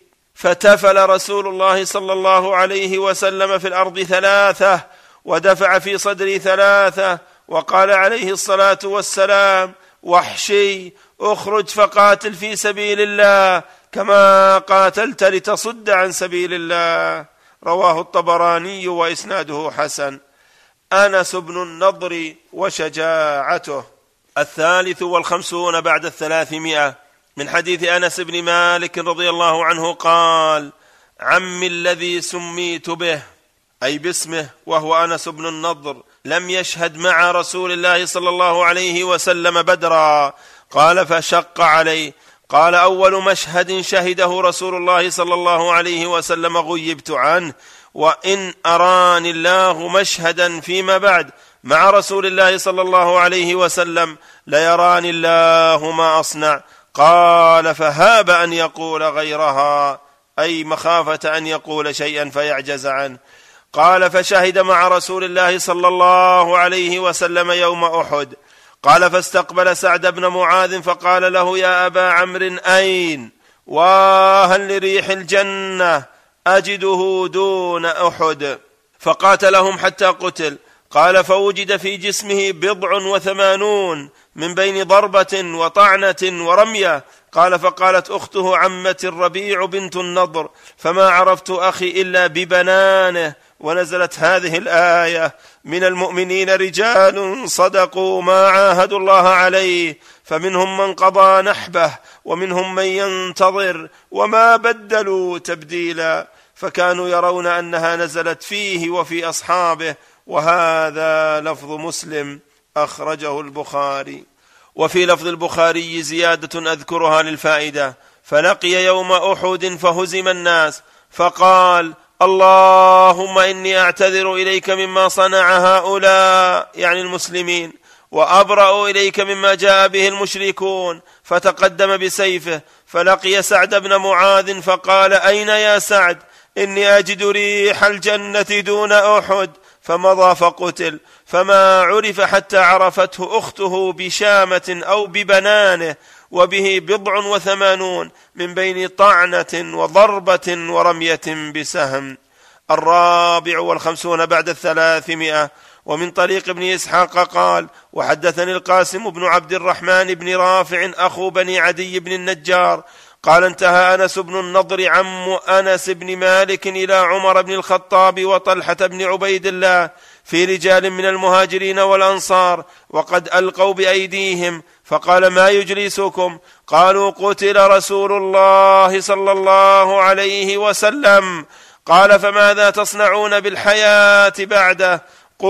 فتفل رسول الله صلى الله عليه وسلم في الأرض ثلاثة، ودفع في صدري ثلاثة، وقال عليه الصلاة والسلام: وحشي، اخرج فقاتل في سبيل الله، كما قاتلت لتصد عن سبيل الله. رواه الطبراني وإسناده حسن. أنس بن النضر وشجاعته. الثالث والخمسون بعد الثلاثمائة من حديث أنس بن مالك رضي الله عنه قال: عمي الذي سميت به، أي باسمه، وهو أنس بن النضر، لم يشهد مع رسول الله صلى الله عليه وسلم بدرا. قال: فشق عليه. قال: أول مشهد شهده رسول الله صلى الله عليه وسلم غيبت عنه، وإن أراني الله مشهدا فيما بعد مع رسول الله صلى الله عليه وسلم ليراني الله ما أصنع. قال: فهاب أن يقول غيرها، أي مخافة أن يقول شيئا فيعجز عنه. قال: فشهد مع رسول الله صلى الله عليه وسلم يوم أحد. قال: فاستقبل سعد بن معاذ فقال له: يا أبا عمرو، أين؟ وهل لريح الجنة أجده دون أحد؟ فقاتلهم حتى قتل. قال: فوجد في جسمه بضع وثمانون من بين ضربة وطعنة ورمية. قال: فقالت أخته عمة الربيع بنت النضر: فما عرفت أخي إلا ببنانه. ونزلت هذه الآية: من المؤمنين رجال صدقوا ما عاهدوا الله عليه، فمنهم من قضى نحبه ومنهم من ينتظر وما بدلوا تبديلا. فكانوا يرون أنها نزلت فيه وفي أصحابه. وهذا لفظ مسلم، أخرجه البخاري. وفي لفظ البخاري زيادة أذكرها للفائدة: فلقي يوم أحد فهزم الناس فقال: اللهم إني أعتذر إليك مما صنع هؤلاء، يعني المسلمين، وأبرأ إليك مما جاء به المشركون. فتقدم بسيفه فلقي سعد بن معاذ فقال: أين يا سعد؟ إني أجد ريح الجنة دون أحد. فمضى فقتل، فما عرف حتى عرفته أخته بشامة أو ببنانه، وبه بضع وثمانون من بين طعنة وضربة ورمية بسهم. الرابع والخمسون بعد الثلاثمائة ومن طريق ابن إسحاق قال: وحدثني القاسم بن عبد الرحمن بن رافع أخو بني عدي بن النجار قال: انتهى أنس بن النضر عم أنس بن مالك إلى عمر بن الخطاب وطلحة بن عبيد الله في رجال من المهاجرين والأنصار وقد ألقوا بأيديهم، فقال: ما يجلسكم؟ قالوا: قتل رسول الله صلى الله عليه وسلم. قال: فماذا تصنعون بالحياة بعده؟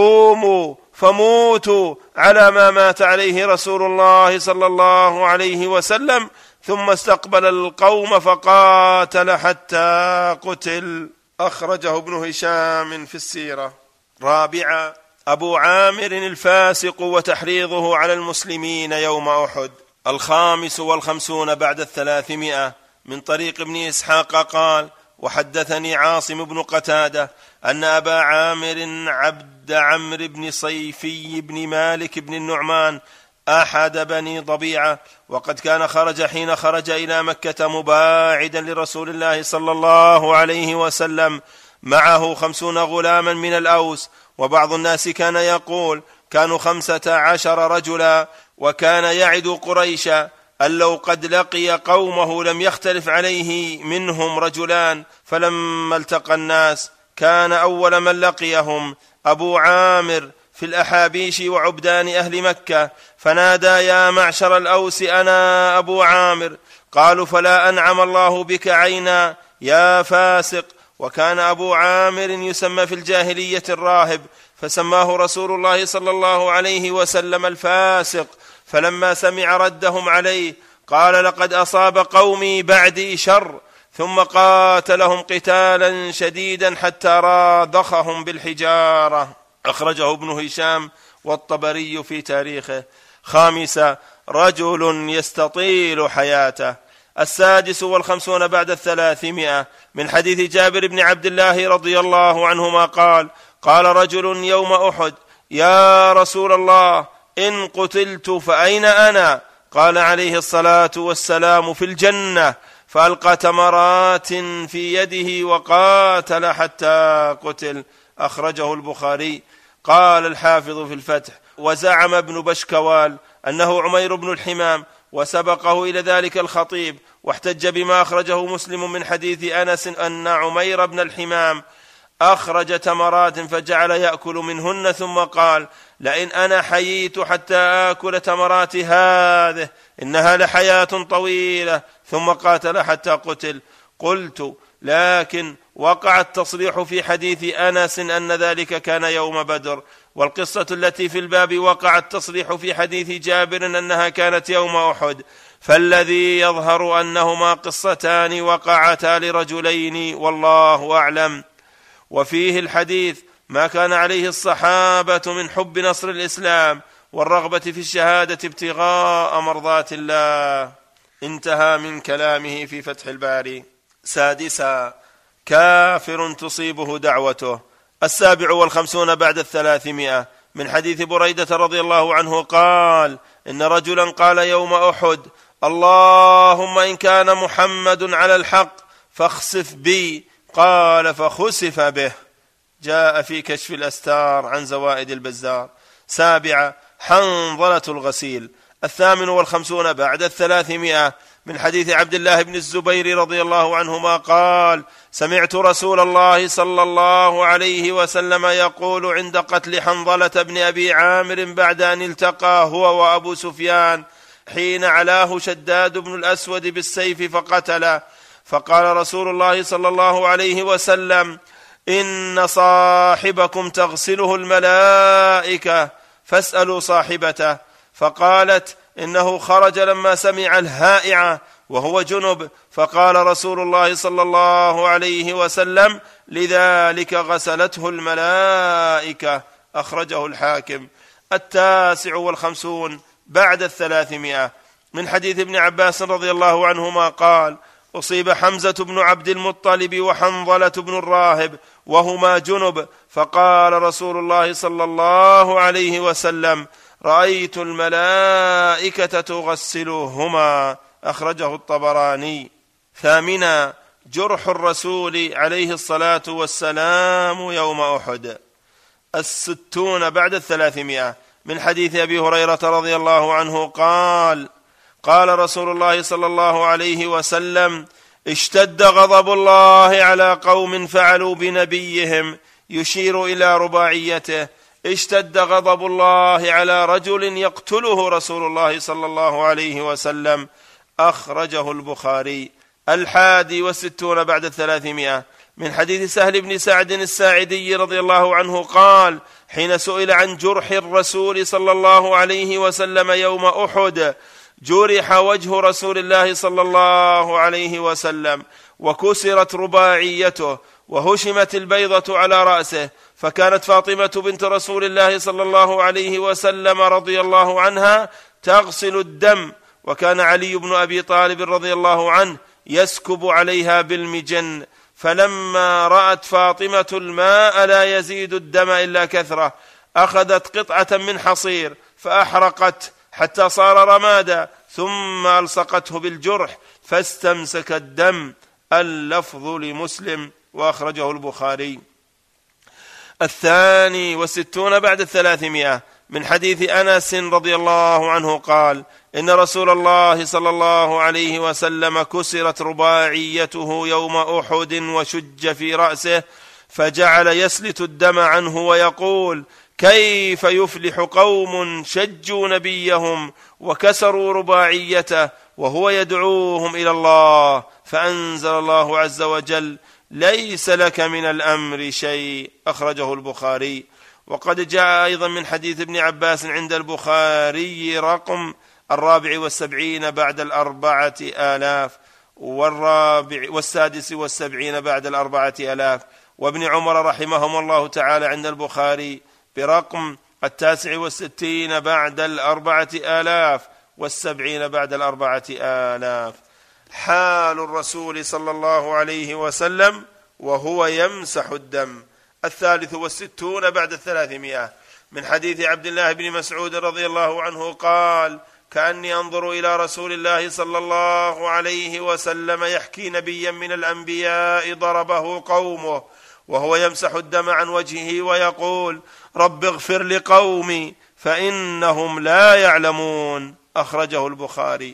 قوموا فموتوا على ما مات عليه رسول الله صلى الله عليه وسلم. ثم استقبل القوم فقاتل حتى قتل. أخرجه ابن هشام في السيرة. رابعا: أبو عامر الفاسق وتحريضه على المسلمين يوم أحد. الخامس والخمسون بعد الثلاثمائة من طريق ابن إسحاق قال: وحدثني عاصم بن قتادة أن أبا عامر عبد عمرو بن صيفي بن مالك بن النعمان أحد بني ضبيعة، وقد كان خرج حين خرج إلى مكة مباعدا لرسول الله صلى الله عليه وسلم، معه خمسون غلاما من الأوس. وبعض الناس كان يقول: كانوا خمسة عشر رجلا. وكان يعد قريشا أن لو قد لقي قومه لم يختلف عليه منهم رجلان. فلما التقى الناس كان أول من لقيهم أبو عامر في الأحابيش وعبدان أهل مكة، فنادى: يا معشر الأوس، أنا أبو عامر. قالوا: فلا أنعم الله بك عينا يا فاسق. وكان أبو عامر يسمى في الجاهلية الراهب، فسماه رسول الله صلى الله عليه وسلم الفاسق. فلما سمع ردهم عليه قال: لقد أصاب قومي بعدي شر. ثم قاتلهم قتالا شديدا حتى راضخهم بالحجارة. أخرجه ابن هشام والطبري في تاريخه. خامسا: رجل يستطيل حياته. السادس والخمسون بعد الثلاثمائة من حديث جابر بن عبد الله رضي الله عنهما قال: قال رجل يوم أحد: يا رسول الله، إن قتلت فأين أنا؟ قال عليه الصلاة والسلام: في الجنة. فألقى تمرات في يده وقاتل حتى قتل. أخرجه البخاري. قال الحافظ في الفتح: وزعم ابن بشكوال أنه عمير بن الحمام، وسبقه إلى ذلك الخطيب، واحتج بما أخرجه مسلم من حديث أنس أن عمير بن الحمام أخرج تمرات فجعل يأكل منهن ثم قال: لئن أنا حييت حتى آكل تمرات هذه إنها لحياة طويلة، ثم قاتل حتى قتل. قلت: لكن وقع التصريح في حديث أنس أن ذلك كان يوم بدر، والقصة التي في الباب وقع التصريح في حديث جابر أنها كانت يوم أحد، فالذي يظهر أنهما قصتان وقعتا لرجلين والله أعلم. وفيه الحديث ما كان عليه الصحابة من حب نصر الإسلام والرغبة في الشهادة ابتغاء مرضات الله. انتهى من كلامه في فتح الباري. سادسا: كافر تصيبه دعوته. السابع والخمسون بعد الثلاثمائة من حديث بريدة رضي الله عنه قال: إن رجلا قال يوم أحد: اللهم إن كان محمد على الحق فاخسف بي، قال فخسف به. جاء في كشف الأستار عن زوائد البزار. سابعة: حنظلة الغسيل. الثامن والخمسون بعد الثلاثمائة من حديث عبد الله بن الزبير رضي الله عنهما قال: سمعت رسول الله صلى الله عليه وسلم يقول عند قتل حنظلة بن أبي عامر بعد أن التقى هو وأبو سفيان حين علاه شداد بن الأسود بالسيف فقتل، فقال رسول الله صلى الله عليه وسلم: إن صاحبكم تغسله الملائكة فاسألوا صاحبته. فقالت: إنه خرج لما سمع الهائعة وهو جنب، فقال رسول الله صلى الله عليه وسلم: لذلك غسلته الملائكة. أخرجه الحاكم. التاسع والخمسون بعد الثلاثمائة من حديث ابن عباس رضي الله عنهما قال: أصيب حمزة بن عبد المطلب وحنظلة بن الراهب وهما جنب، فقال رسول الله صلى الله عليه وسلم: رأيت الملائكة تغسلهما. أخرجه الطبراني. ثامنا: جرح الرسول عليه الصلاة والسلام يوم أحد. الستون بعد الثلاثمائة من حديث أبي هريرة رضي الله عنه قال: قال رسول الله صلى الله عليه وسلم: اشتد غضب الله على قوم فعلوا بنبيهم، يشير إلى رباعيته: اشتد غضب الله على رجل يقتله رسول الله صلى الله عليه وسلم. أخرجه البخاري. الحادي والستون بعد الثلاثمائة من حديث سهل بن سعد الساعدي رضي الله عنه قال: حين سئل عن جرح الرسول صلى الله عليه وسلم يوم أحد: جرح وجه رسول الله صلى الله عليه وسلم وكسرت رباعيته وهشمت البيضة على رأسه، فكانت فاطمة بنت رسول الله صلى الله عليه وسلم رضي الله عنها تغسل الدم، وكان علي بن أبي طالب رضي الله عنه يسكب عليها بالمجن، فلما رأت فاطمة الماء لا يزيد الدم إلا كثرة أخذت قطعة من حصير فأحرقت حتى صار رمادا، ثم ألصقته بالجرح فاستمسك الدم. اللفظ لمسلم، وأخرجه البخاري. الثاني والستون بعد الثلاثمائة من حديث أنس رضي الله عنه قال: إن رسول الله صلى الله عليه وسلم كسرت رباعيته يوم أحد وشج في رأسه، فجعل يسلت الدم عنه ويقول: كيف يفلح قوم شجوا نبيهم وكسروا رباعيته وهو يدعوهم إلى الله، فأنزل الله عز وجل: ليس لك من الأمر شيء. أخرجه البخاري. وقد جاء أيضا من حديث ابن عباس عند البخاري رقم الرابع والسبعين بعد الأربعة آلاف، والرابع والسادس والسبعين بعد الأربعة آلاف، وابن عمر رحمهم الله تعالى عند البخاري برقم التاسع والستين بعد الأربعة آلاف والسبعين بعد الأربعة آلاف. حال الرسول صلى الله عليه وسلم وهو يمسح الدم. الثالث والستون بعد الثلاثمائة من حديث عبد الله بن مسعود رضي الله عنه قال: كأني أنظر إلى رسول الله صلى الله عليه وسلم يحكي نبيا من الأنبياء ضربه قومه وهو يمسح الدم عن وجهه ويقول: رب اغفر لقومي فإنهم لا يعلمون. أخرجه البخاري.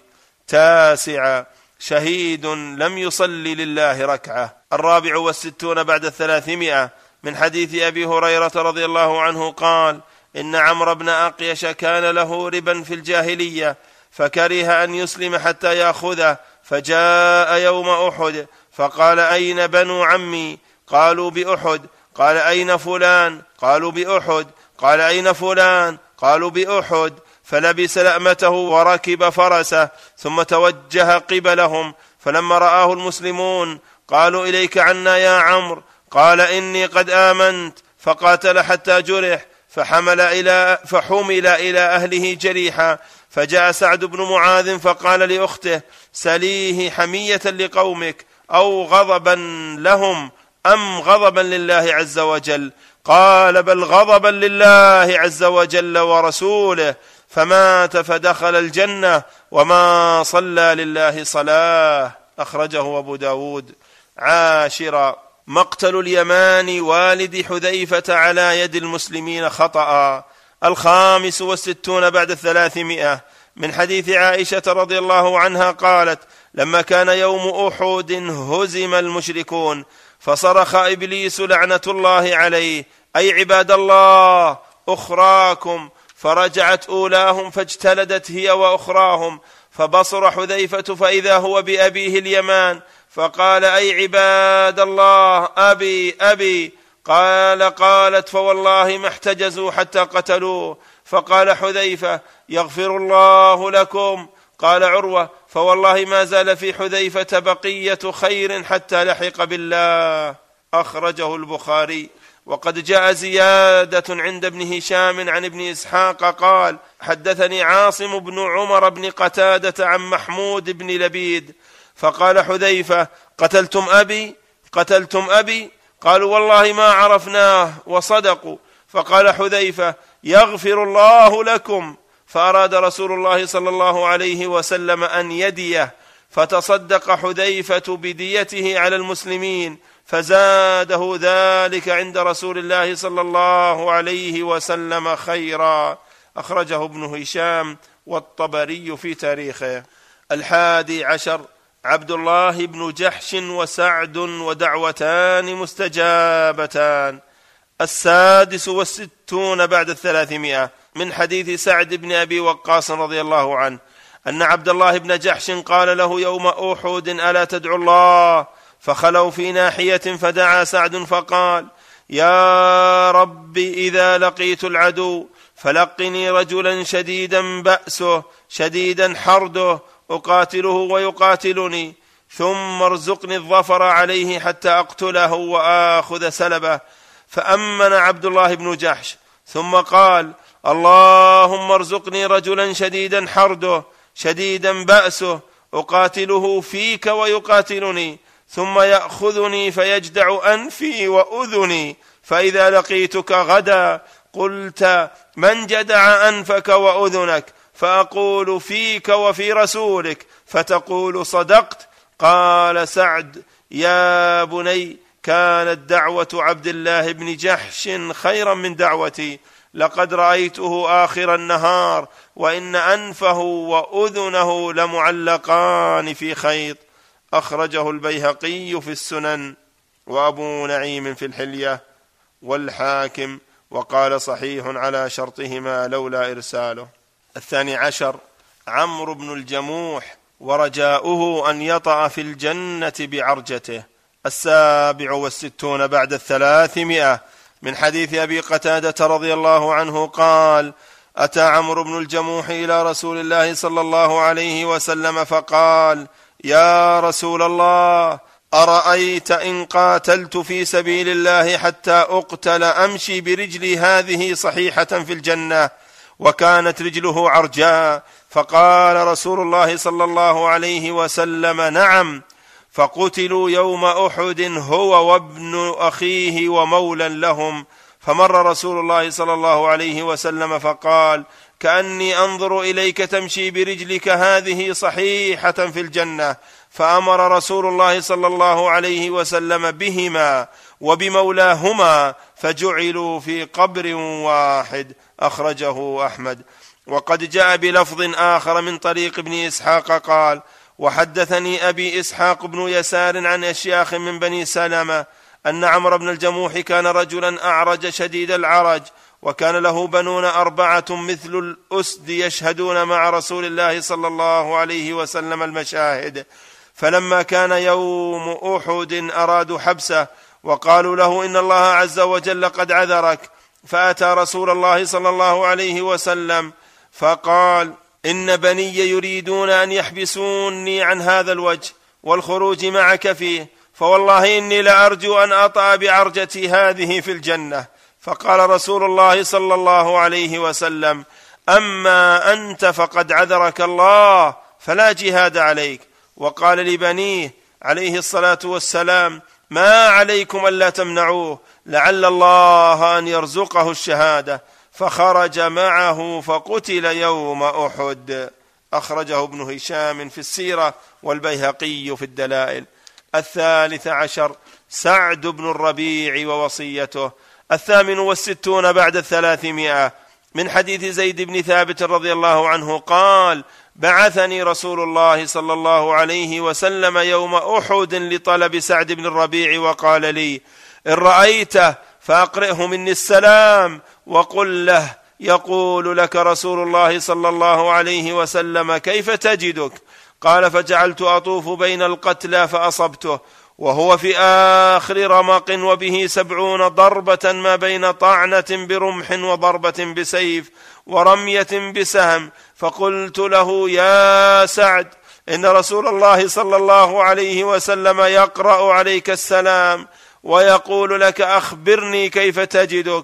تاسعا شهيد لم يصلي لله ركعة. الرابع والستون بعد الثلاثمائة من حديث أبي هريرة رضي الله عنه قال: إن عمرو بن أقيش كان له ربا في الجاهلية فكره أن يسلم حتى يأخذه، فجاء يوم أحد فقال: أين بنو عمي؟ قالوا: بأحد. قال: أين فلان؟ قالوا: بأحد. قال: أين فلان؟ قالوا: بأحد. فلبس لأمته وركب فرسه ثم توجه قبلهم، فلما رآه المسلمون قالوا: إليك عنا يا عمرو. قال: إني قد آمنت. فقاتل حتى جرح فحمل إلى فحمل إلى أهله جريحا، فجاء سعد بن معاذ فقال لأخته: سليه حمية لقومك أو غضبا لهم أم غضبا لله عز وجل؟ قال: بل غضبا لله عز وجل ورسوله. فمات فدخل الجنة وما صلى لله صلاة. أخرجه أبو داود. عاشرا مقتل اليمان والد حذيفة على يد المسلمين خطأ. الخامس والستون بعد الثلاثمائة من حديث عائشة رضي الله عنها قالت: لما كان يوم أحد هزم المشركون فصرخ إبليس لعنة الله عليه: أي عباد الله أخراكم، فرجعت أولاهم فاجتلدت هي وأخراهم، فبصر حذيفة فإذا هو بأبيه اليمان، فقال: أي عباد الله أبي أبي. قال قالت: فوالله ما احتجزوا حتى قتلوه. فقال حذيفة: يغفر الله لكم. قال عروة: فوالله ما زال في حذيفة بقية خير حتى لحق بالله. أخرجه البخاري. وقد جاء زيادة عند ابن هشام عن ابن إسحاق قال: حدثني عاصم بن عمر بن قتادة عن محمود بن لبيد فقال حذيفة: قتلتم أبي قتلتم أبي؟ قالوا: والله ما عرفناه، وصدقوا. فقال حذيفة: يغفر الله لكم. فأراد رسول الله صلى الله عليه وسلم أن يديه، فتصدق حذيفة بديته على المسلمين، فزاده ذلك عند رسول الله صلى الله عليه وسلم خيرا. أخرجه ابن هشام والطبري في تاريخه. الحادي عشر عبد الله بن جحش وسعد ودعوتان مستجابتان. السادس والستون بعد الثلاثمائة من حديث سعد بن أبي وقاص رضي الله عنه أن عبد الله بن جحش قال له يوم أحد: ألا تدعو الله؟ فخلوا في ناحية فدعا سعد فقال: يا رب إذا لقيت العدو فلقني رجلا شديدا بأسه شديدا حرده أقاتله ويقاتلني، ثم ارزقني الظفر عليه حتى أقتله وآخذ سلبه. فأمن عبد الله بن جحش ثم قال: اللهم ارزقني رجلا شديدا حرده شديدا بأسه أقاتله فيك ويقاتلني، ثم يأخذني فيجدع أنفي وأذني، فإذا لقيتك غدا قلت: من جدع أنفك وأذنك؟ فأقول: فيك وفي رسولك، فتقول: صدقت. قال سعد: يا بني، كانت دعوة عبد الله بن جحش خيرا من دعوتي، لقد رأيته آخر النهار وإن أنفه وأذنه لمعلقان في خيط. أخرجه البيهقي في السنن وأبو نعيم في الحلية والحاكم، وقال صحيح على شرطهما لولا إرساله. الثاني عشر عمرو بن الجموح ورجاؤه أن يطأ في الجنة بعرجته. السابع والستون بعد الثلاثمائة من حديث أبي قتادة رضي الله عنه قال: أتى عمرو بن الجموح إلى رسول الله صلى الله عليه وسلم فقال: يا رسول الله، أرأيت إن قاتلت في سبيل الله حتى أقتل أمشي برجلي هذه صحيحة في الجنة؟ وكانت رجله عرجاء. فقال رسول الله صلى الله عليه وسلم: نعم. فقتلوا يوم أحد هو وابن أخيه ومولا لهم. فمر رسول الله صلى الله عليه وسلم فقال: كأني أنظر إليك تمشي برجلك هذه صحيحة في الجنة. فأمر رسول الله صلى الله عليه وسلم بهما وبمولاهما، فجعلوا في قبر واحد. أخرجه أحمد. وقد جاء بلفظ آخر من طريق ابن إسحاق قال: وحدثني أبي إسحاق بن يسار عن أشياخ من بني سلمة أن عمرو بن الجموح كان رجلا أعرج شديد العرج، وكان له بنون أربعة مثل الأسد يشهدون مع رسول الله صلى الله عليه وسلم المشاهد، فلما كان يوم أحد أرادوا حبسه، وقالوا له: إن الله عز وجل قد عذرك. فأتى رسول الله صلى الله عليه وسلم فقال: إن بني يريدون أن يحبسوني عن هذا الوجه والخروج معك فيه، فوالله إني لأرجو أن أطأ بعرجتي هذه في الجنة. فقال رسول الله صلى الله عليه وسلم: أما أنت فقد عذرك الله، فلا جهاد عليك. وقال لبنيه عليه الصلاة والسلام: ما عليكم ألا تمنعوه، لعل الله أن يرزقه الشهادة. فخرج معه فقتل يوم أحد. أخرجه ابن هشام في السيرة والبيهقي في الدلائل. الثالث عشر سعد بن الربيع ووصيته. الثامن والستون بعد الثلاثمائة من حديث زيد بن ثابت رضي الله عنه قال: بعثني رسول الله صلى الله عليه وسلم يوم أحد لطلب سعد بن الربيع، وقال لي: إن رأيته فأقرئه مني السلام، وقل له: يقول لك رسول الله صلى الله عليه وسلم: كيف تجدك؟ قال: فجعلت أطوف بين القتلى فأصبته، وهو في آخر رمق، وبه سبعون ضربة ما بين طعنة برمح وضربة بسيف ورمية بسهم. فقلت له: يا سعد، إن رسول الله صلى الله عليه وسلم يقرأ عليك السلام ويقول لك: أخبرني كيف تجدك؟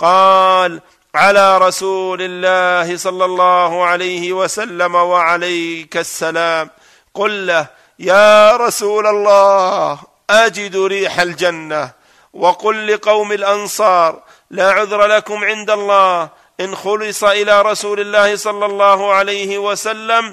قال: على رسول الله صلى الله عليه وسلم وعليك السلام. قل له: يا رسول الله، أجد ريح الجنة. وقل لقوم الأنصار: لا عذر لكم عند الله إن خلص إلى رسول الله صلى الله عليه وسلم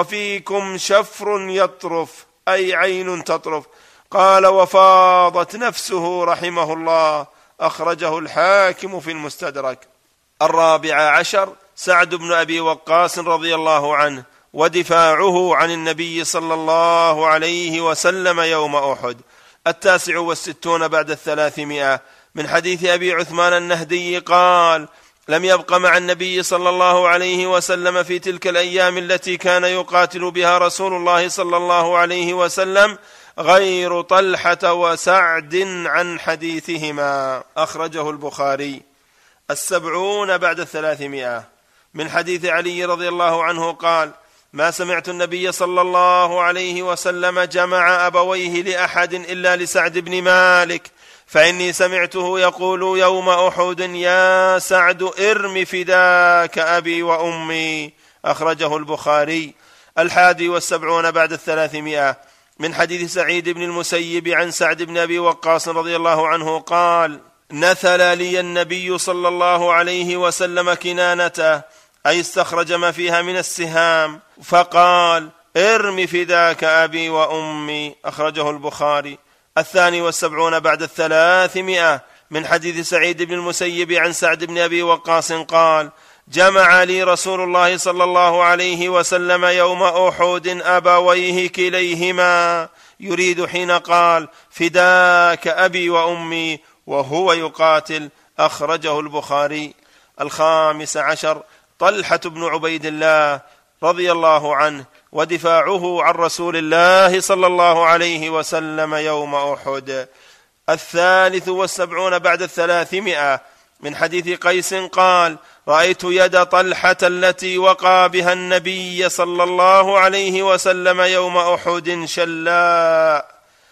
وفيكم شفر يطرف، أي عين تطرف. قال: وفاضت نفسه رحمه الله. أخرجه الحاكم في المستدرك. الرابع عشر سعد بن أبي وقاص رضي الله عنه ودفاعه عن النبي صلى الله عليه وسلم يوم أحد. التاسع والستون بعد الثلاثمائة من حديث أبي عثمان النهدي قال: لم يبق مع النبي صلى الله عليه وسلم في تلك الأيام التي كان يقاتل بها رسول الله صلى الله عليه وسلم غير طلحة وسعد عن حديثهما. أخرجه البخاري. السبعون بعد الثلاثمائة من حديث علي رضي الله عنه قال: ما سمعت النبي صلى الله عليه وسلم جمع أبويه لأحد إلا لسعد بن مالك، فإني سمعته يقول يوم أحد: يا سعد، ارم فداك أبي وأمي. أخرجه البخاري. الحادي والسبعون بعد الثلاثمائة من حديث سعيد بن المسيب عن سعد بن أبي وقاص رضي الله عنه قال: نثل لي النبي صلى الله عليه وسلم كنانته، أي استخرج ما فيها من السهام، فقال: ارم فداك أبي وأمي. أخرجه البخاري. الثاني والسبعون بعد الثلاثمائة من حديث سعيد بن المسيب عن سعد بن أبي وقاص قال: جمع لي رسول الله صلى الله عليه وسلم يوم أحد أبويه كليهما، يريد حين قال: فداك أبي وأمي وهو يقاتل. أخرجه البخاري. الخامس عشر طلحة بن عبيد الله رضي الله عنه ودفاعه عن رسول الله صلى الله عليه وسلم يوم أحد. الثالث والسبعون بعد الثلاثمائة من حديث قيس قال: رأيت يد طلحة التي وقى بها النبي صلى الله عليه وسلم يوم أحد شلاء.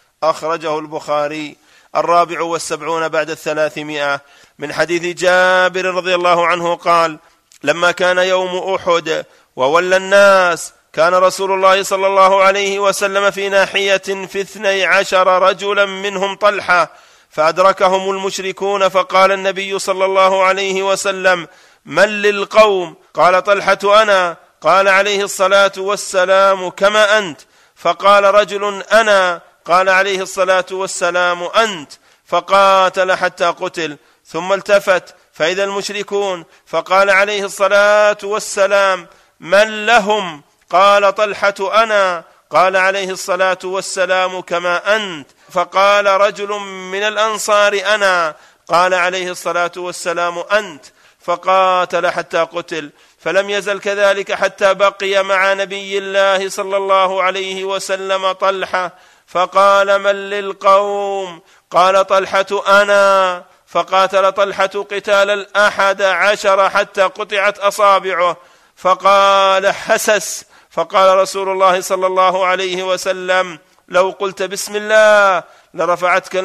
أخرجه البخاري. الرابع والسبعون بعد الثلاثمائة من حديث جابر رضي الله عنه قال: لما كان يوم أحد وولى الناس، كان رسول الله صلى الله عليه وسلم في ناحية في اثني عشر رجلا منهم طلحة، فأدركهم المشركون، فقال النبي صلى الله عليه وسلم: من للقوم؟ قال طلحة: أنا. قال عليه الصلاة والسلام: كما أنت؟ فقال رجل: أنا. قال عليه الصلاة والسلام: أنت. فقاتل حتى قتل، ثم التفت فإذا المشركون، فقال عليه الصلاة والسلام: من لهم؟ قال: طلحة أنا. قال عليه الصلاة والسلام: كما أنت. فقال رجل من الأنصار: أنا. قال عليه الصلاة والسلام: أنت. فقاتل حتى قتل، فلم يزل كذلك حتى بقي مع نبي الله صلى الله عليه وسلم طلحة. فقال: من للقوم؟ قال طلحة: أنا. فقاتل طلحة قتال الأحد عشر حتى قطعت أصابعه، فقال: حسس. فقال رسول الله صلى الله عليه وسلم: لو قلت بسم الله لرفعتك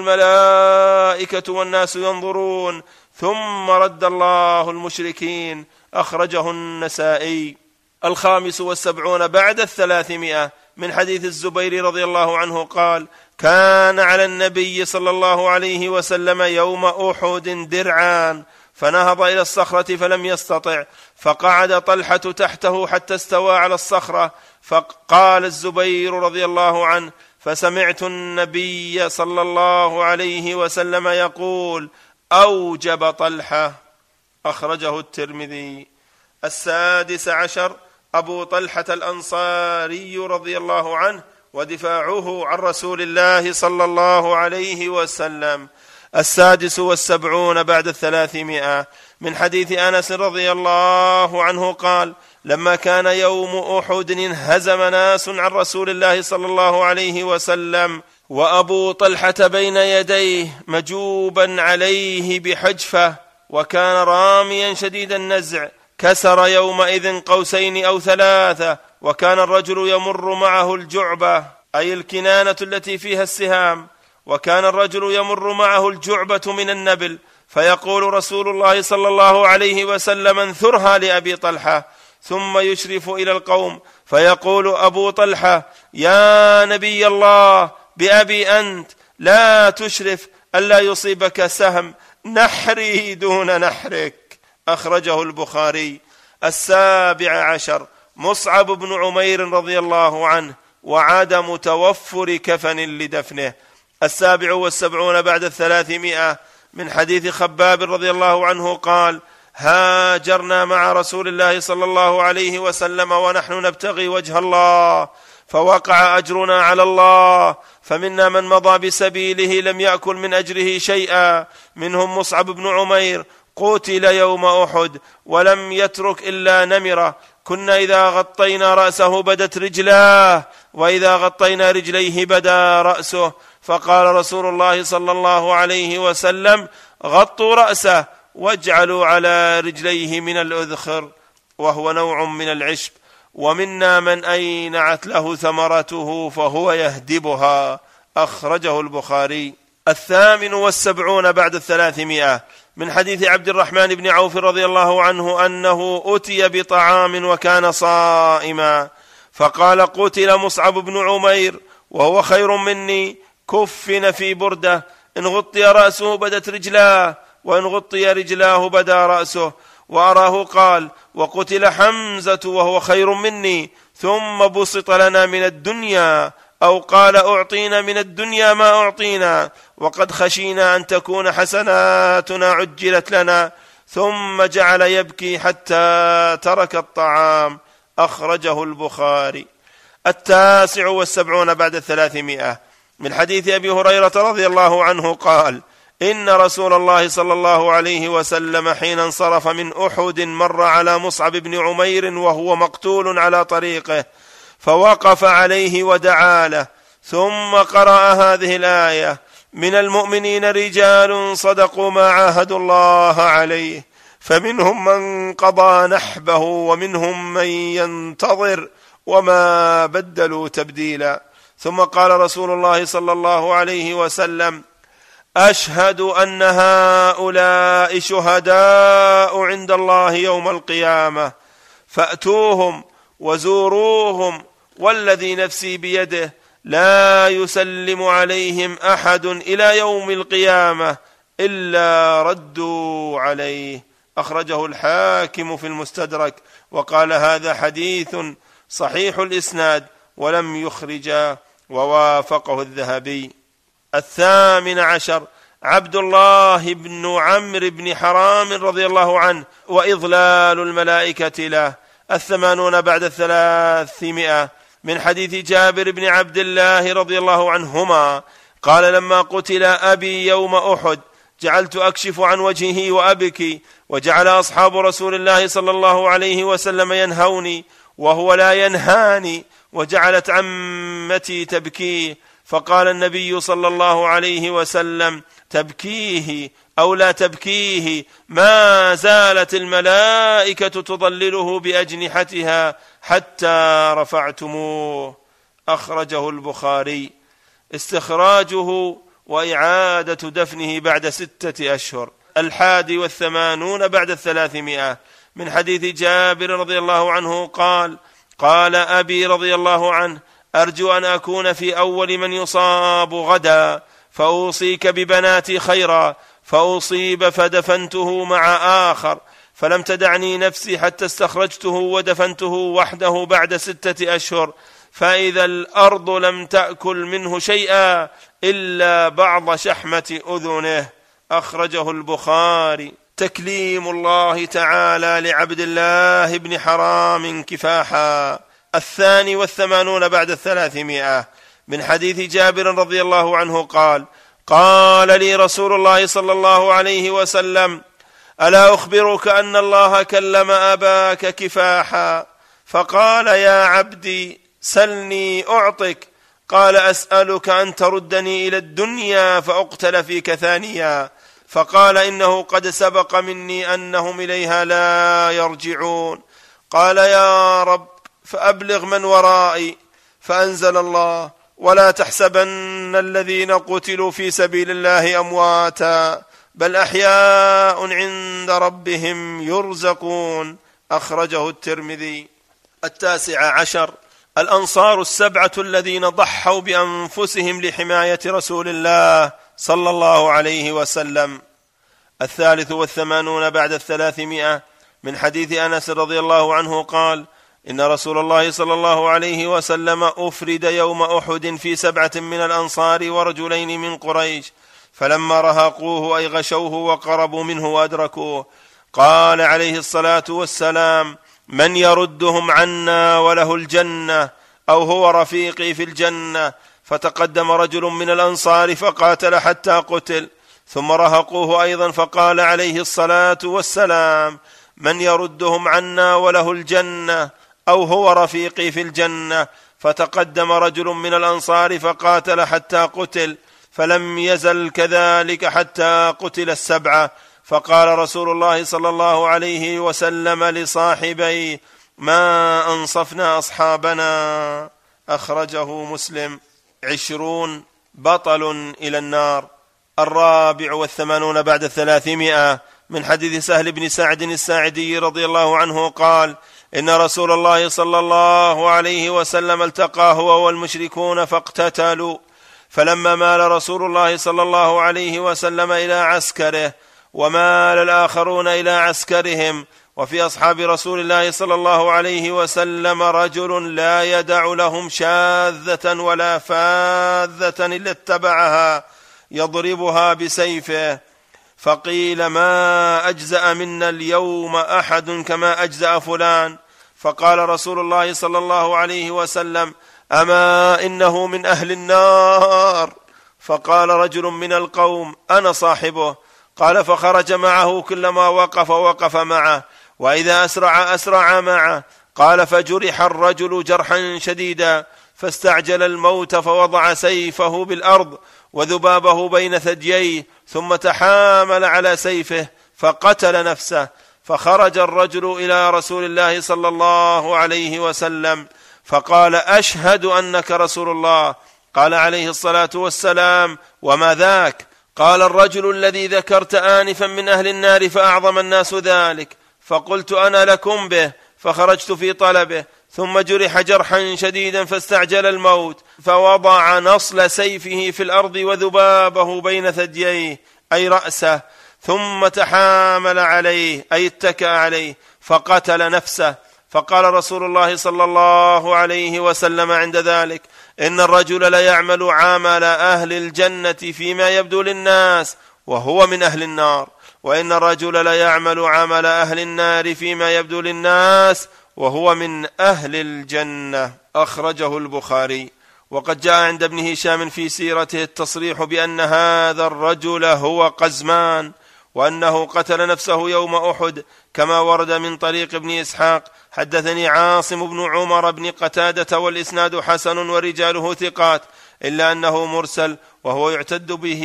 الملائكة والناس ينظرون. ثم رد الله المشركين. أخرجه النسائي. الخامس والسبعون بعد الثلاثمائة من حديث الزبير رضي الله عنه قال: كان على النبي صلى الله عليه وسلم يوم أحد درعان، فنهض إلى الصخرة فلم يستطع، فقعد طلحة تحته حتى استوى على الصخرة. فقال الزبير رضي الله عنه: فسمعت النبي صلى الله عليه وسلم يقول: أوجب طلحة. أخرجه الترمذي. السادس عشر أبو طلحة الأنصاري رضي الله عنه ودفاعه عن رسول الله صلى الله عليه وسلم. السادس والسبعون بعد الثلاثمائة من حديث أنس رضي الله عنه قال: لما كان يوم أحد انهزم ناس عن رسول الله صلى الله عليه وسلم، وأبو طلحة بين يديه مجوبا عليه بحجفة، وكان راميا شديد النزع، كسر يومئذ قوسين أو ثلاثة. وكان الرجل يمر معه الجعبة، أي الكنانة التي فيها السهام، وكان الرجل يمر معه الجعبة من النبل، فيقول رسول الله صلى الله عليه وسلم: انثرها لأبي طلحة. ثم يشرف إلى القوم فيقول أبو طلحة: يا نبي الله، بأبي أنت، لا تشرف ألا يصيبك سهم، نحري دون نحرك. أخرجه البخاري. السابع عشر مصعب بن عمير رضي الله عنه وعدم توفر كفن لدفنه. السابع والسبعون بعد الثلاثمائة من حديث خباب رضي الله عنه قال: هاجرنا مع رسول الله صلى الله عليه وسلم ونحن نبتغي وجه الله، فوقع أجرنا على الله، فمنا من مضى بسبيله لم يأكل من أجره شيئا، منهم مصعب بن عمير قتل يوم أحد ولم يترك إلا نمرة، كنا إذا غطينا رأسه بدت رجلاه، وإذا غطينا رجليه بدا رأسه. فقال رسول الله صلى الله عليه وسلم: غطوا رأسه واجعلوا على رجليه من الأذخر، وهو نوع من العشب، ومنا من أينعت له ثمرته فهو يهدبها. أخرجه البخاري. الثامن والسبعون بعد الثلاثمائة من حديث عبد الرحمن بن عوف رضي الله عنه أنه أتي بطعام وكان صائما، فقال: قتل مصعب بن عمير وهو خير مني، كفن في بردة، إن غطي رأسه بدت رجلاه، وإن غطي رجلاه بدا رأسه. وأراه قال: وقتل حمزة وهو خير مني، ثم بسط لنا من الدنيا، أو قال: أعطينا من الدنيا ما أعطينا، وقد خشينا أن تكون حسناتنا عجلت لنا. ثم جعل يبكي حتى ترك الطعام. أخرجه البخاري. التاسع والسبعون بعد الثلاثمائة من حديث أبي هريرة رضي الله عنه قال: إن رسول الله صلى الله عليه وسلم حين انصرف من أحد مر على مصعب بن عمير وهو مقتول على طريقه، فوقف عليه ودعا له، ثم قرأ هذه الآية: من المؤمنين رجال صدقوا ما عاهدوا الله عليه، فمنهم من قضى نحبه ومنهم من ينتظر وما بدلوا تبديلا. ثم قال رسول الله صلى الله عليه وسلم: أشهد أن هؤلاء شهداء عند الله يوم القيامة، فأتوهم وزوروهم، والذي نفسي بيده لا يسلم عليهم أحد إلى يوم القيامة إلا ردوا عليه. أخرجه الحاكم في المستدرك، وقال: هذا حديث صحيح الإسناد، ولم يخرج، ووافقه الذهبي. الثامن عشر عبد الله بن عمرو بن حرام رضي الله عنه، وإضلال الملائكة له. الثمانون بعد الثلاثمائة من حديث جابر بن عبد الله رضي الله عنهما قال: لما قتل أبي يوم أحد جعلت أكشف عن وجهه وأبكي، وجعل أصحاب رسول الله صلى الله عليه وسلم ينهوني وهو لا ينهاني، وجعلت عمتي تبكيه، فقال النبي صلى الله عليه وسلم: تبكيه أو لا تبكيه، ما زالت الملائكة تضلله بأجنحتها حتى رفعتموه. أخرجه البخاري. استخراجه وإعادة دفنه بعد ستة أشهر. الحادي والثمانون بعد الثلاثمائة من حديث جابر رضي الله عنه قال: قال أبي رضي الله عنه: أرجو أن أكون في أول من يصاب غدا، فأوصيك ببناتي خيرا، فأصيب فدفنته مع آخر، فلم تدعني نفسي حتى استخرجته ودفنته وحده بعد ستة أشهر، فإذا الأرض لم تأكل منه شيئا إلا بعض شحمة أذنه. أخرجه البخاري. تكليم الله تعالى لعبد الله بن حرام كفاحا. الثاني والثمانون بعد الثلاثمائة من حديث جابر رضي الله عنه قال: قال لي رسول الله صلى الله عليه وسلم: ألا أخبرك أن الله كلم أباك كفاحا؟ فقال: يا عبدي سلني أعطك. قال: أسألك أن تردني إلى الدنيا فأقتل فيك ثانيا. فقال: إنه قد سبق مني أنهم إليها لا يرجعون. قال: يا رب فأبلغ من ورائي. فأنزل الله: ولا تحسبن الذين قتلوا في سبيل الله أمواتا بل أحياء عند ربهم يرزقون. أخرجه الترمذي. التاسع عشر الأنصار السبعة الذين ضحوا بأنفسهم لحماية رسول الله صلى الله عليه وسلم. الثالث والثمانون بعد الثلاثمائة من حديث أنس رضي الله عنه قال: إن رسول الله صلى الله عليه وسلم أفرد يوم أحد في سبعة من الأنصار ورجلين من قريش، فلما رهقوه أي غشوه وقربوا منه وأدركوه قال عليه الصلاة والسلام: من يردهم عنا وله الجنة، أو هو رفيقي في الجنة. فتقدم رجل من الأنصار فقاتل حتى قتل، ثم رهقوه أيضا فقال عليه الصلاة والسلام: من يردهم عنا وله الجنة، أو هو رفيقي في الجنة. فتقدم رجل من الأنصار فقاتل حتى قتل، فلم يزل كذلك حتى قتل السبعة. فقال رسول الله صلى الله عليه وسلم لصاحبيه: ما أنصفنا أصحابنا. أخرجه مسلم. عشرون بطل إلى النار. الرابع والثمانون بعد الثلاثمائة من حديث سهل بن سعد الساعدي رضي الله عنه قال: إن رسول الله صلى الله عليه وسلم التقى هو والمشركون فاقتتلوا، فلما مال رسول الله صلى الله عليه وسلم إلى عسكره ومال الآخرون إلى عسكرهم، وفي أصحاب رسول الله صلى الله عليه وسلم رجل لا يدع لهم شاذة ولا فاذة إلا اتبعها يضربها بسيفه، فقيل: ما أجزأ منا اليوم أحد كما أجزأ فلان. فقال رسول الله صلى الله عليه وسلم: أما إنه من أهل النار. فقال رجل من القوم: أنا صاحبه. قال: فخرج معه، كلما وقف وقف معه، وإذا أسرع أسرع معه. قال: فجرح الرجل جرحا شديدا، فاستعجل الموت فوضع سيفه بالأرض وذبابه بين ثدييه، ثم تحامل على سيفه فقتل نفسه. فخرج الرجل إلى رسول الله صلى الله عليه وسلم فقال: أشهد أنك رسول الله. قال عليه الصلاة والسلام: وما ذاك؟ قال: الرجل الذي ذكرت آنفا من أهل النار فأعظم الناس ذلك. فقلت أنا لكم به، فخرجت في طلبه، ثم جرح جرحا شديدا فاستعجل الموت، فوضع نصل سيفه في الأرض وذبابه بين ثدييه أي رأسه، ثم تحامل عليه أي اتكأ عليه فقتل نفسه. فقال رسول الله صلى الله عليه وسلم عند ذلك: إن الرجل ليعمل عمل أهل الجنة فيما يبدو للناس، وهو من أهل النار، وإن الرجل ليعمل عمل أهل النار فيما يبدو للناس وهو من أهل الجنة. أخرجه البخاري. وقد جاء عند ابن هشام في سيرته التصريح بأن هذا الرجل هو قزمان، وأنه قتل نفسه يوم أحد، كما ورد من طريق ابن إسحاق. حدثني عاصم بن عمر بن قتادة والإسناد حسن ورجاله ثقات، إلا أنه مرسل، وهو يعتد به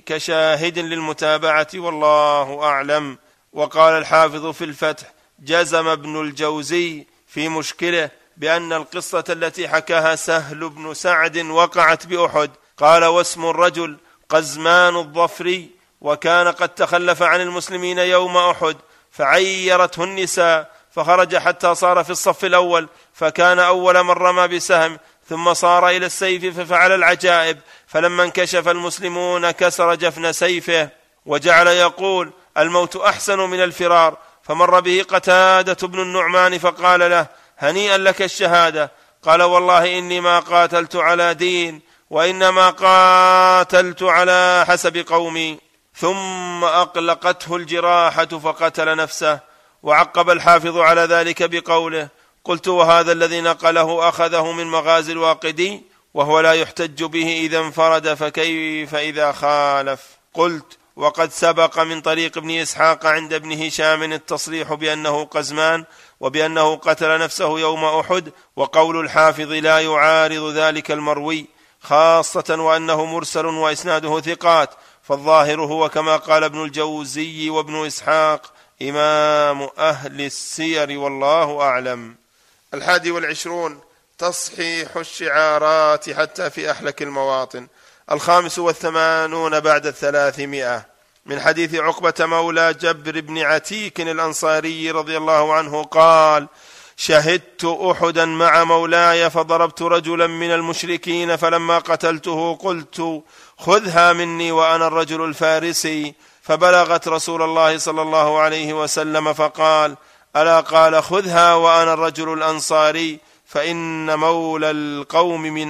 كشاهد للمتابعة، والله أعلم. وقال الحافظ في الفتح: جزم ابن الجوزي في مشكله بأن القصة التي حكاها سهل بن سعد وقعت بأحد. قال: واسم الرجل قزمان الظفري، وكان قد تخلف عن المسلمين يوم أحد، فعيرته النساء، فخرج حتى صار في الصف الأول، فكان أول من رمى بسهم، ثم صار إلى السيف ففعل العجائب، فلما انكشف المسلمون كسر جفن سيفه، وجعل يقول: الموت أحسن من الفرار. فمر به قتادة بن النعمان فقال له: هنيئا لك الشهادة. قال: والله إني ما قاتلت على دين، وإنما قاتلت على حسب قومي. ثم أقلقته الجراحة فقتل نفسه. وعقب الحافظ على ذلك بقوله: قلت: وهذا الذي نقله أخذه من مغازي الواقدي، وهو لا يحتج به إذا انفرد، فكيف إذا خالف؟ قلت: وقد سبق من طريق ابن إسحاق عند ابن هشام التصريح بأنه قزمان، وبأنه قتل نفسه يوم أحد، وقول الحافظ لا يعارض ذلك المروي، خاصة وأنه مرسل وإسناده ثقات، فالظاهر هو كما قال ابن الجوزي وابن إسحاق إمام أهل السير، والله أعلم. الحادي والعشرون: تصحيح الشعارات حتى في أحلك المواطن. الخامس والثمانون بعد الثلاثمائة، من حديث عقبة مولى جبر بن عتيك الأنصاري رضي الله عنه قال: شهدت أحدا مع مولاي، فضربت رجلا من المشركين، فلما قتلته قلت: خذها مني وأنا الرجل الفارسي، فبلغت رسول الله صلى الله عليه وسلم فقال: ألا قال: خذها وأنا الرجل الأنصاري، فإن مولى القوم من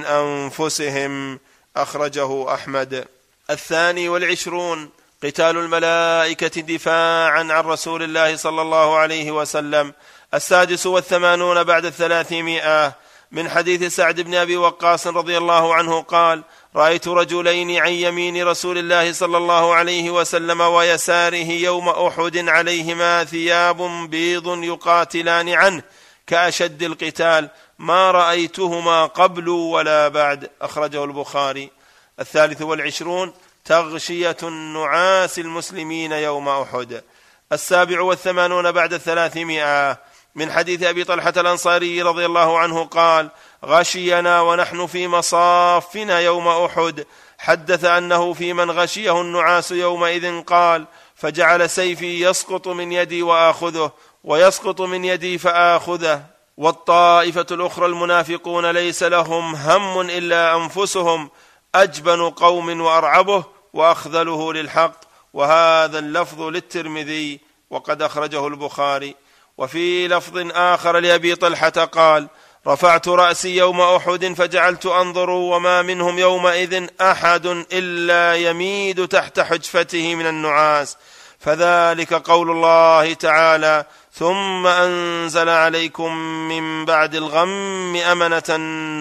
أنفسهم. أخرجه أحمد. الثاني والعشرون: قتال الملائكة دفاعا عن رسول الله صلى الله عليه وسلم. السادس والثمانون بعد الثلاثمائة، من حديث سعد بن أبي وقاص رضي الله عنه قال: رأيت رجلين عن يمين رسول الله صلى الله عليه وسلم ويساره يوم أحد عليهما ثياب بيض يقاتلان عنه كأشد القتال، ما رأيتهما قبل ولا بعد. أخرجه البخاري. الثالث والعشرون: تغشية النعاس المسلمين يوم أحد. السابع والثمانون بعد الثلاثمائة، من حديث أبي طلحة الأنصاري رضي الله عنه قال: غشينا ونحن في مصافنا يوم أحد، حدث أنه في من غشيه النعاس يومئذ قال: فجعل سيفي يسقط من يدي وآخذه، ويسقط من يدي فآخذه. والطائفة الأخرى المنافقون ليس لهم هم إلا أنفسهم، أجبن قوم وأرعبه وأخذله للحق. وهذا اللفظ للترمذي، وقد أخرجه البخاري. وفي لفظ آخر لأبي طلحة قال: رفعت رأسي يوم أحد فجعلت أنظر، وما منهم يومئذ أحد إلا يميد تحت حجفته من النعاس، فذلك قول الله تعالى: ثم أنزل عليكم من بعد الغم أمنة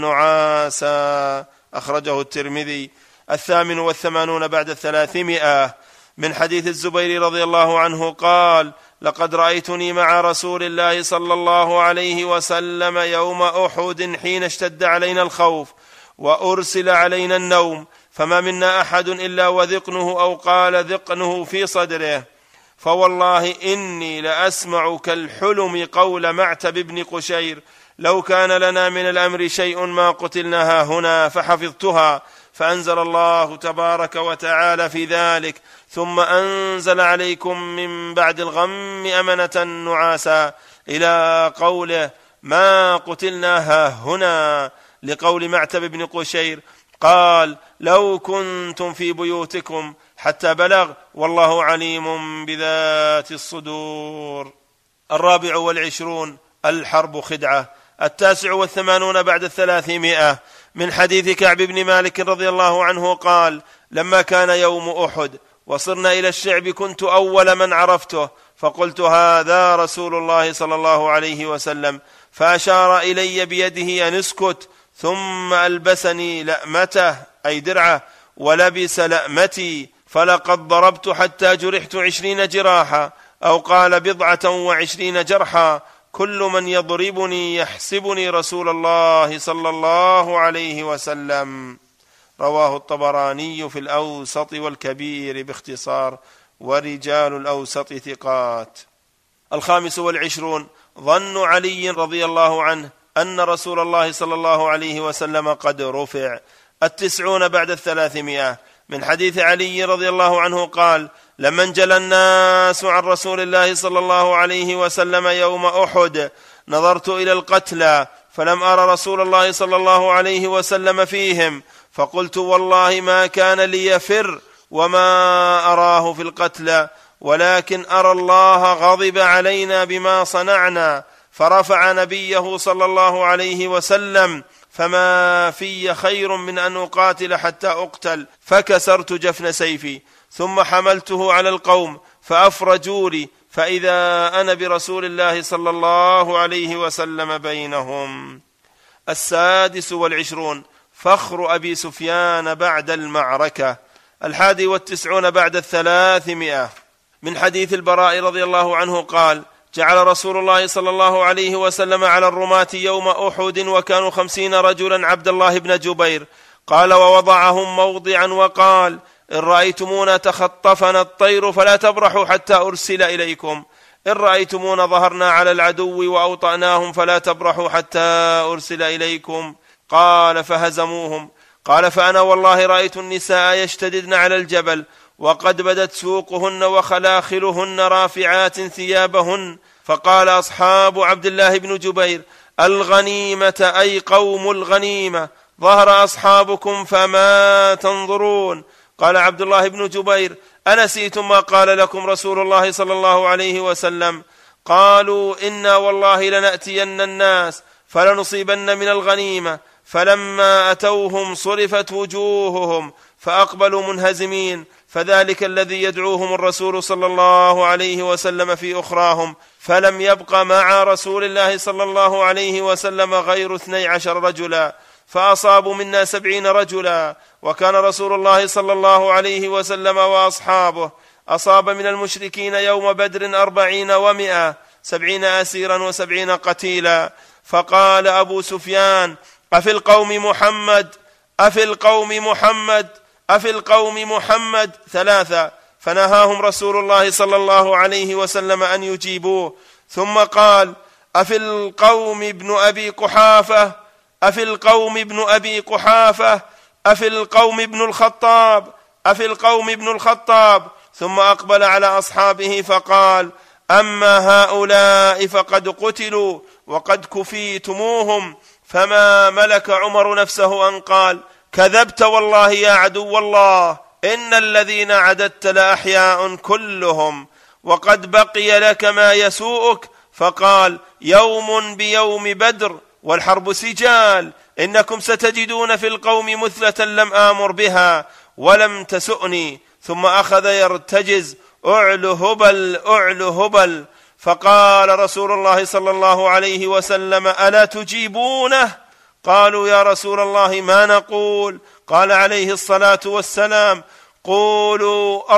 نعاسا. أخرجه الترمذي. الثامن والثمانون بعد الثلاثمائة، من حديث الزبير رضي الله عنه قال: لقد رأيتني مع رسول الله صلى الله عليه وسلم يوم أحد حين اشتد علينا الخوف وأرسل علينا النوم، فما منا أحد إلا وذقنه أو قال ذقنه في صدره، فوالله إني لأسمع كالحلم قول معتب بن قشير: لو كان لنا من الأمر شيء ما قتلناها هنا، فحفظتها. فأنزل الله تبارك وتعالى في ذلك: ثم أنزل عليكم من بعد الغم أمنة نعاسا، إلى قوله: ما قتلناها هنا، لقول معتب بن قشير قال: لو كنتم في بيوتكم، حتى بلغ: والله عليم بذات الصدور. الرابع والعشرون: الحرب خدعة. التاسع والثمانون بعد الثلاثمائة، من حديث كعب بن مالك رضي الله عنه قال: لما كان يوم أحد وصرنا إلى الشعب كنت أول من عرفته، فقلت هذا رسول الله صلى الله عليه وسلم، فأشار إلي بيده أن اسكت، ثم ألبسني لأمته أي درعه ولبس لأمتي، فلقد ضربت حتى جرحت عشرين جراحا، أو قال بضعة وعشرين جرحا، كل من يضربني يحسبني رسول الله صلى الله عليه وسلم. رواه الطبراني في الأوسط والكبير باختصار، ورجال الأوسط ثقات. الخامس والعشرون ظن علي رضي الله عنه أن رسول الله صلى الله عليه وسلم قد رفع. التسعون بعد الثلاثمائة من حديث علي رضي الله عنه قال: لما انجلى الناس عن رسول الله صلى الله عليه وسلم يوم أحد نظرت إلى القتلى فلم أرى رسول الله صلى الله عليه وسلم فيهم، فقلت والله ما كان ليفر وما أراه في القتلى، ولكن أرى الله غضب علينا بما صنعنا، فرفع نبيه صلى الله عليه وسلم، فما في خير من أن أقاتل حتى أقتل، فكسرت جفن سيفي، ثم حملته على القوم فأفرجوا لي، فإذا أنا برسول الله صلى الله عليه وسلم بينهم. السادس والعشرون فخر أبي سفيان بعد المعركة. الحادي والتسعون بعد الثلاثمائة من حديث البراء رضي الله عنه قال: جعل رسول الله صلى الله عليه وسلم على الرماة يوم أحد وكانوا خمسين رجلا عبد الله بن جبير، قال: ووضعهم موضعا وقال: إن رأيتمونا تخطفنا الطير فلا تبرحوا حتى أرسل إليكم، إن رأيتمونا ظهرنا على العدو وأوطأناهم فلا تبرحوا حتى أرسل إليكم. قال: فهزموهم. قال: فأنا والله رأيت النساء يشتددن على الجبل، وقد بدت سوقهن وخلاخلهن رافعات ثيابهن، فقال أصحاب عبد الله بن جبير: الغنيمة أي قوم الغنيمة، ظهر أصحابكم فما تنظرون. قال عبد الله بن جبير: أنسيتم ما قال لكم رسول الله صلى الله عليه وسلم؟ قالوا: إنا والله لنأتين الناس فلنصيبن من الغنيمة. فلما أتوهم صرفت وجوههم فأقبلوا منهزمين، فذلك الذي يدعوهم الرسول صلى الله عليه وسلم في أخراهم، فلم يبق مع رسول الله صلى الله عليه وسلم غير اثني عشر رجلا، فأصابوا منا سبعين رجلا. وكان رسول الله صلى الله عليه وسلم وأصحابه أصاب من المشركين يوم بدر أربعين ومئة، سبعين أسيرا وسبعين قتيلا. فقال أبو سفيان: أفي القوم محمد، أفي القوم محمد، أفي القوم محمد ثلاثة، فنهاهم رسول الله صلى الله عليه وسلم أن يجيبوه، ثم قال: أفي القوم ابن أبي قحافة، أفي القوم ابن أبي قحافة، أفي القوم ابن الخطاب، أفي القوم ابن الخطاب. ثم أقبل على أصحابه فقال: أما هؤلاء فقد قتلوا وقد كفيتموهم. فما ملك عمر نفسه أن قال: كذبت والله يا عدو الله، إن الذين عددت لأحياء كلهم، وقد بقي لك ما يسوءك. فقال: يوم بيوم بدر والحرب سجال، إنكم ستجدون في القوم مثلة لم آمر بها ولم تسؤني. ثم أخذ يرتجز: أعل هبل، أعل هبل. فقال رسول الله صلى الله عليه وسلم: ألا تجيبونه؟ قالوا: يا رسول الله ما نقول؟ قال عليه الصلاة والسلام: قولوا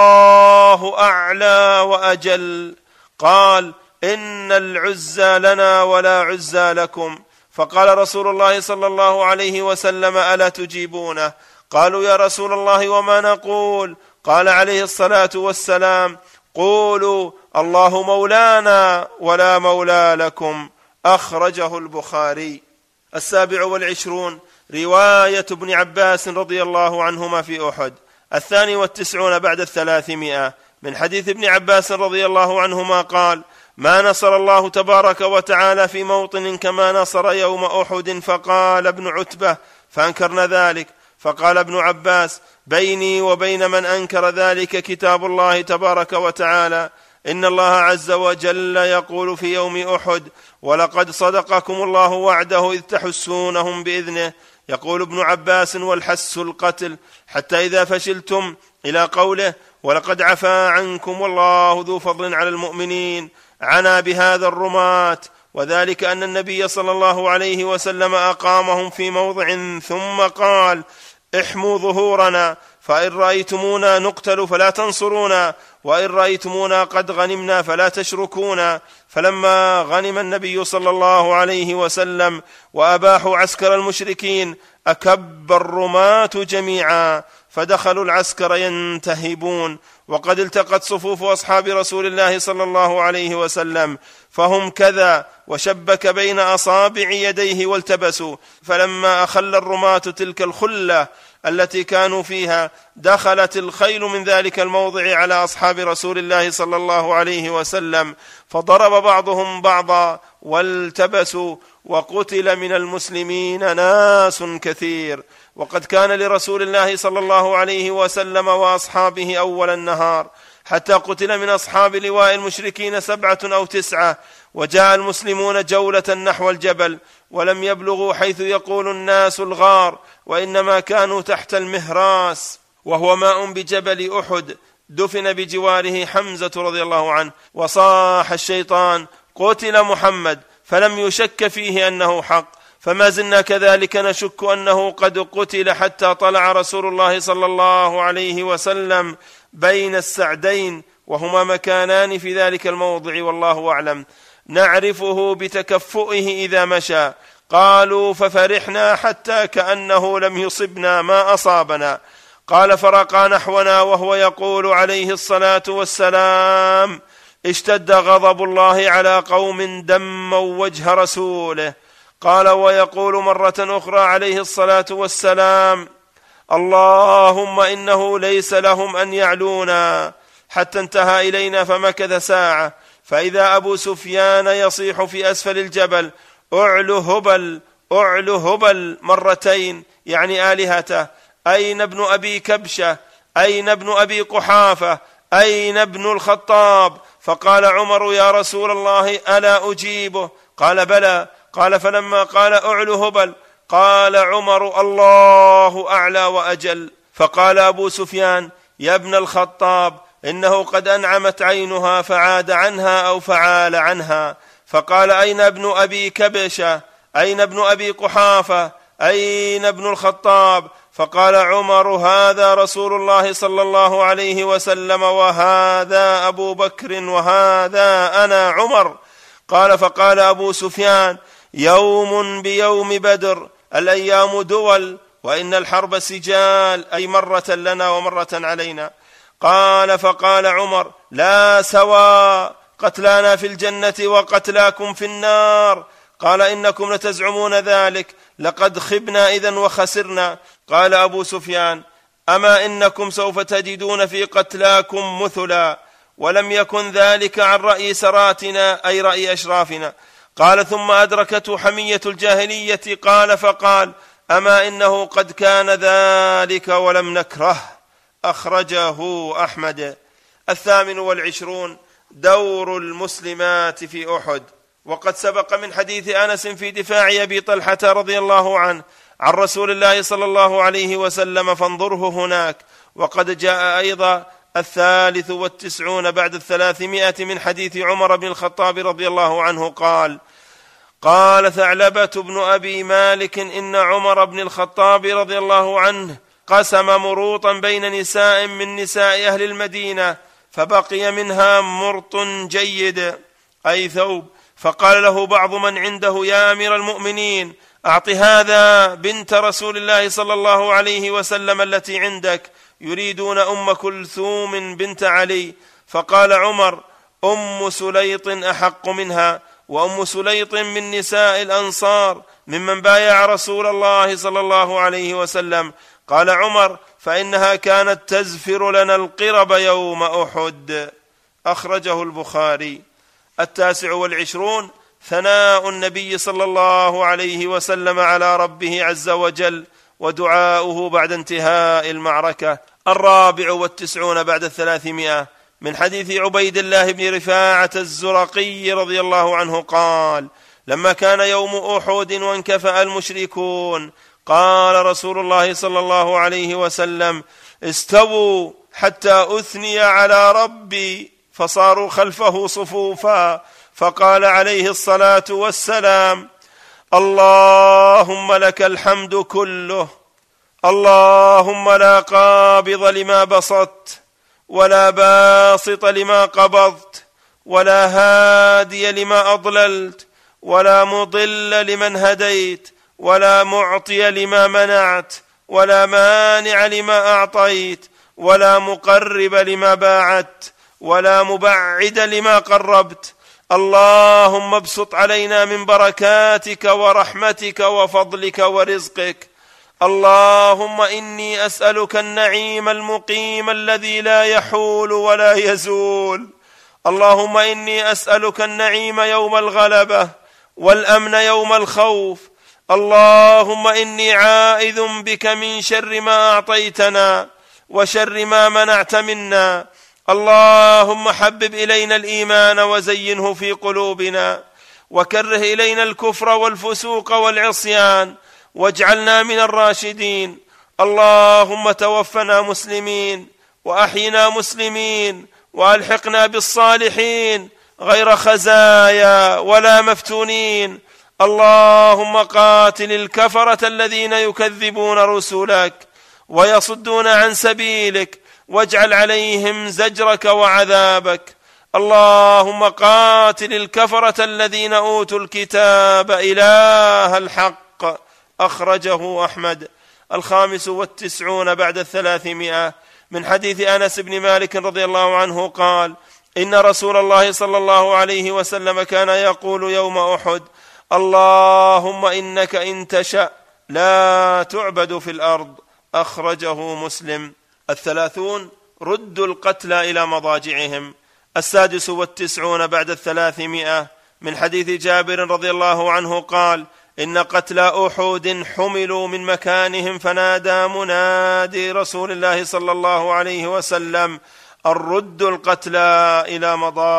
الله أعلى وأجل. قال: إن العزى لنا ولا عزى لكم. فقال رسول الله صلى الله عليه وسلم: ألا تجيبونه؟ قالوا: يا رسول الله وما نقول؟ قال عليه الصلاة والسلام: قولوا الله مولانا ولا مولى لكم. أخرجه البخاري. السابع والعشرون رواية ابن عباس رضي الله عنهما في أحد. الثاني والتسعون بعد الثلاثمائة من حديث ابن عباس رضي الله عنهما قال: ما نصر الله تبارك وتعالى في موطن كما نصر يوم أحد. فقال ابن عتبة: فأنكرنا ذلك. فقال ابن عباس: بيني وبين من أنكر ذلك كتاب الله تبارك وتعالى، إن الله عز وجل يقول في يوم أحد: ولقد صدقكم الله وعده إذ تحسونهم بإذنه. يقول ابن عباس: والحس القتل، حتى إذا فشلتم، إلى قوله: ولقد عفا عنكم والله ذو فضل على المؤمنين، عنا بهذا الرماة، وذلك أن النبي صلى الله عليه وسلم أقامهم في موضع ثم قال: احموا ظهورنا، فإن رأيتمونا نقتل فلا تنصرونا، وإن رأيتمونا قد غنمنا فلا تشركونا. فلما غنم النبي صلى الله عليه وسلم وأباحوا عسكر المشركين أكب الرماة جميعا، فدخلوا العسكر ينتهبون، وقد التقت صفوف أصحاب رسول الله صلى الله عليه وسلم، فهم كذا، وشبك بين أصابع يديه والتبسوا. فلما أخل الرماة تلك الخلة التي كانوا فيها دخلت الخيل من ذلك الموضع على أصحاب رسول الله صلى الله عليه وسلم، فضرب بعضهم بعضا والتبسوا، وقتل من المسلمين ناس كثير. وقد كان لرسول الله صلى الله عليه وسلم وأصحابه أول النهار حتى قتل من أصحاب لواء المشركين سبعة أو تسعة، وجاء المسلمون جولة نحو الجبل، ولم يبلغوا حيث يقول الناس الغار، وإنما كانوا تحت المهراس، وهو ماء بجبل أحد دفن بجواره حمزة رضي الله عنه. وصاح الشيطان: قتل محمد، فلم يشك فيه أنه حق، فما زلنا كذلك نشك أنه قد قتل حتى طلع رسول الله صلى الله عليه وسلم بين السعدين، وهما مكانان في ذلك الموضع، والله أعلم. نعرفه بتكفؤه إذا مشى. قالوا: ففرحنا حتى كأنه لم يصبنا ما أصابنا. قال: فرقى نحونا وهو يقول عليه الصلاة والسلام: اشتد غضب الله على قوم دموا وجه رسوله. قال ويقول مرة أخرى عليه الصلاة والسلام: اللهم إنه ليس لهم أن يعلونا، حتى انتهى إلينا فمكث ساعة، فإذا أبو سفيان يصيح في أسفل الجبل: أعلو هبل أعلو هبل مرتين، يعني آلهته. أين ابن أبي كبشة؟ أين ابن أبي قحافة؟ أين ابن الخطاب؟ فقال عمر: يا رسول الله ألا أجيبه؟ قال: بلى. قال: فلما قال أعلو هبل قال عمر: الله أعلى وأجل. فقال أبو سفيان: يا ابن الخطاب، إنه قد أنعمت عينها فعاد عنها أو فعال عنها. فقال: أين ابن أبي كبشة؟ أين ابن أبي قحافة؟ أين ابن الخطاب؟ فقال عمر: هذا رسول الله صلى الله عليه وسلم، وهذا أبو بكر، وهذا أنا عمر. قال: فقال أبو سفيان: يوم بيوم بدر، الأيام دول، وإن الحرب سجال، أي مرة لنا ومرة علينا. قال: فقال عمر: لا سواء، قتلانا في الجنة وقتلاكم في النار. قال: إنكم لتزعمون ذلك، لقد خبنا إذن وخسرنا. قال أبو سفيان: أما إنكم سوف تجدون في قتلاكم مثلا، ولم يكن ذلك عن رأي سراتنا، أي رأي أشرافنا. قال: ثم أدركته حمية الجاهلية، قال فقال: أما إنه قد كان ذلك ولم نكره. أخرجه أحمد. الثامن والعشرون: دور المسلمات في أحد. وقد سبق من حديث أنس في دفاع أبي طلحة رضي الله عنه عن رسول الله صلى الله عليه وسلم، فانظره هناك. وقد جاء أيضا الثالث والتسعون بعد الثلاثمائة من حديث عمر بن الخطاب رضي الله عنه قال: قال ثعلبة بن أبي مالك: إن عمر بن الخطاب رضي الله عنه قسم مروطا بين نساء من نساء أهل المدينة، فبقي منها مرط جيد، أي ثوب. فقال له بعض من عنده: يا أمير المؤمنين، أعط هذا بنت رسول الله صلى الله عليه وسلم التي عندك، يريدون أم كلثوم بنت علي. فقال عمر: أم سليط أحق منها، وأم سليط من نساء الأنصار ممن بايع رسول الله صلى الله عليه وسلم. قال عمر: فإنها كانت تزفر لنا القرب يوم أحد. أخرجه البخاري. التاسع والعشرون: ثناء النبي صلى الله عليه وسلم على ربه عز وجل، ودعاؤه بعد انتهاء المعركة. الرابع والتسعون بعد الثلاثمائة من حديث عبيد الله بن رفاعة الزرقي رضي الله عنه قال: لما كان يوم أحد وانكفأ المشركون، قال رسول الله صلى الله عليه وسلم: استووا حتى أثني على ربي فصاروا خلفه صفوفا، فقال عليه الصلاة والسلام: اللهم لك الحمد كله، اللهم لا قابض لما بسطت ولا باسط لما قبضت ولا هادي لما أضللت ولا مضل لمن هديت ولا معطي لما منعت ولا مانع لما أعطيت ولا مقرب لما باعدت ولا مبعد لما قربت. اللهم ابسط علينا من بركاتك ورحمتك وفضلك ورزقك. اللهم إني أسألك النعيم المقيم الذي لا يحول ولا يزول. اللهم إني أسألك النعيم يوم الغلبة والأمن يوم الخوف. اللهم إني عائذ بك من شر ما أعطيتنا وشر ما منعت منا. اللهم حبب إلينا الإيمان وزينه في قلوبنا وكره إلينا الكفر والفسوق والعصيان واجعلنا من الراشدين. اللهم توفنا مسلمين وأحينا مسلمين وألحقنا بالصالحين غير خزايا ولا مفتونين. اللهم قاتل الكفرة الذين يكذبون رسلك ويصدون عن سبيلك واجعل عليهم زجرك وعذابك. اللهم قاتل الكفرة الذين أوتوا الكتاب إله الحق. أخرجه أحمد. الخامس والتسعون بعد الثلاثمائة من حديث أنس بن مالك رضي الله عنه قال: إن رسول الله صلى الله عليه وسلم كان يقول يوم أحد: اللهم إنك إن تشأ لا تعبد في الأرض. أخرجه مسلم. الثلاثون رد القتلى إلى مضاجعهم. السادس والتسعون بعد الثلاثمائة من حديث جابر رضي الله عنه قال: إن قتلى أحد حملوا من مكانهم فنادى منادي رسول الله صلى الله عليه وسلم: الرد القتلى إلى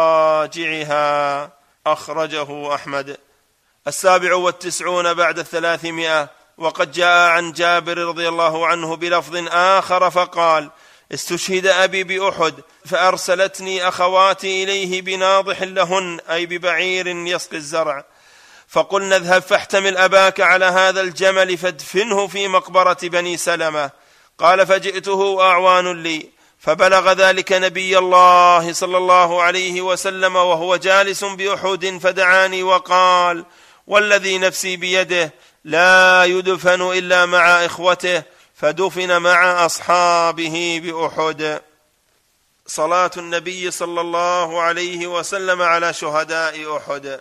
مضاجعها. أخرجه أحمد. السابع والتسعون بعد الثلاثمائة وقد جاء عن جابر رضي الله عنه بلفظ آخر فقال: استشهد أبي بأحد فأرسلتني أخواتي إليه بناضح لهن، أي ببعير يسقي الزرع، فقلنا: اذهب فاحتمل أباك على هذا الجمل فادفنه في مقبرة بني سلمة. قال: فجئته وأعوان لي، فبلغ ذلك نبي الله صلى الله عليه وسلم وهو جالس بأحد فدعاني وقال: والذي نفسي بيده لا يدفن إلا مع إخوته، فدفن مع أصحابه بأحد. صلاة النبي صلى الله عليه وسلم على شهداء أحد.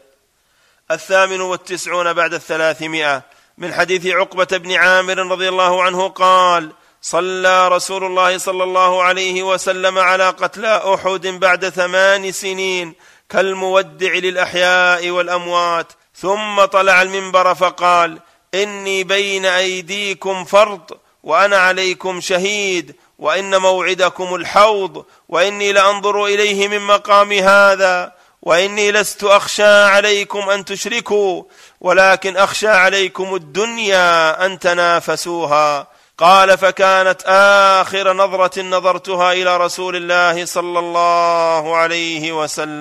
الثامن والتسعون بعد الثلاثمائة من حديث عقبة بن عامر رضي الله عنه قال: صلى رسول الله صلى الله عليه وسلم على قتلى أحد بعد ثمان سنين كالمودع للأحياء والأموات، ثم طلع المنبر فقال: إني بين أيديكم فرض وأنا عليكم شهيد، وإن موعدكم الحوض، وإني لأنظر إليه من مقام هذا، وإني لست أخشى عليكم أن تشركوا، ولكن أخشى عليكم الدنيا أن تنافسوها. قال: فكانت آخر نظرة نظرتها إلى رسول الله صلى الله عليه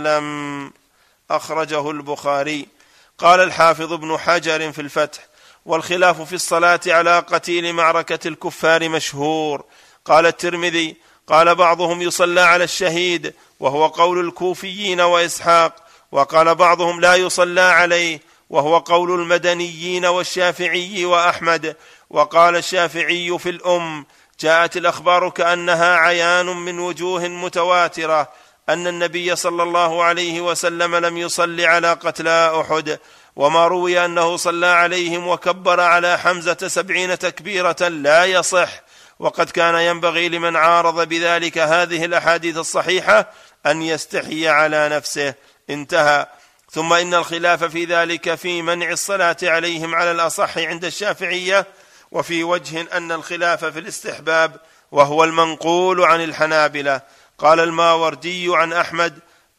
وسلم. أخرجه البخاري. قال الحافظ ابن حجر في الفتح: والخلاف في الصلاة على قتيل معركة الكفار مشهور. قال الترمذي: قال بعضهم يصلى على الشهيد، وهو قول الكوفيين وإسحاق، وقال بعضهم لا يصلى عليه، وهو قول المدنيين والشافعي وأحمد. وقال الشافعي في الأم: جاءت الأخبار كأنها عيان من وجوه متواترة أن النبي صلى الله عليه وسلم لم يصل على قتلى أحد، وما روي أنه صلى عليهم وكبر على حمزة سبعين تكبيرة لا يصح، وقد كان ينبغي لمن عارض بذلك هذه الأحاديث الصحيحة أن يستحي على نفسه. انتهى. ثم إن الخلاف في ذلك في منع الصلاة عليهم على الأصح عند الشافعية، وفي وجه أن الخلاف في الاستحباب، وهو المنقول عن الحنابلة. قال الماوردي عن أحمد: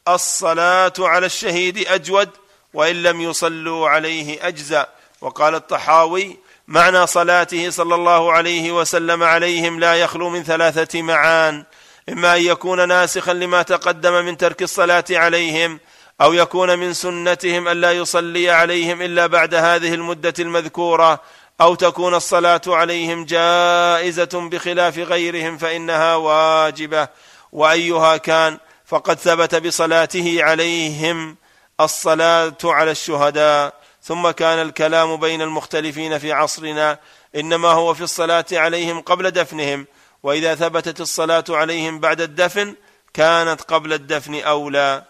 الصلاة على الشهيد أجود، وإن لم يصلوا عليه أجزأ. وقال الطحاوي: معنى صلاته صلى الله عليه وسلم عليهم لا يخلو من ثلاثة معان: إما أن يكون ناسخا لما تقدم من ترك الصلاة عليهم، أو يكون من سنتهم ألا يصلي عليهم إلا بعد هذه المدة المذكورة، أو تكون الصلاة عليهم جائزة بخلاف غيرهم فإنها واجبة. وأيها كان فقد ثبت بصلاته عليهم الصلاة على الشهداء. ثم كان الكلام بين المختلفين في عصرنا إنما هو في الصلاة عليهم قبل دفنهم، وإذا ثبتت الصلاة عليهم بعد الدفن كانت قبل الدفن أولى.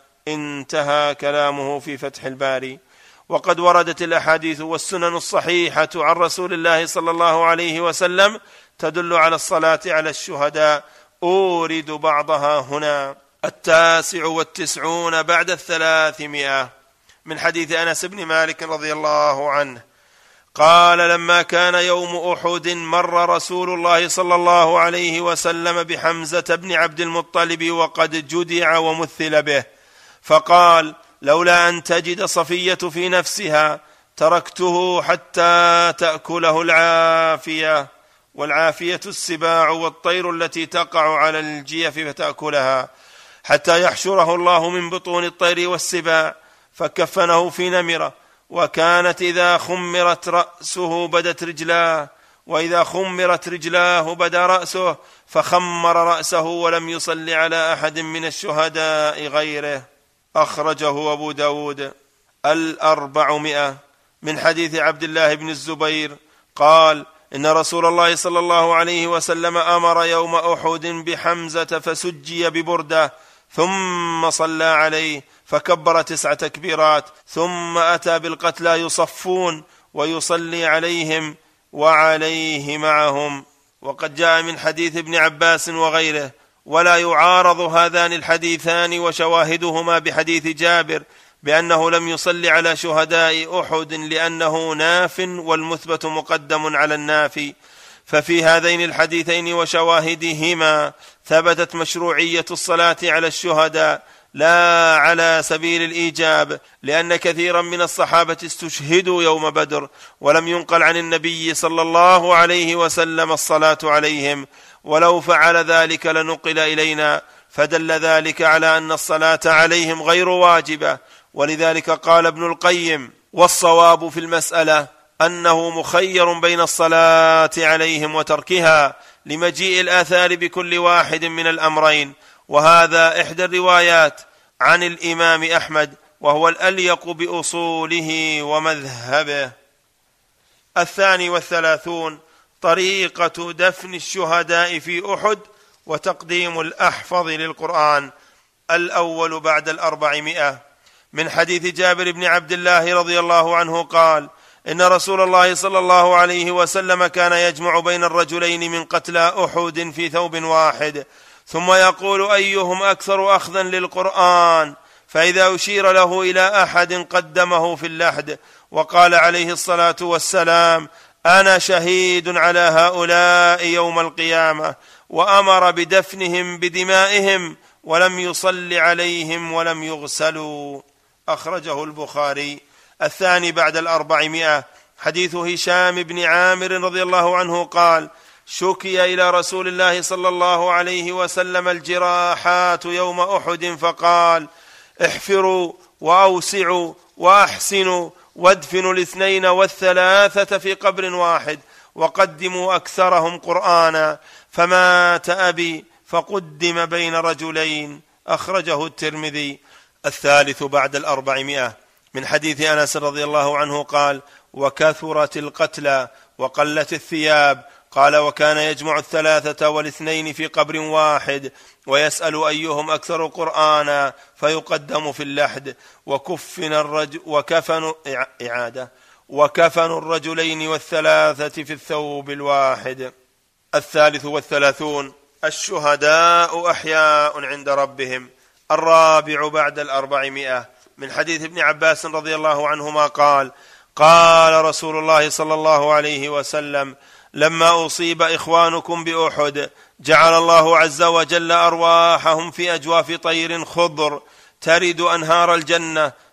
انتهى كلامه في فتح الباري. وقد وردت الأحاديث والسنن الصحيحة عن رسول الله صلى الله عليه وسلم تدل على الصلاة على الشهداء، أورد بعضها هنا. التاسع والتسعون بعد الثلاثمائة، من حديث أنس بن مالك رضي الله عنه قال: لما كان يوم أحد مر رسول الله صلى الله عليه وسلم بحمزة بن عبد المطلب وقد جدع ومثل به، فقال: لولا أن تجد صفية في نفسها تركته حتى تأكله العافية. والعافية السباع والطير التي تقع على الجيف فتأكلها، حتى يحشره الله من بطون الطير والسباع، فكفنه في نمرة، وكانت إذا خمرت رأسه بدت رجلاه، وإذا خمرت رجلاه بدا رأسه، فخمر رأسه ولم يصل على أحد من الشهداء غيره. أخرجه أبو داود. الأربعمائة، من حديث عبد الله بن الزبير قال: إن رسول الله صلى الله عليه وسلم أمر يوم أحد بحمزة فسجي ببردة، ثم صلى عليه فكبر تسع تكبيرات، ثم أتى بالقتلى يصفون ويصلي عليهم وعليه معهم. وقد جاء من حديث ابن عباس وغيره، ولا يعارض هذان الحديثان وشواهدهما بحديث جابر بأنه لم يصلي على شهداء أحد لأنه ناف، والمثبت مقدم على النافي. ففي هذين الحديثين وشواهدهما ثبتت مشروعية الصلاة على الشهداء لا على سبيل الإيجاب، لأن كثيرا من الصحابة استشهدوا يوم بدر ولم ينقل عن النبي صلى الله عليه وسلم الصلاة عليهم، ولو فعل ذلك لنقل إلينا، فدل ذلك على أن الصلاة عليهم غير واجبة. ولذلك قال ابن القيم: والصواب في المسألة أنه مخير بين الصلاة عليهم وتركها، لمجيء الآثار بكل واحد من الأمرين، وهذا إحدى الروايات عن الإمام أحمد، وهو الأليق بأصوله ومذهبه. الثاني والثلاثون، طريقة دفن الشهداء في أحد وتقديم الأحفظ للقرآن. الأول بعد الأربعمائة، من حديث جابر بن عبد الله رضي الله عنه قال: إن رسول الله صلى الله عليه وسلم كان يجمع بين الرجلين من قتلى أحد في ثوب واحد، ثم يقول: أيهم أكثر أخذا للقرآن؟ فإذا أشير له إلى أحد قدمه في اللحد، وقال عليه الصلاة والسلام: أنا شهيد على هؤلاء يوم القيامة، وأمر بدفنهم بدمائهم، ولم يصل عليهم ولم يغسلوا. أخرجه البخاري. الثاني بعد الأربعمائة، حديث هشام بن عامر رضي الله عنه قال: شكي إلى رسول الله صلى الله عليه وسلم الجراحات يوم أحد، فقال: احفروا وأوسعوا وأحسنوا، وادفنوا الاثنين والثلاثة في قبر واحد، وقدموا أكثرهم قرآنا. فمات أبي فقدم بين رجلين. أخرجه الترمذي. الثالث بعد الأربعمائة، من حديث أنس رضي الله عنه قال: وكثرت القتلى وقلت الثياب. قال: وكان يجمع الثلاثة والاثنين في قبر واحد، ويسأل أيهم أكثر قرآنا، فيقدم في اللحد. وكفن الرجل وكفن إعادة وكفن الرجلين والثلاثة في الثوب الواحد. الثالث والثلاثون، الشهداء أحياء عند ربهم. الرابع بعد الأربعمائة، من حديث ابن عباس رضي الله عنهما قال: قال رسول الله صلى الله عليه وسلم: لما أصيب إخوانكم بأحد جعل الله عز وجل أرواحهم في أجواف طير خضر ترد أنهار الجنة،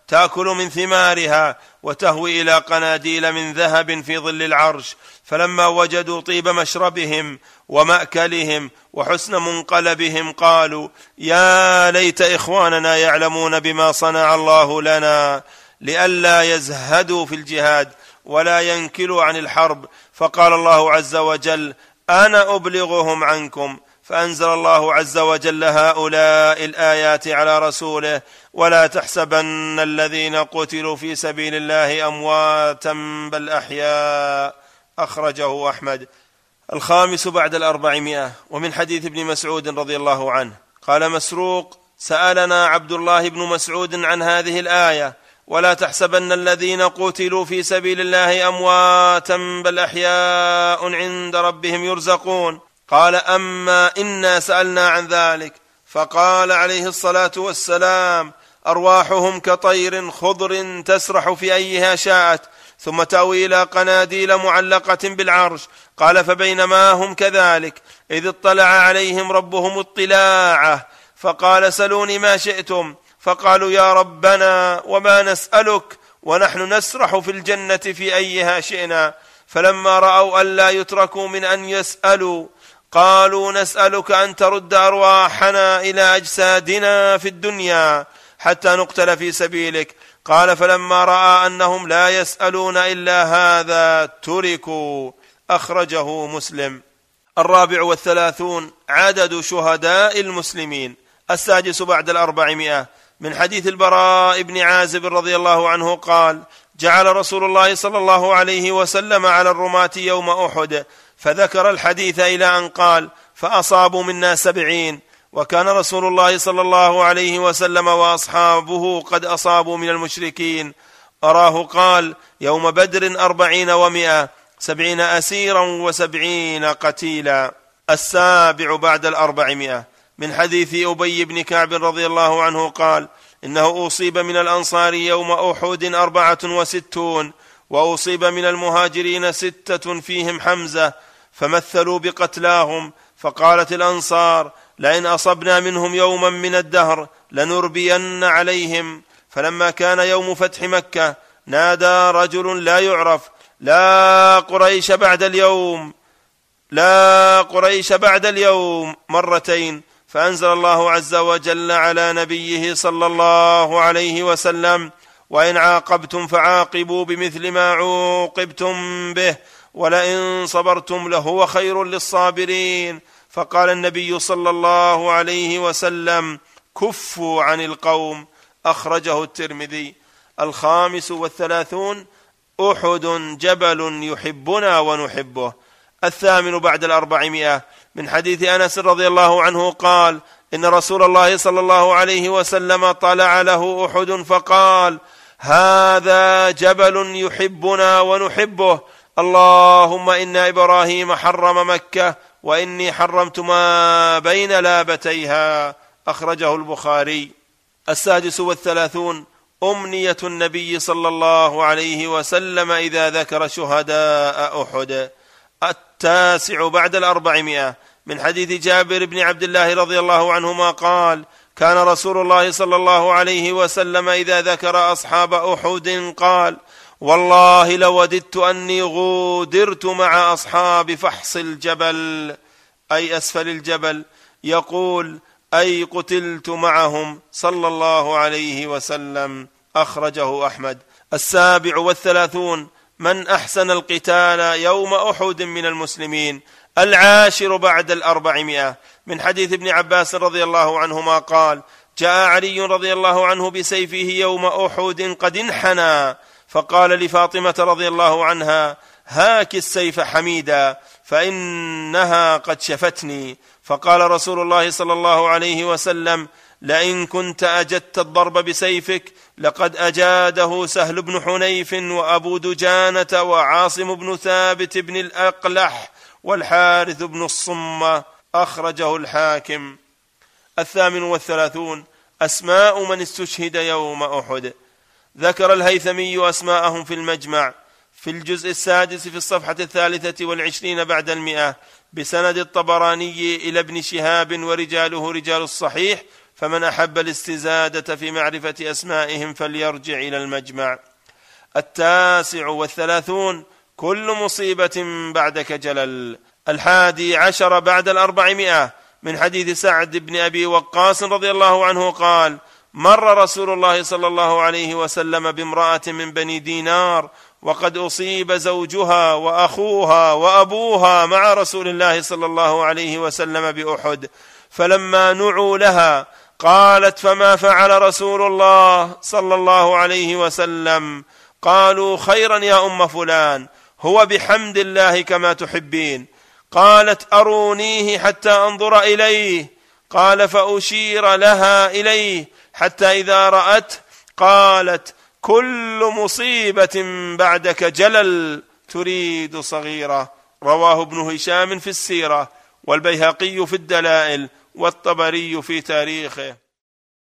تأكل من ثمارها وتهوي إلى قناديل من ذهب في ظل العرش. فلما وجدوا طيب مشربهم ومأكلهم وحسن منقلبهم قالوا يا ليت إخواننا يعلمون بما صنع الله لنا، لئلا يزهدوا في الجهاد ولا ينكلوا عن الحرب. فقال الله عز وجل أنا أبلغهم عنكم، فأنزل الله عز وجل هؤلاء الآيات على رسوله: ولا تحسبن الذين قتلوا في سبيل الله أمواتا بل أحياء. أخرجه أحمد. الخامس بعد الأربعمائة. ومن حديث ابن مسعود رضي الله عنه قال مسروق: سألنا عبد الله بن مسعود عن هذه الآية: ولا تحسبن الذين قتلوا في سبيل الله أمواتا بل أحياء عند ربهم يرزقون. قال: أما إنا سألنا عن ذلك، فقال عليه الصلاة والسلام: أرواحهم كطير خضر تسرح في أيها شاءت ثم تأوي إلى قناديل معلقة بالعرش. قال: فبينما هم كذلك إذ اطلع عليهم ربهم اطلاعه فقال: سلوني ما شئتم. فقالوا: يا ربنا وما نسألك ونحن نسرح في الجنة في أيها شئنا. فلما رأوا أن لا يتركوا من أن يسألوا قالوا: نسألك أن ترد أرواحنا إلى أجسادنا في الدنيا حتى نقتل في سبيلك. قال: فلما رأى أنهم لا يسألون إلا هذا تركوا. أخرجه مسلم. الرابع والثلاثون. عدد شهداء المسلمين. السادس بعد الأربعمائة. من حديث البراء بن عازب رضي الله عنه قال: جعل رسول الله صلى الله عليه وسلم على الرماة يوم أحد، فذكر الحديث إلى أن قال: فأصابوا منا سبعين. وكان رسول الله صلى الله عليه وسلم وأصحابه قد أصابوا من المشركين. أراه قال: يوم بدر أربعين ومئة، سبعين أسيرا وسبعين قتيلا. السابع بعد الأربعمائة. من حديث أبي بن كعب رضي الله عنه قال: إنه أصيب من الأنصار يوم أحد أربعة وستون، وأصيب من المهاجرين ستة فيهم حمزة، فمثلوا بقتلاهم. فقالت الأنصار: لئن أصبنا منهم يوما من الدهر لنربين عليهم. فلما كان يوم فتح مكة نادى رجل لا يعرف: لا قريش بعد اليوم، لا قريش بعد اليوم مرتين. فأنزل الله عز وجل على نبيه صلى الله عليه وسلم: وإن عاقبتم فعاقبوا بمثل ما عوقبتم به ولئن صبرتم لهو خير للصابرين. فقال النبي صلى الله عليه وسلم: كفوا عن القوم. أخرجه الترمذي. الخامس والثلاثون. أحد جبل يحبنا ونحبه. الثامن بعد الأربعمائة. من حديث أنس رضي الله عنه قال: إن رسول الله صلى الله عليه وسلم طلع له أحد فقال: هذا جبل يحبنا ونحبه، اللهم إن إبراهيم حرم مكة وإني حرمت ما بين لابتيها. أخرجه البخاري. السادس والثلاثون. أمنية النبي صلى الله عليه وسلم إذا ذكر شهداء أحد. التاسع بعد الأربعمائة. من حديث جابر بن عبد الله رضي الله عنهما قال: كان رسول الله صلى الله عليه وسلم إذا ذكر أصحاب أحد قال: والله لوددت أني غودرت مع أصحاب فحص الجبل، أي أسفل الجبل، يقول: أي قتلت معهم صلى الله عليه وسلم. أخرجه أحمد. السابع والثلاثون. من أحسن القتال يوم أحد من المسلمين. العاشر بعد الأربعمائة. من حديث ابن عباس رضي الله عنهما قال: جاء علي رضي الله عنه بسيفه يوم أحد قد انحنى، فقال لفاطمة رضي الله عنها: هاك السيف حميدا فإنها قد شفتني. فقال رسول الله صلى الله عليه وسلم: لئن كنت أجدت الضرب بسيفك لقد أجاده سهل بن حنيف وأبو دجانة وعاصم بن ثابت بن الأقلح والحارث بن الصمة. أخرجه الحاكم. الثامن والثلاثون. أسماء من استشهد يوم أحد. ذكر الهيثمي أسماءهم في المجمع في الجزء السادس في الصفحة الثالثة والعشرين بعد المئة بسند الطبراني إلى ابن شهاب ورجاله رجال الصحيح فمن أحب الاستزادة في معرفة أسمائهم فليرجع إلى المجمع. التاسع والثلاثون: كل مصيبة بعدك جلل. الحادي عشر بعد الأربعمائة من حديث سعد بن أبي وقاص رضي الله عنه قال: مر رسول الله صلى الله عليه وسلم بامرأة من بني دينار وقد أصيب زوجها وأخوها وأبوها مع رسول الله صلى الله عليه وسلم بأحد، فلما نعوا لها قالت: فما فعل رسول الله صلى الله عليه وسلم؟ قالوا: خيرا يا أم فلان، هو بحمد الله كما تحبين. قالت: أرونيه حتى أنظر إليه. قال: فأشير لها إليه حتى إذا رأت قالت: كل مصيبة بعدك جلل، تريد صغيرة. رواه ابن هشام في السيرة، والبيهقي في الدلائل، والطبري في تاريخه.